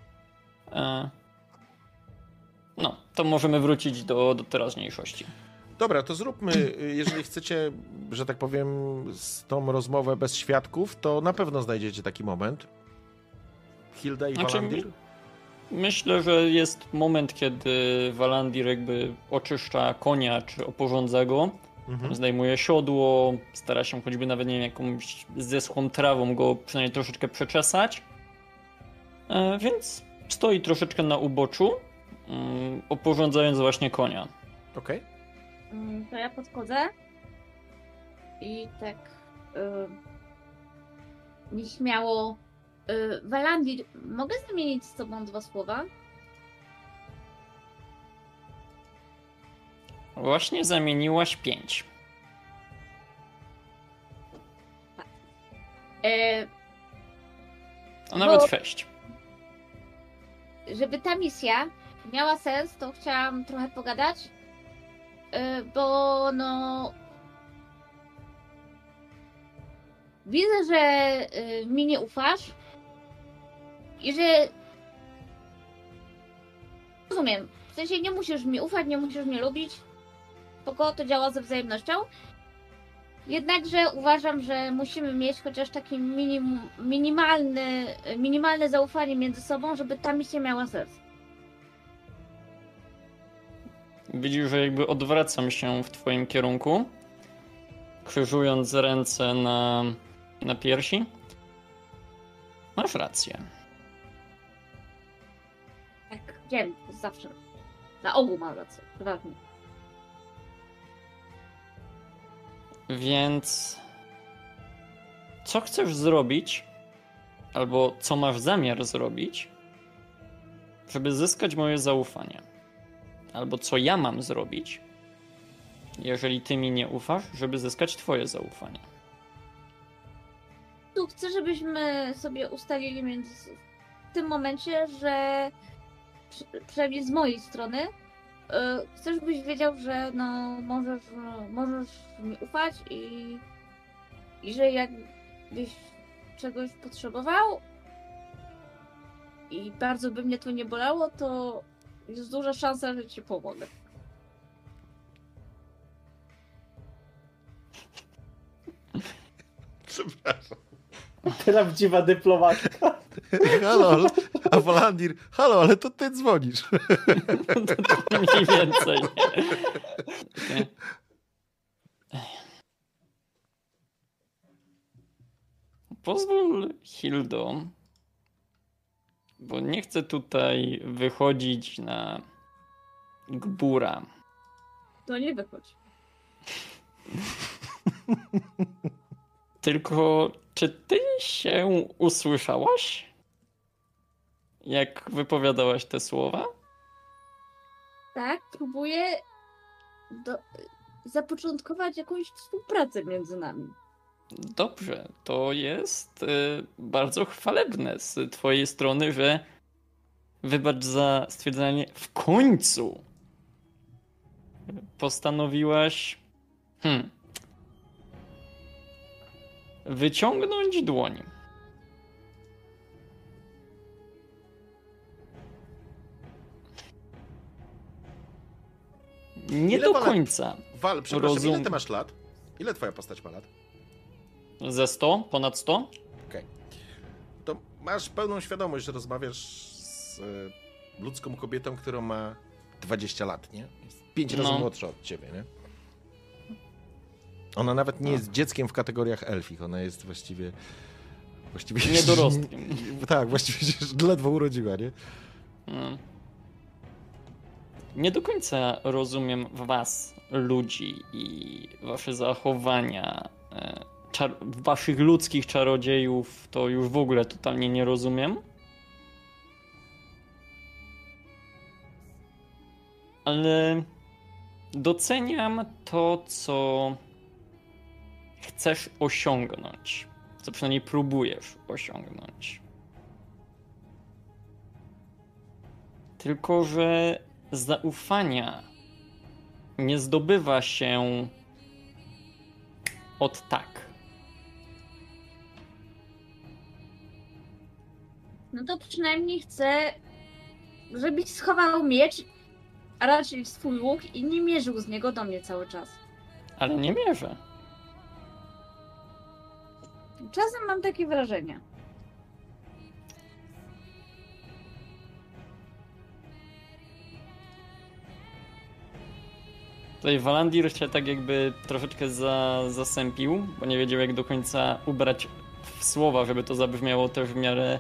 No, to możemy wrócić do teraźniejszości. Dobra, to zróbmy, jeżeli chcecie, że tak powiem, tą rozmowę bez świadków, to na pewno znajdziecie taki moment. Hilda i Walandir? Myślę, że jest moment, kiedy Walandir jakby oczyszcza konia, czy oporządza go, zdejmuje siodło, stara się choćby nawet, nie wiem, jakąś zeschłą trawą go przynajmniej troszeczkę przeczesać, więc stoi troszeczkę na uboczu, oporządzając właśnie konia. Okej. To ja podchodzę i tak nieśmiało. Walandir, mogę zamienić z tobą 2 słowa? Właśnie zamieniłaś 5. A nawet 6. Żeby ta misja miała sens, to chciałam trochę pogadać, bo no... Widzę, że mi nie ufasz i że... Rozumiem, w sensie nie musisz mi ufać, nie musisz mnie lubić, spoko, to działa ze wzajemnością. Jednakże uważam, że musimy mieć chociaż takie minimalne zaufanie między sobą, żeby ta misja miała sens. Widzisz, że jakby odwracam się w twoim kierunku, krzyżując ręce na piersi. Masz rację. Tak, wiem, zawsze. Na ogół mam rację, prywatnie. Więc co chcesz zrobić, albo co masz zamiar zrobić, żeby zyskać moje zaufanie? Albo co ja mam zrobić, jeżeli ty mi nie ufasz, żeby zyskać twoje zaufanie? Tu chcę, żebyśmy sobie ustalili w tym momencie, że przynajmniej z mojej strony chcę, żebyś wiedział, że no możesz mi ufać i że jakbyś czegoś potrzebował i bardzo by mnie to nie bolało, to jest duża szansa, że ci pomogę. Przepraszam. Prawdziwa dyplomatka. Halo, a Walandir, halo, ale to ty dzwonisz. To mniej więcej. Nie? Pozwól, Hildo, bo nie chcę tutaj wychodzić na gbura. To nie wychodź. Tylko, czy ty się usłyszałaś? Jak wypowiadałaś te słowa? Tak, próbuję zapoczątkować jakąś współpracę między nami. Dobrze, to jest bardzo chwalebne z twojej strony, że wybacz za stwierdzenie w końcu postanowiłaś wyciągnąć dłoń. Nie do końca. Przepraszam, ile ty masz lat? Ile twoja postać ma lat? Ze 100? Ponad 100? Okej. To masz pełną świadomość, że rozmawiasz z ludzką kobietą, która ma 20 lat, nie? Jest 5 razy młodsza od ciebie, nie? Ona nawet nie jest dzieckiem w kategoriach elfich, ona jest właściwie niedorostkiem. Tak, właściwie się ledwo urodziła, nie? Nie do końca rozumiem was, ludzi, i wasze zachowania. Waszych ludzkich czarodziejów to już w ogóle totalnie nie rozumiem. Ale doceniam to, co chcesz osiągnąć. Co przynajmniej próbujesz osiągnąć. Tylko że zaufania nie zdobywa się od tak. No to przynajmniej chcę, żebyś schował miecz, a raczej swój łuk i nie mierzył z niego do mnie cały czas. Ale nie mierzę. Czasem mam takie wrażenie. Tutaj Walandir się tak jakby troszeczkę zasępił, bo nie wiedział, jak do końca ubrać w słowa, żeby to zabrzmiało też w miarę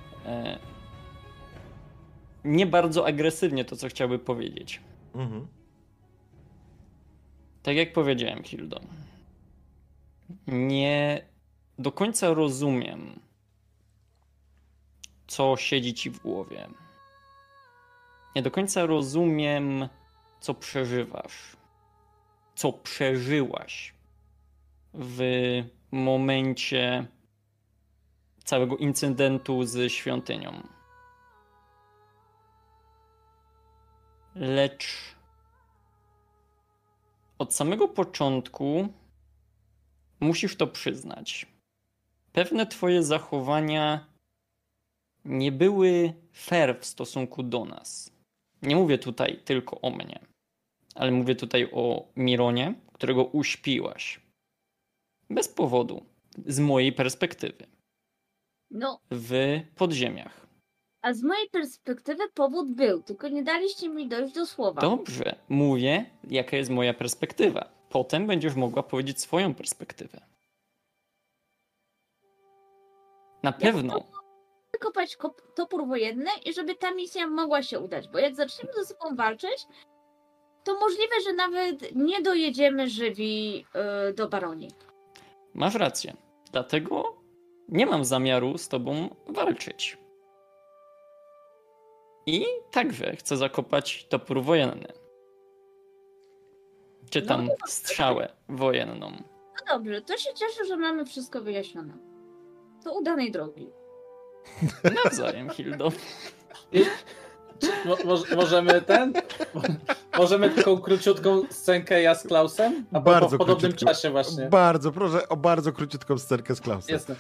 nie bardzo agresywnie to, co chciałby powiedzieć. Mhm. Tak jak powiedziałem, Hildo, nie do końca rozumiem, co siedzi ci w głowie. Nie do końca rozumiem, co przeżywasz, co przeżyłaś w momencie całego incydentu z świątynią. Lecz od samego początku musisz to przyznać. Pewne twoje zachowania nie były fair w stosunku do nas. Nie mówię tutaj tylko o mnie, ale mówię tutaj o Mironie, którego uśpiłaś. Bez powodu, z mojej perspektywy. No, W podziemiach. a z mojej perspektywy powód był, tylko nie daliście mi dojść do słowa. Dobrze, mówię, jaka jest moja perspektywa. Potem będziesz mogła powiedzieć swoją perspektywę. Na pewno. Wykopać topór wojenny i żeby ta misja mogła się udać, bo jak zaczniemy ze sobą walczyć, to możliwe, że nawet nie dojedziemy żywi do Baronii. Masz rację. Dlatego nie mam zamiaru z tobą walczyć. I także chcę zakopać topór wojenny. Czy tam strzałę wojenną. No dobrze, to się cieszę, że mamy wszystko wyjaśnione. To udanej drogi. Nawzajem, Hildo. Możemy Możemy taką króciutką scenkę ja z Klausem? A po podobnym czasie właśnie. Bardzo, proszę o bardzo króciutką scenkę z Klausem. Jasne.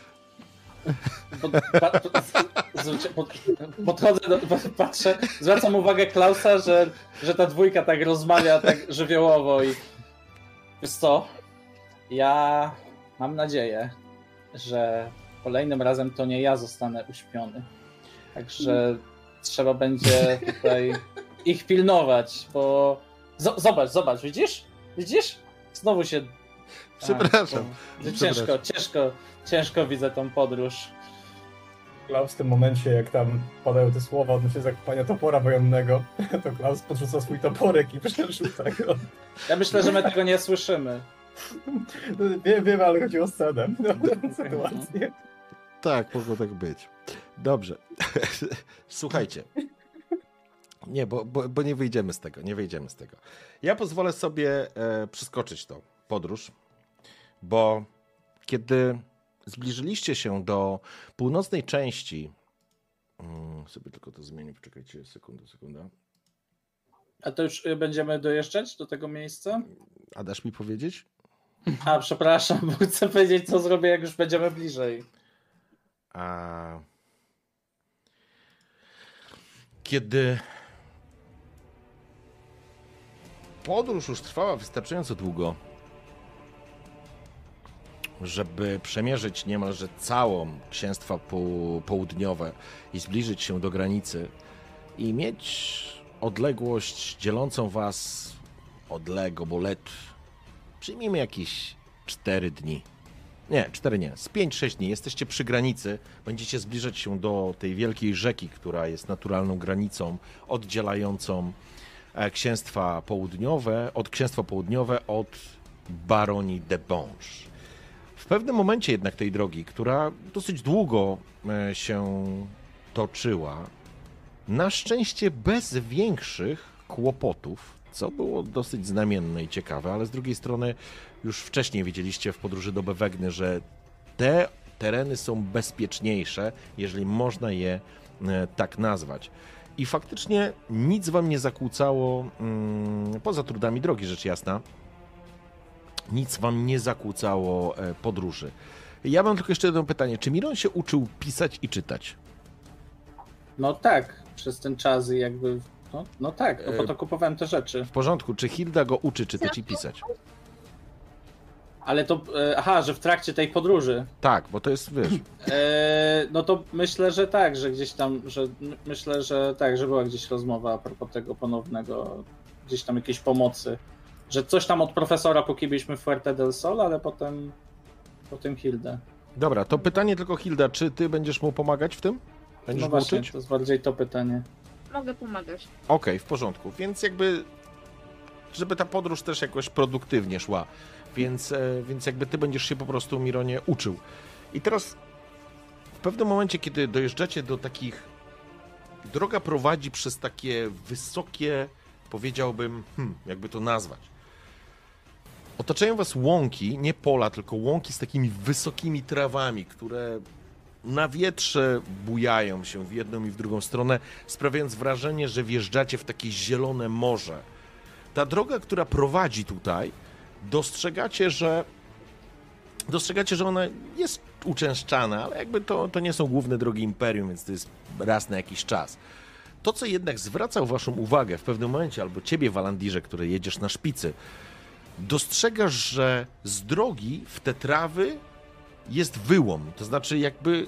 Podchodzę, patrzę, zwracam uwagę Klausa, że ta dwójka tak rozmawia tak żywiołowo i wiesz co, ja mam nadzieję, że kolejnym razem to nie ja zostanę uśpiony. Także trzeba będzie tutaj ich pilnować, bo zobacz, widzisz? Znowu się... Przepraszam. Ciężko widzę tą podróż. Klaus w tym momencie, jak tam padają te słowa odnośnie zakopania topora wojennego, to Klaus podrzuca swój toporek i przerzuca go. Ja myślę, że my tego nie słyszymy. Wiem, ale chodzi o scenę, sytuację. Tak, mogło tak być. Dobrze. Słuchajcie. Nie, bo nie wyjdziemy z tego. Ja pozwolę sobie przeskoczyć tą podróż, bo kiedy zbliżyliście się do północnej części, sobie tylko to zmienię, poczekajcie, sekunda. A to już będziemy dojeżdżać do tego miejsca? A dasz mi powiedzieć? A, przepraszam, bo chcę powiedzieć, co zrobię, jak już będziemy bliżej. podróż już trwała wystarczająco długo, żeby przemierzyć niemalże całą księstwa południowe i zbliżyć się do granicy i mieć odległość dzielącą was bo przyjmijmy jakieś 4 dni. Nie, 4 nie, z 5-6 dni. Jesteście przy granicy, będziecie zbliżać się do tej wielkiej rzeki, która jest naturalną granicą oddzielającą księstwa południowe od baronii de Bonge. W pewnym momencie jednak tej drogi, która dosyć długo się toczyła, na szczęście bez większych kłopotów, co było dosyć znamienne i ciekawe, ale z drugiej strony już wcześniej wiedzieliście w podróży do Bewegny, że te tereny są bezpieczniejsze, jeżeli można je tak nazwać. I faktycznie nic wam nie zakłócało, poza trudami drogi, rzecz jasna, nic wam nie zakłócało podróży. Ja mam tylko jeszcze jedno pytanie. Czy Miron się uczył pisać i czytać? No tak, przez ten czas jakby... No tak, no po to kupowałem te rzeczy. W porządku. Czy Hilda go uczy czytać i pisać? Ale to... Aha, że w trakcie tej podróży. Tak, bo to jest, wiesz... No to myślę, że tak, że gdzieś tam... Myślę, że tak, że była gdzieś rozmowa a propos tego ponownego... Gdzieś tam jakiejś pomocy. Że coś tam od profesora, póki byliśmy w Fuerte del Sol, ale potem Hilda. Dobra, to pytanie tylko Hilda, czy ty będziesz mu pomagać w tym? Będziesz No mu właśnie, uczyć? to jest bardziej to pytanie. Mogę pomagać. Okej, w porządku. Więc jakby, żeby ta podróż też jakoś produktywnie szła. Więc jakby ty będziesz się po prostu, Mironie, uczył. I teraz w pewnym momencie, kiedy dojeżdżacie do takich... Droga prowadzi przez takie wysokie, powiedziałbym, jakby to nazwać. Otaczają was łąki, nie pola, tylko łąki z takimi wysokimi trawami, które na wietrze bujają się w jedną i w drugą stronę, sprawiając wrażenie, że wjeżdżacie w takie zielone morze. Ta droga, która prowadzi tutaj, dostrzegacie, że ona jest uczęszczana, ale jakby to nie są główne drogi Imperium, więc to jest raz na jakiś czas. To, co jednak zwracał waszą uwagę w pewnym momencie, albo ciebie, Walandirze, który jedziesz na szpicy, dostrzegasz, że z drogi w te trawy jest wyłom. To znaczy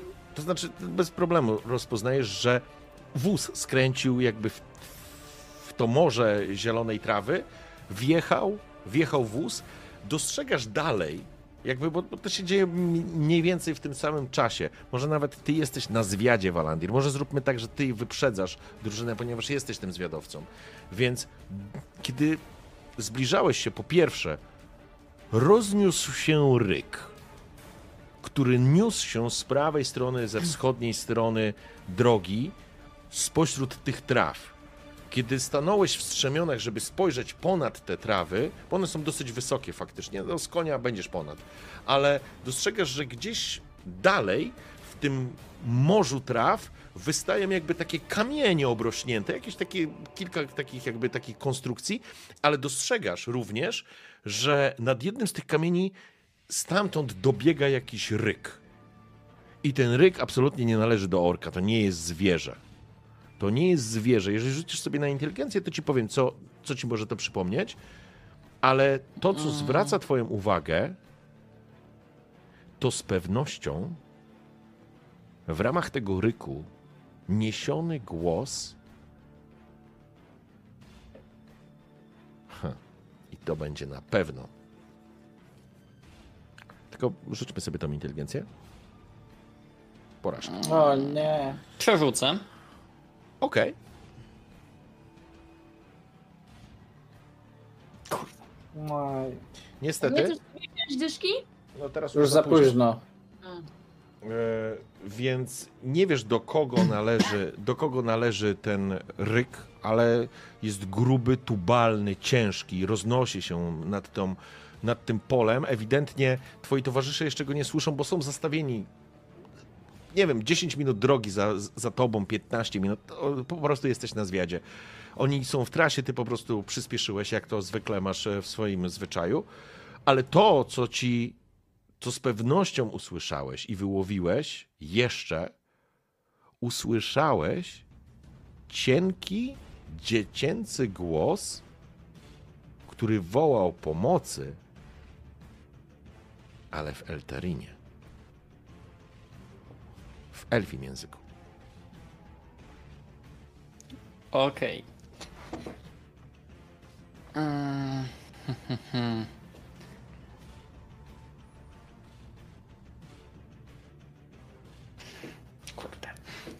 bez problemu rozpoznajesz, że wóz skręcił jakby w to morze zielonej trawy, wjechał wóz, dostrzegasz dalej, jakby, bo to się dzieje mniej więcej w tym samym czasie. Może nawet ty jesteś na zwiadzie, Walandir. Może zróbmy tak, że ty wyprzedzasz drużynę, ponieważ jesteś tym zwiadowcą. Więc kiedy zbliżałeś się, po pierwsze, rozniósł się ryk, który niósł się z prawej strony, ze wschodniej strony drogi, spośród tych traw. Kiedy stanąłeś w strzemionach, żeby spojrzeć ponad te trawy, bo one są dosyć wysokie faktycznie, no z konia będziesz ponad, ale dostrzegasz, że gdzieś dalej w tym morzu traw wystają jakby takie kamienie obrośnięte, jakieś takie kilka takich konstrukcji, ale dostrzegasz również, że nad jednym z tych kamieni stamtąd dobiega jakiś ryk. I ten ryk absolutnie nie należy do orka, to nie jest zwierzę. To nie jest zwierzę. Jeżeli rzucisz sobie na inteligencję, to ci powiem, co ci może to przypomnieć, ale to, co zwraca twoją uwagę, to z pewnością w ramach tego ryku niesiony głos i to będzie na pewno. Tylko rzućmy sobie tą inteligencję. Porażka. O nie. Przerzucę. Okej. Oj. Niestety. Nie chcesz wziąć dyszki? No teraz Już za późno. Więc nie wiesz, do kogo należy ten ryk, ale jest gruby, tubalny, ciężki, roznosi się nad tym polem. Ewidentnie twoi towarzysze jeszcze go nie słyszą, bo są zastawieni, nie wiem, 10 minut drogi za tobą, 15 minut, po prostu jesteś na zwiadzie. Oni są w trasie, ty po prostu przyspieszyłeś, jak to zwykle masz w swoim zwyczaju, ale to, co z pewnością usłyszałeś i wyłowiłeś jeszcze, usłyszałeś cienki, dziecięcy głos, który wołał pomocy, ale w Elterinie. W elfim języku. Okej. Kurde.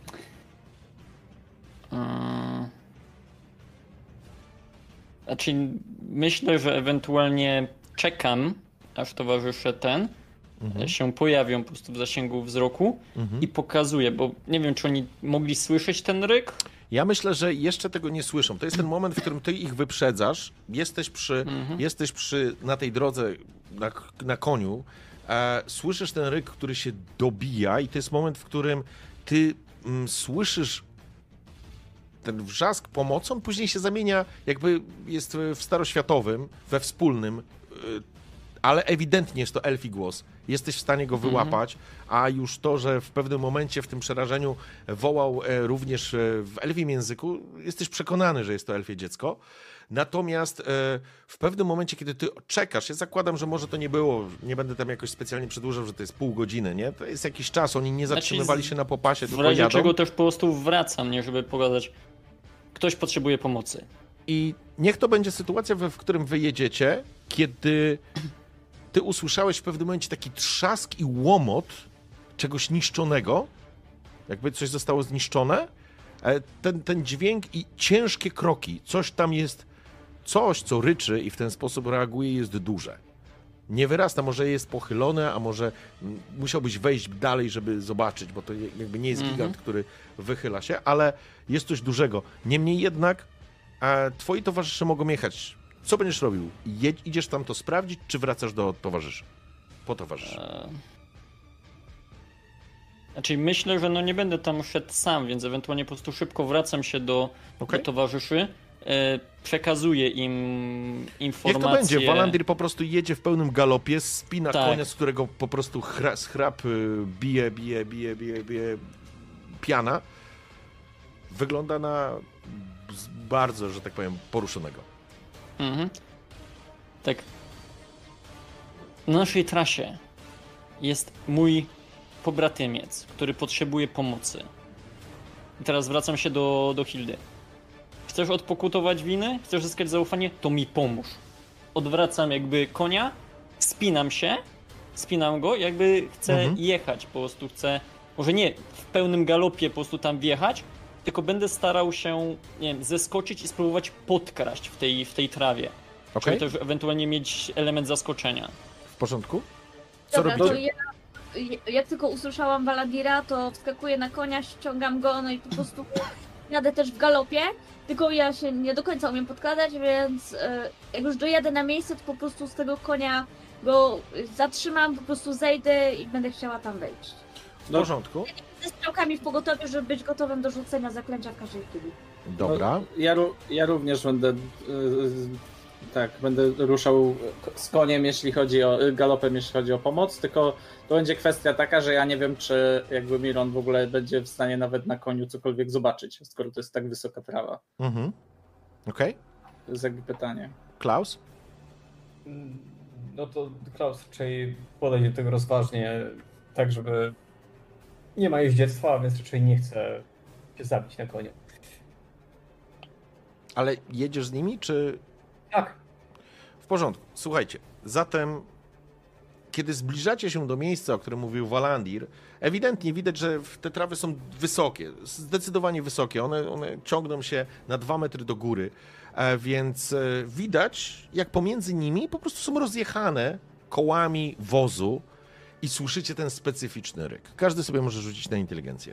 Znaczy, myślę, że ewentualnie czekam, aż towarzysze się pojawią po prostu w zasięgu wzroku i pokazuję, bo nie wiem, czy oni mogli słyszeć ten ryk? Ja myślę, że jeszcze tego nie słyszą. To jest ten moment, w którym ty ich wyprzedzasz, jesteś na tej drodze, na koniu, słyszysz ten ryk, który się dobija i to jest moment, w którym ty słyszysz ten wrzask pomocą, później się zamienia, jakby jest w staroświatowym, we wspólnym, ale ewidentnie jest to elfi głos. Jesteś w stanie go wyłapać, a już to, że w pewnym momencie w tym przerażeniu wołał również w elfim języku, jesteś przekonany, że jest to elfie dziecko. Natomiast w pewnym momencie, kiedy ty czekasz, ja zakładam, że może to nie było, nie będę tam jakoś specjalnie przedłużał, że to jest pół godziny, nie? To jest jakiś czas, oni nie zatrzymywali się na popasie, tylko jadą. W razie czego też po prostu wracam, nie, żeby pogadać, ktoś potrzebuje pomocy. I niech to będzie sytuacja, w którym wy jedziecie, kiedy ty usłyszałeś w pewnym momencie taki trzask i łomot czegoś niszczonego, jakby coś zostało zniszczone, ten dźwięk i ciężkie kroki, coś tam jest, coś, co ryczy i w ten sposób reaguje, jest duże. Nie wyrasta, może jest pochylone, a może musiałbyś wejść dalej, żeby zobaczyć, bo to jakby nie jest gigant, który wychyla się, ale jest coś dużego. Niemniej jednak twoi towarzysze mogą jechać. Co będziesz robił? Idziesz tam to sprawdzić, czy wracasz do towarzyszy? Po towarzyszy. Znaczy myślę, że nie będę tam szedł sam, więc ewentualnie po prostu szybko wracam się do towarzyszy, przekazuję im informacje. Jak to będzie? Walandir po prostu jedzie w pełnym galopie, spina konia, z którego po prostu schrap bije piana. Wygląda na bardzo, że tak powiem, poruszonego. Tak. Na naszej trasie jest mój pobratymiec, który potrzebuje pomocy. I teraz zwracam się do Hildy. Chcesz odpokutować winy? Chcesz zyskać zaufanie? To mi pomóż. Odwracam jakby konia, spinam go, jakby chcę jechać, po prostu chcę, może nie w pełnym galopie po prostu tam wjechać, tylko będę starał się, nie wiem, zeskoczyć i spróbować podkraść w tej trawie. Żeby też ewentualnie mieć element zaskoczenia. W porządku? Co Dobra, robicie? to jak tylko usłyszałam Walandira, to wskakuję na konia, ściągam go, no i po prostu jadę też w galopie, tylko ja się nie do końca umiem podkładać, więc jak już dojadę na miejsce, to po prostu z tego konia go zatrzymam, po prostu zejdę i będę chciała tam wejść. W porządku. Ze strzałkami w pogotowiu, żeby być gotowym do rzucenia zaklęcia w każdej chwili. Dobra. No, ja również będę będę ruszał z koniem, jeśli chodzi o galopem, jeśli chodzi o pomoc, tylko to będzie kwestia taka, że ja nie wiem, czy jakby Miron w ogóle będzie w stanie nawet na koniu cokolwiek zobaczyć, skoro to jest tak wysoka trawa. Okej. To jest jakby pytanie. Klaus? No to Klaus raczej podejdzie do tego rozważnie, tak żeby nie ma jeździectwa, więc raczej nie chce się zabić na koniu. Ale jedziesz z nimi, czy... Tak. W porządku. Słuchajcie, zatem kiedy zbliżacie się do miejsca, o którym mówił Walandir, ewidentnie widać, że te trawy są wysokie, zdecydowanie wysokie. One ciągną się na 2 metry do góry, więc widać, jak pomiędzy nimi po prostu są rozjechane kołami wozu i słyszycie ten specyficzny ryk. Każdy sobie może rzucić na inteligencję.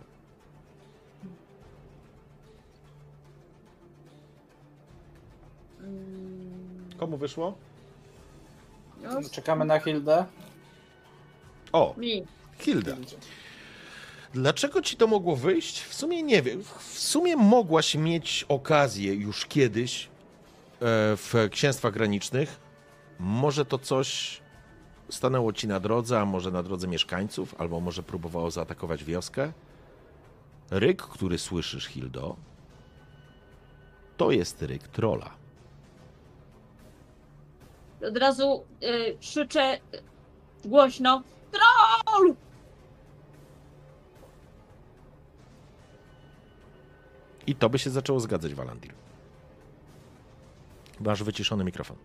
Komu wyszło? Czekamy na Hildę. O, Mi. Hilda. Dlaczego ci to mogło wyjść? W sumie nie wiem. W sumie mogłaś mieć okazję już kiedyś w księstwach granicznych. Może to coś stanęło ci na drodze, a może na drodze mieszkańców, albo może próbowało zaatakować wioskę. Ryk, który słyszysz, Hildo, to jest ryk trolla. od razu krzyczę głośno: troll! I to by się zaczęło zgadzać, Walandir. Masz wyciszony mikrofon.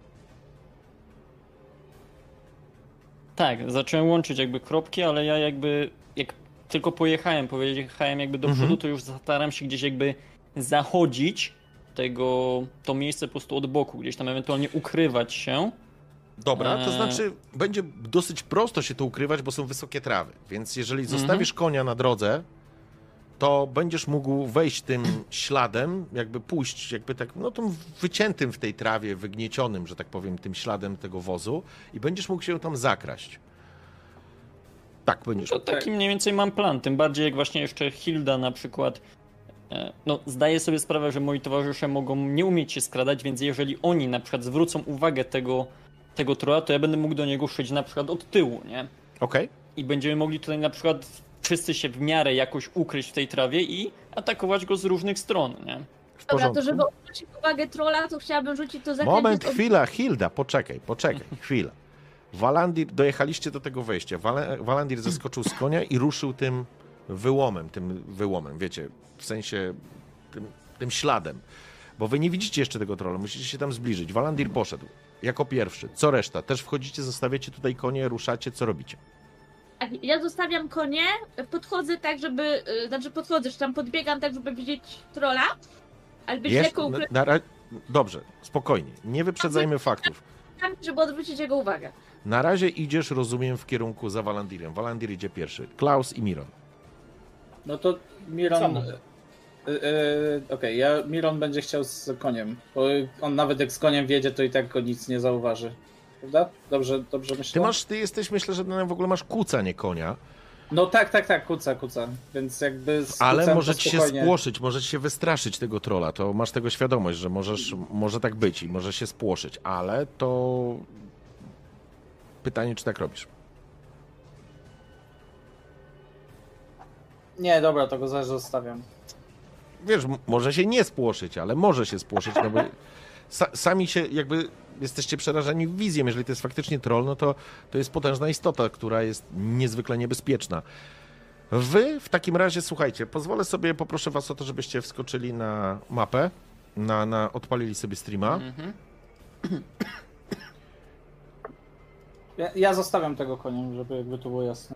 Tak, zacząłem łączyć jakby kropki, ale ja jakby, jak tylko pojechałem jakby do przodu, to już staram się gdzieś jakby zachodzić to miejsce po prostu od boku, gdzieś tam ewentualnie ukrywać się. Dobra, to znaczy będzie dosyć prosto się tu ukrywać, bo są wysokie trawy, więc jeżeli zostawisz konia na drodze, to będziesz mógł wejść tym śladem, jakby pójść, jakby tak, no tym wyciętym w tej trawie, wygniecionym, że tak powiem, tym śladem tego wozu i będziesz mógł się tam zakraść. Tak, będziesz. To taki mniej więcej mam plan, tym bardziej jak właśnie jeszcze Hilda na przykład, no zdaję sobie sprawę, że moi towarzysze mogą nie umieć się skradać, więc jeżeli oni na przykład zwrócą uwagę tego trolla, to ja będę mógł do niego szyć na przykład od tyłu, nie? Okej. I będziemy mogli tutaj na przykład wszyscy się w miarę jakoś ukryć w tej trawie i atakować go z różnych stron, nie? Dobra, to żeby zwrócić uwagę trolla, to chciałabym rzucić to zaklęcie. Moment, chwila, Hilda, poczekaj, chwila. Walandir, dojechaliście do tego wejścia. Walandir zeskoczył z konia i ruszył tym wyłomem, wiecie, w sensie tym śladem. Bo wy nie widzicie jeszcze tego trolla, musicie się tam zbliżyć. Walandir poszedł jako pierwszy. Co reszta? Też wchodzicie, zostawiacie tutaj konie, ruszacie, co robicie? Ja zostawiam konie, podchodzę tak, żeby, czy tam podbiegam tak, żeby widzieć trolla, ale być lekko ukryty. Dobrze, spokojnie, nie wyprzedzajmy faktów. Żeby odwrócić jego uwagę. Na razie idziesz, rozumiem, w kierunku za Walandirem. Walandir idzie pierwszy. Klaus i Miron. No to Miron... Okej, Miron będzie chciał z koniem, bo on nawet jak z koniem wjedzie, to i tak go nic nie zauważy. Prawda? Dobrze myślę? Ty jesteś, myślę, że w ogóle masz kuca, nie konia. No tak, kuca, więc jakby z ale może ci się spłoszyć, może ci się wystraszyć tego trolla, to masz tego świadomość, że może tak być i może się spłoszyć, ale to pytanie, czy tak robisz. Nie, dobra, to go zostawiam. Wiesz, może się nie spłoszyć, ale może się spłoszyć, no bo sami się jakby jesteście przerażeni wizją. Jeżeli to jest faktycznie troll, no to jest potężna istota, która jest niezwykle niebezpieczna. Wy w takim razie, słuchajcie, poproszę was o to, żebyście wskoczyli na mapę, odpalili sobie streama. Ja zostawiam tego konia, żeby jakby to było jasne.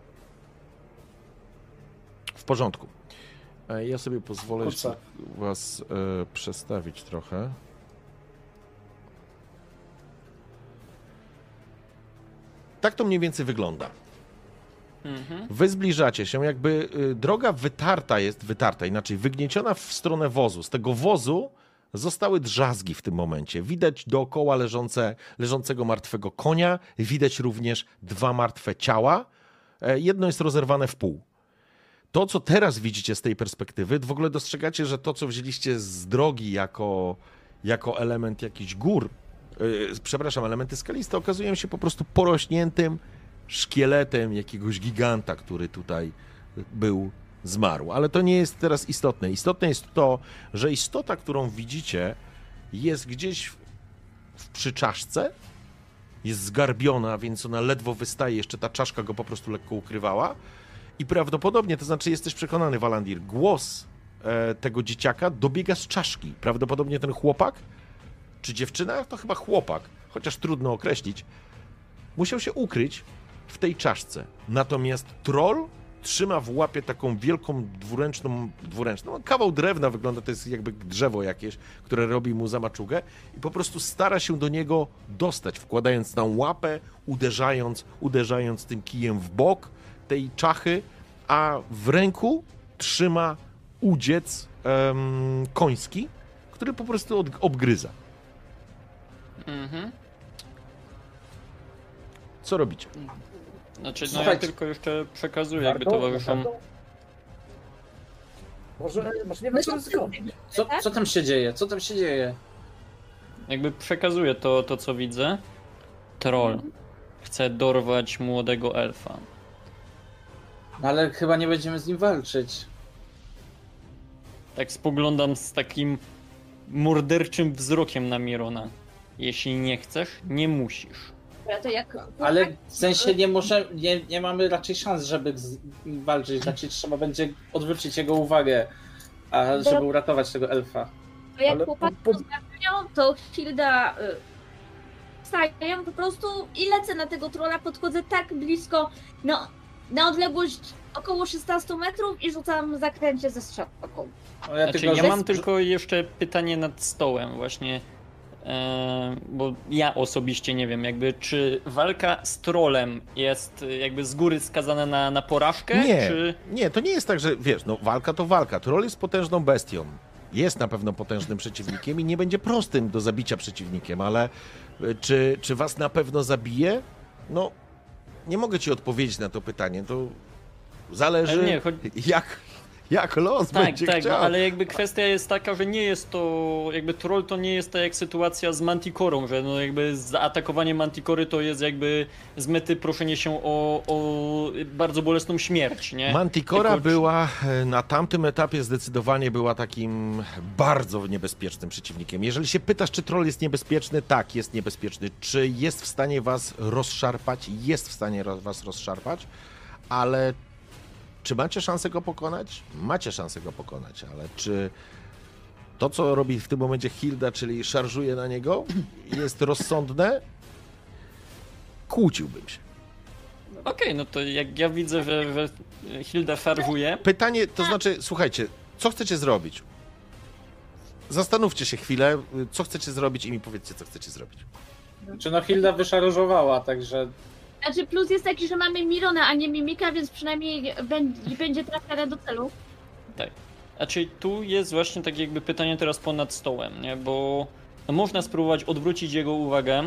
W porządku. Ja sobie pozwolę was przestawić trochę. Tak to mniej więcej wygląda. Wy zbliżacie się, jakby droga wytarta, inaczej wygnieciona w stronę wozu. Z tego wozu zostały drzazgi w tym momencie. Widać dookoła leżącego martwego konia, widać również 2 martwe ciała. Jedno jest rozerwane w pół. To, co teraz widzicie z tej perspektywy, w ogóle dostrzegacie, że to, co wzięliście z drogi jako element jakichś gór, elementy skaliste, okazują się po prostu porośniętym szkieletem jakiegoś giganta, który tutaj zmarł. Ale to nie jest teraz istotne. Istotne jest to, że istota, którą widzicie, jest gdzieś przy czaszce, jest zgarbiona, więc ona ledwo wystaje, jeszcze ta czaszka go po prostu lekko ukrywała i prawdopodobnie, to znaczy jesteś przekonany, Walandir, głos tego dzieciaka dobiega z czaszki. Prawdopodobnie ten chłopak, czy dziewczyna, to chyba chłopak, chociaż trudno określić, musiał się ukryć w tej czaszce. Natomiast troll trzyma w łapie taką wielką dwuręczną, kawał drewna wygląda, to jest jakby drzewo jakieś, które robi mu zamaczugę i po prostu stara się do niego dostać, wkładając na łapę, uderzając tym kijem w bok tej czachy, a w ręku trzyma udziec koński, który po prostu obgryza. Co robicie? Znaczy, ja tylko jeszcze przekazuję jakby towarzyszom. Może nie wiem, co tam się dzieje? Co tam się dzieje? Jakby przekazuję to co widzę. Troll chce dorwać młodego elfa. No ale chyba nie będziemy z nim walczyć. Tak spoglądam z takim morderczym wzrokiem na Mirona. Jeśli nie chcesz, nie musisz. To jak... Ale w sensie nie mamy raczej szans, żeby walczyć, znaczy trzeba będzie odwrócić jego uwagę, żeby uratować tego elfa. To jak chłopaki rozmawiają, to Hilda wstaję po prostu i lecę na tego trolla, podchodzę tak blisko, no, na odległość około 16 metrów i rzucam zakręcie ze strzałką. Ja mam tylko jeszcze pytanie nad stołem właśnie, bo ja osobiście nie wiem, jakby czy walka z trollem jest jakby z góry skazana na porażkę? Nie, to nie jest tak, że wiesz, no walka to walka. Troll jest potężną bestią. Jest na pewno potężnym przeciwnikiem i nie będzie prostym do zabicia przeciwnikiem, ale czy was na pewno zabije? No, nie mogę ci odpowiedzieć na to pytanie. To zależy, jak los będzie chciał. No, ale jakby kwestia jest taka, że nie jest to, jakby troll to nie jest tak jak sytuacja z Manticorą, że no jakby zaatakowanie Manticory to jest jakby z mety proszenie się o bardzo bolesną śmierć, nie? Manticora była na tamtym etapie zdecydowanie była takim bardzo niebezpiecznym przeciwnikiem. Jeżeli się pytasz, czy troll jest niebezpieczny, tak, jest niebezpieczny. Czy jest w stanie was rozszarpać? Jest w stanie was rozszarpać, ale czy macie szansę go pokonać? Macie szansę go pokonać, ale czy to, co robi w tym momencie Hilda, czyli szarżuje na niego, jest rozsądne? Kłóciłbym się. Okej, no to jak ja widzę, że Hilda szarżuje... Pytanie, to znaczy, słuchajcie, co chcecie zrobić? Zastanówcie się chwilę, co chcecie zrobić i mi powiedzcie, co chcecie zrobić. Czy no Hilda wyszarżowała, także... Znaczy plus jest taki, że mamy Mirona, a nie Mimika, więc przynajmniej będzie trafione do celu. Tak. Znaczy tu jest właśnie takie jakby pytanie teraz ponad stołem, nie? Bo no, można spróbować odwrócić jego uwagę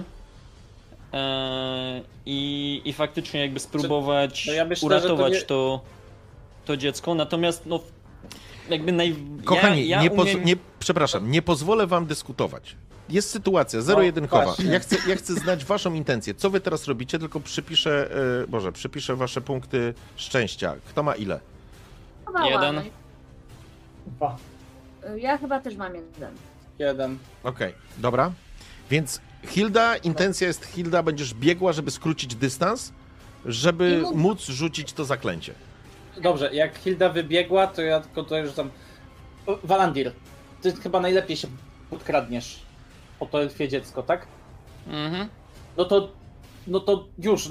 i faktycznie jakby spróbować uratować to dziecko, natomiast no jakby Kochani, przepraszam, nie pozwolę wam dyskutować. Jest sytuacja zero-jedynkowa. Ja chcę znać waszą intencję. Co wy teraz robicie? Tylko przypiszę wasze punkty szczęścia. Kto ma ile? 1. 2. Ja chyba też mam 1. 1. Okej, dobra. Więc Hilda, będziesz biegła, żeby skrócić dystans, żeby móc rzucić to zaklęcie. Dobrze, jak Hilda wybiegła, to ja tylko tutaj rzucam... Walandir, ty chyba najlepiej się podkradniesz po to elfie dziecko, tak? Mhm. No to już,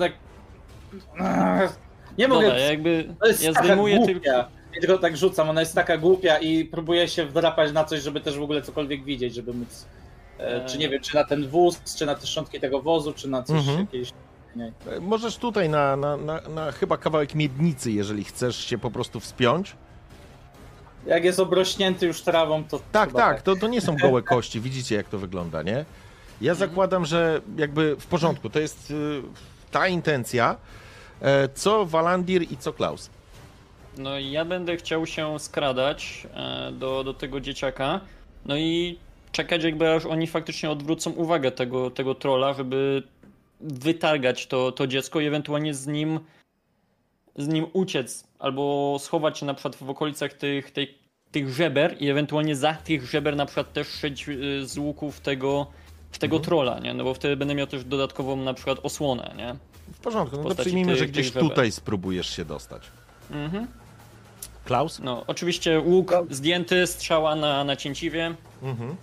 nie mogę... Dobra, jakby ja zdejmuję tylko... Ja tylko tak rzucam, ona jest taka głupia i próbuję się wdrapać na coś, żeby też w ogóle cokolwiek widzieć, żeby móc... Czy nie wiem, czy na ten wóz, czy na te szczątki tego wozu, czy na coś jakieś... Nie. Możesz tutaj na chyba kawałek miednicy, jeżeli chcesz się po prostu wspiąć. Jak jest obrośnięty już trawą, to... Tak, to nie są gołe kości, widzicie jak to wygląda, nie? Ja zakładam, że jakby w porządku, to jest ta intencja, co Walandir i co Klaus. No ja będę chciał się skradać do tego dzieciaka, no i czekać jakby aż oni faktycznie odwrócą uwagę tego trolla, żeby wytargać to dziecko i ewentualnie z nim uciec, albo schować się na przykład w okolicach tych żeber i ewentualnie za tych żeber na przykład też strzelić z łuku w tego trolla, nie? No bo wtedy będę miał też dodatkową na przykład osłonę, nie? W porządku, no to przyjmijmy, że gdzieś tutaj spróbujesz się dostać. Mhm. Klaus? No, oczywiście łuk zdjęty, strzała na cięciwie. Mhm.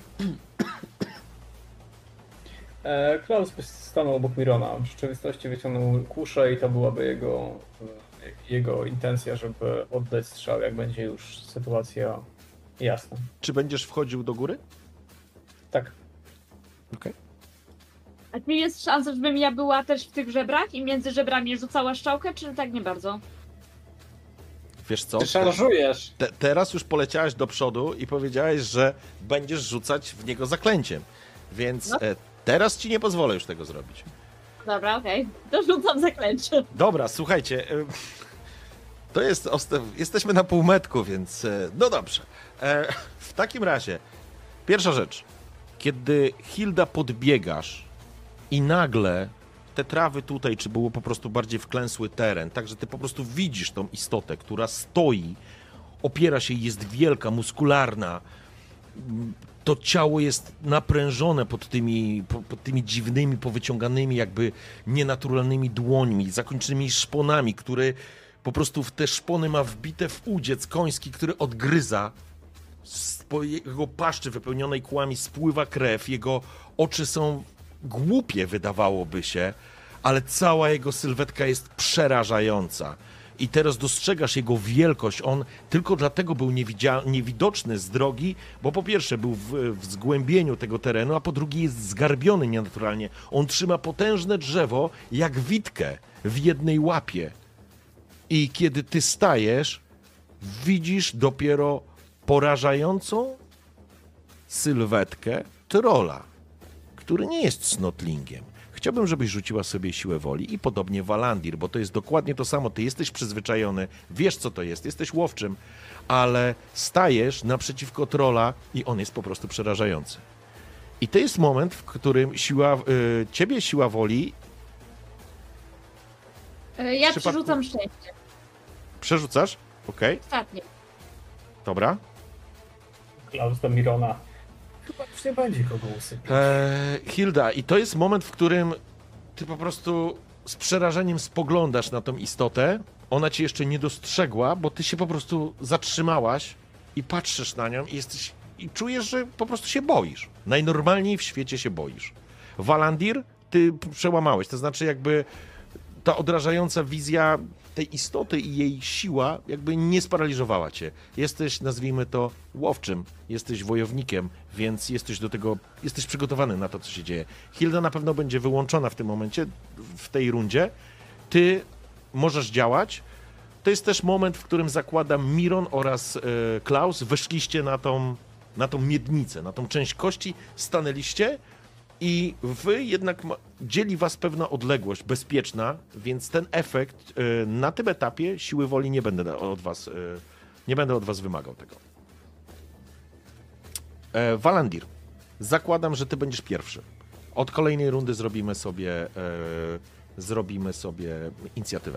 Klaus stanął obok Mirona. W rzeczywistości wyciągnął kuszę i to byłaby jego intencja, żeby oddać strzał, jak będzie już sytuacja jasna. Czy będziesz wchodził do góry? Tak. Okej. A czy jest szansa, żebym ja była też w tych żebrach i między żebrami rzucała strzałkę, czy tak nie bardzo? Wiesz co? Ty szarżujesz. Teraz już poleciałaś do przodu i powiedziałaś, że będziesz rzucać w niego zaklęciem. Więc teraz ci nie pozwolę już tego zrobić. Dobra, okej. To rzucam zaklęcie. Dobra, słuchajcie. To jest... Jesteśmy na półmetku, więc... No dobrze. W takim razie, pierwsza rzecz. Kiedy Hilda podbiegasz i nagle te trawy tutaj, czy było po prostu bardziej wklęsły teren, także ty po prostu widzisz tą istotę, która stoi, opiera się i jest wielka, muskularna, to ciało jest naprężone pod tymi dziwnymi, powyciąganymi, jakby nienaturalnymi dłońmi, zakończonymi szponami, które po prostu w te szpony ma wbite w udziec koński, który odgryza. Z jego paszczy wypełnionej kłami spływa krew, jego oczy są głupie, wydawałoby się, ale cała jego sylwetka jest przerażająca. I teraz dostrzegasz jego wielkość. On tylko dlatego był niewidoczny z drogi, bo po pierwsze był w zgłębieniu tego terenu, a po drugie jest zgarbiony nienaturalnie. On trzyma potężne drzewo jak witkę w jednej łapie. I kiedy ty stajesz, widzisz dopiero porażającą sylwetkę trolla, który nie jest snotlingiem. Chciałbym, żebyś rzuciła sobie siłę woli i podobnie Walandir, bo to jest dokładnie to samo. Ty jesteś przyzwyczajony, wiesz co to jest, jesteś łowczym, ale stajesz naprzeciwko trolla i on jest po prostu przerażający. I to jest moment, w którym ciebie siła woli... Ja przerzucam szczęście. Przerzucasz? Okej. Ostatnie. Dobra. Klaus do Mirona. Chyba już nie będzie kogo usypiać. Hilda, i to jest moment, w którym ty po prostu z przerażeniem spoglądasz na tą istotę. Ona cię jeszcze nie dostrzegła, bo ty się po prostu zatrzymałaś i patrzysz na nią i czujesz, że po prostu się boisz. Najnormalniej w świecie się boisz. Walandir, ty przełamałeś, to znaczy jakby ta odrażająca wizja tej istoty i jej siła jakby nie sparaliżowała cię. Jesteś, nazwijmy to, łowczym, jesteś wojownikiem, więc jesteś przygotowany na to, co się dzieje. Hilda na pewno będzie wyłączona w tym momencie, w tej rundzie. Ty możesz działać. To jest też moment, w którym zakładam Miron oraz Klaus weszliście na tą miednicę, na tą część kości, stanęliście i wy jednak dzieli was pewna odległość bezpieczna, więc ten efekt na tym etapie siły woli nie będę od was wymagał tego. Walandir, zakładam, że ty będziesz pierwszy. Od kolejnej rundy zrobimy sobie inicjatywę.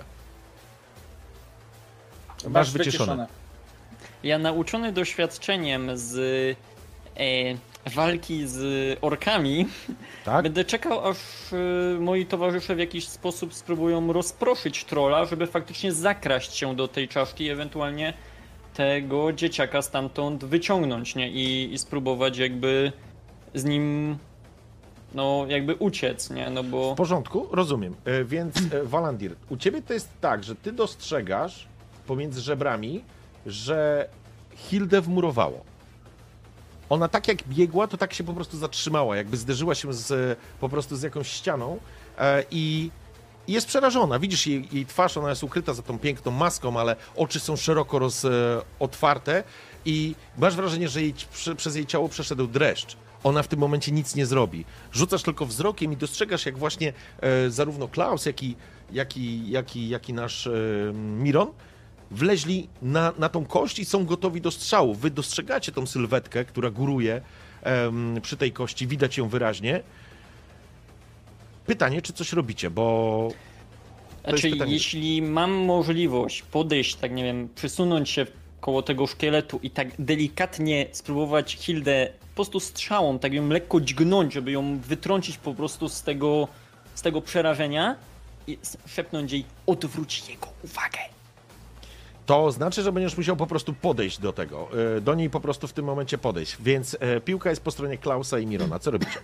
Masz wycieszone. Ja nauczony doświadczeniem z walki z orkami, tak? Będę czekał, aż moi towarzysze w jakiś sposób spróbują rozproszyć trolla, żeby faktycznie zakraść się do tej czaszki i ewentualnie tego dzieciaka stamtąd wyciągnąć, nie? I spróbować jakby z nim jakby uciec, nie? No bo... W porządku, rozumiem. Więc Walandir, u ciebie to jest tak, że ty dostrzegasz pomiędzy żebrami, że Hildę wmurowało. Ona tak jak biegła, to tak się po prostu zatrzymała, jakby zderzyła się po prostu z jakąś ścianą i jest przerażona. Widzisz jej twarz, ona jest ukryta za tą piękną maską, ale oczy są szeroko otwarte i masz wrażenie, że przez jej ciało przeszedł dreszcz. Ona w tym momencie nic nie zrobi. Rzucasz tylko wzrokiem i dostrzegasz, jak właśnie zarówno Klaus, jak i nasz Miron wleźli na tą kość i są gotowi do strzału. Wy dostrzegacie tą sylwetkę, która góruje przy tej kości, widać ją wyraźnie. Pytanie, czy coś robicie, bo... Znaczy, jeśli mam możliwość podejść, tak nie wiem, przysunąć się koło tego szkieletu i tak delikatnie spróbować Hildę po prostu strzałą, tak ją lekko dźgnąć, żeby ją wytrącić po prostu z tego przerażenia i szepnąć jej, odwróć jego uwagę. To znaczy, że będziesz musiał po prostu podejść do tego, do niej po prostu w tym momencie podejść, więc piłka jest po stronie Klausa i Mirona. Co robicie?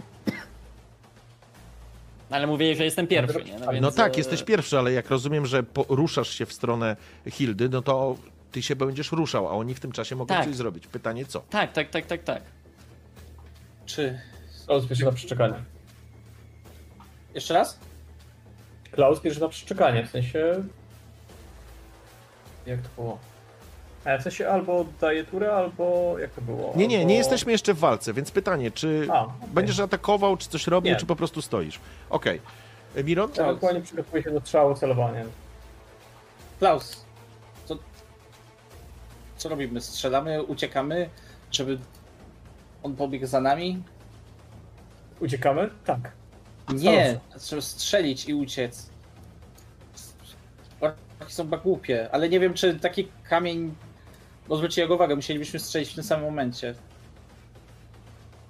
Ale mówię, że jestem pierwszy, nie? No więc... tak, jesteś pierwszy, ale jak rozumiem, że ruszasz się w stronę Hildy, no to ty się będziesz ruszał, a oni w tym czasie mogą coś zrobić. Pytanie co? Tak. Czy... Klaus bierze na przeczekanie. Jeszcze raz? Klaus bierze na przeczekanie, w sensie... Jak to było? W sensie albo daje turę, albo jak to było? Nie jesteśmy jeszcze w walce, więc pytanie, czy będziesz atakował, czy coś robił, czy po prostu stoisz? Okej. Miron? Ja aktualnie przygotuję się do strzału, celowania. Klaus, co robimy? Strzelamy, uciekamy, żeby on pobiegł za nami? Uciekamy? Tak. Nie, trzeba strzelić i uciec. Orki są chyba głupie, ale nie wiem, czy taki kamień... Bo zwróćcie jego uwagę, musielibyśmy strzelić w tym samym momencie.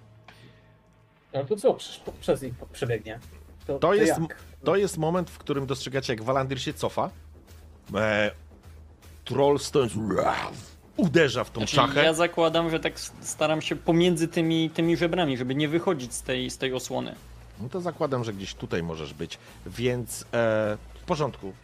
No to co, przez nich przebiegnie. To jest moment, w którym dostrzegacie, jak Walandir się cofa. Troll stojąc uderza w tą czachę. Ja zakładam, że tak staram się pomiędzy tymi żebrami, żeby nie wychodzić z tej osłony. No to zakładam, że gdzieś tutaj możesz być, więc w porządku.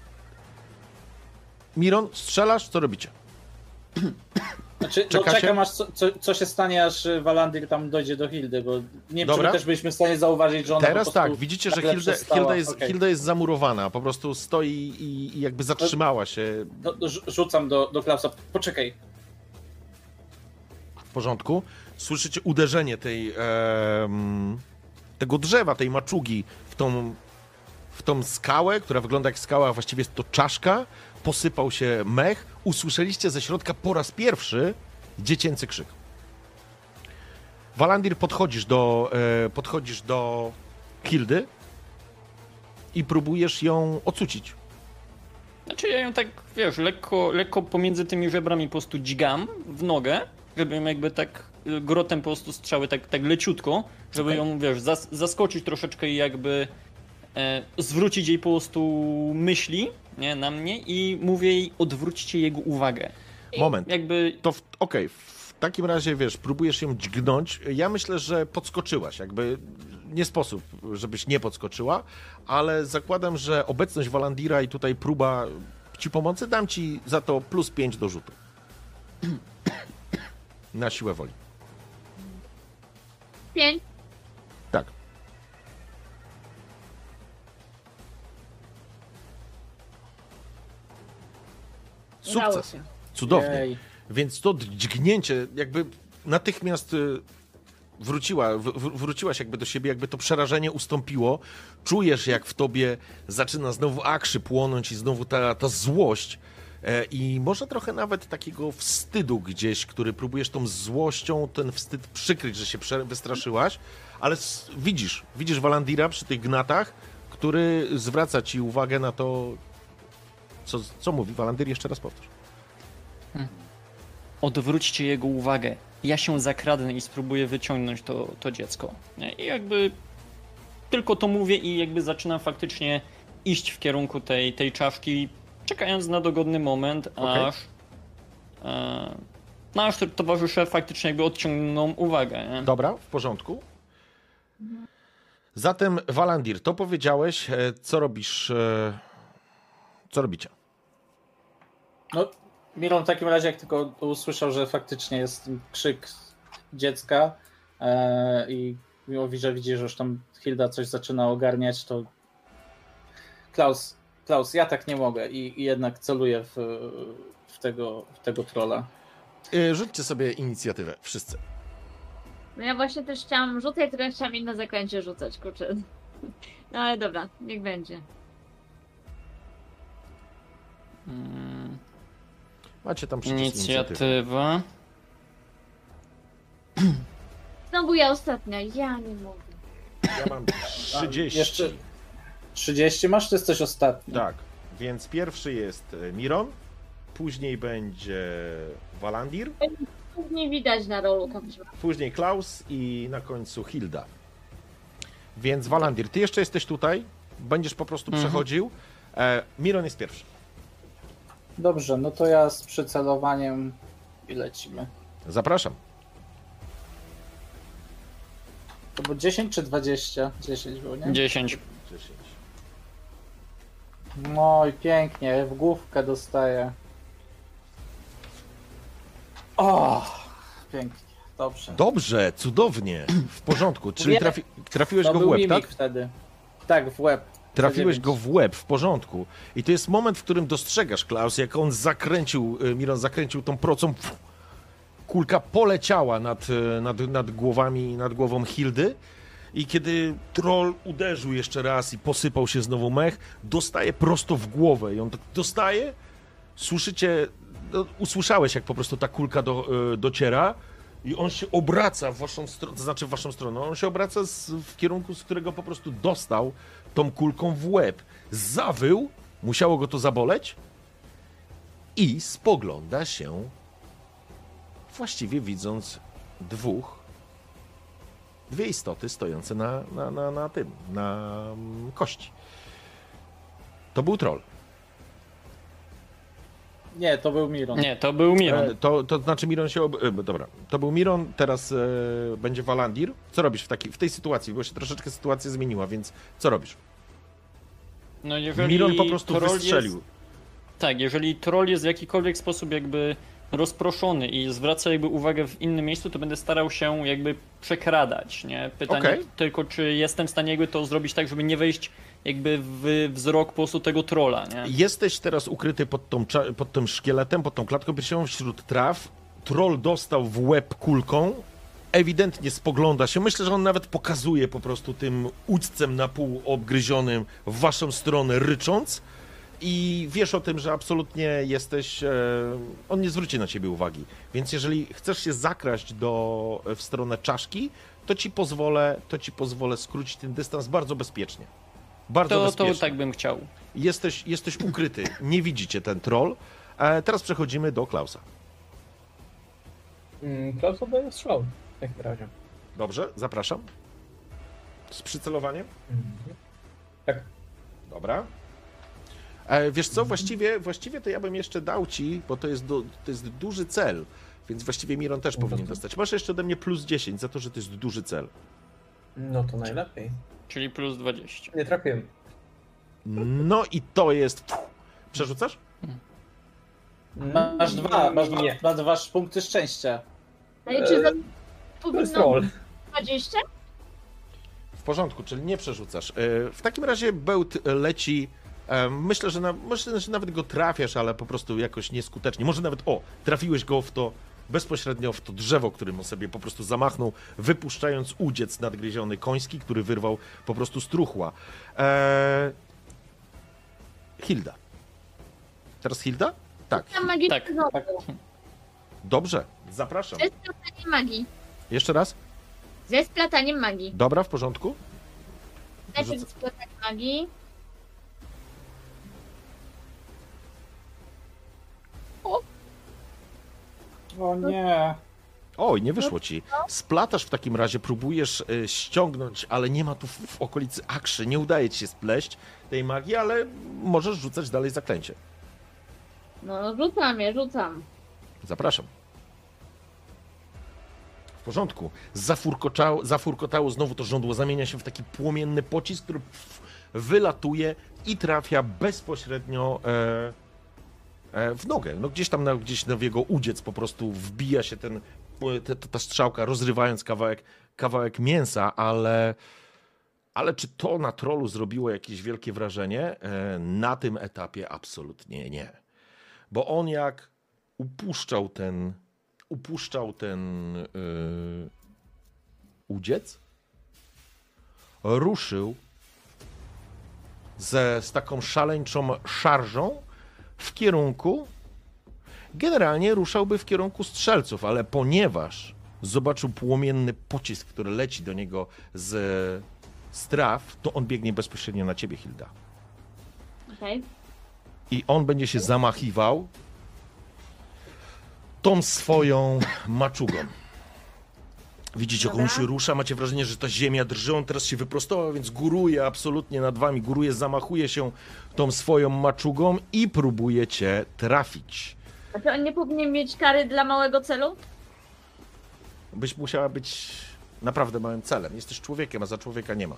Miron, strzelasz? Co robicie? Znaczy, no czekam aż co się stanie, aż Walandir tam dojdzie do Hildy, bo nie wiem, czy my też byliśmy w stanie zauważyć, że ona teraz po prostu tak, widzicie, że Hilda jest zamurowana, po prostu stoi i jakby zatrzymała się. Rzucam do Klausa. Poczekaj. W porządku. Słyszycie uderzenie tego drzewa, tej maczugi w tą skałę, która wygląda jak skała, a właściwie jest to czaszka. Posypał się mech. Usłyszeliście ze środka po raz pierwszy dziecięcy krzyk. Walandir, podchodzisz do Hildy i próbujesz ją ocucić. Znaczy ja ją tak, wiesz, lekko pomiędzy tymi żebrami po prostu dźgam w nogę, żeby ją jakby tak grotem po prostu strzały tak leciutko, żeby ją, wiesz, zaskoczyć troszeczkę i jakby zwrócić jej po prostu myśli, nie, na mnie i mówię jej, odwróćcie jego uwagę. Moment. Jakby... To okej, w takim razie, wiesz, próbujesz ją dźgnąć. Ja myślę, że podskoczyłaś. Jakby nie sposób, żebyś nie podskoczyła, ale zakładam, że obecność Walandira i tutaj próba ci pomocy, dam ci za to +5 do rzutu. Na siłę woli. 5. Tak. Sukces. Cudownie. Jej. Więc to dźgnięcie jakby natychmiast wróciłaś jakby do siebie, jakby to przerażenie ustąpiło. Czujesz, jak w tobie zaczyna znowu akrzy płonąć i znowu ta złość. I może trochę nawet takiego wstydu gdzieś, który próbujesz tą złością ten wstyd przykryć, że się wystraszyłaś, ale widzisz Walandira przy tych gnatach, który zwraca ci uwagę na to, co mówi Walandir, jeszcze raz powtórz. Odwróćcie jego uwagę. Ja się zakradnę i spróbuję wyciągnąć to dziecko. I jakby tylko to mówię i jakby zaczynam faktycznie iść w kierunku tej czaszki, czekając na dogodny moment, aż towarzysze faktycznie jakby odciągną uwagę. Nie? Dobra, w porządku. Zatem Walandir, to powiedziałeś, co robisz, co robicie? No, Miron w takim razie, jak tylko usłyszał, że faktycznie jest krzyk dziecka i mówi, że widzi, że już tam Hilda coś zaczyna ogarniać, to Klaus, ja tak nie mogę i jednak celuję w tego trolla. Rzućcie sobie inicjatywę, wszyscy. No ja właśnie też chciałam rzucać, tylko chciałam inne zaklęcie rzucać, kurczę. No ale dobra, niech będzie. Macie tam przycisk inicjatywa. Znowu ja ostatnia, ja nie mogę. Ja mam 30. Jeszcze 30 masz, to jest coś ostatnie. Tak, więc pierwszy jest Miron, później będzie Walandir, Nie widać na rolu. później Klaus i na końcu Hilda. Więc Walandir, ty jeszcze jesteś tutaj, będziesz po prostu przechodził. Miron jest pierwszy. Dobrze, no to ja z przycelowaniem i lecimy. Zapraszam. To było 10 czy 20? 10 było, nie? 10. 10. No i pięknie, w główkę dostaję. O, pięknie, dobrze. Dobrze, cudownie, w porządku. Czyli trafiłeś No go w był łeb, mimik tak? wtedy. Tak, w łeb. Trafiłeś go w łeb, w porządku. I to jest moment, w którym dostrzegasz, Klaus, jak on Miron zakręcił tą procą. Kulka poleciała nad głową Hildy. I kiedy troll uderzył jeszcze raz i posypał się znowu mech, dostaje prosto w głowę. I on tak dostaje, usłyszałeś, jak po prostu ta kulka dociera i on się obraca w waszą stronę, to znaczy w waszą stronę, on się obraca w kierunku, z którego po prostu dostał tą kulką w łeb. Zawył, musiało go to zaboleć i spogląda się, właściwie widząc dwóch Dwie istoty stojące na tym, na kości. To był troll. Nie, to był Miron. Nie, to był Miron. To znaczy Miron się... Dobra, to był Miron, teraz będzie Walandir. Co robisz w tej sytuacji? Bo się troszeczkę sytuacja zmieniła, więc co robisz? No jeżeli Miron po prostu troll wystrzelił. Jest, tak, jeżeli troll jest w jakikolwiek sposób jakby rozproszony i zwraca jakby uwagę w innym miejscu, to będę starał się jakby przekradać, nie? Pytanie tylko, czy jestem w stanie jakby to zrobić tak, żeby nie wejść jakby w wzrok po prostu tego trolla, nie? Jesteś teraz ukryty pod tym szkieletem, pod tą klatką piersiową wśród traw. Troll dostał w łeb kulką. Ewidentnie spogląda się. Myślę, że on nawet pokazuje po prostu tym udźcem na pół obgryzionym w waszą stronę rycząc. I wiesz o tym, że absolutnie jesteś... on nie zwróci na ciebie uwagi. Więc jeżeli chcesz się zakraść w stronę czaszki, to ci pozwolę skrócić ten dystans bardzo bezpiecznie. Bardzo bezpiecznie. To tak bym chciał. Jesteś ukryty. Nie widzicie ten troll. Teraz przechodzimy do Klausa. Klaus oddaje strzał w takim razie. Dobrze, zapraszam. Z przycelowaniem? Tak. Dobra. Wiesz co, właściwie to ja bym jeszcze dał ci, bo to jest duży cel, więc właściwie Miron też powinien dostać. Masz jeszcze ode mnie plus 10 za to, że to jest duży cel. No to najlepiej. Czyli plus 20. Nie trafiłem. No i to jest... Przerzucasz? Masz dwa punkty szczęścia. Ale czy To jest powinno troll. 20? W porządku, czyli nie przerzucasz. W takim razie bełt leci... Myślę, że nawet go trafiasz, ale po prostu jakoś nieskutecznie. Może nawet, trafiłeś go bezpośrednio w to drzewo, którym on sobie po prostu zamachnął, wypuszczając udziec nadgryziony koński, który wyrwał po prostu z truchła. Hilda. Teraz Hilda? Tak. Tam magiczny Tak. tak. Dobrze, zapraszam. Ze splataniem magii. Jeszcze raz? Ze splataniem magii. Dobra, w porządku? Najpierw splatanie magii. O nie. Oj, nie wyszło ci. Splatasz w takim razie, próbujesz ściągnąć, ale nie ma tu w okolicy akrzy. Nie udaje ci się spleść tej magii, ale możesz rzucać dalej zaklęcie. No rzucam. Zapraszam. W porządku. Zafurkotało znowu to żądło, zamienia się w taki płomienny pocisk, który wylatuje i trafia bezpośrednio w nogę. No gdzieś w jego udziec po prostu wbija się ta strzałka, rozrywając kawałek mięsa, ale czy to na trollu zrobiło jakieś wielkie wrażenie? Na tym etapie absolutnie nie. Bo on jak upuszczał ten udziec, ruszył z taką szaleńczą szarżą w kierunku, generalnie ruszałby w kierunku strzelców, ale ponieważ zobaczył płomienny pocisk, który leci do niego z traw, to on biegnie bezpośrednio na ciebie, Hilda. Okej. I on będzie się zamachiwał tą swoją maczugą. Widzicie, jak on się rusza, macie wrażenie, że ta ziemia drży, on teraz się wyprostował, więc góruje absolutnie nad wami, zamachuje się tą swoją maczugą i próbuje cię trafić. A czy on nie powinien mieć kary dla małego celu? Byś musiała być naprawdę małym celem. Jesteś człowiekiem, a za człowieka nie ma.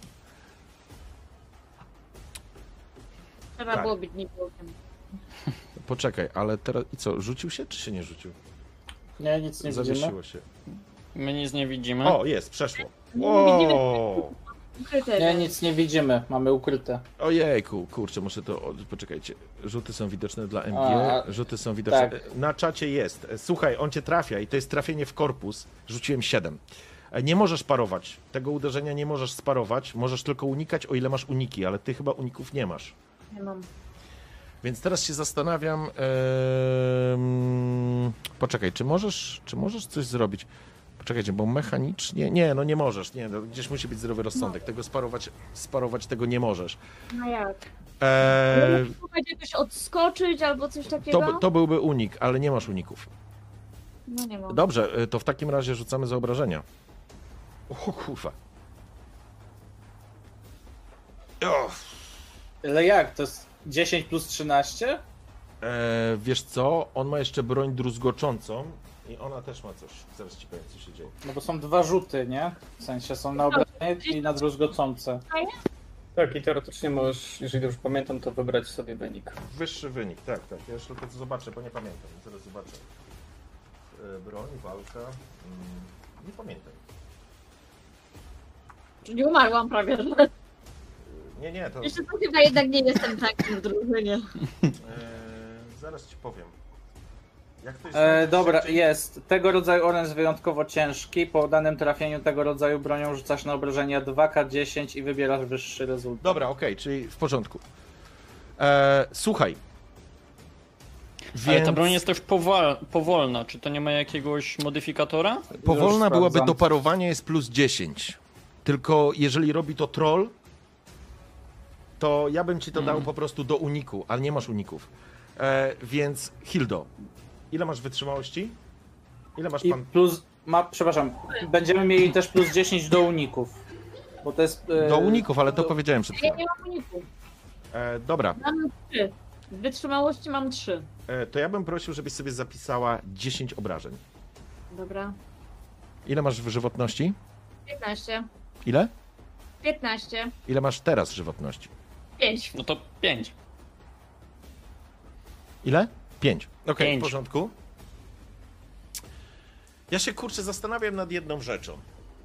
Trzeba było być niewolkiem. Poczekaj, ale teraz... I co, rzucił się, czy się nie rzucił? Nie, nic nie widzimy. Zawiesiło się. My nic nie widzimy. O, jest, przeszło. Widzimy. Nie, nic nie widzimy, mamy ukryte. Ojejku, kurczę, muszę to... Poczekajcie. Rzuty są widoczne dla MG. Rzuty są widoczne. Tak. Na czacie jest. Słuchaj, on cię trafia i to jest trafienie w korpus. Rzuciłem 7. Nie możesz parować. Tego uderzenia nie możesz sparować. Możesz tylko unikać, o ile masz uniki, ale ty chyba uników nie masz. Nie mam. Więc teraz się zastanawiam... Poczekaj, czy możesz coś zrobić? Poczekajcie, bo mechanicznie... Nie, no nie możesz. Nie, no, gdzieś musi być zdrowy rozsądek. Tego sparować tego nie możesz. No jak? Próbować jakoś odskoczyć albo coś takiego? To byłby unik, ale nie masz uników. No nie mam. Dobrze, to w takim razie rzucamy za obrażenia. O kurwa. O. Ale jak? To jest 10 plus 13? Wiesz co? On ma jeszcze broń druzgoczącą i ona też ma coś. Zaraz ci powiem, co się dzieje. No bo są 2 rzuty, nie? W sensie są na obrażenie i na druzgocące. Tak, i teoretycznie możesz, jeżeli dobrze pamiętam, to wybrać sobie wynik. Wyższy wynik, tak. Ja już tylko zobaczę, bo nie pamiętam. Zaraz zobaczę. Broń, walka. Nie pamiętam. Nie umarłam prawie. Nie, to... Jeszcze to chyba jednak nie jestem taki w drużynie. Zaraz ci powiem. Jak to jest Dobra, szybciej? jest. Tego rodzaju oręż jest wyjątkowo ciężki. Po danym trafieniu tego rodzaju bronią rzucasz na obrażenia 2K10 i wybierasz wyższy rezultat. Dobra, okej, czyli w porządku. Słuchaj. Ale ta broń jest też powolna. Czy to nie ma jakiegoś modyfikatora? Powolna Już byłaby sprawdzam. do parowania, jest plus 10. Tylko jeżeli robi to troll, to ja bym ci to dał po prostu do uniku, ale nie masz uników. Więc Hildo, ile masz wytrzymałości? Ile masz I pan... plus, przepraszam, będziemy mieli też plus 10 do uników. Bo to jest... Do uników, ale to powiedziałem przed Ja chwilą. nie mam uniku. Dobra, Mam 3. W wytrzymałości mam 3. to ja bym prosił, żebyś sobie zapisała 10 obrażeń. Dobra. Ile masz w żywotności? 15. Ile? 15. Ile masz teraz żywotności? 5. No to 5. Ile? 5. Okej, w 5. porządku. Ja się kurczę zastanawiam nad jedną rzeczą.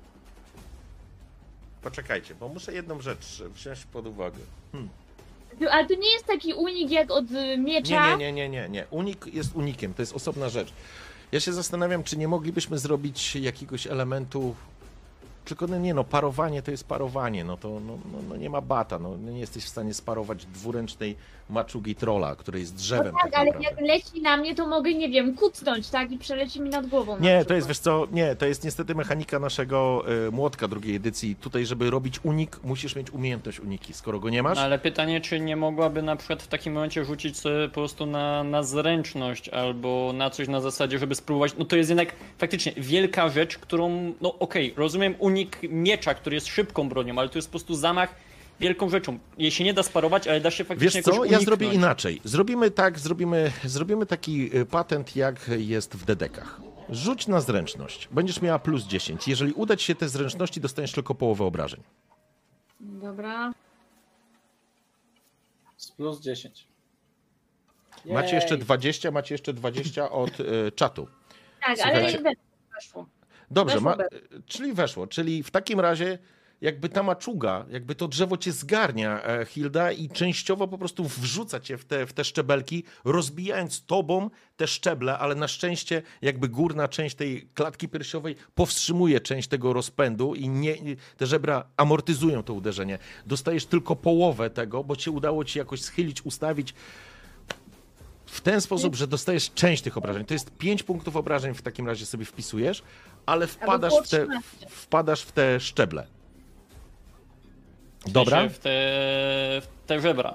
Poczekajcie, bo muszę jedną rzecz wziąć pod uwagę. Ale to nie jest taki unik jak od miecza. Nie. Unik jest unikiem, to jest osobna rzecz. Ja się zastanawiam, czy nie moglibyśmy zrobić jakiegoś elementu. Tylko parowanie to jest parowanie, no nie ma bata, nie jesteś w stanie sparować dwuręcznej maczugi trolla, który jest drzewem. No tak, ale naprawdę. jak leci na mnie, to mogę, nie wiem, kucnąć, tak? I przeleci mi nad głową. na Nie, to przykład. jest, wiesz co, nie, to jest niestety mechanika naszego młotka drugiej edycji. Tutaj, żeby robić unik, musisz mieć umiejętność uniki. Skoro go nie masz, No ale pytanie, czy nie mogłaby na przykład w takim momencie rzucić sobie po prostu na zręczność albo na coś na zasadzie, żeby spróbować. No to jest jednak faktycznie wielka rzecz, którą, no okej, rozumiem unik miecza, który jest szybką bronią, ale to jest po prostu zamach wielką rzeczą. Jej się nie da sparować, ale da się faktycznie wiesz co, jakoś ja uniknąć. zrobię inaczej. Zrobimy tak, zrobimy taki patent, jak jest w dedekach. Rzuć na zręczność. Będziesz miała plus 10. Jeżeli uda ci się te zręczności, dostaniesz tylko połowę obrażeń. Dobra. Z plus 10. Macie jeszcze 20 od czatu. Tak, Słuchajcie. ale weszło. Dobrze, Weszło. czyli weszło. Czyli w takim razie jakby ta maczuga, jakby to drzewo cię zgarnia, Hilda, i częściowo po prostu wrzuca cię w te szczebelki, rozbijając tobą te szczeble, ale na szczęście jakby górna część tej klatki piersiowej powstrzymuje część tego rozpędu i te żebra amortyzują to uderzenie. Dostajesz tylko połowę tego, bo cię udało ci jakoś schylić, ustawić w ten sposób, że dostajesz część tych obrażeń. To jest 5 punktów obrażeń w takim razie sobie wpisujesz, ale było wpadasz w te szczeble. Dobra? W te żebra.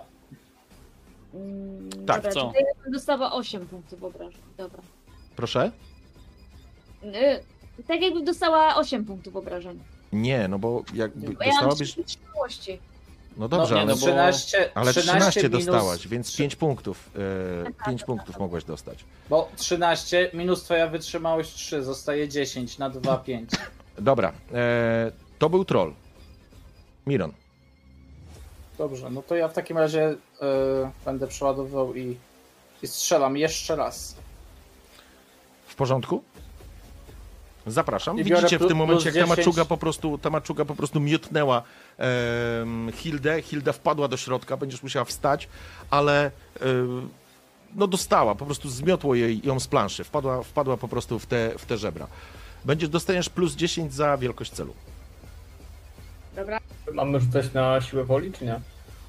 Tak, Dobra, co? tutaj ja bym dostała 8 punktów obrażeń. Dobra. Proszę? Tak jakbym dostała 8 punktów obrażeń. Nie, no bo jakby Bo ja mam dostałabyś... 3 wytrzymałości. No dobrze, nie, ale, no bo- 13, ale 13 minus, dostałaś, więc 5 punktów. 5 punktów mogłaś dostać. Bo 13 minus twoja wytrzymałość 3, zostaje 10 na 2, 5. Dobra, to był troll. Miron. Dobrze, no to ja w takim razie będę przeładowywał i strzelam jeszcze raz. W porządku? Zapraszam. I biorę Widzicie w tym momencie, jak plus 10. ta maczuga po prostu miotnęła Hildę. Hilda wpadła do środka, będziesz musiała wstać, ale no dostała, po prostu zmiotło ją z planszy. Wpadła po prostu w te żebra. Dostaniesz plus 10 za wielkość celu. Dobra. Mamy rzucać na siłę woli, czy nie?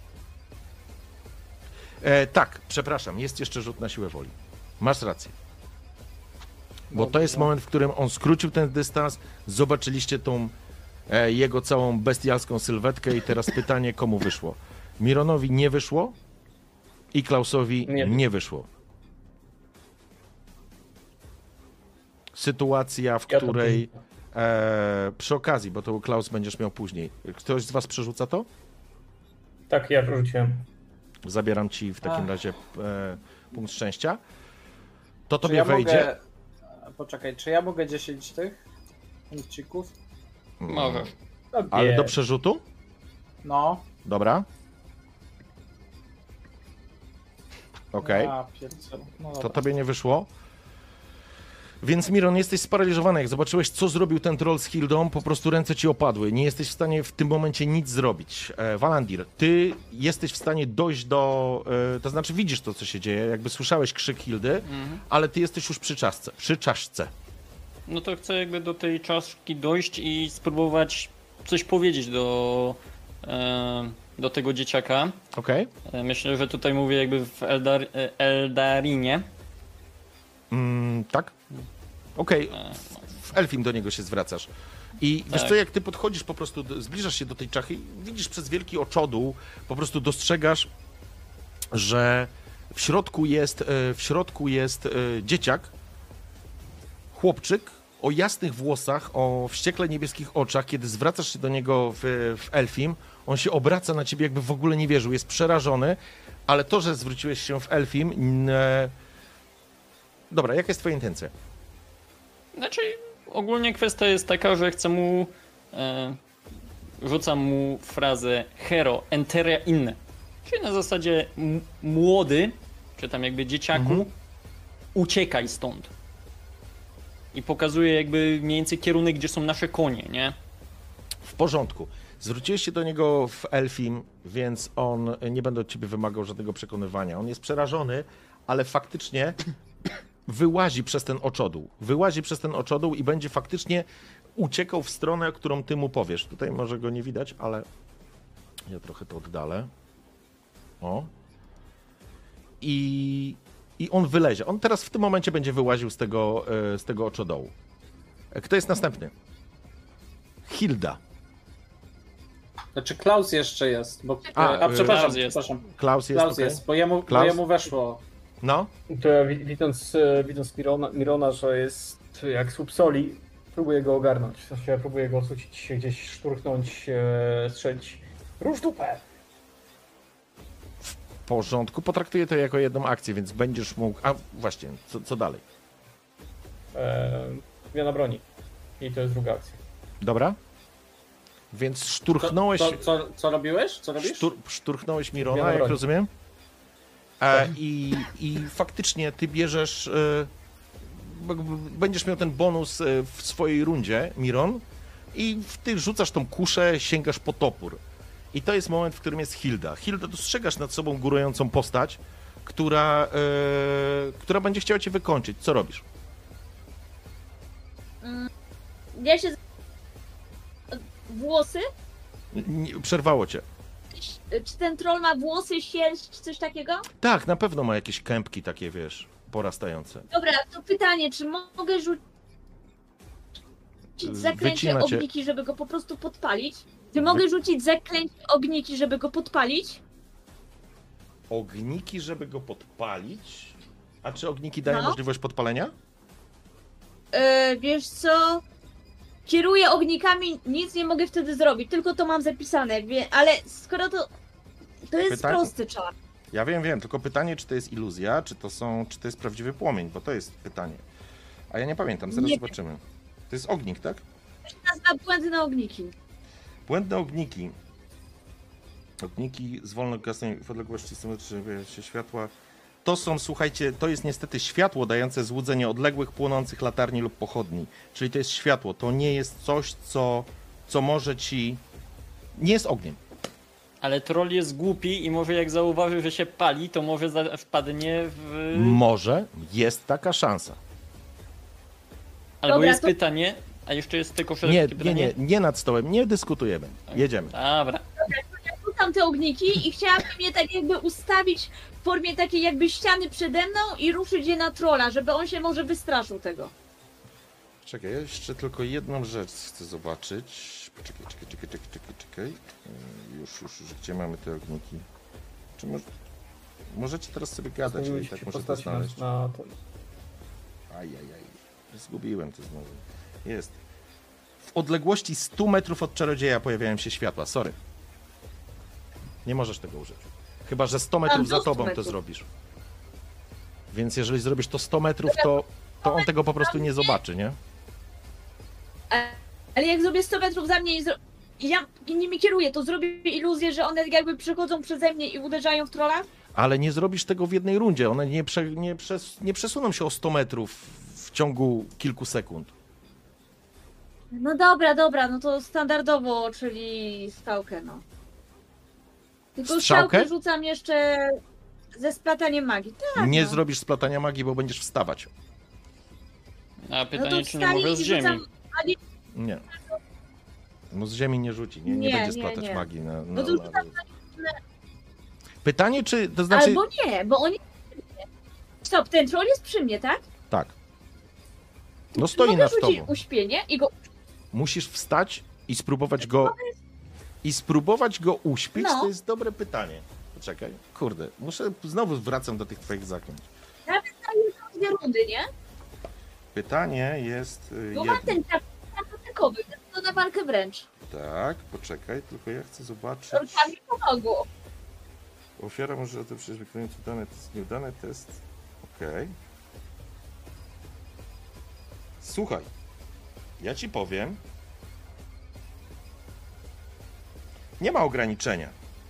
Tak, przepraszam, jest jeszcze rzut na siłę woli. Masz rację. Bo to jest moment, w którym on skrócił ten dystans, zobaczyliście tą jego całą bestialską sylwetkę i teraz pytanie, komu wyszło. Mironowi nie wyszło i Klausowi nie wyszło. Sytuacja, w Ja to której Przy okazji, bo to Klaus będziesz miał później. Ktoś z was przerzuca to? Tak, ja wrzuciłem. Zabieram ci w takim razie punkt szczęścia. To Czy tobie ja wejdzie. mogę... Poczekaj, czy ja mogę 10 tych punkcików? Możesz. Ale do przerzutu? No. Dobra. Okej. Ja pierdzielę. No To dobra. tobie nie wyszło. Więc Miron, jesteś sparaliżowany. Jak zobaczyłeś, co zrobił ten troll z Hildą, po prostu ręce ci opadły. Nie jesteś w stanie w tym momencie nic zrobić. Walandir, ty jesteś w stanie dojść do... to znaczy widzisz to, co się dzieje. Jakby słyszałeś krzyk Hildy, ale ty jesteś już przy czaszce. No to chcę jakby do tej czaszki dojść i spróbować coś powiedzieć do tego dzieciaka. Okej? Myślę, że tutaj mówię jakby w Eldarinie. Tak? Okej. W Elfim do niego się zwracasz. I wiesz Tak. co, jak ty podchodzisz po prostu, zbliżasz się do tej czachy, widzisz przez wielki oczodół, po prostu dostrzegasz, że w środku jest dzieciak, chłopczyk o jasnych włosach, o wściekle niebieskich oczach. Kiedy zwracasz się do niego w Elfim, on się obraca na ciebie, jakby w ogóle nie wierzył, jest przerażony, ale to, że zwróciłeś się w Elfim... Dobra, jaka jest twoja intencja? Znaczy, ogólnie kwestia jest taka, że chcę mu... rzucam mu frazę hero, enteria inne. Czyli na zasadzie młody, czy tam jakby dzieciaku, uciekaj stąd. I pokazuje jakby mniej więcej kierunek, gdzie są nasze konie, nie? W porządku. Zwróciłeś się do niego w Elfim, więc on nie będzie od ciebie wymagał żadnego przekonywania. On jest przerażony, ale faktycznie wyłazi przez ten oczodół. Wyłazi przez ten oczodół i będzie faktycznie uciekał w stronę, którą ty mu powiesz. Tutaj może go nie widać, ale ja trochę to oddalę. O. I on wylezie. On teraz w tym momencie będzie wyłaził z tego oczodołu. Kto jest następny? Hilda. Znaczy Klaus jeszcze jest, bo... przepraszam, Klaus jest. przepraszam. Klaus jest, Klaus okej. jest, bo jemu weszło. No. To ja widząc Mirona, że jest jak słup soli, próbuję go ogarnąć. W sensie ja próbuję go osucić, gdzieś szturchnąć, strzelić. Rusz dupę! W porządku. Potraktuję to jako jedną akcję, więc będziesz mógł... A właśnie, co dalej? Zmiana broni. I to jest druga akcja. Dobra? Więc szturchnąłeś... Co robiłeś? Co robisz? Szturchnąłeś Mirona, Zmiana jak broni. rozumiem? I faktycznie ty bierzesz... będziesz miał ten bonus w swojej rundzie, Miron, i ty rzucasz tą kuszę, sięgasz po topór. I to jest moment, w którym jest Hilda. Hilda, dostrzegasz nad sobą górującą postać, która będzie chciała cię wykończyć. Co robisz? Ja się... Włosy? Przerwało cię. Czy ten troll ma włosy, sierść, coś takiego? Tak, na pewno ma jakieś kępki takie, wiesz, porastające. Dobra, to pytanie, czy mogę rzucić zaklęcie Wycina cię. ogniki, żeby go po prostu podpalić? Czy mogę rzucić zaklęcie ogniki, żeby go podpalić? Ogniki, żeby go podpalić? A czy ogniki dają No. możliwość podpalenia? Wiesz co? Kieruję ognikami, nic nie mogę wtedy zrobić, tylko to mam zapisane, ale skoro to jest prosty czar. Ja wiem, tylko pytanie, czy to jest iluzja, czy to jest prawdziwy płomień, bo to jest pytanie. A ja nie pamiętam, zaraz Nie. zobaczymy. To jest ognik, tak? To się nazywa błędne ogniki. Błędne ogniki. Ogniki z wolno gasnej w odległości symetrycznej się światła. To są, słuchajcie, to jest niestety światło dające złudzenie odległych, płonących latarni lub pochodni. Czyli to jest światło, to nie jest coś, co może ci... Nie jest ogniem. Ale troll jest głupi i może jak zauważy, że się pali, to może wpadnie w... Może, jest taka szansa. Albo Dobra, jest to- pytanie, a jeszcze jest tylko pytanie. Nie nad stołem, nie dyskutujemy. Jedziemy. Dobra. Rzucam te ogniki i chciałabym je tak jakby ustawić w formie takiej jakby ściany przede mną i ruszyć je na trolla, żeby on się może wystraszył tego. Czekaj, ja jeszcze tylko jedną rzecz chcę zobaczyć. Czekaj. Już, gdzie mamy te ogniki? Czy możecie teraz sobie gadać, ja i tak muszę to znaleźć. na to. Ajajaj, zgubiłem to znowu. Jest. w odległości 100 metrów od czarodzieja pojawiają się światła. Sorry. Nie możesz tego użyć. Chyba że 100 metrów za tobą to zrobisz. Więc jeżeli zrobisz to 100 metrów, to on tego po prostu nie zobaczy, nie? Ale jak zrobię 100 metrów za mnie i ja nimi kieruję, to zrobię iluzję, że one jakby przechodzą przeze mnie i uderzają w trolla? Ale nie zrobisz tego w jednej rundzie. One nie przesuną się o 100 metrów w ciągu kilku sekund. No dobra, no to standardowo, czyli skałkę, no. Tylko Strzałkę? strzałkę rzucam jeszcze ze splataniem magii. Tak, Nie no. zrobisz splatania magii, bo będziesz wstawać. A pytanie, to czy nie wstaję może i z ziemi? rzucam- Nie. No z ziemi nie rzuci, nie będzie splatać nie. magii. No to rzucam Pytanie, czy to znaczy... Albo nie, bo oni... Stop, ten troll jest przy mnie, tak? Tak. No stoi Mogę nad rzucić tobą. uśpienie i go... Musisz wstać i spróbować go... uśpić? No. To jest dobre pytanie. Poczekaj, kurde, znowu wracam do tych twoich zaklęć. Nawet na 2 rundy, nie? Pytanie jest Bo mam ten takowy, to na walkę wręcz. Tak, poczekaj, tylko ja chcę zobaczyć... Trollkami pomogło. Ofiara może to przecież wykonać udany test, nieudany test. Okej. Słuchaj, ja ci powiem. Nie ma ograniczenia.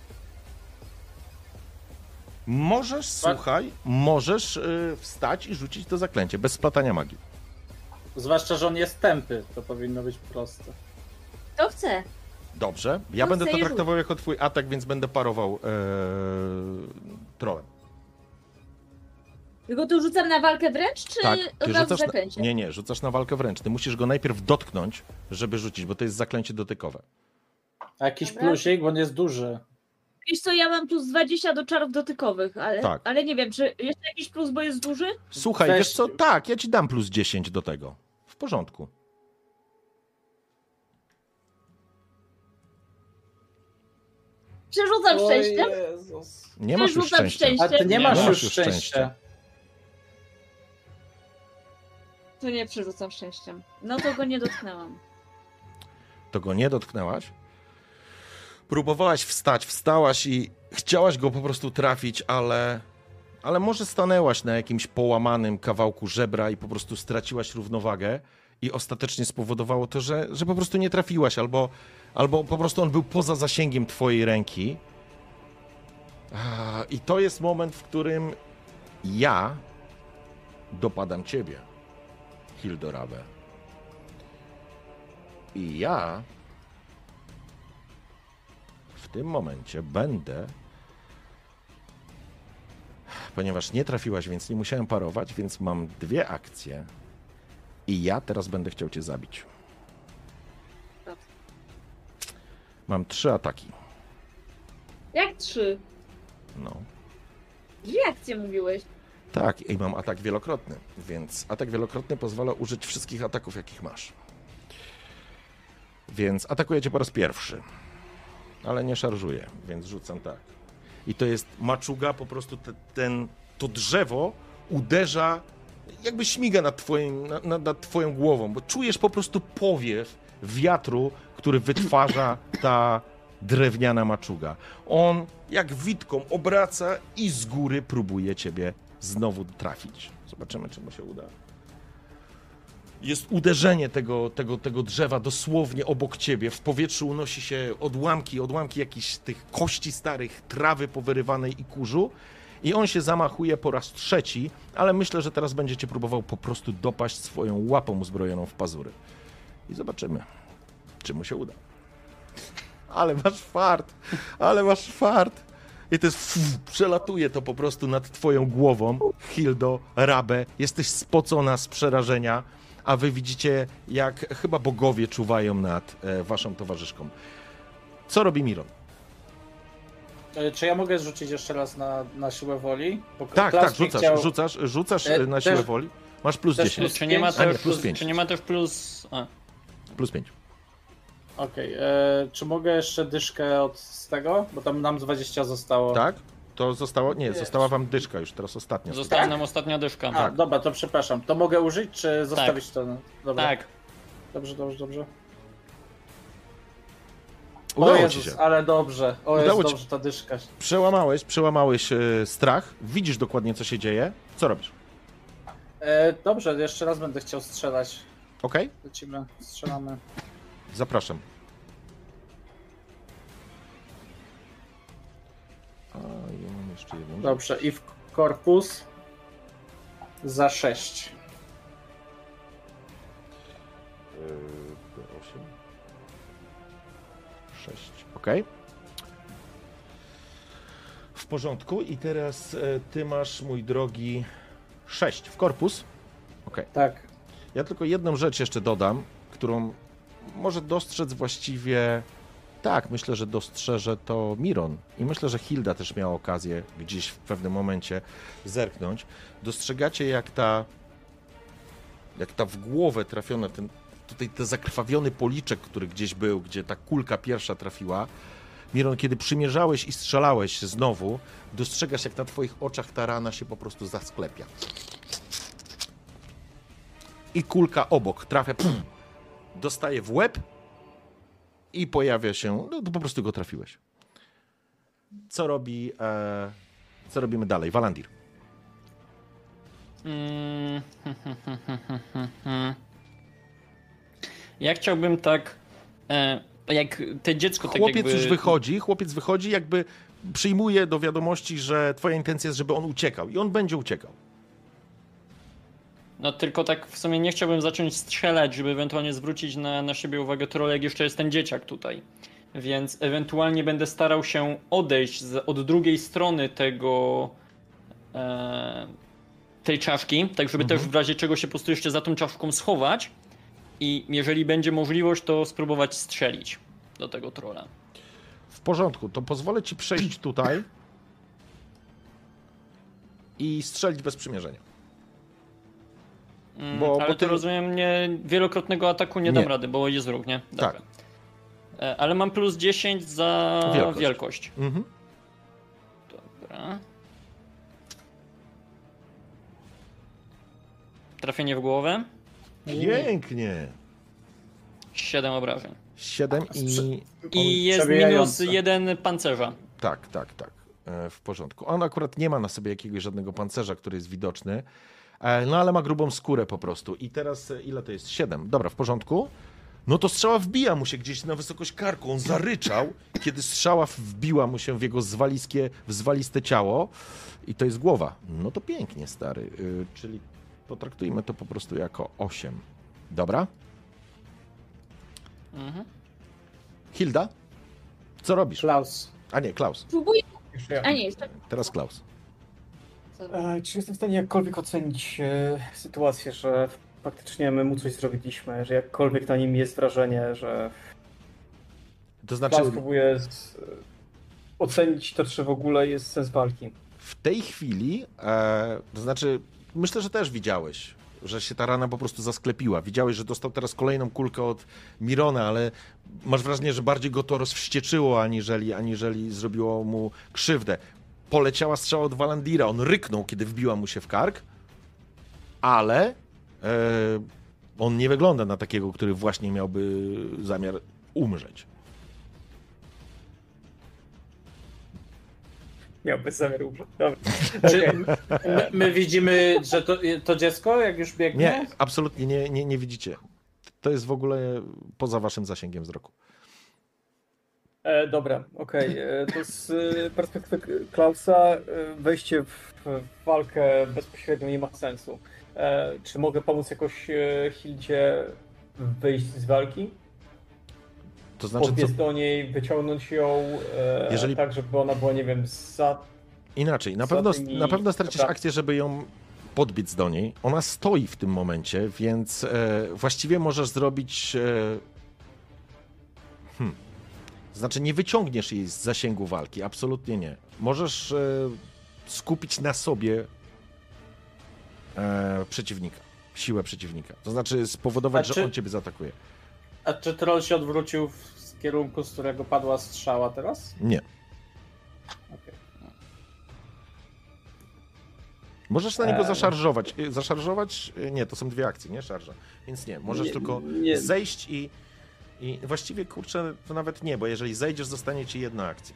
Możesz, słuchaj, możesz wstać i rzucić to zaklęcie bez splatania magii. Zwłaszcza, że on jest tępy, to powinno być proste. To chcę. Dobrze, ja No, będę chcę to je traktował jako twój atak, więc będę parował trollem. Tylko tu rzucam na walkę wręcz, czy Tak, od razu zaklęcie? Nie, rzucasz na walkę wręcz. Ty musisz go najpierw dotknąć, żeby rzucić, bo to jest zaklęcie dotykowe. A jakiś Dobra. plusik, bo on jest duży. Wiesz co, ja mam plus 20 do czarów dotykowych, Tak. ale nie wiem, czy jeszcze jakiś plus, bo jest duży? Słuchaj, Weź- wiesz co? Tak, ja ci dam plus 10 do tego. W porządku. Przerzucam szczęściem. Jezus. Nie masz już Przerzucam szczęścia. A ty nie Nie masz masz już już szczęścia. To nie przerzucam szczęściem. No to go nie dotknęłam. To go nie dotknęłaś? Próbowałaś wstać, wstałaś i chciałaś go po prostu trafić, ale może stanęłaś na jakimś połamanym kawałku żebra i po prostu straciłaś równowagę i ostatecznie spowodowało to, że po prostu nie trafiłaś, albo po prostu on był poza zasięgiem twojej ręki. I to jest moment, w którym ja dopadam ciebie, Hildorabe. I ja w tym momencie będę, ponieważ nie trafiłaś, więc nie musiałem parować, więc mam 2 akcje i ja teraz będę chciał cię zabić. Mam 3 ataki. Jak 3? No. 2 akcje mówiłeś. Tak, i mam atak wielokrotny, więc atak wielokrotny pozwala użyć wszystkich ataków, jakich masz. Więc atakuję cię po raz pierwszy, ale nie szarżuję, więc rzucam tak. I to jest maczuga, po prostu to drzewo uderza, jakby śmiga nad twoją głową, bo czujesz po prostu powiew wiatru, który wytwarza ta drewniana maczuga. On jak witką obraca i z góry próbuje ciebie znowu trafić. Zobaczymy, czy mu się uda. Jest uderzenie tego drzewa dosłownie obok ciebie. W powietrzu unosi się odłamki jakichś tych kości starych, trawy powyrywanej i kurzu. I on się zamachuje po raz 3, ale myślę, że teraz będzie cię próbował po prostu dopaść swoją łapą uzbrojoną w pazury. I zobaczymy, czy mu się uda. Ale masz fart. I to jest, przelatuje to po prostu nad twoją głową, Hildo, Rabe. Jesteś spocona z przerażenia, a wy widzicie, jak chyba bogowie czuwają nad waszą towarzyszką. Co robi Miron? Czy ja mogę zrzucić jeszcze raz na siłę woli? Bo Tak, Klaus mi rzucasz na też- siłę woli. Masz plus też 10. Czy nie ma pięć? też plus 5. Czy nie ma też plus... A. Plus 5. Okej, czy mogę jeszcze dyszkę z tego? Bo tam nam 20 zostało. Tak? To zostało? Nie, została wam dyszka już, teraz ostatnia. Została nam ostatnia dyszka. A, dobra, to przepraszam. To mogę użyć, czy zostawić to? Dobra. Tak. Dobrze. Udało Jezus, ci się. ale dobrze. Udało ci- Dobrze, ta dyszka. Przełamałeś strach, widzisz dokładnie, co się dzieje. Co robisz? Dobrze, jeszcze raz będę chciał strzelać. Okej? Lecimy, strzelamy. Zapraszam. A, ja mam jeszcze jedną. Dobrze, i w korpus za 6. 8. 6. Okej. W porządku. I teraz ty masz, mój drogi, 6 w korpus. Okej. Tak. Ja tylko jedną rzecz jeszcze dodam, którą może dostrzec właściwie... Tak, myślę, że dostrzeże to Miron. I myślę, że Hilda też miała okazję gdzieś w pewnym momencie zerknąć. Dostrzegacie, jak ta w głowę trafiona, tutaj ten zakrwawiony policzek, który gdzieś był, gdzie ta kulka pierwsza trafiła. Miron, kiedy przymierzałeś i strzelałeś znowu, dostrzegasz, jak na twoich oczach ta rana się po prostu zasklepia. I kulka obok trafia, dostaje w łeb i pojawia się, no to po prostu go trafiłeś. Co robimy dalej? Walandir. Ja chciałbym tak, jak te dziecko tak Chłopiec jakby... już wychodzi, jakby przyjmuje do wiadomości, że twoja intencja jest, żeby on uciekał i on będzie uciekał. No tylko tak w sumie nie chciałbym zacząć strzelać, żeby ewentualnie zwrócić na siebie uwagę troll, jak jeszcze jest ten dzieciak tutaj. Więc ewentualnie będę starał się odejść od drugiej strony tej czaszki, tak żeby też w razie czego się po prostu jeszcze za tą czaszką schować i jeżeli będzie możliwość, to spróbować strzelić do tego trolla. W porządku, to pozwolę ci przejść tutaj i strzelić bez przymierzenia. Ale to rozumiem, wielokrotnego ataku nie dam rady, bo jest wróg, nie? Dobra. Tak. Ale mam plus 10 za wielkość. Mhm. Dobra. Trafienie w głowę. Pięknie. 7 obrażeń. 7 I jest minus 1 pancerza. Tak. W porządku. On akurat nie ma na sobie jakiegoś żadnego pancerza, który jest widoczny, no ale ma grubą skórę po prostu. I teraz ile to jest? 7. Dobra, w porządku. No to strzała wbija mu się gdzieś na wysokość karku. On zaryczał, kiedy strzała wbiła mu się w jego zwaliste ciało. I to jest głowa. No to pięknie, stary. Czyli potraktujmy to po prostu jako 8. Dobra? Mhm. Hilda? Co robisz? Klaus. A nie, Klaus. Próbuję. Jeszcze ja. A nie, jest tak. Teraz Klaus. Czy jestem w stanie jakkolwiek ocenić sytuację, że faktycznie my mu coś zrobiliśmy, że jakkolwiek na nim jest wrażenie, że To znaczy, Klaus próbuje ocenić to, czy w ogóle jest sens walki. w tej chwili, to znaczy, myślę, że też widziałeś, że się ta rana po prostu zasklepiła. Widziałeś, że dostał teraz kolejną kulkę od Mirona, ale masz wrażenie, że bardziej go to rozwścieczyło, aniżeli zrobiło mu krzywdę. Poleciała strzała od Walandira, on ryknął, kiedy wbiła mu się w kark, ale on nie wygląda na takiego, który właśnie miałby zamiar umrzeć. Miał bez zamiaru umrzeć. Dobra. Czy Okay. my widzimy, że to dziecko, jak już biegnie? Nie, absolutnie nie widzicie. To jest w ogóle poza waszym zasięgiem wzroku. Dobra, okej. To z perspektywy Klausa wejście w walkę bezpośrednio nie ma sensu. Czy mogę pomóc jakoś Hildzie wyjść z walki? To znaczy, Podbiec do niej, wyciągnąć ją tak, żeby ona była, nie wiem, inaczej, na pewno stracisz akcję, żeby ją podbiec do niej. Ona stoi w tym momencie, więc właściwie możesz zrobić... Znaczy, nie wyciągniesz jej z zasięgu walki, absolutnie nie. Możesz skupić na sobie przeciwnika, siłę przeciwnika. To znaczy spowodować, że on ciebie zaatakuje. A czy troll się odwrócił w kierunku, z którego padła strzała teraz? Nie. Okay. Możesz na niego zaszarżować. Zaszarżować? Nie, to są 2 akcje, nie szarża. Więc nie, możesz tylko zejść i I właściwie, kurczę, to nawet nie, bo jeżeli zejdziesz, zostanie ci jedna akcja.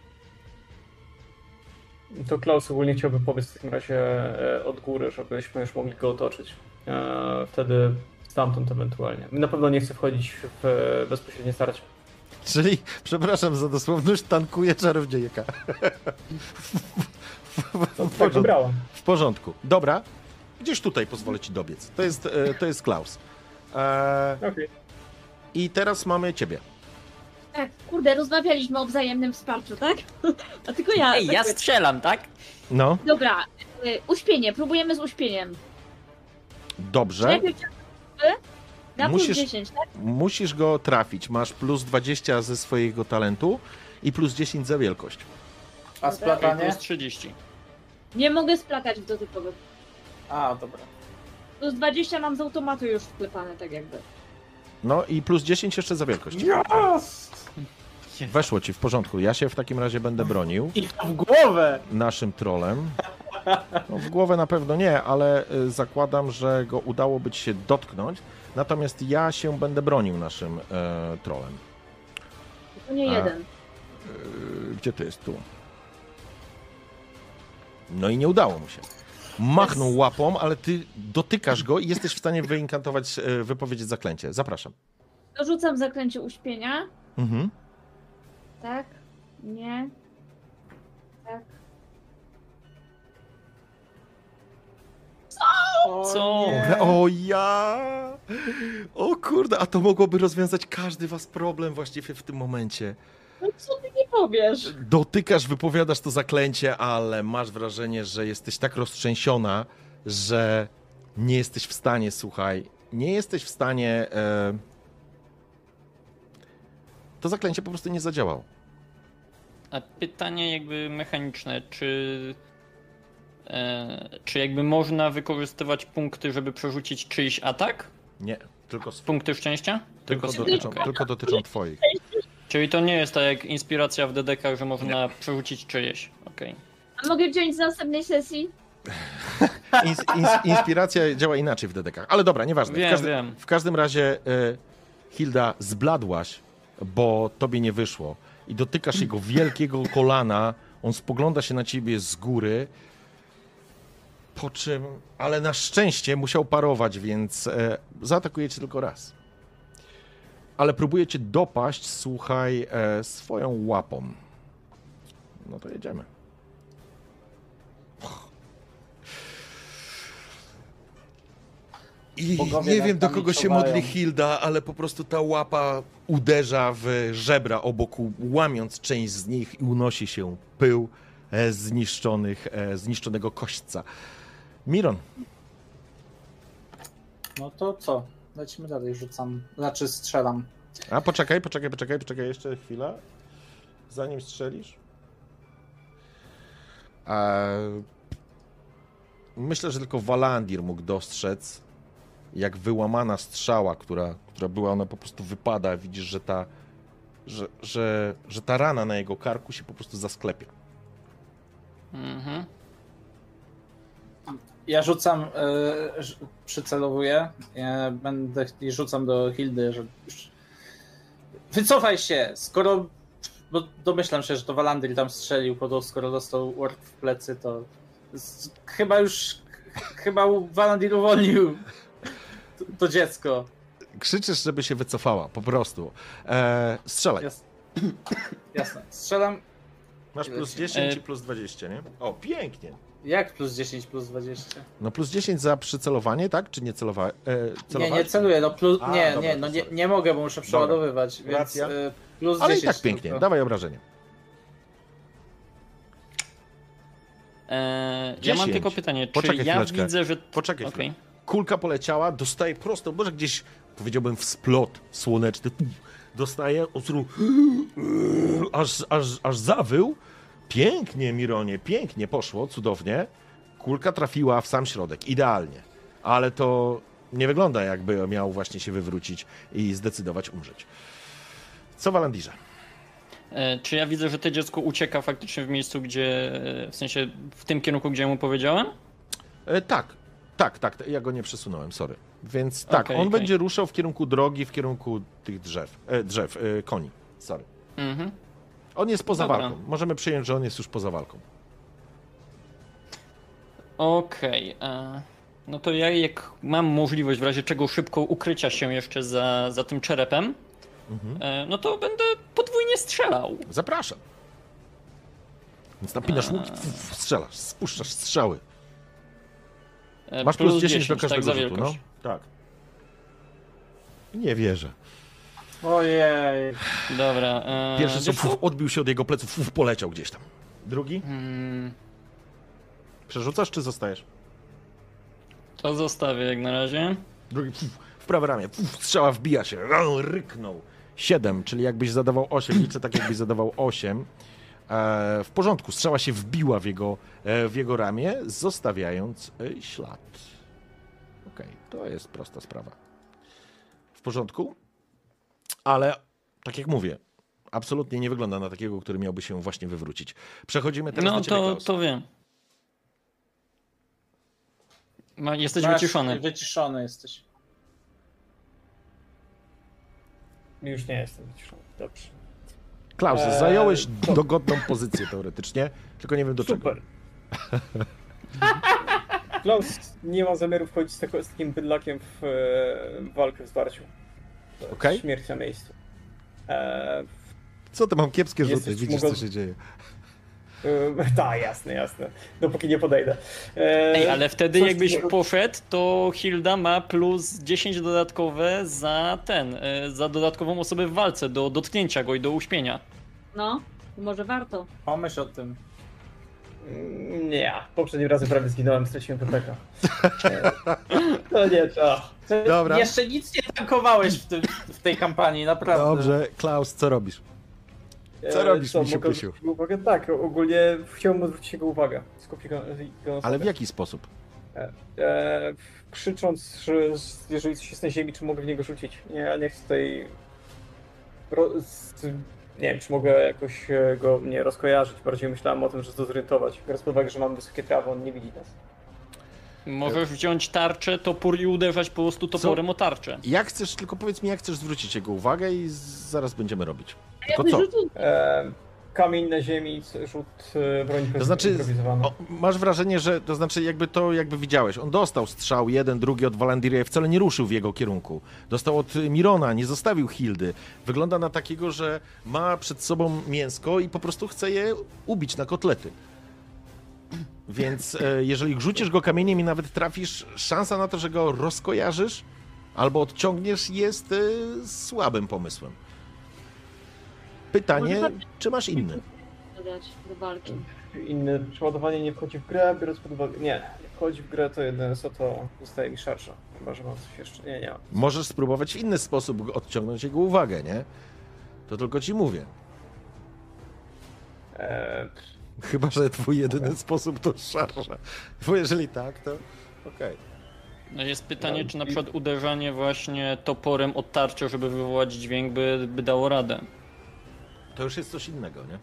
To Klaus ogólnie chciałby powiedzieć w takim razie od góry, żebyśmy już mogli go otoczyć. Wtedy stamtąd ewentualnie. Na pewno nie chcę wchodzić w bezpośrednie starcie. Czyli, przepraszam za dosłowność, tankuje czarodziejka. Tak wybrałem. W porządku. Dobra, gdzieś tutaj pozwolę ci dobiec. To jest Klaus. Okay. I teraz mamy ciebie. Tak, kurde, rozmawialiśmy o wzajemnym wsparciu, tak? A tylko ja. Ej, ja strzelam, tak? No, Dobra, uśpienie, próbujemy z uśpieniem. dobrze. Najpierw na plus Musisz- 10, tak? Musisz go trafić. Masz plus 20 ze swojego talentu i plus 10 za wielkość. A Okay, splatanie? plus 30. Nie mogę splakać w dotykowych. A, dobra. Plus 20 mam z automatu już wklepane, tak jakby. No i plus 10 jeszcze za wielkość. Weszło ci, w porządku. Ja się w takim razie będę bronił I to w głowę! naszym trolem. No, w głowę na pewno nie, ale zakładam, że go udałoby ci się dotknąć. Natomiast ja się będę bronił naszym trolem. To nie A. jeden. Gdzie to jest tu? No i nie udało mu się. Machnął łapą, ale ty dotykasz go i jesteś w stanie wyinkantować, wypowiedzieć zaklęcie. Zapraszam. Dorzucam zaklęcie uśpienia. Mhm. Tak. Nie. Tak. Co? nie. O ja! O kurde, a to mogłoby rozwiązać każdy was problem właściwie w tym momencie. No co ty nie powiesz? Dotykasz, wypowiadasz to zaklęcie, ale masz wrażenie, że jesteś tak roztrzęsiona, że nie jesteś w stanie, słuchaj, nie jesteś w stanie... To zaklęcie po prostu nie zadziałało. A pytanie jakby mechaniczne, czy jakby można wykorzystywać punkty, żeby przerzucić czyjś atak? Nie, tylko, Punkty szczęścia? tylko dotyczą twoich. Czyli to nie jest tak jak inspiracja w DD-kach, że można przerzucić czyjeś. Okej. A mogę wziąć z następnej sesji? Inspiracja działa inaczej w dedekach, ale dobra, nieważne. Wiem. W każdym razie, Hilda, zbladłaś, bo tobie nie wyszło. I dotykasz jego wielkiego kolana, on spogląda się na ciebie z góry, po czym, ale na szczęście musiał parować, więc zaatakuje cię tylko raz. Ale próbuje cię dopaść, słuchaj, swoją łapą. No to jedziemy. I Bogowie nie nad wiem, do nami kogo się czuwają. modli Hilda, ale po prostu ta łapa uderza w żebra obok, łamiąc część z nich i unosi się pył zniszczonego kośćca. Miron. No to co? Lecimy dalej, rzucam. Znaczy strzelam. A poczekaj jeszcze chwilę. Zanim strzelisz. Myślę, że tylko Walandir mógł dostrzec, jak wyłamana strzała, która była, ona po prostu wypada. Widzisz, że ta rana na jego karku się po prostu zasklepia. Mhm. Ja rzucam, przycelowuję. Ja i rzucam do Hildy, że już... Wycofaj się! Skoro... Bo domyślam się, że to Walandir tam strzelił, bo skoro dostał ork w plecy, to... Chyba Walandir uwolnił to dziecko. Krzyczysz, żeby się wycofała, po prostu. Strzelaj. Jasne. Strzelam. Masz plus 10 i plus 20, nie? O, pięknie. Jak plus 10, plus 20? No plus 10 za przycelowanie, tak? Czy nie celowałeś? Nie celuję, no plus... A, nie, dobra, nie, no to nie, sorry. nie mogę, bo muszę przeładowywać, więc Racja. plus 10. Ale i tak pięknie, tylko. dawaj obrażenie. Ja 10. mam tylko pytanie, czy Poczekaj ja chwileczkę. widzę, że... Poczekaj Okej. chwilę. Kulka poleciała, dostaje prosto, może gdzieś, powiedziałbym, w splot słoneczny. Dostaje, ostru, aż zawył. Pięknie, Mironie, pięknie poszło, cudownie. Kulka trafiła w sam środek, idealnie. Ale to nie wygląda, jakby miał właśnie się wywrócić i zdecydować umrzeć. Co Walandirze? Czy ja widzę, że to dziecko ucieka faktycznie w miejscu, gdzie... W sensie w tym kierunku, gdzie mu powiedziałem? Tak. Tak, ja go nie przesunąłem, sorry. Więc tak, on będzie ruszał w kierunku drogi, w kierunku tych koni, sorry. On jest poza walką. Możemy przyjąć, że on jest już poza walką. Okej. No to ja jak mam możliwość w razie czego szybko ukrycia się jeszcze za tym czerepem, no to będę podwójnie strzelał. Zapraszam. Więc napinasz łuk, strzelasz, spuszczasz strzały. Masz plus 10 do każdego tak, rzutu, no? Tak. Nie wierzę. Ojej. Dobra. Pierwszy odbił się od jego pleców, poleciał gdzieś tam. Drugi? Przerzucasz czy zostajesz? To zostawię jak na razie. Drugi w prawe ramię, strzała wbija się, ryknął. 7, czyli jakbyś zadawał 8, liczę tak jakbyś zadawał 8. W porządku, strzała się wbiła w jego ramię, zostawiając ślad. Okej, to jest prosta sprawa. W porządku? Ale, tak jak mówię, absolutnie nie wygląda na takiego, który miałby się właśnie wywrócić. Przechodzimy teraz do ciebie, Klaus. To wiem. Jesteś wyciszony. Wyciszony jesteś. Już nie jestem wyciszony, dobrze. Klaus, zająłeś dogodną pozycję teoretycznie, tylko nie wiem do czego. Super. Klaus nie ma zamiaru wchodzić z takim bydlakiem w walkę w zwarciu. Okej. Śmierć na miejscu. Co to mam kiepskie rzuty, widzisz co się dzieje. Tak, jasne. Dopóki nie podejdę. Ej, ale wtedy jakbyś poszedł, to Hilda ma plus 10 dodatkowe za dodatkową osobę w walce, do dotknięcia go i do uśpienia. No, może warto. Pomyśl o tym. Nie, poprzednim razem prawie zginąłem, straciłem PPK. To nie trzeba. Dobra. Jeszcze nic nie tankowałeś w tej kampanii, naprawdę. Dobrze, Klaus, co robisz? Co robisz, misiu-pysiu? Tak, ogólnie chciałbym odwrócić jego uwagę. Skupić go na Ale w jaki sposób? Krzycząc, że jeżeli coś jest na ziemi, czy mogę w niego rzucić. Nie chcę tutaj... Nie wiem, czy mogę jakoś go nie rozkojarzyć. Bardziej myślałem o tym, że to zorientować. Biorąc pod uwagę, że mam wysokie trawy, on nie widzi nas. Możesz wziąć tarczę, topór i uderzać po prostu toporem o tarczę. Jak chcesz, tylko powiedz mi, jak chcesz zwrócić jego uwagę i zaraz będziemy robić. Tylko co? Kamień na ziemi, rzut broni to znaczy, improwizowana. Masz wrażenie, że to znaczy jakby widziałeś, on dostał strzał, jeden, drugi od Valandiria, wcale nie ruszył w jego kierunku. Dostał od Mirona, nie zostawił Hildy. Wygląda na takiego, że ma przed sobą mięsko i po prostu chce je ubić na kotlety. Więc jeżeli rzucisz go kamieniem i nawet trafisz, szansa na to, że go rozkojarzysz albo odciągniesz, jest słabym pomysłem. Pytanie, czy masz inny? Dodać do walki. Inne przeładowanie nie wchodzi w grę, biorąc pod uwagę... Nie wchodzi w grę, to jedyne co to zostaje mi szarża. Chyba, że mam coś jeszcze. Nie mam. Możesz spróbować w inny sposób odciągnąć jego uwagę, nie? To tylko ci mówię. Chyba, że twój jedyny sposób to szarża. Bo jeżeli tak, to okej. No jest pytanie, czy na przykład uderzanie właśnie toporem od tarczy, żeby wywołać dźwięk, by dało radę. To już jest coś innego, nie?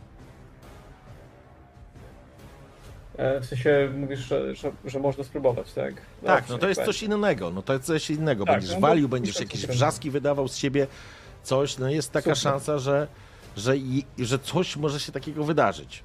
W sensie mówisz, że można spróbować, tak? Tak, no to jest coś innego. No to jest coś innego. Tak, Będziesz no walił, będziesz jakieś wrzaski wydawał z siebie, coś. No jest taka szansa, że coś może się takiego wydarzyć.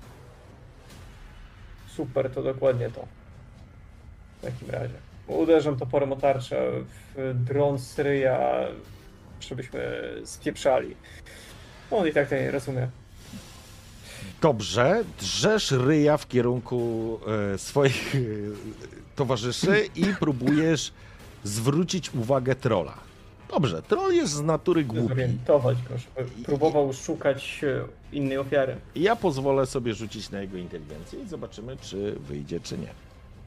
Super, to dokładnie to. W takim razie. Uderzam toporem o tarczę w dron z ryja, żebyśmy spieprzali. On i tak to nie rozumie. Dobrze, drzesz ryja w kierunku swoich towarzyszy i próbujesz zwrócić uwagę trolla. Dobrze, troll jest z natury głupi. Zorientować go, żeby próbował szukać innej ofiary. Ja pozwolę sobie rzucić na jego inteligencję i zobaczymy, czy wyjdzie, czy nie.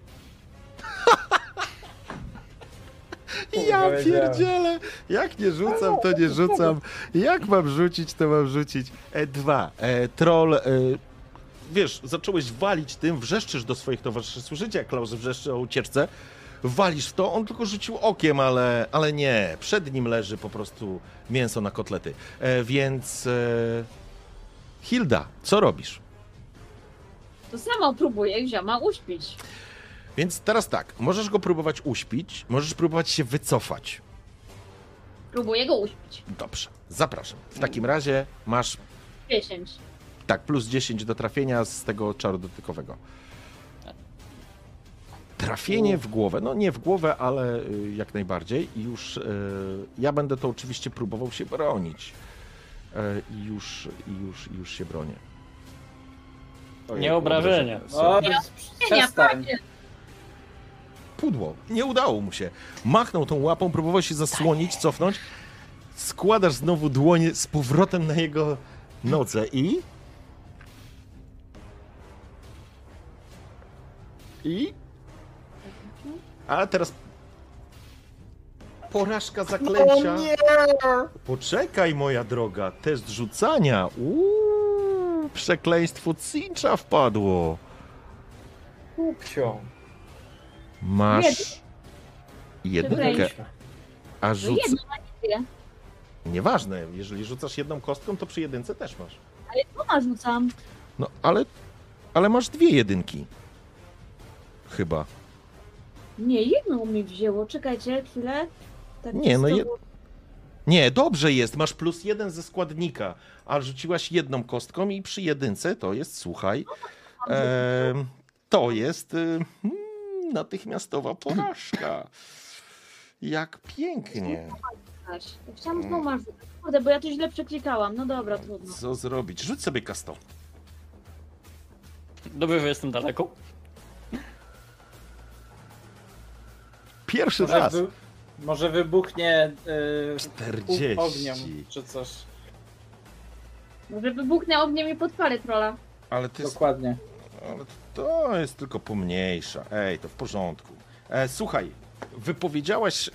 Ja pierdzielę! Jak nie rzucam, to nie rzucam. Jak mam rzucić, to mam rzucić. 2. Troll, wiesz, zacząłeś walić tym, wrzeszczysz do swoich towarzyszy. Słyszycie, jak Klaus wrzeszczy o ucieczce? Walisz w to, on tylko rzucił okiem, ale nie. Przed nim leży po prostu mięso na kotlety. Więc... Hilda, co robisz? To samo próbuję zioma uśpić. Więc teraz tak, możesz go próbować uśpić, możesz próbować się wycofać. Próbuję go uśpić. Dobrze, zapraszam. W takim razie masz 10. tak, plus 10 do trafienia z tego czaru dotykowego. Trafienie w głowę, no nie w głowę, ale jak najbardziej. I już ja będę to oczywiście próbował się bronić. I już się bronię. Ojej, Nie obrażenia. O, przestań. Pudło. Nie udało mu się. Machnął tą łapą, próbował się zasłonić, cofnąć. Składasz znowu dłonie z powrotem na jego nodze i... A teraz... Porażka zaklęcia. O nie! Poczekaj, moja droga. Test rzucania. Przekleństwo Cincha wpadło. Kupcio. Masz jedynkę, Przekleństwo. a No rzuc... jedno, a nie dwie. Nieważne, jeżeli rzucasz jedną kostką, to przy jedynce też masz. Ale dwoma rzucam. No, ale masz dwie jedynki. Chyba. Nie, jedną mi wzięło. Czekajcie chwilę. Tak Nie, no to je- było- Nie, dobrze jest, masz plus 1 ze składnika, a rzuciłaś jedną kostką i przy jedynce to jest, słuchaj, to jest natychmiastowa porażka. Jak pięknie. Chciałam znowu masz rzucać. Kurde, bo ja to źle przeklikałam. No dobra, trudno. Co zrobić? Rzuć sobie kastą. Dobrze, że jestem daleko. Pierwszy raz. Może wybuchnie 40. ogniem czy coś. Może wybuchnę ogniem i podpalę trolla. Ale to jest, Dokładnie. ale to jest tylko pomniejsza. Ej, to w porządku. Słuchaj, wypowiedziałaś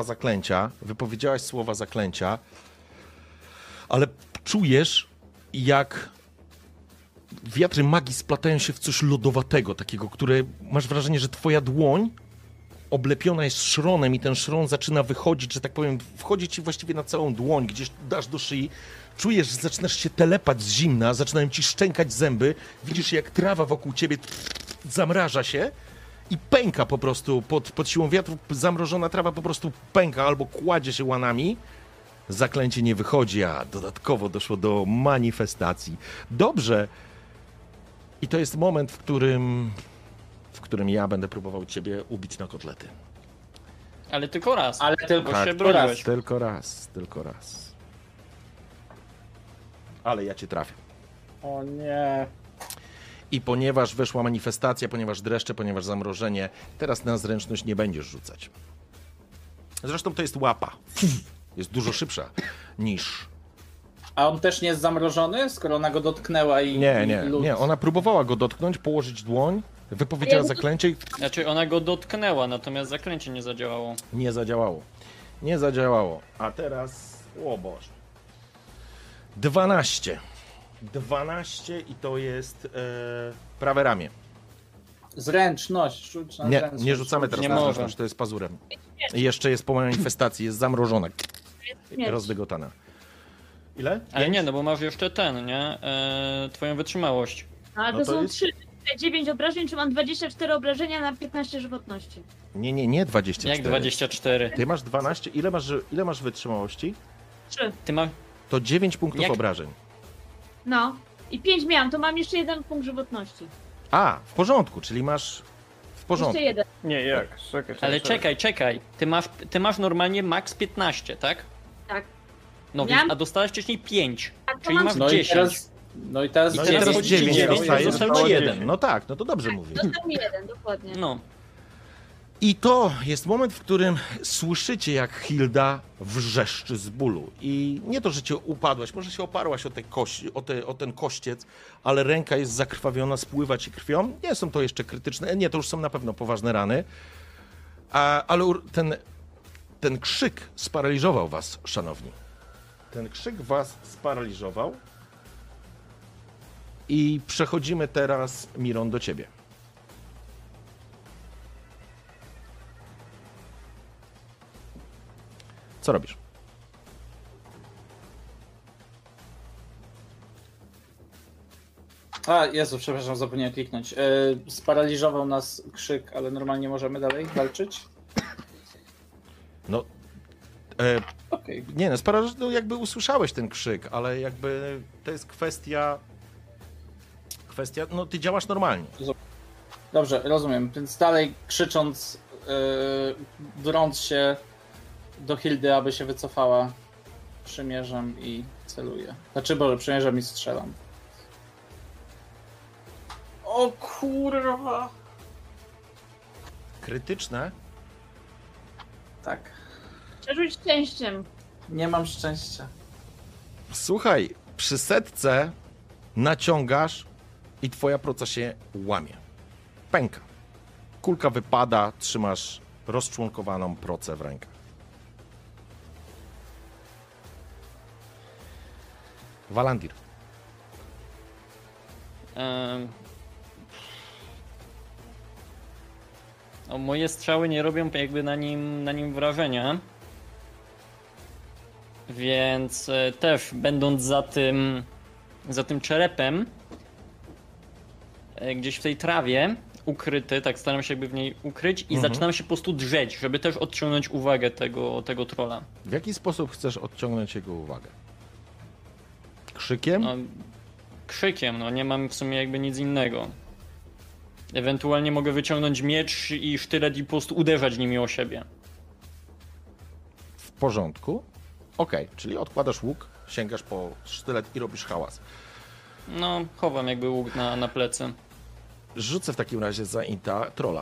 słowa zaklęcia, ale czujesz, jak wiatry magii splatają się w coś lodowatego, takiego, które masz wrażenie, że twoja dłoń oblepiona jest szronem i ten szron zaczyna wychodzić, że tak powiem, wchodzi ci właściwie na całą dłoń, gdzieś dasz do szyi. Czujesz, że zaczynasz się telepać z zimna, zaczynają ci szczękać zęby, widzisz, jak trawa wokół ciebie zamraża się i pęka po prostu pod siłą wiatru, zamrożona trawa po prostu pęka albo kładzie się łanami. Zaklęcie nie wychodzi, a dodatkowo doszło do manifestacji. Dobrze. I to jest moment, w którym ja będę próbował ciebie ubić na kotlety. Ale tylko raz. Ale tylko Bo się raz. broniłeś. Tylko raz. Ale ja cię trafię. O nie. I ponieważ weszła manifestacja, ponieważ dreszcze, ponieważ zamrożenie, teraz na zręczność nie będziesz rzucać. Zresztą to jest łapa. Jest dużo szybsza niż... A on też nie jest zamrożony, skoro ona go dotknęła i... Nie. Ona próbowała go dotknąć, położyć dłoń, wypowiedziała zaklęcie i Znaczy ona go dotknęła, natomiast zaklęcie nie zadziałało. nie zadziałało. A teraz... O Boże. 12 i to jest prawe ramię. Zręczność. Rzuć na Nie, zręczność. nie rzucamy teraz Nie na może. zręczność, to jest pazurem. I jeszcze jest po manifestacji, jest zamrożona, Śmierć. rozdygotana. Ile? Ale nie, no bo masz jeszcze ten, nie? Twoją wytrzymałość. Ale No to to są jest- 9 obrażeń, czy mam 24 obrażenia na 15 żywotności. Nie 24. Jak 24? Ty masz 12, ile masz wytrzymałości? 3. Ty masz... To 9 punktów Jak- obrażeń. No. I 5 miałam, to mam jeszcze 1 punkt żywotności. A, w porządku, czyli masz w porządku. Jeszcze 1. Nie, jak? Czekaj. Ale czekaj. Ty masz normalnie max 15, tak? Tak. No Miałam- więc, a dostałeś wcześniej 5, A to czyli mam masz No 10. i teraz... No i teraz... No i teraz teraz wchodzi 9 dziewięć, zostaje, zostało zostało 10. 1. No tak, no to dobrze mówię. Dostał mi 1, dokładnie. No. I to jest moment, w którym słyszycie, jak Hilda wrzeszczy z bólu. I nie to, że cię upadłaś, może się oparłaś o, o ten kościec, ale ręka jest zakrwawiona, spływa ci krwią. Nie są to jeszcze krytyczne, nie, to już są na pewno poważne rany. Ale ten krzyk sparaliżował was, szanowni. Ten krzyk was sparaliżował. I przechodzimy teraz, Miron, do ciebie. Co robisz? A, Jezu, przepraszam, zapomniałem kliknąć. Sparaliżował nas krzyk, ale normalnie możemy dalej walczyć? No, Okej. nie, no jakby usłyszałeś ten krzyk, ale jakby to jest kwestia, no ty działasz normalnie. Dobrze, rozumiem. Więc dalej krzycząc, drąc się do Hildy, aby się wycofała, przymierzam i celuję. Znaczy, Boże, przymierzam i strzelam. O kurwa! Krytyczne? Tak. Przerzuć szczęściem. Nie mam szczęścia. Słuchaj, przy setce naciągasz i twoja proca się łamie. Pęka. Kulka wypada, trzymasz rozczłonkowaną procę w rękach. Walandir. No, moje strzały nie robią jakby na nim wrażenia. Więc też będąc za tym czerepem, gdzieś w tej trawie, ukryty, tak staram się jakby w niej ukryć i zaczynam się po prostu drzeć, żeby też odciągnąć uwagę tego trolla. W jaki sposób chcesz odciągnąć jego uwagę? Krzykiem? No, krzykiem, no nie mam w sumie jakby nic innego. Ewentualnie mogę wyciągnąć miecz i sztylet i po prostu uderzać nimi o siebie. W porządku. Okej, czyli odkładasz łuk, sięgasz po sztylet i robisz hałas. No, chowam jakby łuk na plecy. Rzucę w takim razie za Inta trolla.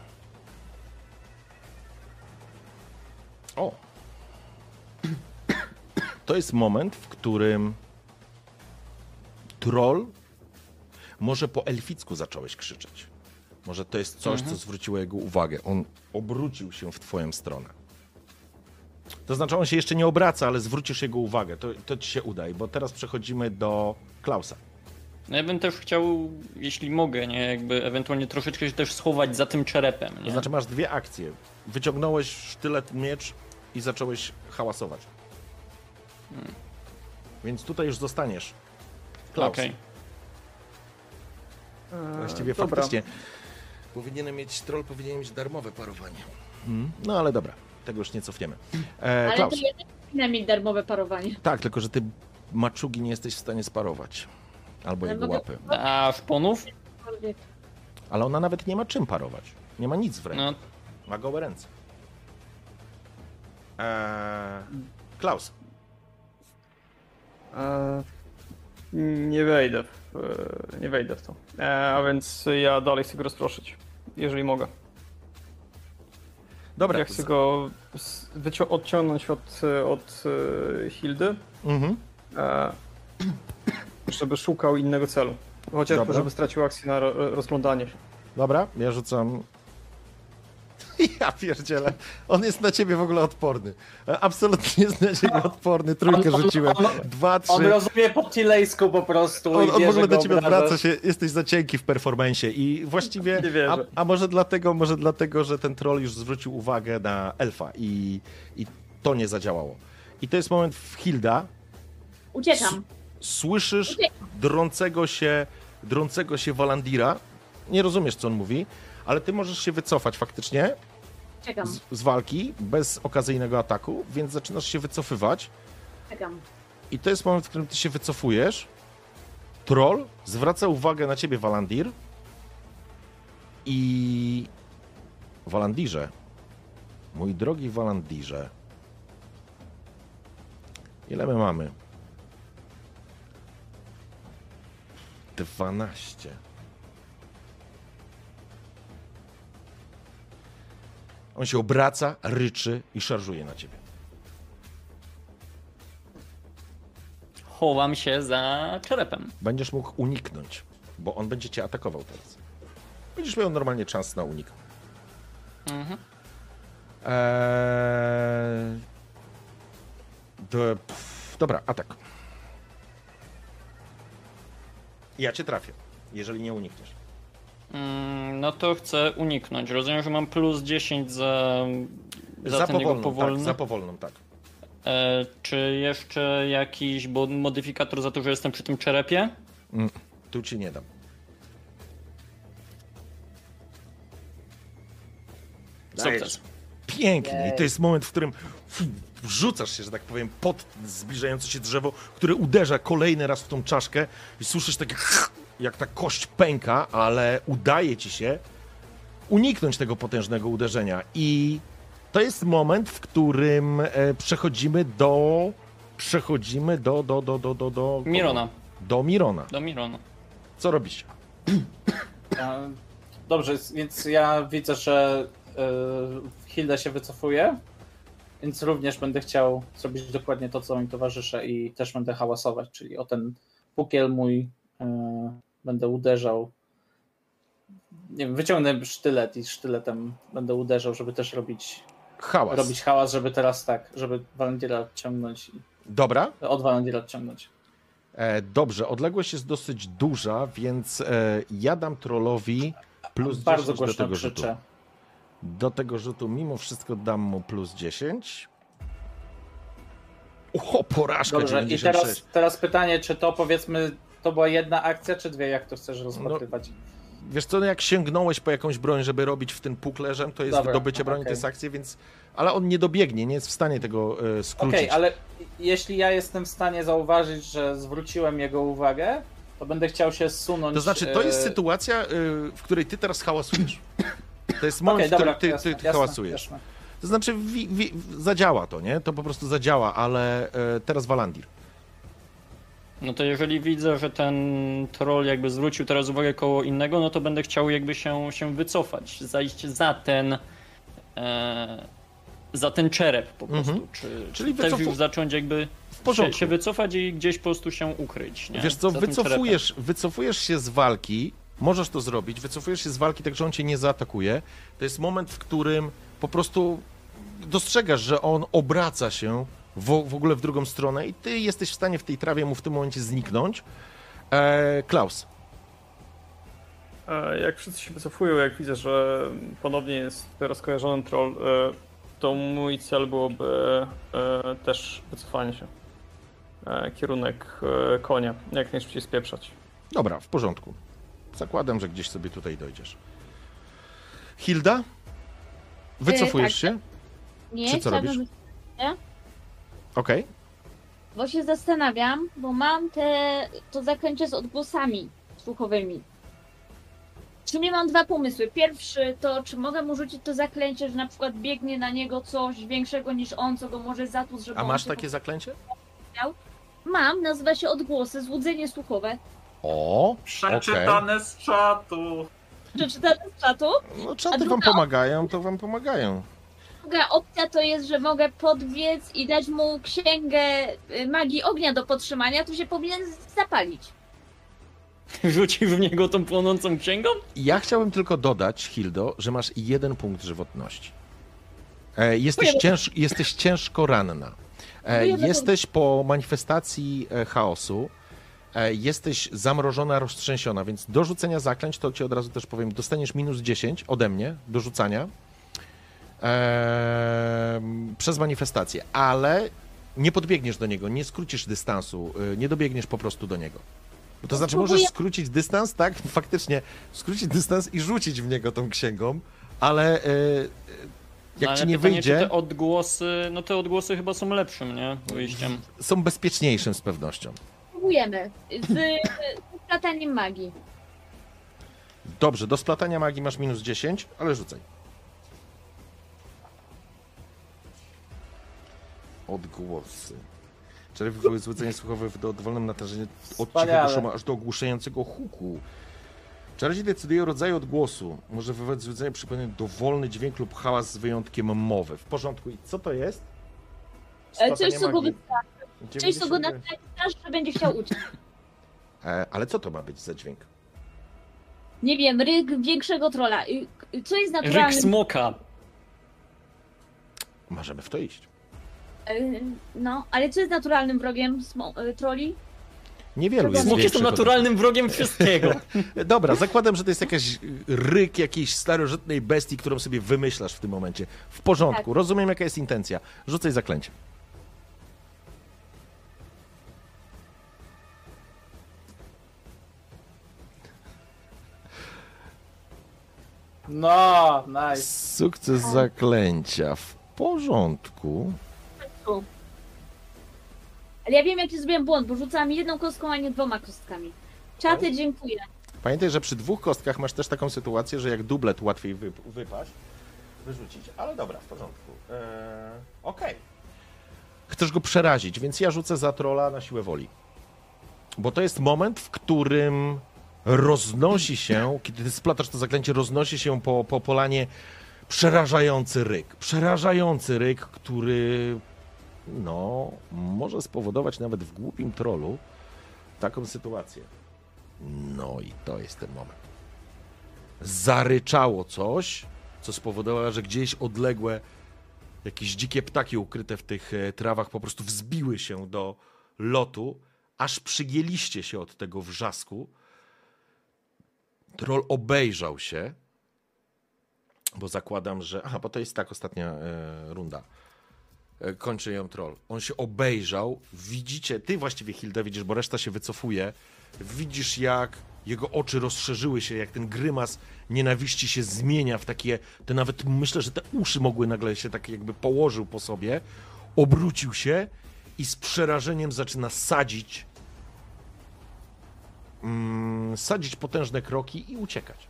O! To jest moment, w którym troll może po elficku zacząłeś krzyczeć. Może to jest coś, co zwróciło jego uwagę. On obrócił się w twoją stronę. To znaczy, on się jeszcze nie obraca, ale zwrócisz jego uwagę. To ci się uda, bo teraz przechodzimy do Klausa. No ja bym też chciał, jeśli mogę, nie, jakby ewentualnie troszeczkę się też schować za tym czerepem. Nie? To znaczy, masz dwie akcje. Wyciągnąłeś sztylet, miecz i zacząłeś hałasować. Więc tutaj już zostaniesz. Klaus. Okej. Właściwie dobra. faktycznie troll powinien mieć darmowe parowanie. No ale dobra, tego już nie cofniemy. Ale Klaus. to jednak powinna mieć darmowe parowanie. Tak, tylko że ty maczugi nie jesteś w stanie sparować. Albo Ale jego mogę- łapy. A szponów? Ale ona nawet nie ma czym parować. Nie ma nic w ręku. No, Ma gołe ręce. Klaus. Nie wejdę w to. A więc ja dalej chcę go rozproszyć, jeżeli mogę. Dobra. Ja chcę go odciągnąć od Hildy, żeby szukał innego celu. Chociażby, Dobra. żeby stracił akcję na rozglądanie się. Dobra, ja rzucam. Ja pierdzielę. On jest na ciebie w ogóle odporny. Absolutnie jest na ciebie odporny. Trójkę rzuciłem. 2, 3. On rozumie po tilejsku po prostu. On i w wie, ogóle że do go ciebie obrażasz. odwraca się, jesteś za cienki w performanceie i właściwie, Nie wierzę. a może dlatego, że ten troll już zwrócił uwagę na elfa i to nie zadziałało. I to jest moment w Hilda, Uciekam. słyszysz drącego się Walandira, nie rozumiesz, co on mówi, ale ty możesz się wycofać faktycznie Czekam. z walki bez okazyjnego ataku, więc zaczynasz się wycofywać. Czekam. I to jest moment, w którym ty się wycofujesz. Troll zwraca uwagę na ciebie, Walandir. I... Walandirze. Mój drogi Walandirze. Ile my mamy? 12. On się obraca, ryczy i szarżuje na ciebie. chowam się za czerepem. Będziesz mógł uniknąć, bo on będzie cię atakował teraz. Będziesz miał normalnie czas na unik. Mhm. Dobra, atak. Ja cię trafię, jeżeli nie unikniesz. No to chcę uniknąć. Rozumiem, że mam plus 10 za ten jego powolny. Tak, za powolną, tak. Czy jeszcze jakiś modyfikator za to, że jestem przy tym czerepie? Tu ci nie dam. Sukces. Pięknie. I to jest moment, w którym wrzucasz się, że tak powiem, pod zbliżające się drzewo, które uderza kolejny raz w tą czaszkę i słyszysz takie jak ta kość pęka, ale udaje ci się uniknąć tego potężnego uderzenia. I to jest moment, w którym przechodzimy do Mirona. Do Mirona. Do Mirona. Co robicie? Dobrze, więc ja widzę, że Hilda się wycofuje, więc również będę chciał zrobić dokładnie to, co mi towarzysze i też będę hałasować, czyli o ten pukiel mój będę uderzał. Nie wiem, wyciągnę sztylet i sztyletem będę uderzał, żeby też robić hałas, żeby teraz żeby Valendiera odciągnąć. Dobra. Od Valendiera odciągnąć. Dobrze, odległość jest dosyć duża, więc ja dam trollowi plus 10 bardzo głośno do tego krzyczę. rzutu. Do tego rzutu mimo wszystko dam mu plus 10. O, porażka. Dobrze, 96. i teraz pytanie, czy to powiedzmy, to była jedna akcja, czy dwie, jak to chcesz rozpatrywać? Wiesz co, jak sięgnąłeś po jakąś broń, żeby robić w ten puk leżem, to jest wydobycie broni, to jest akcja, więc... Ale on nie dobiegnie, nie jest w stanie tego skrócić. Okej, ale jeśli ja jestem w stanie zauważyć, że zwróciłem jego uwagę, to będę chciał się zsunąć... To znaczy, to jest sytuacja, w której ty teraz hałasujesz. To jest moment, w którym ty hałasujesz. Jasne. To znaczy, zadziała to, nie? To po prostu zadziała, ale teraz Valandir. No to jeżeli widzę, że ten troll jakby zwrócił teraz uwagę koło innego, no to będę chciał jakby się wycofać, zajść za ten czerep po prostu. Czyli też już zacząć jakby się wycofać i gdzieś po prostu się ukryć. Nie? Wiesz co, wycofujesz się z walki, możesz to zrobić, wycofujesz się z walki tak, że on cię nie zaatakuje. To jest moment, w którym po prostu dostrzegasz, że on obraca się w ogóle w drugą stronę i ty jesteś w stanie w tej trawie mu w tym momencie zniknąć. Klaus. Jak wszyscy się wycofują, jak widzę, że ponownie jest rozkojarzony troll, to mój cel byłoby też wycofanie się. Kierunek konia, jak najszybciej spieprzać. Dobra, w porządku. Zakładam, że gdzieś sobie tutaj dojdziesz. Hilda? Wycofujesz się? Nie, czy co robisz? Okej. Bo się zastanawiam, bo mam to zaklęcie z odgłosami słuchowymi. Czyli mam dwa pomysły. Pierwszy to, czy mogę mu rzucić to zaklęcie, że na przykład biegnie na niego coś większego niż on, co go może zatłuc, żeby A on masz się takie zaklęcie? Mam, nazywa się odgłosy, złudzenie słuchowe. O, przeczytane z czatu. Przeczytane z czatu? No czaty wam pomagają, to wam pomagają. Druga opcja to jest, że mogę podbiec i dać mu księgę magii ognia do podtrzymania, to się powinien zapalić. Rzucił w niego tą płonącą księgą? Ja chciałbym tylko dodać, Hildo, że masz 1 punkt żywotności. Jesteś ciężko ranna. Jesteś po manifestacji chaosu. Jesteś zamrożona, roztrzęsiona, więc do rzucenia zaklęć, to ci od razu też powiem, dostaniesz minus 10 ode mnie do rzucania przez manifestację, ale nie podbiegniesz do niego, nie skrócisz dystansu, nie dobiegniesz po prostu do niego. To znaczy możesz skrócić dystans, tak? Faktycznie skrócić dystans i rzucić w niego tą księgą, ale jak ci nie pytanie, wyjdzie... Czy te odgłosy chyba są lepszym, nie? Wyjściem. Są bezpieczniejszym z pewnością. Próbujemy. Z splataniem magii. Dobrze, do splatania magii masz minus 10, ale rzucaj. Odgłosy. Czyli wywołuje złudzenie słuchowe w dowolnym natężeniu od cichego szumu aż do ogłuszającego huku. Czarodziej decyduje o rodzaju odgłosu. Może wywołać złudzenie przypominając dowolny dźwięk lub hałas z wyjątkiem mowy. W porządku. I co to jest? Coś, co go wystraszy. Coś, co go nastraszy, że będzie chciał uciec. Ale co to ma być za dźwięk? Nie wiem, ryk większego trolla. Co jest naturalnym... Ryk smoka. Możemy w to iść. No, ale co jest naturalnym wrogiem trolli? Niewielu jest Smoki są naturalnym wrogiem wszystkiego. Dobra, zakładam, że to jest jakaś ryk jakiejś starożytnej bestii, którą sobie wymyślasz w tym momencie. W porządku, tak. Rozumiem, jaka jest intencja. Rzucaj zaklęcie. No, nice. Sukces zaklęcia. W porządku. Ale ja wiem, jaki zrobiłem błąd, bo rzucałam jedną kostką, a nie 2 kostkami. Czaty, dziękuję. Pamiętaj, że przy 2 kostkach masz też taką sytuację, że jak dublet łatwiej wypaść, wyrzucić. Ale dobra, w porządku. Okej. Chcesz go przerazić, więc ja rzucę za trolla na siłę woli. Bo to jest moment, w którym roznosi się, kiedy ty splatasz to zaklęcie, roznosi się po polanie przerażający ryk, który no, może spowodować nawet w głupim trollu taką sytuację. No i to jest ten moment. Zaryczało coś, co spowodowało, że gdzieś odległe jakieś dzikie ptaki ukryte w tych trawach po prostu wzbiły się do lotu, aż przygięliście się od tego wrzasku. Troll obejrzał się, bo zakładam, że... Aha, bo to jest tak ostatnia runda. Kończy ją troll. On się obejrzał, widzicie, ty właściwie, Hilda, widzisz, bo reszta się wycofuje, widzisz, jak jego oczy rozszerzyły się, jak ten grymas nienawiści się zmienia w takie, to nawet myślę, że te uszy mogły nagle się tak jakby położył po sobie, obrócił się i z przerażeniem zaczyna sadzić potężne kroki i uciekać.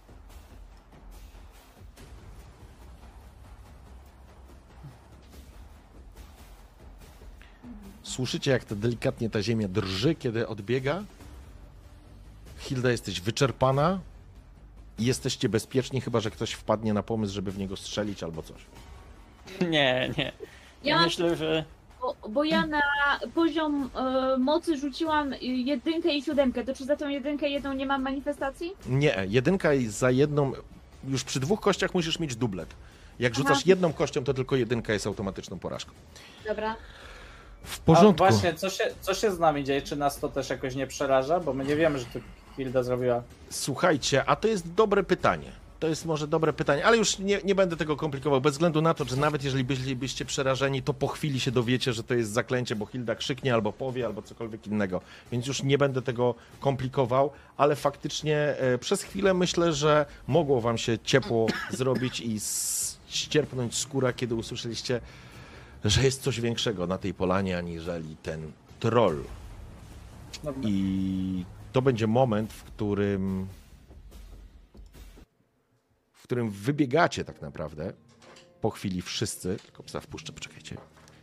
Słyszycie, jak to delikatnie ta ziemia drży, kiedy odbiega. Hilda, jesteś wyczerpana i jesteście bezpieczni, chyba że ktoś wpadnie na pomysł, żeby w niego strzelić albo coś. Nie. Ja myślę, że... Bo ja na poziom mocy rzuciłam 1 i 7. To czy za tą 1 i 1 nie mam manifestacji? Nie, 1 i za jedną... Już przy 2 kościach musisz mieć dublet. Jak rzucasz jedną kością, to tylko 1 jest automatyczną porażką. Dobra. W porządku. A właśnie, co się z nami dzieje? Czy nas to też jakoś nie przeraża? Bo my nie wiemy, że to Hilda zrobiła. Słuchajcie, a to jest dobre pytanie. To jest może dobre pytanie, ale już nie będę tego komplikował, bez względu na to, że nawet jeżeli bylibyście przerażeni, to po chwili się dowiecie, że to jest zaklęcie, bo Hilda krzyknie albo powie, albo cokolwiek innego. Więc już nie będę tego komplikował, ale faktycznie przez chwilę myślę, że mogło wam się ciepło zrobić i ścierpnąć skóra, kiedy usłyszeliście, że jest coś większego na tej polanie, aniżeli ten troll. Dobra. I to będzie moment, w którym wybiegacie tak naprawdę po chwili wszyscy. Tylko psa wpuszczę, poczekajcie.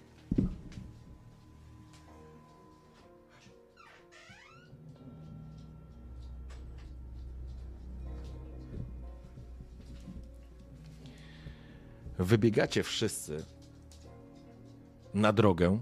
Wybiegacie wszyscy na drogę.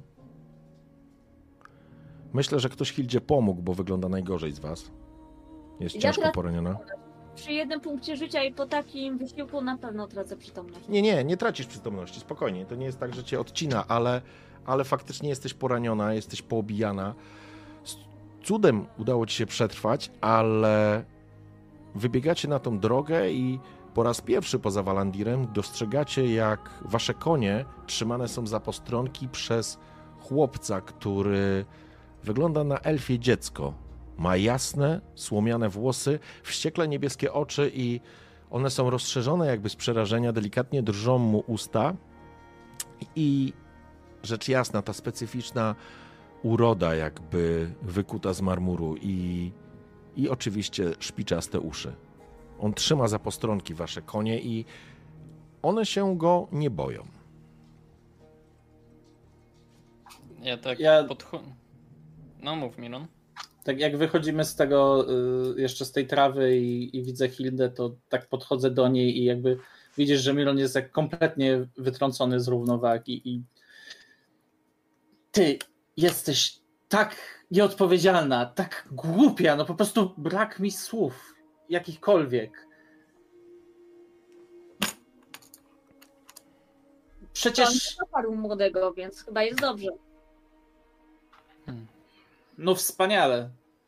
Myślę, że ktoś Hildzie pomógł, bo wygląda najgorzej z was. Jest ciężko poraniona. Przy 1 punkcie życia i po takim wysiłku na pewno tracę przytomność. Nie tracisz przytomności, spokojnie. To nie jest tak, że cię odcina, ale faktycznie jesteś poraniona, jesteś poobijana. Z cudem udało ci się przetrwać, ale wybiegacie na tą drogę i po raz pierwszy poza Walandirem dostrzegacie, jak wasze konie trzymane są za postronki przez chłopca, który wygląda na elfie dziecko. Ma jasne, słomiane włosy, wściekle niebieskie oczy i one są rozszerzone jakby z przerażenia, delikatnie drżą mu usta i rzecz jasna, ta specyficzna uroda jakby wykuta z marmuru i oczywiście szpiczaste uszy. On trzyma za postronki wasze konie i one się go nie boją. Ja podchodzę. No mów, Miron. Tak jak wychodzimy z tego, jeszcze z tej trawy i widzę Hildę, to tak podchodzę do niej i jakby widzisz, że Miron jest jak kompletnie wytrącony z równowagi i ty jesteś tak nieodpowiedzialna, tak głupia, no po prostu brak mi słów jakichkolwiek. Przecież... On nie zaparł młodego, więc chyba jest dobrze. No wspaniale.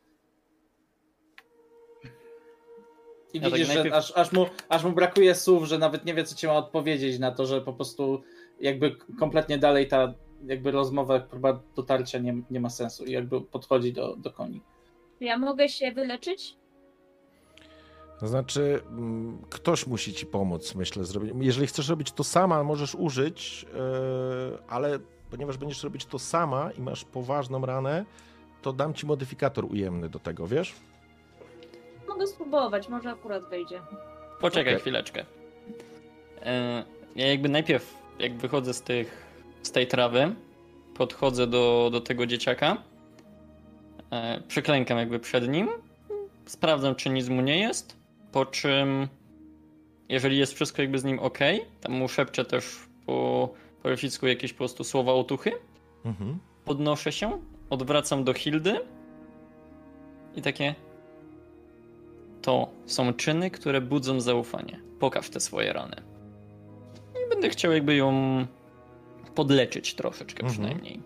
I ja widzisz, tak najpierw... że aż mu brakuje słów, że nawet nie wie, co ci ma odpowiedzieć na to, że po prostu jakby kompletnie dalej ta jakby rozmowa, próba dotarcia nie ma sensu i jakby podchodzi do koni. Ja mogę się wyleczyć? To znaczy, ktoś musi ci pomóc, myślę, zrobić. Jeżeli chcesz robić to sama, możesz użyć, ale ponieważ będziesz robić to sama i masz poważną ranę, to dam ci modyfikator ujemny do tego, wiesz? Mogę spróbować, może akurat wejdzie. Poczekaj chwileczkę. Ja jakby najpierw, jak wychodzę z tej trawy, podchodzę do tego dzieciaka, przyklękam jakby przed nim, sprawdzam, czy nic mu nie jest, po czym, jeżeli jest wszystko jakby z nim ok, tam mu szepczę też po elficku jakieś po prostu słowa otuchy, podnoszę się, odwracam do Hildy i takie: to są czyny, które budzą zaufanie. Pokaż te swoje rany. I będę chciał jakby ją podleczyć troszeczkę przynajmniej.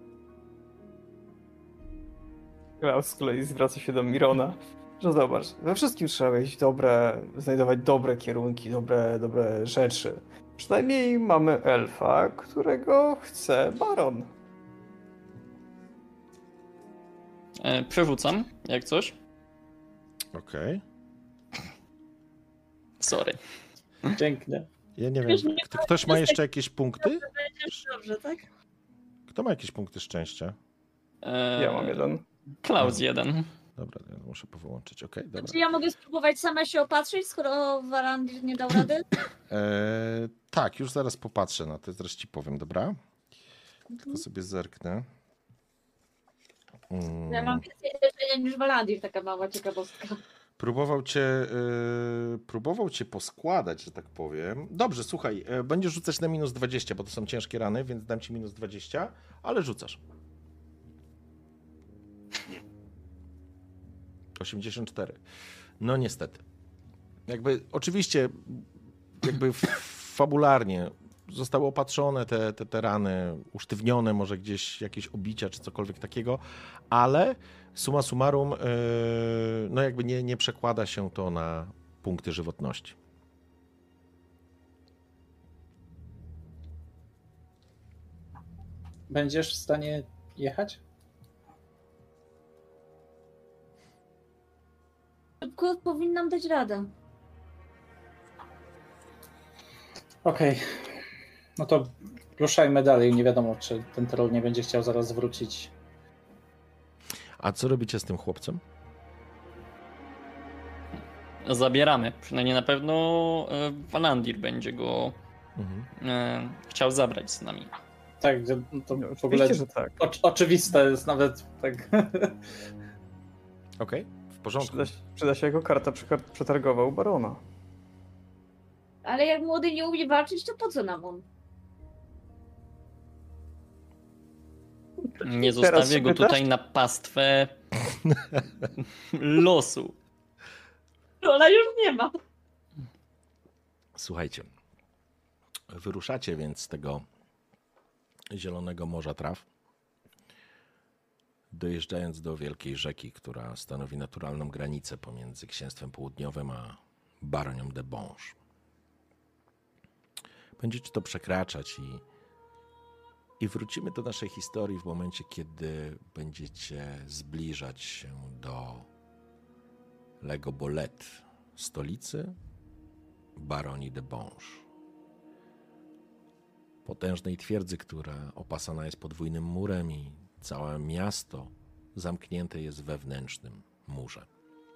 Klaus z kolei zwraca się do Mirona, że zobacz, we wszystkim trzeba mieć znajdować dobre kierunki, dobre rzeczy. Przynajmniej mamy elfa, którego chce baron. Przerzucam, jak coś. Okej. Sorry. Pięknie. Ja nie wiem, ktoś ma jeszcze jakieś punkty? Będziesz dobrze, tak? Kto ma jakieś punkty szczęścia? Ja mam jeden. Klaus 1. Dobra, ja muszę powyłączyć, okej, dobra. Czy ja mogę spróbować sama się opatrzyć, skoro Warandir nie dał rady? Tak, już zaraz popatrzę na to, zaraz ci powiem, dobra? Tylko sobie zerknę. Ja mam więcej leczenia niż Warandir, taka mała ciekawostka. Próbował cię poskładać, że tak powiem. Dobrze, słuchaj, będziesz rzucać na minus 20, bo to są ciężkie rany, więc dam ci minus 20, ale rzucasz. 84. No niestety. Jakby oczywiście fabularnie zostały opatrzone te rany, usztywnione, może gdzieś jakieś obicia czy cokolwiek takiego, ale summa summarum no jakby nie przekłada się to na punkty żywotności. Będziesz w stanie jechać? Szybko powinnam dać radę. Okej. No to ruszajmy dalej. Nie wiadomo, czy ten troll nie będzie chciał zaraz wrócić. A co robicie z tym chłopcem? Zabieramy. Przynajmniej na pewno Walandir będzie go chciał zabrać z nami. Tak, to No, w ogóle że tak. oczywiste jest nawet tak. Okej, w porządku. Przyda się jako karta przetargowa u barona. Ale jak młody nie umie walczyć, to po co nam on? Nie zostawię go tutaj na pastwę losu. Ona już nie ma. Słuchajcie, wyruszacie więc z tego zielonego morza traw, dojeżdżając do wielkiej rzeki, która stanowi naturalną granicę pomiędzy Księstwem Południowym a Baronią de Bange. Będziecie to przekraczać i wrócimy do naszej historii w momencie, kiedy będziecie zbliżać się do Legobolet, stolicy Baronii de Bange. Potężnej twierdzy, która opasana jest podwójnym murem i całe miasto zamknięte jest w wewnętrznym murze.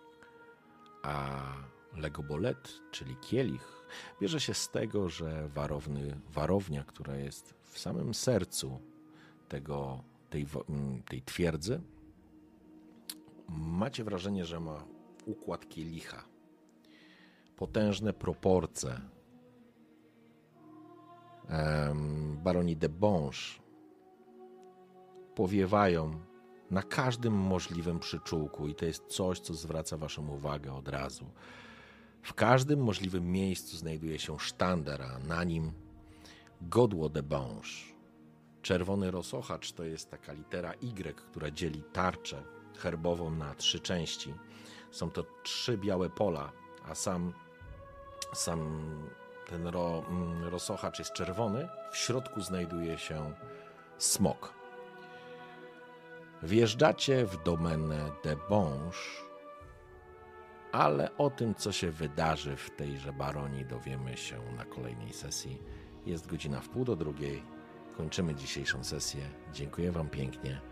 A Legobolet, czyli kielich, bierze się z tego, że warownia, która jest w samym sercu tej twierdzy, macie wrażenie, że ma układ kielicha. Potężne proporcje Baronii de Bange powiewają na każdym możliwym przyczółku i to jest coś, co zwraca waszą uwagę od razu. W każdym możliwym miejscu znajduje się sztandar, a na nim godło de Bange. Czerwony rosochacz to jest taka litera Y, która dzieli tarczę herbową na 3 części. Są to 3 białe pola, a sam ten rosochacz jest czerwony. W środku znajduje się smok. Wjeżdżacie w domenę de Bange ale o tym, co się wydarzy w tejże baronii, dowiemy się na kolejnej sesji. Jest godzina 1:30. Kończymy dzisiejszą sesję. Dziękuję wam pięknie.